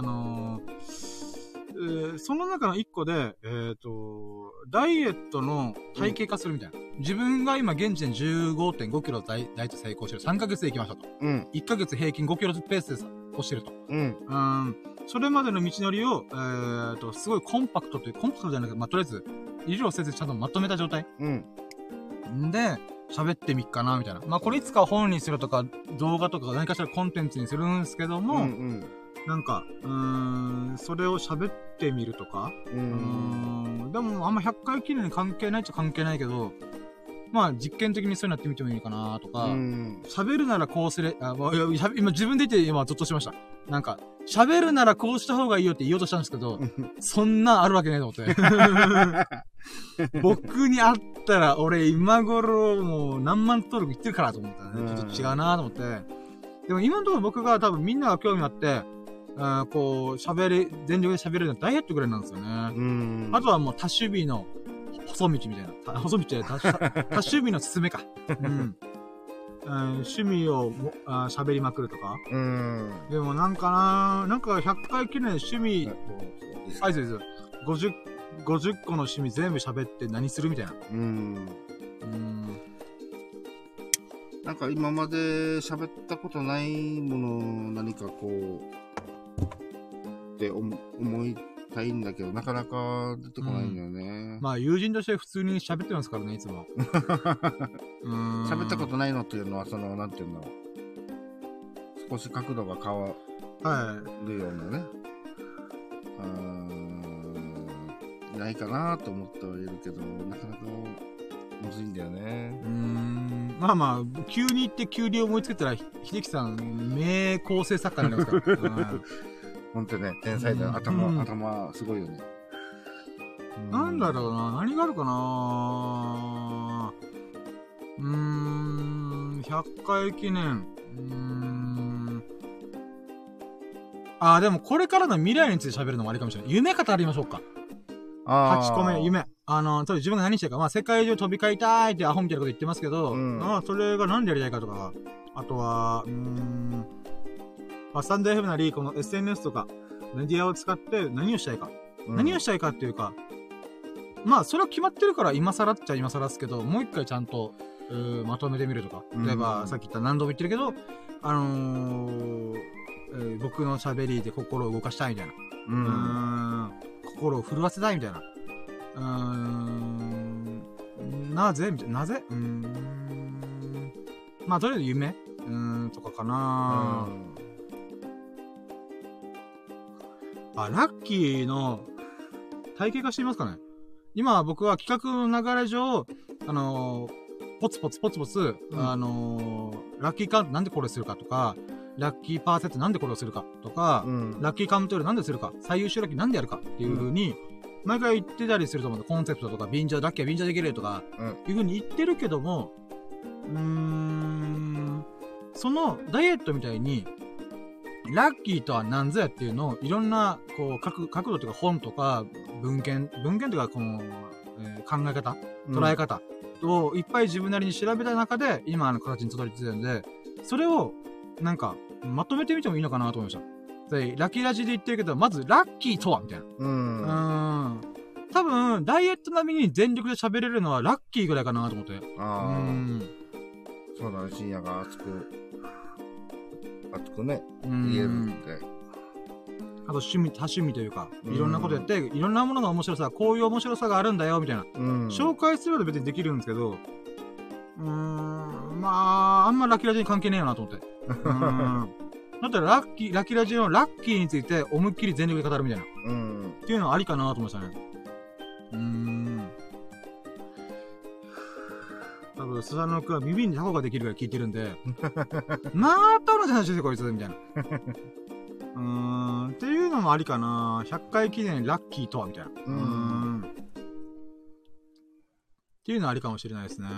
その中の一個で、ダイエットの体系化するみたいな。自分が今現時点 15.5 キロダイエット成功してる。3ヶ月で行きましたと。1ヶ月平均5キロペースで押してると。それまでの道のりを、すごいコンパクトじゃなくて、まあ、とりあえず、医療せずちゃんとまとめた状態。で、喋ってみっかな、みたいな。まあ、これいつか本にするとか、動画とか何かしらコンテンツにするんですけども、なんか、それを喋ってみるとか、でもあんま100回記念に関係ないっちゃ関係ないけど、 まあ実験的にそういうのやってみてもいいかなとか、喋るならこうすれ、今自分で言って今ゾッとしました。なんか、喋るならこうした方がいいよって言おうとしたんですけど、そんなあるわけねえと思って。僕に会ったら俺今頃もう何万登録いってるからと思ったね。ちょっと違うなと思って。でも今のところ僕が多分みんなが興味あって、こう、全力で喋れるのはダイエットぐらいなんですよね。あとはもう多趣味の細道みたいな。細道じゃない、多趣味のすすめか。趣味を喋りまくるとか。でもなんか100回記念趣味、あいつです。50個の趣味全部喋って何するみたいな。 なんか今まで喋ったことないものを何かこう、って思いたいんだけど、なかなか出てこないんだよね。 まあ友人として普通に喋ってますからね、いつも。 喋ったことないのっていうのは、なんていうんだろう。少し角度が変わるようなね。ないかなと思ってはいるけど、なかなかむずいんだよね。 まあまあ、急に言って急に思いつけたら、秀樹さん、名構成作家になりますから。 ほんとね、天才だよ。頭、すごいよね。 なんだろうな、何があるかな。100回記念。でもこれからの未来について喋るのもありかもしれない。夢語りましょうか。8個目、夢。自分が何してるか、まあ、世界中飛び交いたいってアホみたいなこと言ってますけど、それが何でやりたいかとか、あとは、スタンド F なり、この SNS とか、メディアを使って何をしたいか。何をしたいかっていうか、まあ、それは決まってるから今更っちゃ今更ですけど、もう一回ちゃんと、まとめてみるとか。例えば、さっき言った何度も言ってるけど、僕の喋りで心を動かしたいみたいな。心を震わせたいみたいな。なぜみたいな。なぜまあ、とりあえず夢とかかなラッキーの体系化してみますかね。今僕は企画の流れ上、ポツポツ、ラッキーカウントなんでこれするかとか、ラッキーパーセントなんでこれをするかとか、ラッキーカウントよりなんでするか、最優秀ラッキーなんでやるかっていう風に、毎回言ってたりすると思う。コンセプトとか、ラッキーは便乗できるとか、いう風に言ってるけども、そのダイエットみたいに、ラッキーとは何ぞやっていうのをいろんな、こう、角度というか本とか、文献というか、この、考え方、捉え方をいっぱい自分なりに調べた中で、今の形にたどり着いてるんで、それを、なんか、まとめてみてもいいのかなと思いました。で、ラッキーラジで言ってるけど、まず、ラッキーとはみたいな。多分、ダイエット並みに全力で喋れるのは、ラッキーぐらいかなと思って。 そうだね、深夜が熱くね、言えるんで。 あと、多趣味というか、いろんなことやって、いろんなものの面白さ、こういう面白さがあるんだよ、みたいな。紹介するので別にできるんですけど、まあ、あんまラッキーラジに関係ねえよなと思って。だったらラッキーラジのラッキーについて思いっきり全力で語るみたいな。っていうのはありかなと思いましたね。多分、スザノ君は耳にタコができるから聞いてるんで、また同じ話ですよ、こいつ、みたいな。っていうのもありかな。100回記念ラッキーとは、みたいな。っていうのはありかもしれないですね。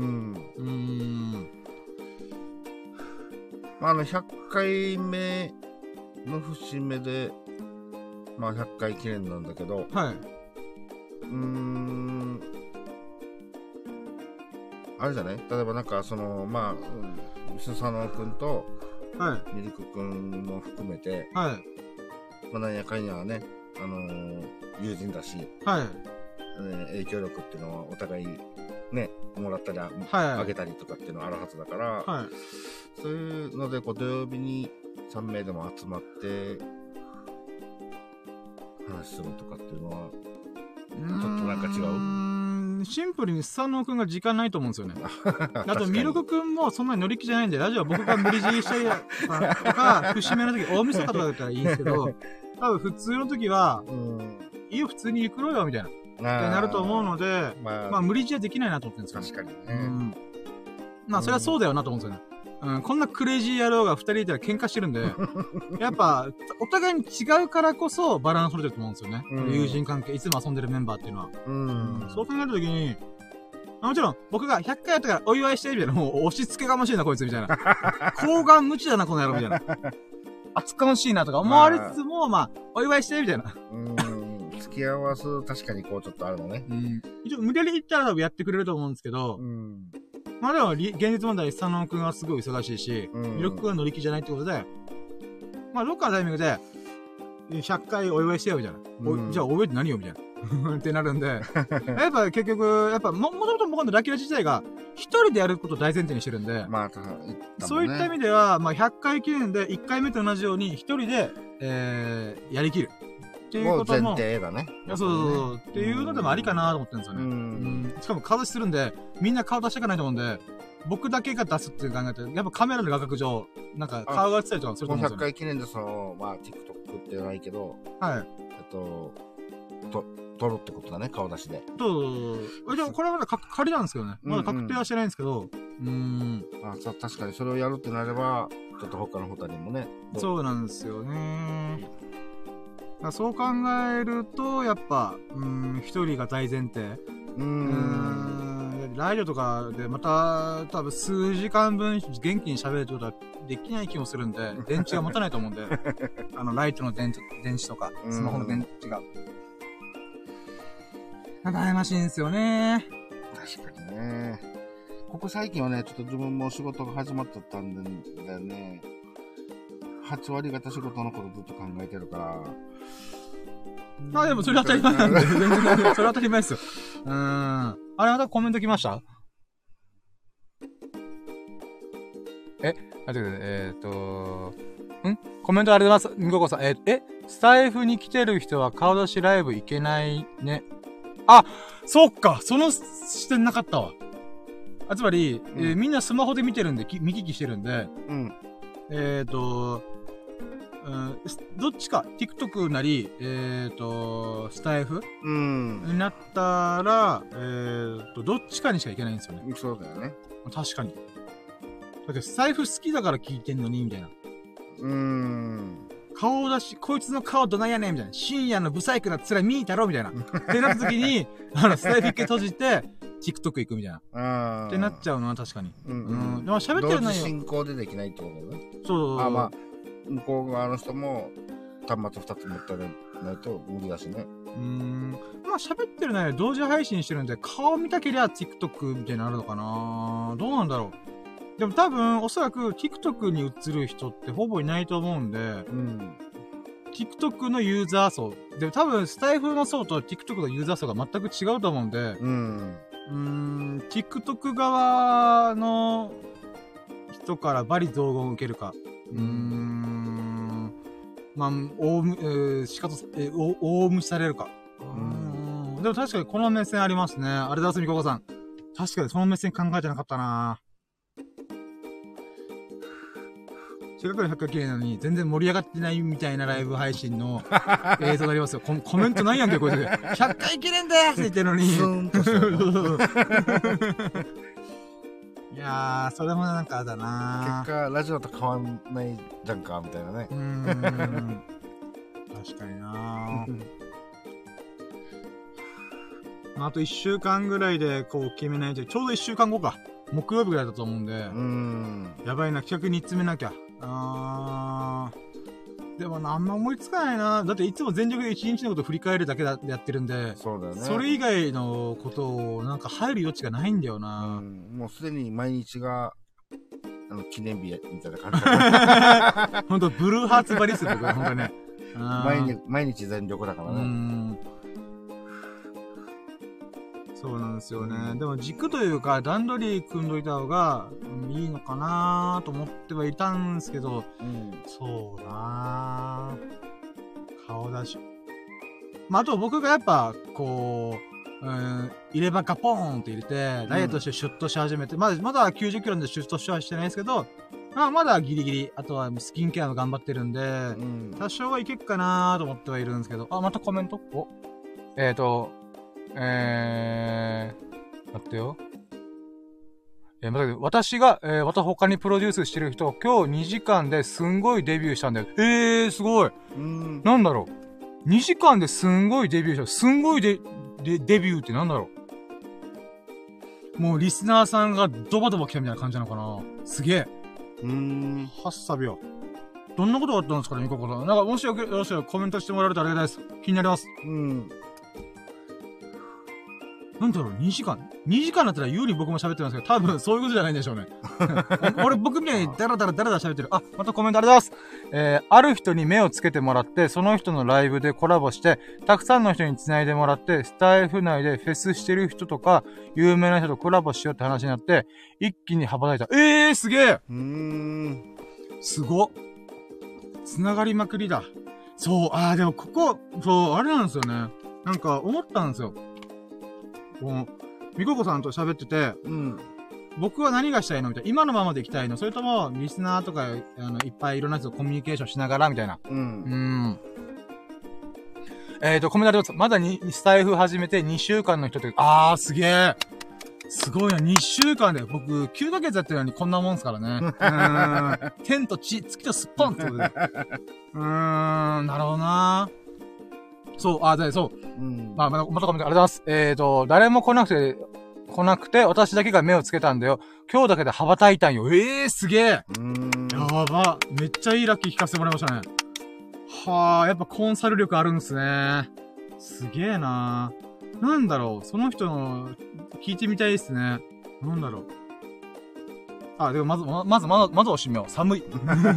まあ、100回目の節目で、まあ、100回記念なんだけど、あれじゃない？例えばなんか、まあ、スサノくんと、ミルクくんも含めて、まあ、なんやかんやね、友人だし、影響力っていうのはお互いね、もらったり、あげたりとかっていうのはあるはずだから、そういうので、土曜日に3名でも集まって、話するとかっていうのは、ちょっとなんか違う？ シンプルにスサノオくんが時間ないと思うんですよね。あと、ミルクくんもそんなに乗り気じゃないんで、ラジオ僕が無理強いしたりとか、節目の時、大晦日とかだったらいいんですけど、多分普通の時は、いいよ、普通に行くろよ、みたいな。 ってなると思うので、まあ無理強いできないなと思ってるんですよ。 確かにね。 まあそれはそうだよなと思うんですよね。こんなクレイジー野郎が2人いたら喧嘩してるんで、やっぱ、お互いに違うからこそバランス取れてると思うんですよね。友人関係、いつも遊んでるメンバーっていうのは。そう考えたときに、もちろん、僕が100回やったからお祝いしてみたいな、もう押し付けがましいな、こいつみたいな。高顔無知だな、この野郎みたいな。厚かましいなとか思われつつも、まあ、お祝いしてみたいな。 付き合わす、確かにこうちょっとあるのね。 一応、無理やり言ったら多分やってくれると思うんですけど、まあでも、現実問題、佐野くんはすごい忙しいし、魅力が乗り気じゃないってことで、まあどっかのタイミングで、100回お祝いしてよ、みたいな。じゃあ、お祝いって何よ、みたいな。ってなるんで、やっぱ結局、もともと僕のラキラ自体が、一人でやることを大前提にしてるんで、 まあ、 そういった意味では、まあ100回記念で1回目と同じように、一人で、やりきる。っていうことも。 前提だね。 そう。っていうのでもありかなと思ってるんですよね。しかも顔出しするんで、みんな顔出したくないと思うんで、僕だけが出すって考えて、やっぱカメラの画角上、なんか顔が映ったりとかすると思うんですよ、ね。 100回記念でまあ TikTok ってないけど、 はい。 撮るってことだね、顔出しで。 じゃあこれはまだ仮なんですけどね。まだ確定はしてないんですけど、 確かにそれをやるってなれば、ちょっと他の二人もね。 そうなんですよね。そう考えると、やっぱ、一人が大前提。ラジオとかでまた、多分数時間分元気に喋るってことはできない気もするんで、電池が持たないと思うんで、ライトの電池とか、スマホの電池が。悩ましいんですよね。 確かにね。ここ最近はね、ちょっと自分も仕事が始まっちゃったんだよね。8割方仕事のことずっと考えてるから。 でもそれ当たり前なんで、全然それ当たり前ですよ。あれまたコメント来ました？コメントありがとうございます。みここさん。スタイフに来てる人は顔出しライブ行けないね。あ、そっか、その視点なかったわ。つまり、みんなスマホで見てるんで、見聞きしてるんで、どっちか、TikTok なり、スタイフになったら、どっちかにしかいけないんですよね。 そうだよね。 確かに。だけど、スタイフ好きだから聞いてんのに、みたいな。顔出し、こいつの顔どないやねんみたいな。深夜のブサイクな面見たろみたいな。ってなった時に、スタイフ一回閉じて、TikTok 行くみたいな。ってなっちゃうのは確かに。でも喋ってる内容。 同時進行でできないってことだね。 そう。 まあ、向こう側の人も、端末2つ持ってないと無理だしね。 まあ喋ってる内容同時配信してるんで、顔見たけりゃ TikTok みたいになるのかな。どうなんだろう。でも多分、おそらく TikTok に映る人ってほぼいないと思うんで、TikTok のユーザー層。でも多分、スタイフの層と TikTok のユーザー層が全く違うと思うんで、TikTok 側の人からバリ動画を受けるか。まあ、大無視されるか。でも確かにこの目線ありますね。ありがとうございます、みここさん。確かにその目線考えてなかったな。せっかくの100回記念なのに全然盛り上がってないみたいなライブ配信の映像になりますよ。コメントないやんけ、これで。100回記念でーすって言ってるのに。いやー、それもなんかだな。 結果、ラジオと変わんないじゃんか、みたいなね。 確かになあと1週間ぐらいでこう決めないと、ちょうど1週間後か。木曜日ぐらいだと思うんで。やばいな、企画に詰めなきゃ。でもあんま思いつかないな。だっていつも全力で1日のことを振り返るだけでやってるんで。 そうだよね。 それ以外のことをなんか入る余地がないんだよな。 もうすでに毎日が、記念日みたいな感じだね。 ほんと、ブルーハーツバリス僕はほんとね。 毎日全力だからね。 そうなんですよね。でも軸というか段取り組んどいた方がいいのかなと思ってはいたんですけど、そうな顔出し。まあ、あと僕がやっぱこう、入れ歯ガポーンって入れてダイエットしてシュッとし始めて、まだ90キロでシュッとしはしてないですけど、まだギリギリ、あとはスキンケアも頑張ってるんで、多少はいけっかなと思ってはいるんですけど、またコメント待ってよ。私が、他にプロデュースしてる人、今日2時間ですんごいデビューしたんだよ。すごい。なんだろう。2時間ですんごいデビューした。すんごいデビューってなんだろう。もうリスナーさんがドバドバ来たみたいな感じなのかな。すげえ。はっさびよ。どんなことがあったんですかね、みここさん。なんか、もしよろしければコメントしてもらえるとありがたいです。気になります。なんだろう、2時間だったら有利僕も喋ってますけど、多分そういうことじゃないんでしょうね。僕みたいにダラダラ喋ってる。あ、またコメントありがとうございます。ある人に目をつけてもらって、その人のライブでコラボして、たくさんの人に繋いでもらって、スタイフ内でフェスしてる人とか、有名な人とコラボしようって話になって、一気に羽ばたいた。すげえすごっ。繋がりまくりだ。そう、でもここ、そう、あれなんですよね。なんか思ったんですよ。みここさんと喋ってて、僕は何がしたいのみたいな。今のままでいきたいのそれとも、リスナーとか、いっぱいいろんな人とコミュニケーションしながらみたいな。コメントあります。まだスタイフ始めて2週間の人って、すげえ。すごいな、2週間で。僕、9ヶ月やってるのにこんなもんすからね。天と地、月とすっぽんってことで。なるほどな。そう、そう。またコメントありがとうございます。誰も来なくて、私だけが目をつけたんだよ。今日だけで羽ばたいたんよ。すげえ。やば。めっちゃいいラッキー聞かせてもらいましたね。やっぱコンサル力あるんすね。すげえな。なんだろう、その人の、聞いてみたいですね。なんだろう。でもまずおしめよう。寒い。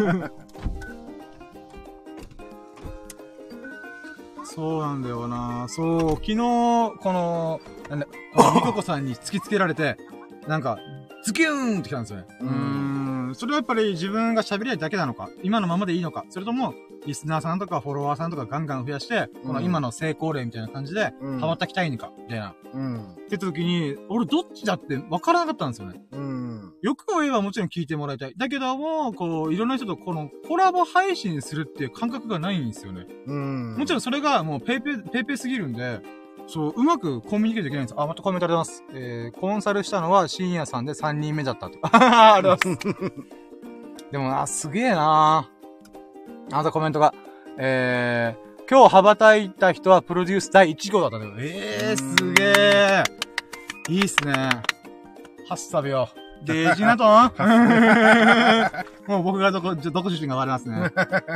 そうなんだよな。そう、昨日、このみここさんに突きつけられて、なんか、ズキューンってきたんですよね。それはやっぱり自分が喋りたいだけなのか、今のままでいいのか、それとも、リスナーさんとかフォロワーさんとかガンガン増やして、この今の成功例みたいな感じで、羽ばたきたいのか、みたいな。って言った時に、俺どっちだって分からなかったんですよね。よく言えばもちろん聞いてもらいたい。だけども、いろんな人とこのコラボ配信するっていう感覚がないんですよね。もちろんそれがもうペーペーすぎるんで、そう、うまくコミュニケーションできないんです。またコメントありがとうございます。コンサルしたのは深夜さんで3人目だったと。ありがとうございます。でもすげえなあとコメントが。今日羽ばたいた人はプロデュース第1号だったんだよ。すげえ。いいっすね。はっさびよ。デジナトンもう僕がどこ出身が割れますね。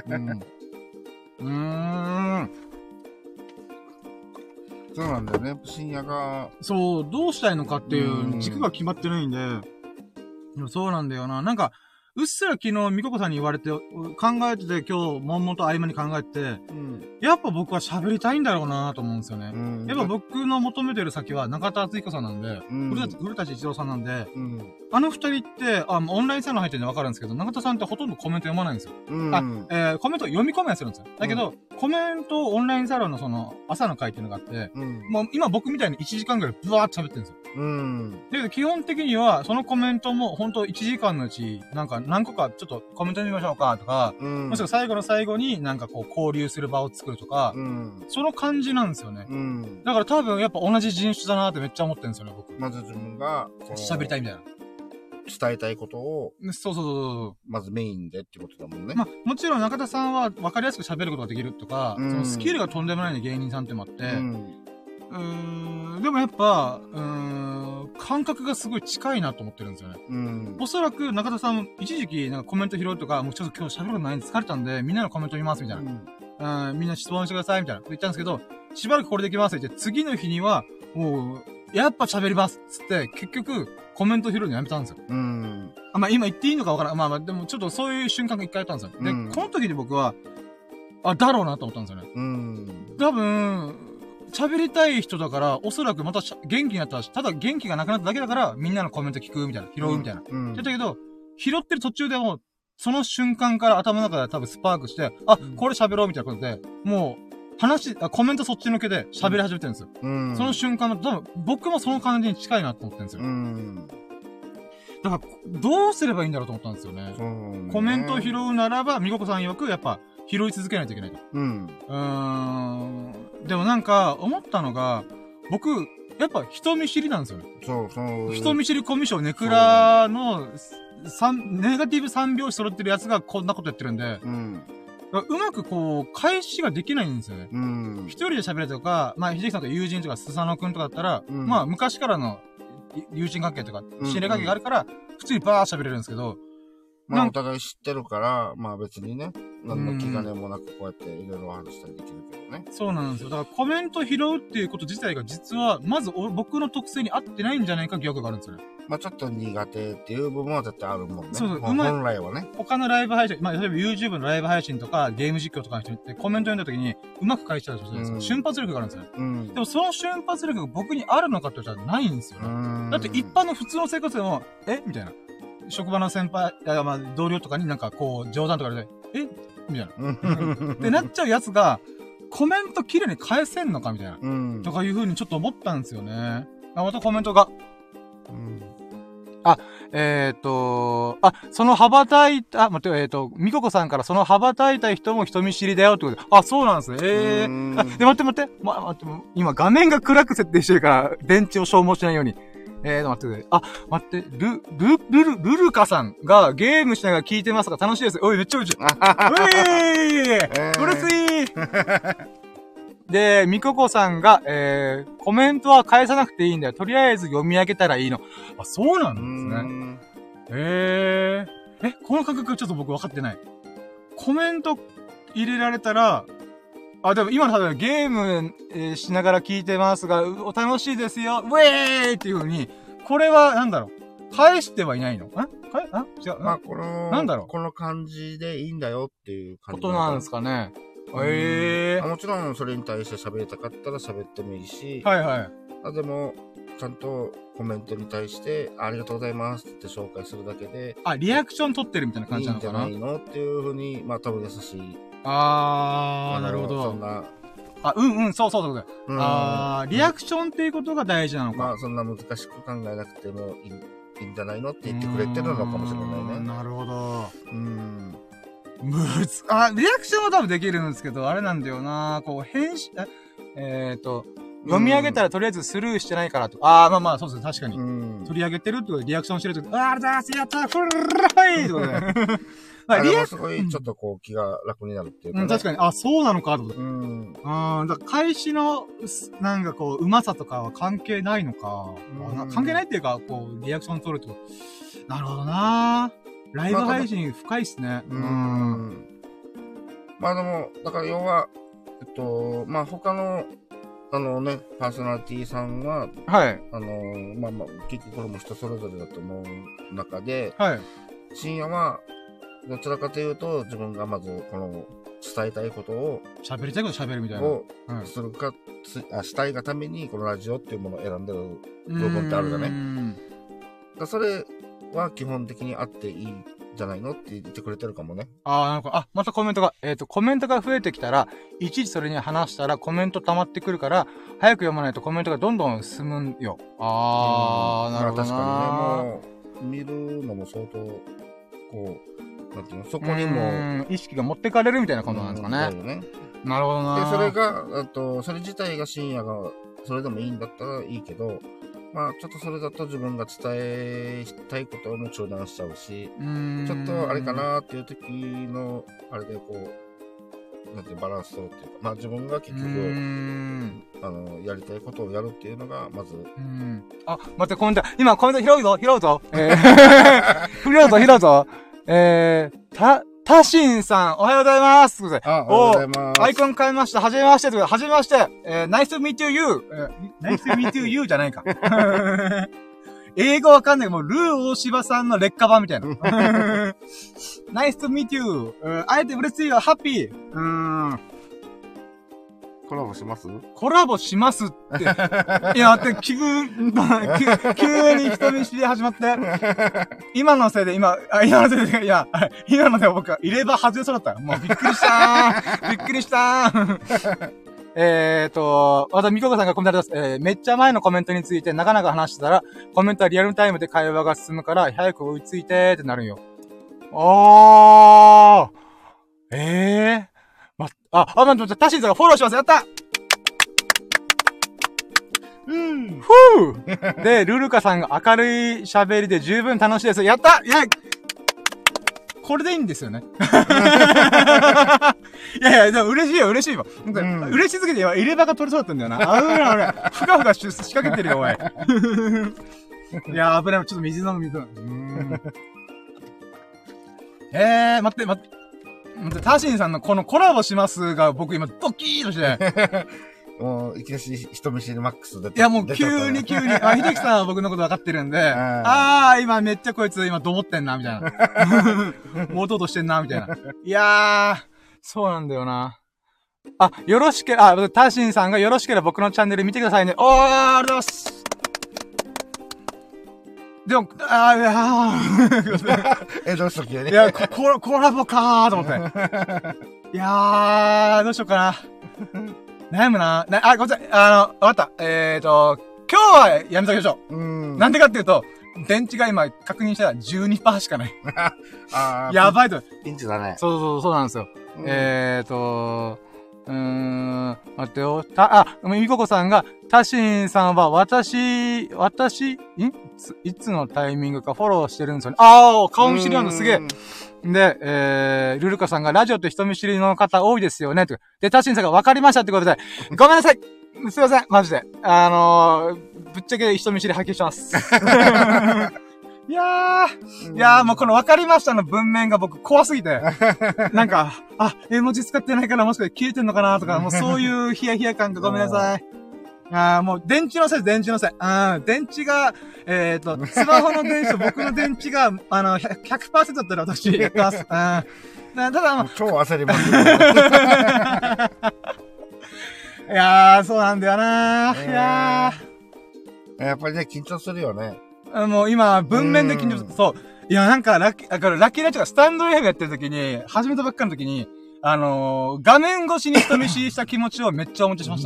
そうなんだよね、深夜が。 そう、どうしたいのかっていう軸が決まってないんで。でもそうなんだよな。なんか、うっすら昨日、みここさんに言われて、考えてて、今日、悶々と合間に考えて、やっぱ僕は喋りたいんだろうなと思うんですよね。やっぱ僕の求めてる先は中田敦彦さんなんで、古舘一郎さんなんで、あの二人って、オンラインサロン入ってるんでわかるんですけど、中田さんってほとんどコメント読まないんですよ。コメント読み込むやつするんですよ。だけど、コメントオンラインサロンのその、朝の会っていうのがあって、もう今僕みたいに1時間ぐらいブワーって喋ってるんですよ。だけど基本的には、そのコメントも本当1時間のうち、なんか何個かちょっとコメント見ましょうかとか、もしくは最後の最後になんかこう交流する場を作るとか、その感じなんですよね。だから多分やっぱ同じ人種だなってめっちゃ思ってるんですよね、僕。 まず自分が、 喋りたいみたいな。 伝えたいことを、 そう。 まずメインでってことだもんね。 もちろん中田さんは分かりやすく喋ることができるとか、そのスキルがとんでもないね、芸人さんってもあって、でもやっぱ、感覚がすごい近いなと思ってるんですよね。おそらく中田さん、一時期なんかコメント拾うとか、もうちょっと今日喋ることないんで疲れたんで、みんなのコメント見ますみたいな。みんな質問してくださいみたいな。言ったんですけど、しばらくこれできますって言って、次の日には、もう、やっぱ喋りますつって、結局、コメント拾うのやめたんですよ。今言っていいのかわからん。でもちょっとそういう瞬間が一回あったんですよ。で、この時に僕は、だろうなと思ったんですよね。多分、喋りたい人だから、おそらくまた元気になったら、ただ元気がなくなっただけだから、みんなのコメント聞くみたいな、拾うみたいな。だけど、拾ってる途中でも、その瞬間から頭の中で多分スパークして、これ喋ろうみたいなことで、もう、コメントそっち抜けで喋り始めてるんですよ。その瞬間の、多分、僕もその感じに近いなと思ってるんですよ。だから、どうすればいいんだろうと思ったんですよね。コメントを拾うならば、みここさん曰く、やっぱ、拾い続けないといけないと。でもなんか、思ったのが、 僕、やっぱ人見知りなんですよね。 そう。 人見知りコミュ障ネクラのネガティブ3拍子揃ってるやつがこんなことやってるんで、うまくこう、返しができないんですよね。一人で喋るとか、まあ、ひじきさんとか友人とか、スサノくんとかだったら、まあ、昔からの友人関係とか、信頼関係があるから、普通にバー喋れるんですけど、 まあ、お互い知ってるから、まあ別にね、何の気兼ねもなくこうやっていろいろ話したりできるけどね。 そうなんですよ。だからコメント拾うっていうこと自体が実は、まず僕の特性に合ってないんじゃないか疑惑があるんですよね。 まあちょっと苦手っていう部分は絶対あるもんね。 そう。 本来はね。 他のライブ配信、まあ例えば YouTube のライブ配信とかゲーム実況とかの人ってコメント読んだ時にうまく返したりするじゃないですか。瞬発力があるんですよ。でもその瞬発力が僕にあるのかって言ったらないんですよね。だって一般の普通の生活でも、みたいな。職場の先輩、まあ、同僚とかになんかこう、冗談とかで、みたいな。ってなっちゃうやつが、コメント綺麗に返せんのかみたいな。とかいう風にちょっと思ったんですよね。またコメントが。その羽ばたいた、待って、みここさんからその羽ばたいた人も人見知りだよってことで。あ、そうなんですね。待って。待って、今画面が暗く設定してるから、電池を消耗しないように。待って、ルルカさんがゲームしながら聞いてますが楽しいです。おい、めっちゃうれしいで、みここさんが、コメントは返さなくていいんだよ。とりあえず読み上げたらいいの。あ、そうなんですね。この感覚ちょっと僕分かってない。コメント入れられたら、でも今の多分ゲーム、しながら聞いてますが、お楽しいですよ。ウェーイっていう風に、これはなんだろう。返してはいないの？違う。 まあ、 なんだろう。 この感じでいいんだよっていう感じ。 ことなんですかね。 もちろんそれに対して喋りたかったら喋ってもいいし。でも、ちゃんとコメントに対して、ありがとうございますって紹介するだけで。 リアクション取ってるみたいな感じなのかな？ いいんじゃないのっていう風に、まあ多分優しい。 なるほど。 そんな。 そう。リアクションっていうことが大事なのか。 まあそんな難しく考えなくてもいいんじゃないのって言ってくれてるのかもしれないね。 なるほど。リアクションは多分できるんですけど、あれなんだよなこう、読み上げたらとりあえずスルーしてないからと。まあ、そうですね、確かに。取り上げてるってことでリアクションしてるってことで、あれだーやったーフルーイってことで。 でもすごいちょっとこう気が楽になるっていうか、ね。 確かに、そうなのか、と思って。だから開始の、なんかこう、うまさとかは関係ないのか。関係ないっていうか、こう、リアクション取るってこと。なるほどなライブ配信深いっすね。 まあでも、だから要は、まあ他の、パーソナリティさんは、結局これも人それぞれだと思う中で、深夜は、どちらかというと、自分がまず、この、伝えたいことを、 喋りたいこと喋るみたいな。 を、するか、したいがために、このラジオっていうものを選んでる部分ってあるじゃね。それは基本的にあっていいんじゃないのって言ってくれてるかもね。 またコメントが、コメントが増えてきたら、いちいちそれに話したらコメント溜まってくるから、早く読まないとコメントがどんどん進むんよ。なるほどな。確かにね、もう、見るのも相当、こう、なんていうの、そこにも、 意識が持ってかれるみたいなことなんですかね。なるほどな。 で、それが、それ自体が深夜が、それでもいいんだったらいいけど、まあ、ちょっとそれだと自分が伝えたいことも中断しちゃうし、ちょっとあれかなっていう時の、あれでこう、なんてバランス取るっていうか、まあ自分が結局、やりたいことをやるっていうのが、まず。 待って、コメント、今コメント拾うぞ。拾うぞ。タシンさん、おはようございます。 おはようございます。 アイコン変えました。はじめまして。はじめまして。nice to meet you.nice to meet you じゃないか。英語わかんないけど、もう、ルー大柴さんの劣化版みたいな。nice to meet you. 会えて嬉しいよ。ハッピー。 コラボしますって。いや、待って、急に人見知り始まって。今のせいで僕は入れ歯外れそうだった。もうびっくりしたまた、みここさんがコメントです。めっちゃ前のコメントについてなかなか話してたら、コメントはリアルタイムで会話が進むから、早く追いついてってなるんよ。待って、タシンさんがフォローします。やったふぅで、ルルカさんが明るい喋りで十分楽しいです。やったいや、これでいいんですよね。いやいや、でも嬉しいよ、嬉しいよ。嬉しすぎて入れ歯が取れそうだったんだよな。俺。ふかふか仕掛けてるよ、おい。いや、危ない。ちょっと水飲む、水飲む。待って、タシンさんのこのコラボしますが、僕今ドキーとして。 もう、いきなり人見知りマックスで。 いや、もう急に。秀樹さんは僕のこと分かってるんで、今めっちゃこいつ今どもってんな、みたいな。もうとうとしてんな、みたいな。いやー、そうなんだよな。よろしければ、タシンさんがよろしければ僕のチャンネル見てくださいね。ありがとうございます。でも、 どうしよう、急に。 いや、コラボかーと思って。いやー、どうしようかな。悩むな。ごめんなさい。わかった。今日はやめときましょう。なんでかっていうと、電池が今確認したら 12% しかない。やばいと。 ピンチだね。 そうなんですよ。待ってよ。みここさんが、タシンさんはいつのタイミングかフォローしてるんですよね。顔見知りなんだ、すげえ。で、ルルカさんが、ラジオって人見知りの方多いですよね。で、タシンさんが分かりましたってことで、ごめんなさいすいません、マジで。ぶっちゃけ人見知り発揮してます。いやー、もうこの分かりましたの文面が僕怖すぎて、なんか、絵文字使ってないからもしかして消えてんのかなとか、もうそういうヒヤヒヤ感がごめんなさい。もう電池のせい。電池が、スマホの電池と僕の電池が、100% だったら私やってます。ただ超焦ります。 いやー、そうなんだよなー。いやー。やっぱりね、緊張するよね。 もう今、文面で緊張する。そう。いや、なんか、ラッキーラジオがスタンド FM やってる時に、始めたばっかの時に、画面越しに人見知りした気持ちをめっちゃ思い出しました。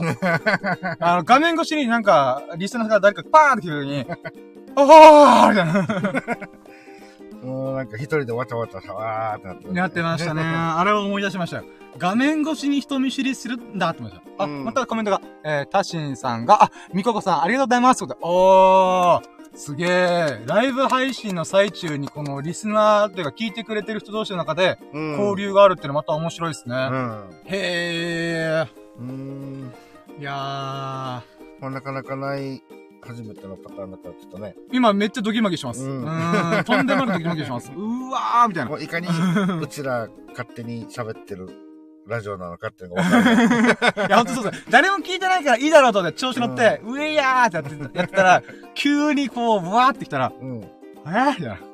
画面越しになんか、リスナーが誰かパーンって来た時に、みたいな。 もうなんか一人でわちゃわちゃわーってなって、 やってましたね。あれを思い出しましたよ。画面越しに人見知りするんだって思いました。またコメントが、タシンさんが、みここさんありがとうございます。すげえ。ライブ配信の最中にこのリスナーっていうか聞いてくれてる人同士の中で交流があるってのはまた面白いですね。へー。いやー。なかなかない初めてのパターンだからちょっとね。 今めっちゃドキマキします。とんでもなくドキマキします。うわーみたいな。 いかにうちら勝手に喋ってるラジオなのかっていうのが分かる。 いや、ほんとそうです。誰も聞いてないからいいだろうとで調子乗って、うえやーってやってたら、急にこう、わーってきたら、みたいな。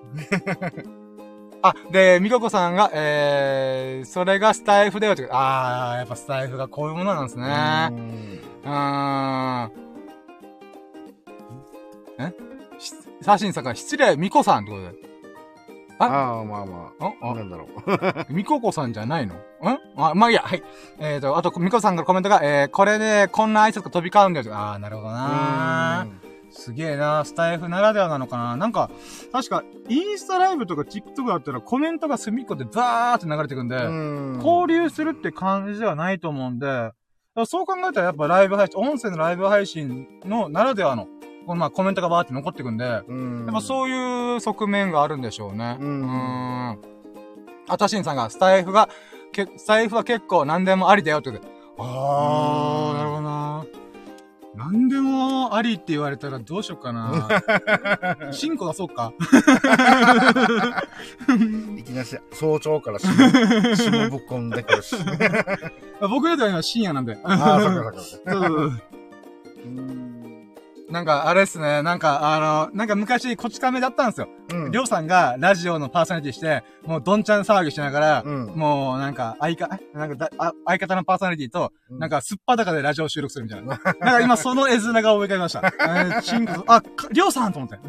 で、みここさんが、それがスタイフだよって、やっぱスタイフがこういうものなんですね。サシンさんが失礼、みこさんってことで。 なんだろう。みここさんじゃないの？まあいいや、はい。あと、みこさんからコメントが、これでこんな挨拶が飛び交うんだよ。なるほどなすげえなスタイフならではなのかななんか、確か、インスタライブとか TikTok だったらコメントが隅っこでザーって流れてくんで、交流するって感じではないと思うんで、そう考えたらやっぱライブ配信、音声のライブ配信のならではの、コメントがバーって残ってくんで、やっぱそういう側面があるんでしょうね。タシンさんがスタイフは結構何でもありだよって言って。なるほどな何でもありって言われたらどうしようかな。チンコ出そうか。 いきなり早朝から霜ぶっ込んでくるし。 僕らでは今深夜なんで。 そっか。 なんか、あれっすね。なんか昔、こち亀だったんですよ。りょうさんがラジオのパーソナリティして、もうどんちゃん騒ぎしながら、もうなんか、相方のパーソナリティと、なんか、すっぱだかでラジオ収録するみたいな。なんか今、その絵面が思い浮かびました。りょうさんと思って。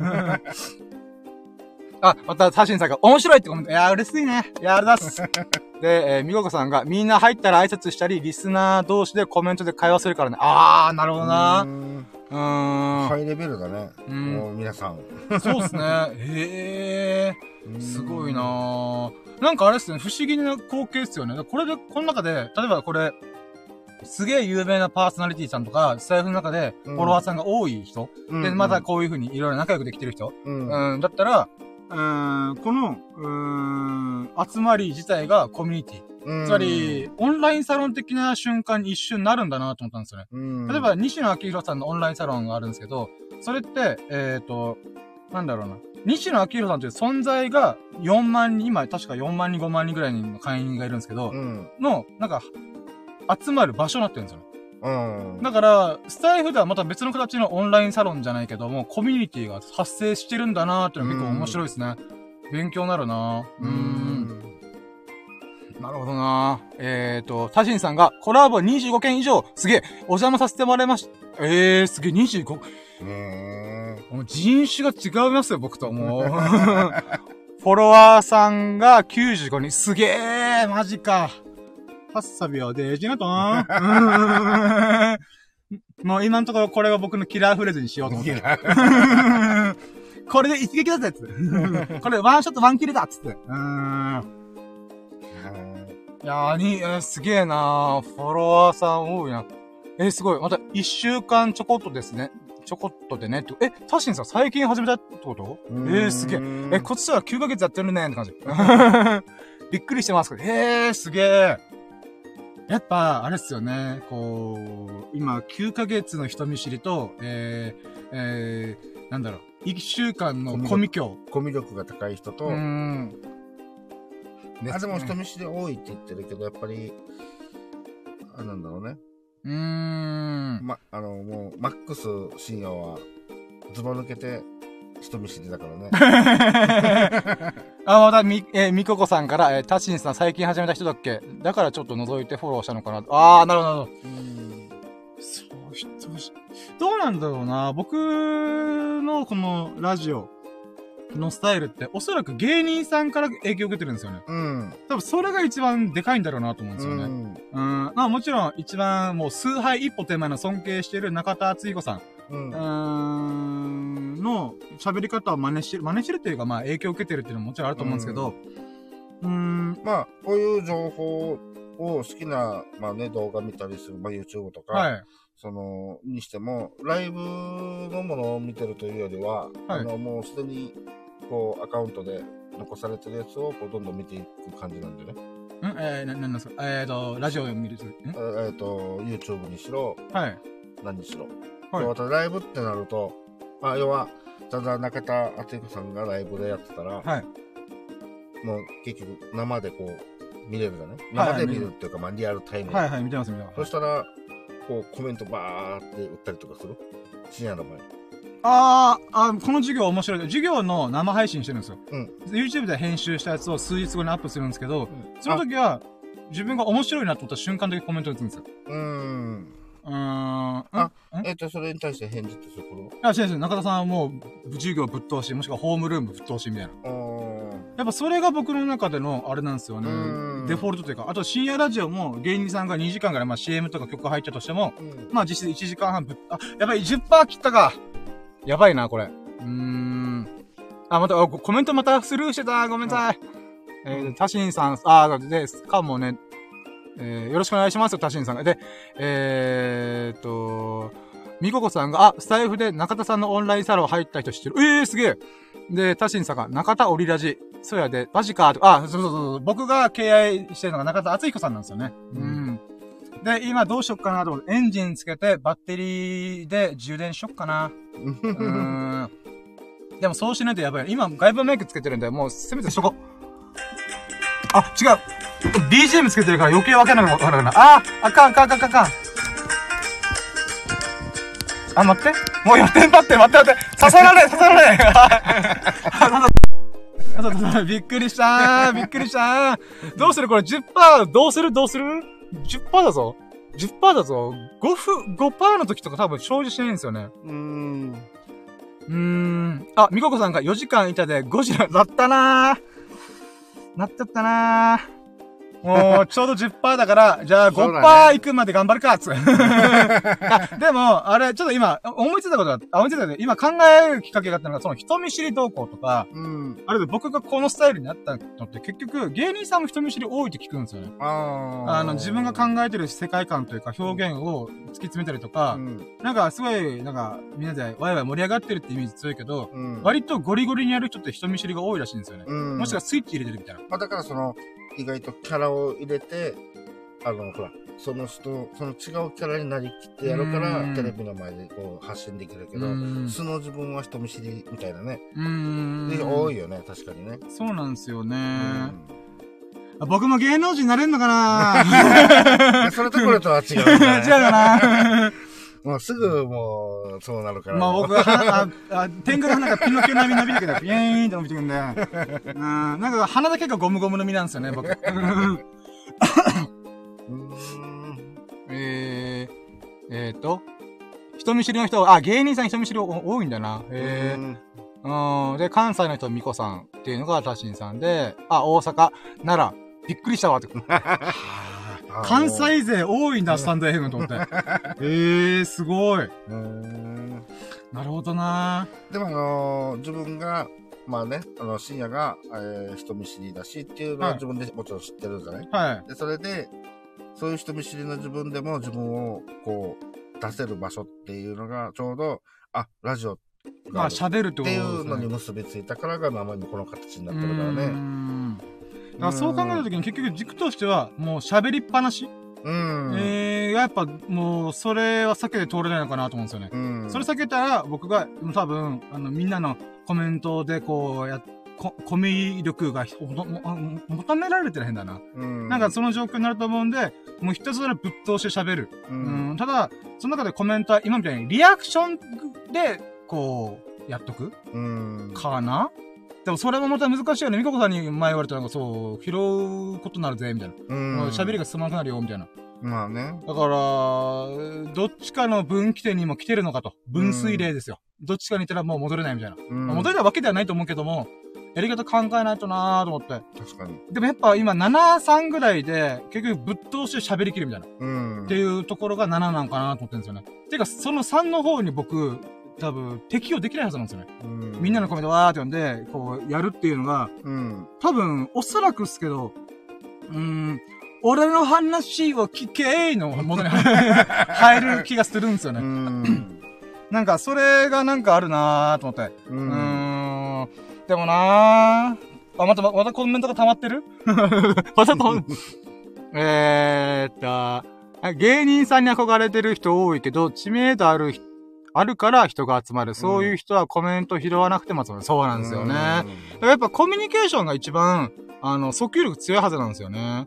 また、タシンさんが面白いってコメント。いや、嬉しいね。いや、ありがとうございます。で、みここさんが、みんな入ったら挨拶したり、リスナー同士でコメントで会話するからね。なるほどな。 ハイレベルだね。もう皆さん。 そうっすね。へー。すごいなぁ。なんかあれっすね、不思議な光景っすよね。この中で、例えばこれ、 すげえ有名なパーソナリティさんとか、スタイフの中でフォロワーさんが多い人、で、またこういう風にいろいろ仲良くできてる人、だったら、この、集まり自体がコミュニティ。つまり、オンラインサロン的な瞬間に一瞬なるんだなと思ったんですよね。例えば、西野明宏さんのオンラインサロンがあるんですけど、それって、なんだろうな。西野明宏さんという存在が4万人、今確か4万人、5万人ぐらいの会員がいるんですけど、の、なんか、集まる場所になってるんですよね。だから、スタイフではまた別の形のオンラインサロンじゃないけども、コミュニティが発生してるんだなーっていうのが結構面白いですね。勉強になるななるほどなタシンさんがコラボ25件以上、すげえ、お邪魔させてもらいました。すげえ、25。もう人種が違いますよ、僕と。もう。フォロワーさんが95人。すげえ、マジか。8秒でジナトン。もう今のところこれが僕のキラーフレーズにしようと思って。これで一撃だぜつって。これワンショットワンキルだっつって。いやーすげえなー。フォロワーさん多いな。すごい。また1週間ちょこっとですね。ちょこっとでね。タシンさん最近始めたってことすげえ。こっちは9ヶ月やってるねーって感じ。びっくりしてますけど。すげえ。やっぱ、あれっすよね。こう、今、9ヶ月の人見知りと、なんだろう、1週間のコミュ力が高い人と、でも人見知り多いって言ってるけど、やっぱり、なんだろうね。もう、マックス深夜は、ズボ抜けて、人見知りだからね。 また、みここさんから、タシンさん最近始めた人だっけ？だからちょっと覗いてフォローしたのかな。なるほど。どうなんだろうな。僕のこのラジオのスタイルって、おそらく芸人さんから影響を受けてるんですよね。多分それが一番でかいんだろうなと思うんですよね。もちろん一番もう崇拝一歩手前の尊敬している中田敦彦さん。の喋り方を真似してるっていうか、影響を受けてるっていうのももちろんあると思うんですけど、 こういう情報を好きな、動画見たりする、YouTube とか、にしても、ライブのものを見てるというよりは、もうすでに、アカウントで残されてるやつを、どんどん見ていく感じなんでね。 なんですかラジオを見る YouTube にしろ、何にしろ。またライブってなると、要は、ただ中田敦彦さんがライブでやってたら、もう結局生で見れるじゃない？生で見るっていうか、リアルタイムで。 見てます。 そしたら、コメントバーって打ったりとかする？深夜の前。 この授業面白い。授業の生配信してるんですよ。YouTube で編集したやつを数日後にアップするんですけど、その時は、自分が面白いなと思った瞬間的にコメント打つんですよ。 それに対して返事ってすること？違う。中田さんはもう、授業ぶっ通し、もしくはホームルームぶっ通しみたいな。やっぱそれが僕の中での、あれなんですよね。デフォルトというか、あと深夜ラジオも芸人さんが2時間ぐらい、CM とか曲入ったとしても、実質1時間半やばい、10% 切ったか。やばいな、これ。また、コメントまたスルーしてた。ごめんなさい。タシンさん、かもね、よろしくお願いしますよ、タシンさんが。で、みここさんが、スタイフで中田さんのオンラインサロン入った人知ってる。すげえ。で、タシンさんが、中田オリラジ。そうやで、マジかーと。そう。僕が敬愛してるのが中田敦彦さんなんですよね。で、今どうしよっかなと思って、エンジンつけて、バッテリーで充電しよっかな。でもそうしないとやばい。今、外部メイクつけてるんで、もう、せめてしとこ。違う。BGM つけてるから余計わけなくなるな。あかん。待って。もうやって待って。刺さられびっくりしたどうするこれ 10%、どうする ?10% だぞ。5% の時とか多分生じしないんですよね。みここさんが4時間いたで5時だったなー。なっちゃったなー。 もう、ちょうど 10% だから、じゃあ 5% 行くまで頑張るか、つって。でも、あれ、ちょっと今、思いついたことが、今考えるきっかけがあったのが、その人見知り動向とか、あれで僕がこのスタイルになったのって、結局、芸人さんも人見知り多いって聞くんですよね。自分が考えてる世界観というか、表現を突き詰めたりとか、なんか、すごい、なんか、みんなでワイワイ盛り上がってるってイメージ強いけど、割とゴリゴリにやる人って人見知りが多いらしいんですよね。もしくはスイッチ入れてるみたいな。 まあ、だから意外とキャラを入れて、ほら、その違うキャラになりきってやるから、テレビの前でこう発信できるけど、素の自分は人見知りみたいなね。多いよね、確かにね。 そうなんですよね。僕も芸能人になれんのかなそれとこれとは違う、ね。 違うかなもうすぐそうなるから。 まあ僕は天狗の鼻がピノキオ並み伸びるけど、ピエーンって伸びてくんで。なんか鼻だけがゴムゴムの実なんですよね、僕。人見知りの人、芸人さん人見知り多いんだな。で、関西の人、ミコさんっていうのがタシンさんで、大阪、奈良、びっくりしたわって。関西勢多いんだ、スタンド FM と思って。すごい。なるほどな。 でも自分が、まあね、深夜が、人見知りだしっていうのは自分でもちろん知ってるじゃない？はい。で、それで、そういう人見知りの自分でも自分をこう、出せる場所っていうのがちょうど、ラジオが喋るってことですね。 っていうのに結びついたからが、まあ、この形になってるからね。 そう考えたときに結局軸としてはもう喋りっぱなし。やっぱもうそれは避けて通れないのかなと思うんですよね。それ避けたら僕が多分みんなのコメントでこうコミュ力が求められてる変だな。なんかその状況になると思うんで、もうひたすらぶっ通して喋る。ただその中でコメントは今みたいにリアクションでこうやっとくかな。でもそれもまた難しいよね。みここさんに前言われたのが、そう、拾うことになるぜ、みたいな。喋りが進まなくなるよ、みたいな。 まあね。 だから、どっちかの分岐点にも来てるのかと。分水嶺ですよ。どっちかにいたらもう戻れないみたいな。戻れないわけではないと思うけども、やり方考えないとなーと思って。 確かに。 でもやっぱ今7、3ぐらいで、結局ぶっ通して喋りきるみたいな。っていうところが7なのかなと思ってるんですよね。てか、その3の方に僕、多分、適用できないはずなんですよね。みんなのコメントわーって読んで、こう、やるっていうのが、多分、おそらくっすけど、俺の話を聞けーの元に入る気がするんですよね。なんか、それがなんかあるなーと思って。でもなー。またコメントが溜まってるまた芸人さんに憧れてる人多いけど、知名度あるから人が集まる。そういう人はコメント拾わなくても集まる。そうなんですよね。だからやっぱコミュニケーションが一番、訴求力強いはずなんですよね。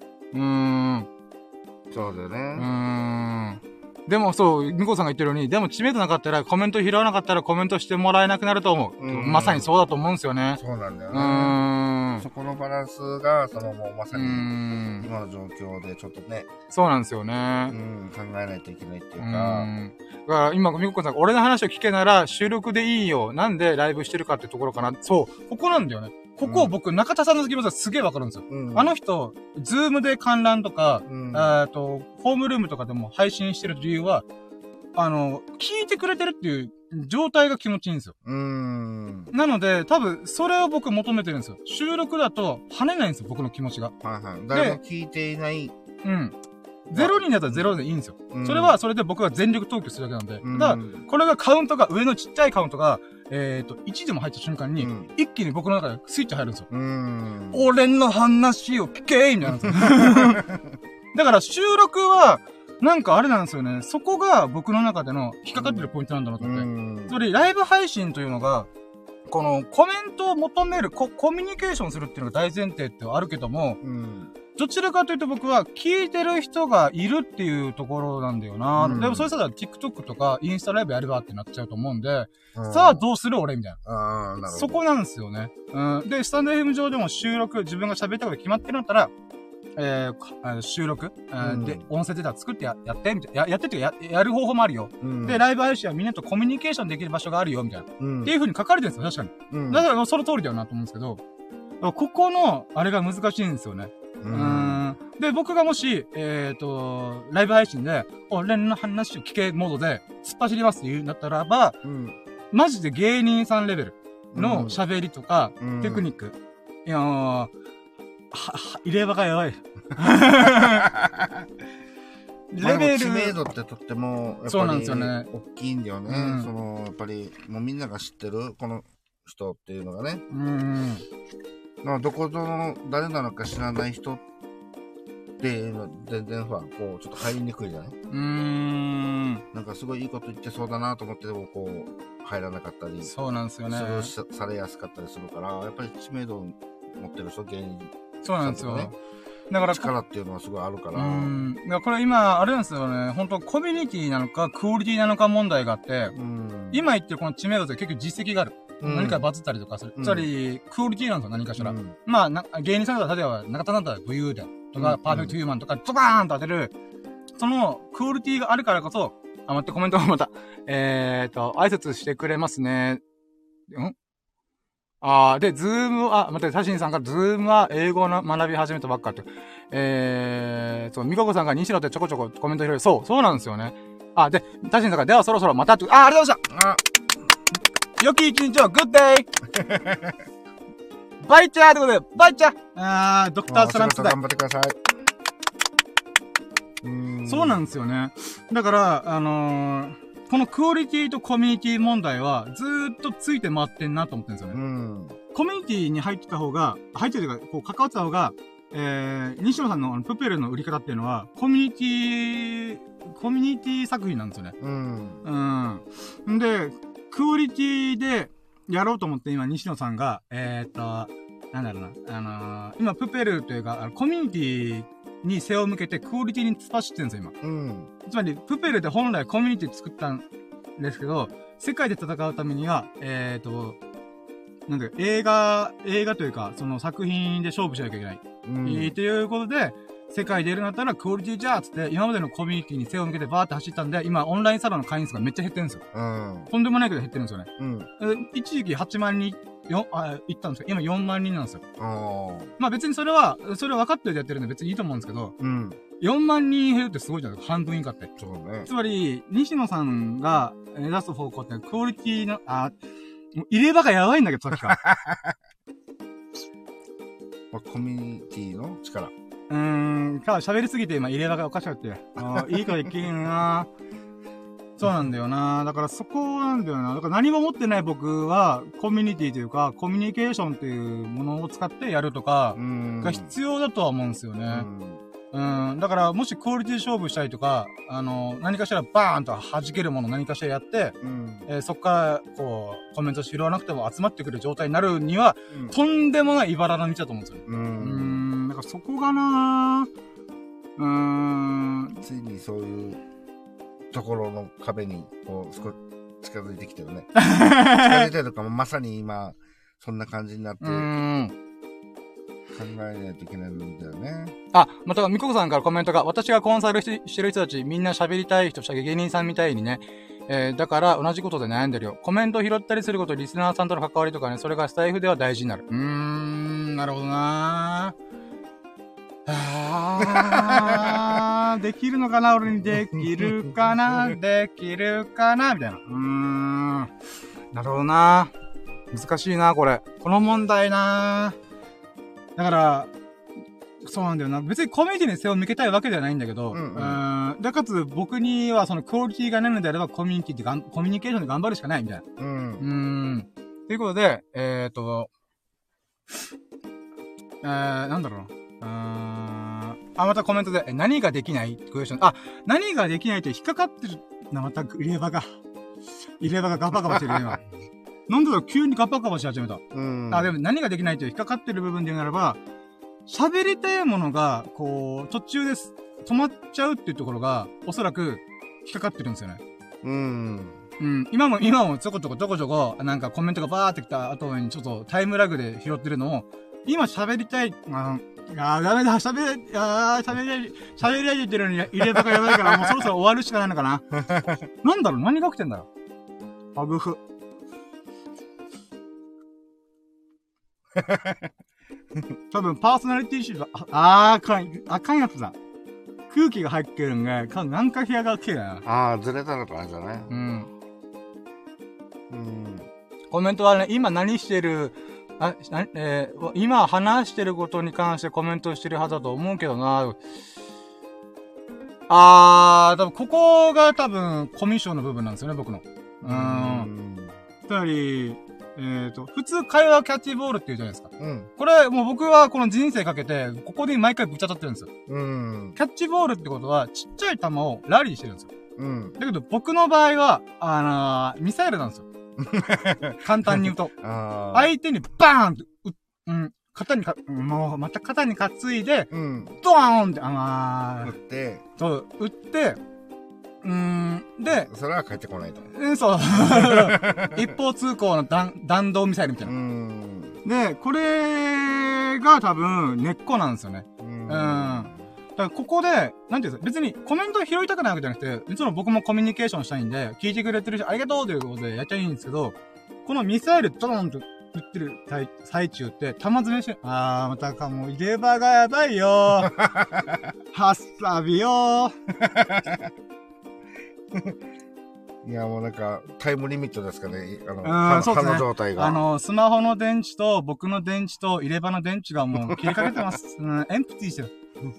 そうだよね。 でもそう、みこさんが言ってるように、でも知名度なかったら、コメント拾わなかったらコメントしてもらえなくなると思う。まさにそうだと思うんですよね。 そうなんだよね。そこのバランスが、もうまさに、今の状況でちょっとね。 そうなんですよね。 考えないといけないっていうか。 だから今、みこさんが俺の話を聞けなら収録でいいよ。なんでライブしてるかってところかな。そう、ここなんだよね。ここ僕、中田さんの気持ちがすげえわかるんですよ。あの人、ズームで観覧とか、ホームルームとかでも配信してる理由は、聞いてくれてるっていう状態が気持ちいいんですよ。なので、多分、それを僕求めてるんですよ。収録だと跳ねないんですよ、僕の気持ちが。 誰も聞いていない。 0人だったら0でいいんですよ。それは、それで僕が全力投球するだけなんで。ただ、これがカウントが、上のちっちゃいカウントが、1でも入った瞬間に、一気に僕の中でスイッチ入るんですよ。俺の話を聞けーみたいなんですよ。だから収録は、なんかあれなんですよね。そこが僕の中での引っかかってるポイントなんだなと思って。それ、ライブ配信というのが、このコメントを求める、コミュニケーションするっていうのが大前提ってあるけども、どちらかというと僕は聞いてる人がいるっていうところなんだよな。でもそれしたら TikTok とかインスタライブやればってなっちゃうと思うんで、さあどうする俺みたいな。そこなんですよね。で、スタンド FM 上でも収録、自分が喋ったこと決まってるんだったら、収録、で、音声データ作ってやって、みたいな。やってっていうか、やる方法もあるよ。で、ライブ配信はみんなとコミュニケーションできる場所があるよ、みたいな。っていう風に書かれてるんですよ、確かに。だからその通りだよなと思うんですけど、ここの、あれが難しいんですよね。でで、僕がもし、ライブ配信で、俺の話を聞けモードで、突っ走りますって言うんだったらば、マジで芸人さんレベルの喋りとか、テクニック。いやー、入れ歯がやばい。 レベル。知名度ってとっても、やっぱり、 そうなんですよね。 大きいんだよね。やっぱり、もうみんなが知ってる、この人っていうのがね。どこの誰なのか知らない人っていうの全然こう、ちょっと入りにくいじゃない？なんかすごいいいこと言ってそうだなと思ってでもこう、入らなかったり。 そうなんですよね。 それをされやすかったりするから、やっぱり知名度を持ってる人、芸人、 そうなんですよ。 だから力っていうのはすごいあるから。だからこれ今、あれなんですよね。本当コミュニティなのか、クオリティなのか問題があって、今言ってるこの知名度って結局実績がある。何かバズったりとかする。つまり、クオリティなんですよ、何かしら。まあ、芸人さんだったら、例えば、中田だったら武勇伝とか、パーフェクトヒューマンとか、ドバーンと当てる、その、クオリティがあるからこそ、待って、コメントがまた、挨拶してくれますね。で、ズームは、待って、タシンさんが、ズームは英語の学び始めたばっかって。ミココさんが西野ってちょこちょこコメント拾い。そうなんですよね。で、タシンさんが、ではそろそろまたって、ありがとうございました。良き一日を、グッデイバイチャーってことで、バイチャードクタースランプ世代。 頑張ってください。 そうなんですよね。だから、このクオリティとコミュニティ問題はずーっとついて回ってんなと思ってるんですよね。コミュニティに入ってた方が、入ってるというか、こう関わってた方が、西野さんのプペルの売り方っていうのは、コミュニティ作品なんですよね。で、クオリティでやろうと思って今西野さんが、なんだろうな、今プペルというか、コミュニティに背を向けてクオリティに突っ走ってるんですよ、今。つまり、プペルで本来コミュニティ作ったんですけど、世界で戦うためには、なんだ映画というか、その作品で勝負しなきゃいけない。ということで、世界でやるんだったらクオリティじゃーつって、今までのコミュニティに背を向けてバーって走ったんで、今オンラインサロンの会員数がめっちゃ減ってるんですよ。とんでもないけど減ってるんですよね。一時期8万人、行ったんですけど、今4万人なんですよ。まあ別にそれは分かっててやってるんで別にいいと思うんですけど、4万人減るってすごいじゃないですか、半分以下って。 そうね。 つまり、西野さんが目指す方向ってクオリティの、入れ歯がやばいんだけど、さっきから。 コミュニティの力。 喋りすぎて今入れ歯がおかしくなって。いいこと言ってんな。そうなんだよな。だからそこなんだよな。だから何も持ってない僕は、コミュニティというか、コミュニケーションっていうものを使ってやるとか、が必要だとは思うんですよね。だから、もしクオリティ勝負したりとか、何かしらバーンと弾けるもの何かしらやって、そっから、こう、コメント拾わなくても集まってくる状態になるには、とんでもない茨の道だと思うんですよね。だからそこがなついにそういうところの壁に、こう、少し近づいてきてるね。近づいてるかも、まさに今、そんな感じになって、考えないといけないんだよね。 また、みここさんからコメントが、私がコンサルしてる人たち、みんな喋りたい人、芸人さんみたいにね、だから同じことで悩んでるよ。コメント拾ったりすること、リスナーさんとの関わりとかね、それがスタイフでは大事になる。なるほどなできるのかな俺にできるかなできるかなみたいな。なるほどな難しいなこれ。この問題なだから、そうなんだよな。別にコミュニティに背を向けたいわけではないんだけど、で、かつ僕にはそのクオリティがないのであればコミュニケーションで頑張るしかないみたいな。ということで、なんだろうな。またコメントで、何ができないクエスチョン。何ができないって引っかかってるまた入れ歯がガバガバしてる今。なんだろう、急にガバガバし始めた。でも何ができないって引っかかってる部分で言うならば、喋りたいものが、こう、途中で止まっちゃうっていうところが、おそらく引っかかってるんですよね。今もちょこちょこ、なんかコメントがバーってきた後にちょっとタイムラグで拾ってるのを、今喋りたい、ダメだ、喋りたい言ってるのに入れ歯がやばいから、もうそろそろ終わるしかないのかな。なんだろう、何が起きてんだろう。ハグフ。 多分パーソナリティシート、あかんやつだ。空気が入ってるんが、なんか部屋が綺麗だな。ずれたのかな、じゃね。 コメントはね、今何してる、今話してることに関してコメントしてるはずだと思うけどな。多分ここが多分コミュ障の部分なんですよね、僕の。つまり、普通会話キャッチボールって言うじゃないですか。これ、もう僕はこの人生かけて、ここで毎回ぶち当たってるんですよ。キャッチボールってことは、ちっちゃい球をラリーしてるんですよ。だけど僕の場合は、ミサイルなんですよ。簡単に言うと。相手にバーンってもうまた肩に担いで、ドーンって、撃って、で、 それは帰ってこないと。 そう。一方通行の弾道ミサイルみたいな。で、これが多分根っこなんですよね。だからここで、なんていうんですか、別にコメントを拾いたくないわけじゃなくて、いつも僕もコミュニケーションしたいんで、聞いてくれてる人ありがとうということでやっちゃいいんですけど、このミサイルドーンと撃ってる最中って、弾詰めして、またかもう入れ歯がやばいよー。ハサビよー。 いや、もうなんか、タイムリミットですかね。 そうですね。 の状態が。 スマホの電池と、僕の電池と、入れ歯の電池がもう切れかけてます。エンプティしてる。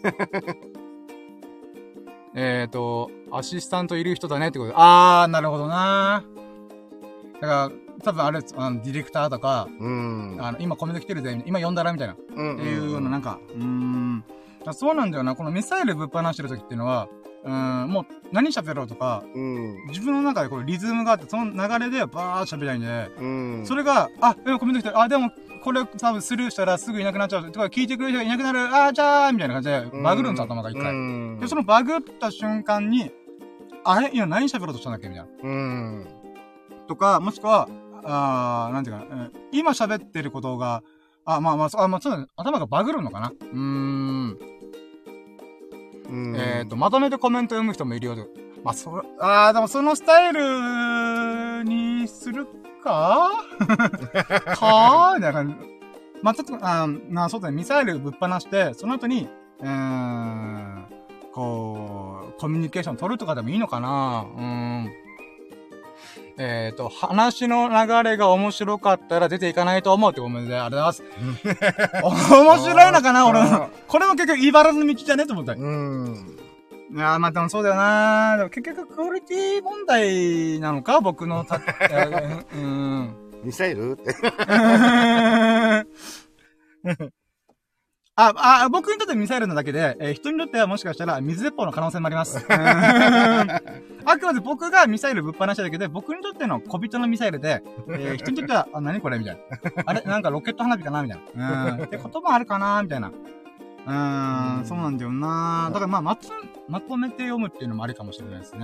アシスタントいる人だねってことで。なるほどなだから、多分あれ、ディレクターとか、今コメント来てるぜ、今呼んだらみたいな。っていうような、なんか、そうなんだよな。このミサイルぶっ放してる時っていうのは、もう何喋ろうとか、自分の中でこれリズムがあって、その流れでバーッ喋りたいんで、それが、でもコメント来てる、でもこれ多分スルーしたらすぐいなくなっちゃうとか、聞いてくれる人がいなくなる、じゃーみたいな感じで、バグるんです、頭が一回。で、そのバグった瞬間に、今何喋ろうとしたんだっけみたいな。とか、もしくは、なんていうかな、今喋ってることが、そうだね、頭がバグるのかなまとめてコメント読む人もいるようで。でもそのスタイルにするかみたいな感じ。ちょっと、そうだね、ミサイルぶっ放して、その後に、コミュニケーション取るとかでもいいのかな話の流れが面白かったら出ていかないと思うってコメントで、ありがとうございます。面白いのかな俺。これも結局、茨の道じゃねと思った。いやでもそうだよなでも結局、クオリティ問題なのか僕のミサイルって。 僕にとってミサイルなだけで、人にとってはもしかしたら水鉄砲の可能性もあります。あくまで僕がミサイルぶっ放しただけで、僕にとっての小人のミサイルで、人にとっては、何これみたいな。あれなんかロケット花火かなみたいな。ってこともあるかなみたいな。そうなんだよなだからまとめて読むっていうのもありかもしれないですね。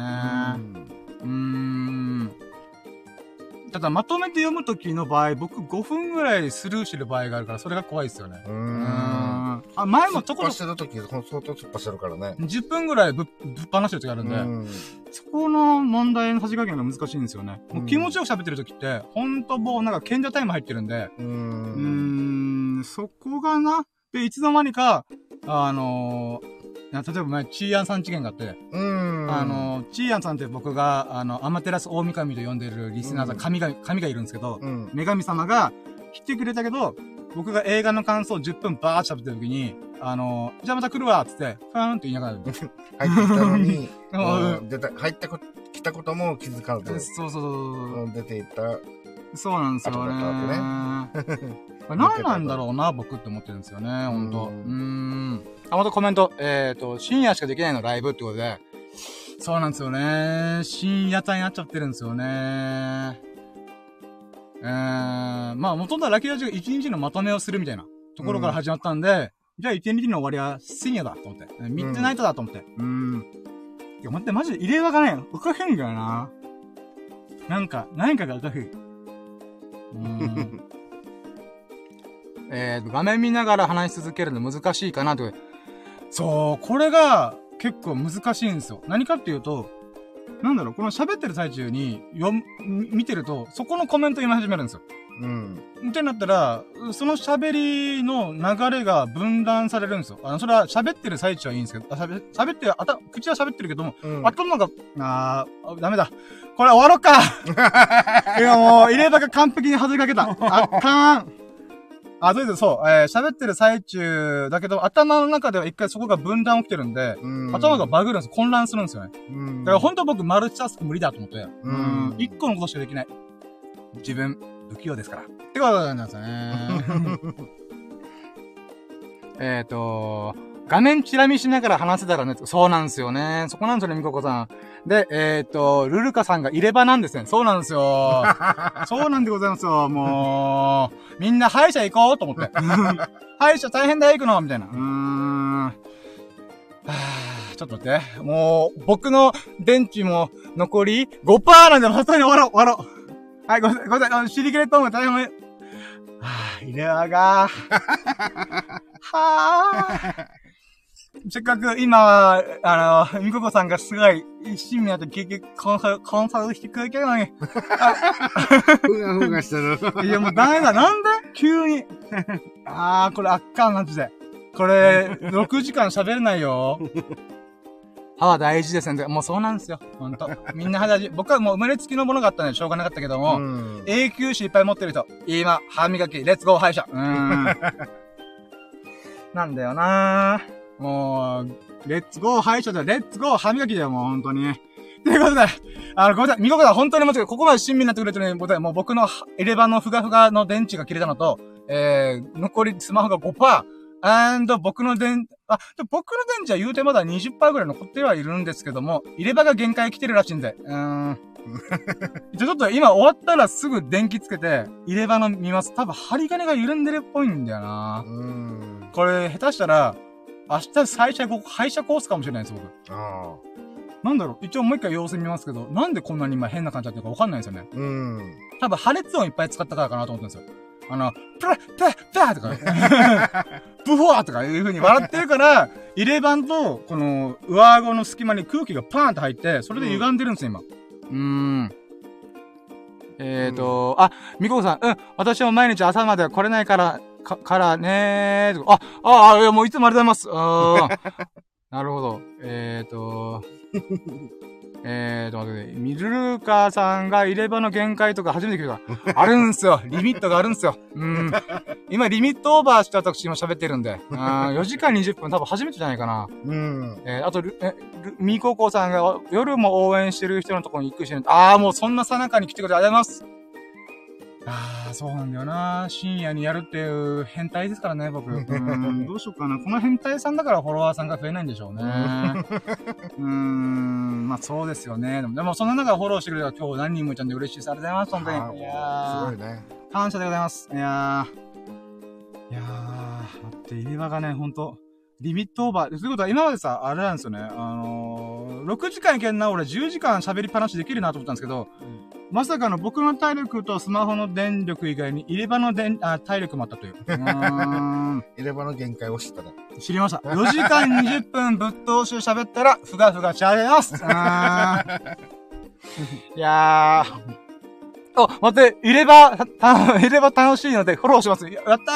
ただまとめて読むときの場合、僕5分ぐらいスルーしてる場合があるから、それが怖いですよね。前もちょこちょこ。 突破してるとき、相当突破してるからね。 10分ぐらいぶっ放してるときあるんで、そこの問題のさじ加減が難しいんですよね。もう気持ちよく喋ってるときって、ほんともうなんか賢者タイム入ってるんで、そこがな、で、いつの間にか、例えば前、チーアンさん事件があって、チーアンさんって僕が、アマテラス大神と呼んでるリスナーさん、神がいるんですけど、女神様が来てくれたけど、僕が映画の感想10分バーッと喋ってる時に、じゃあまた来るわっつって、ふーんって言いながら。 入ってきたのに、入ってきたことも気づかず。 そう出ていった。 そうなんですよね。何なんだろうな、僕って思ってるんですよね、ほんと。またコメント。深夜しかできないのライブってことで。そうなんですよね。深夜帯になっちゃってるんですよね。もともとはラッキーラジオが1日のまとめをするみたいなところから始まったんで、じゃあ1日の終わりは深夜だと思って。ミッドナイトだと思って。いや、待って、マジで入れ歯がね、浮かへんからな。何かが浮かへん。画面見ながら話し続けるの難しいかなと。そう、これが結構難しいんですよ。何かっていうと、この喋ってる最中に見てると、そこのコメント読み始めるんですよ。 ってなったら、その喋りの流れが分断されるんですよ。それは喋ってる最中はいいんですけど、喋ってる、口は喋ってるけども、頭が、ダメだ。これ終わろうかいやもう、入れ歯が完璧に外れかけた。あかん。そう、喋ってる最中だけど、頭の中では一回そこが分断起きてるんで、頭がバグるんです。混乱するんですよね。だから本当僕マルチタスク無理だと思って、一個のことしかできない。自分、不器用ですから。ってことなんですよね。画面チラ見しながら話せたらね、そうなんですよね。そこなんですよね、みここさん。で、ルルカさんが入れ歯なんですね。そうなんですよ。そうなんでございますよ。もう、みんな歯医者行こうと思って。歯医者大変だよ、行くのみたいな。ちょっと待って。もう、僕の電池も残り 5% なんで、本当に終わろう。はい、ごめんなさい。シリケレットも大変。入れ歯が。せっかく今、みここさんがすごい、親身になってコンサルしてくれてるのに。 ふがしてる。 いやもうダメだ。なんで急に。これあっかんなって。これ、6時間喋れないよ。歯は大事ですね。もうそうなんですよ。ほんと。みんな歯大事。僕はもう生まれつきのものがあったのでしょうがなかったけども、永久歯いっぱい持ってる人。今、歯磨き、レッツゴー歯医者。なんだよなもう、レッツゴー歯医者だよ。レッツゴー歯磨きだよ、もう本当に。ということで、ごめんなさい。みここさん、本当に間違え、ここまで親身になってくれてるのに、もう僕の入れ歯のふがふがの電池が切れたのと、残りスマホが 5%、僕の電池は言うてまだ 20% ぐらい残ってはいるんですけども、入れ歯が限界来てるらしいんで、ちょっと今終わったらすぐ電気つけて、入れ歯の見ます。多分針金が緩んでるっぽいんだよな。これ、下手したら、明日歯医者コースかもしれないです、僕。なんだろう、一応もう一回様子見ますけど、なんでこんなに今変な感じだったのかわかんないんですよね。多分破裂音いっぱい使ったからかなと思ってるんですよ。プラとか、ブフォーとかいう風に笑ってるから、入れ歯と、この、上顎の隙間に空気がパーンと入って、それで歪んでるんですよ、今。みここさん、私も毎日朝までは来れないからねー。いや、もういつもありがとうございます。なるほど。待って、ミルルカさんが入れ歯の限界とか初めて聞いた。あるんすよ。リミットがあるんすよ。今リミットオーバーした私今喋ってるんで。4時間20分多分初めてじゃないかな。あと、みここさんが夜も応援してる人のところに行くし、もうそんなさなかに来てくれてありがとうございます。そうなんだよな。深夜にやるっていう変態ですからね、僕。どうしようかな。この変態さんだからフォロワーさんが増えないんでしょうね。まあそうですよね。でもそんな中フォローしてくれたら今日何人もいたんで嬉しいです。ありがとうございます、本当に。いやー。すごいね。感謝でございます。いやー。だって入れ歯がね、ほんと、リミットオーバー。ということは今までさ、あれなんですよね。6時間いけんな、俺10時間喋りっぱなしできるなと思ったんですけど、まさかの僕の体力とスマホの電力以外に入れ歯の体力もあったという。 入れ歯の限界を知ったね。 知りました。4時間20分ぶっ通し喋ったら、ふがふがしゃべます。いやー。待って、入れ歯楽しいのでフォローします。やった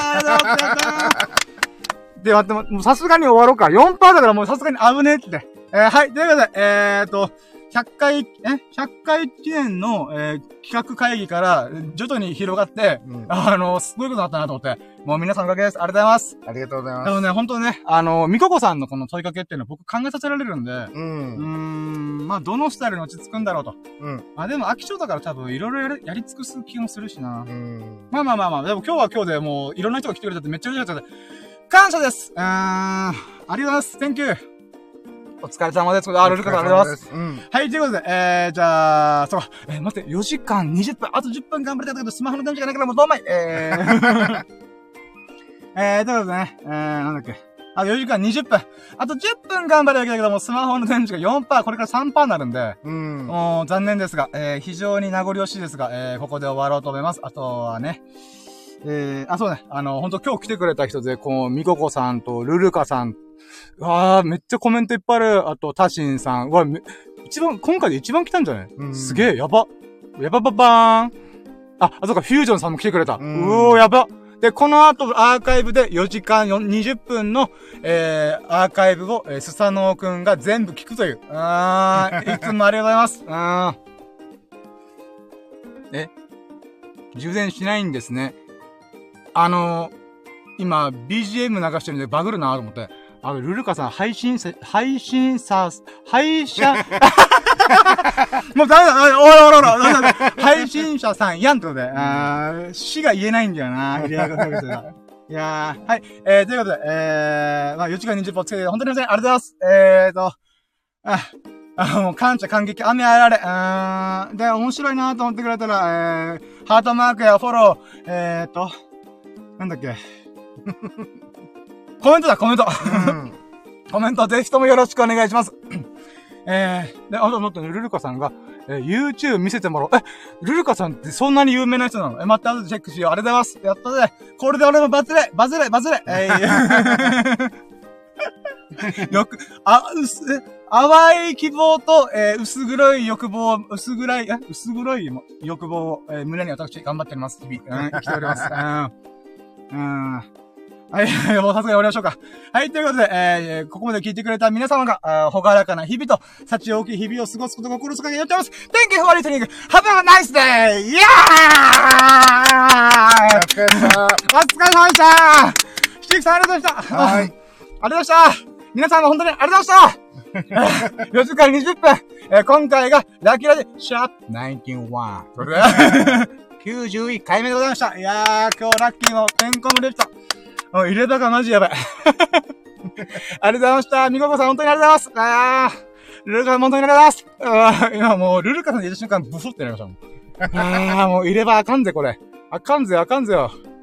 ーで、待って、もうさすがに終わろうか。4% だからもうさすがに危ねえって。はい、ということで、100回記念の、企画会議から徐々に広がって、すごいことになったなと思って、もう皆さんのおかげです。ありがとうございます。 ありがとうございます。 でもね、本当ね、みここさんのこの問いかけっていうのは僕考えさせられるんで、まあ、どのスタイルに落ち着くんだろうと。でも飽き性だから多分いろいろやり尽くす気もするしな。まあ、でも今日は今日でもういろんな人が来てくれたってめっちゃ嬉しかった。感謝です。ありがとうございます。Thank you。お疲れ様です。ルルカさんありがとうございます。はい、ということで、じゃあ、待って、4時間20分、あと10分頑張りたいんだけど、スマホの電池がないからもうどうまい。ということでね、なんだっけ。あと4時間20分。あと10分頑張るだけだけども、スマホの電池が 4%、これから 3% になるんで、もう残念ですが、非常に名残惜しいですが、ここで終わろうと思います。あとはね、そうね、ほんと今日来てくれた人で、みここさんとルルカさん、めっちゃコメントいっぱいある。あと、タシンさん。今回で一番来たんじゃない？すげえ、やばばばーん。 そうか、フュージョンさんも来てくれた。やば。で、この後、アーカイブで4時間20分の、アーカイブを、スサノオくんが全部聞くという。いつもありがとうございます。充電しないんですね。今、BGM 流してるんでバグるなと思って。ルルカさん、配信者、もうダメだ、おら、配信者さんやんってことで、死が言えないんだよな、いやー、はい。ということで、4時間20分つけて、本当にすいません、ありがとうございます。もう、感謝感激、雨あられ、で、面白いなと思ってくれたら、ハートマークやフォロー、なんだっけ。コメントだ、コメント。コメントぜひともよろしくお願いします。で、もっとね、ルルカさんが、YouTube 見せてもらおう。ルルカさんってそんなに有名な人なの？待って、後でチェックしよう。ありがとうございます。やったぜ。これで俺もバズれ。淡い希望と、薄黒い欲望を、胸に私頑張っております。日々。生きております。はい、もうさすがに終わりましょうか。はい、ということで、ここまで聞いてくれた皆様が、ほがらかな日々と、幸多き日々を過ごすことが心遣いによっております。Thank you for listening! Have a nice day! イエーイ！お疲れ様でした！ひきゆきさんありがとうございました！はい。ありがとうございました！皆さんも本当にありがとうございました4時間20分、今回がラッキーラジシャープ91。91回目でございました。いやー、今日ラッキーもてんこ盛りでした。入れたかマジやばい。ありがとうございました。みここさん本当にありがとうございます。ルルカさん本当にありがとうございます。今もうルルカさんに入れた瞬間ブフってなりましたもん。もう入れ歯あかんぜこれ。あかんぜよ。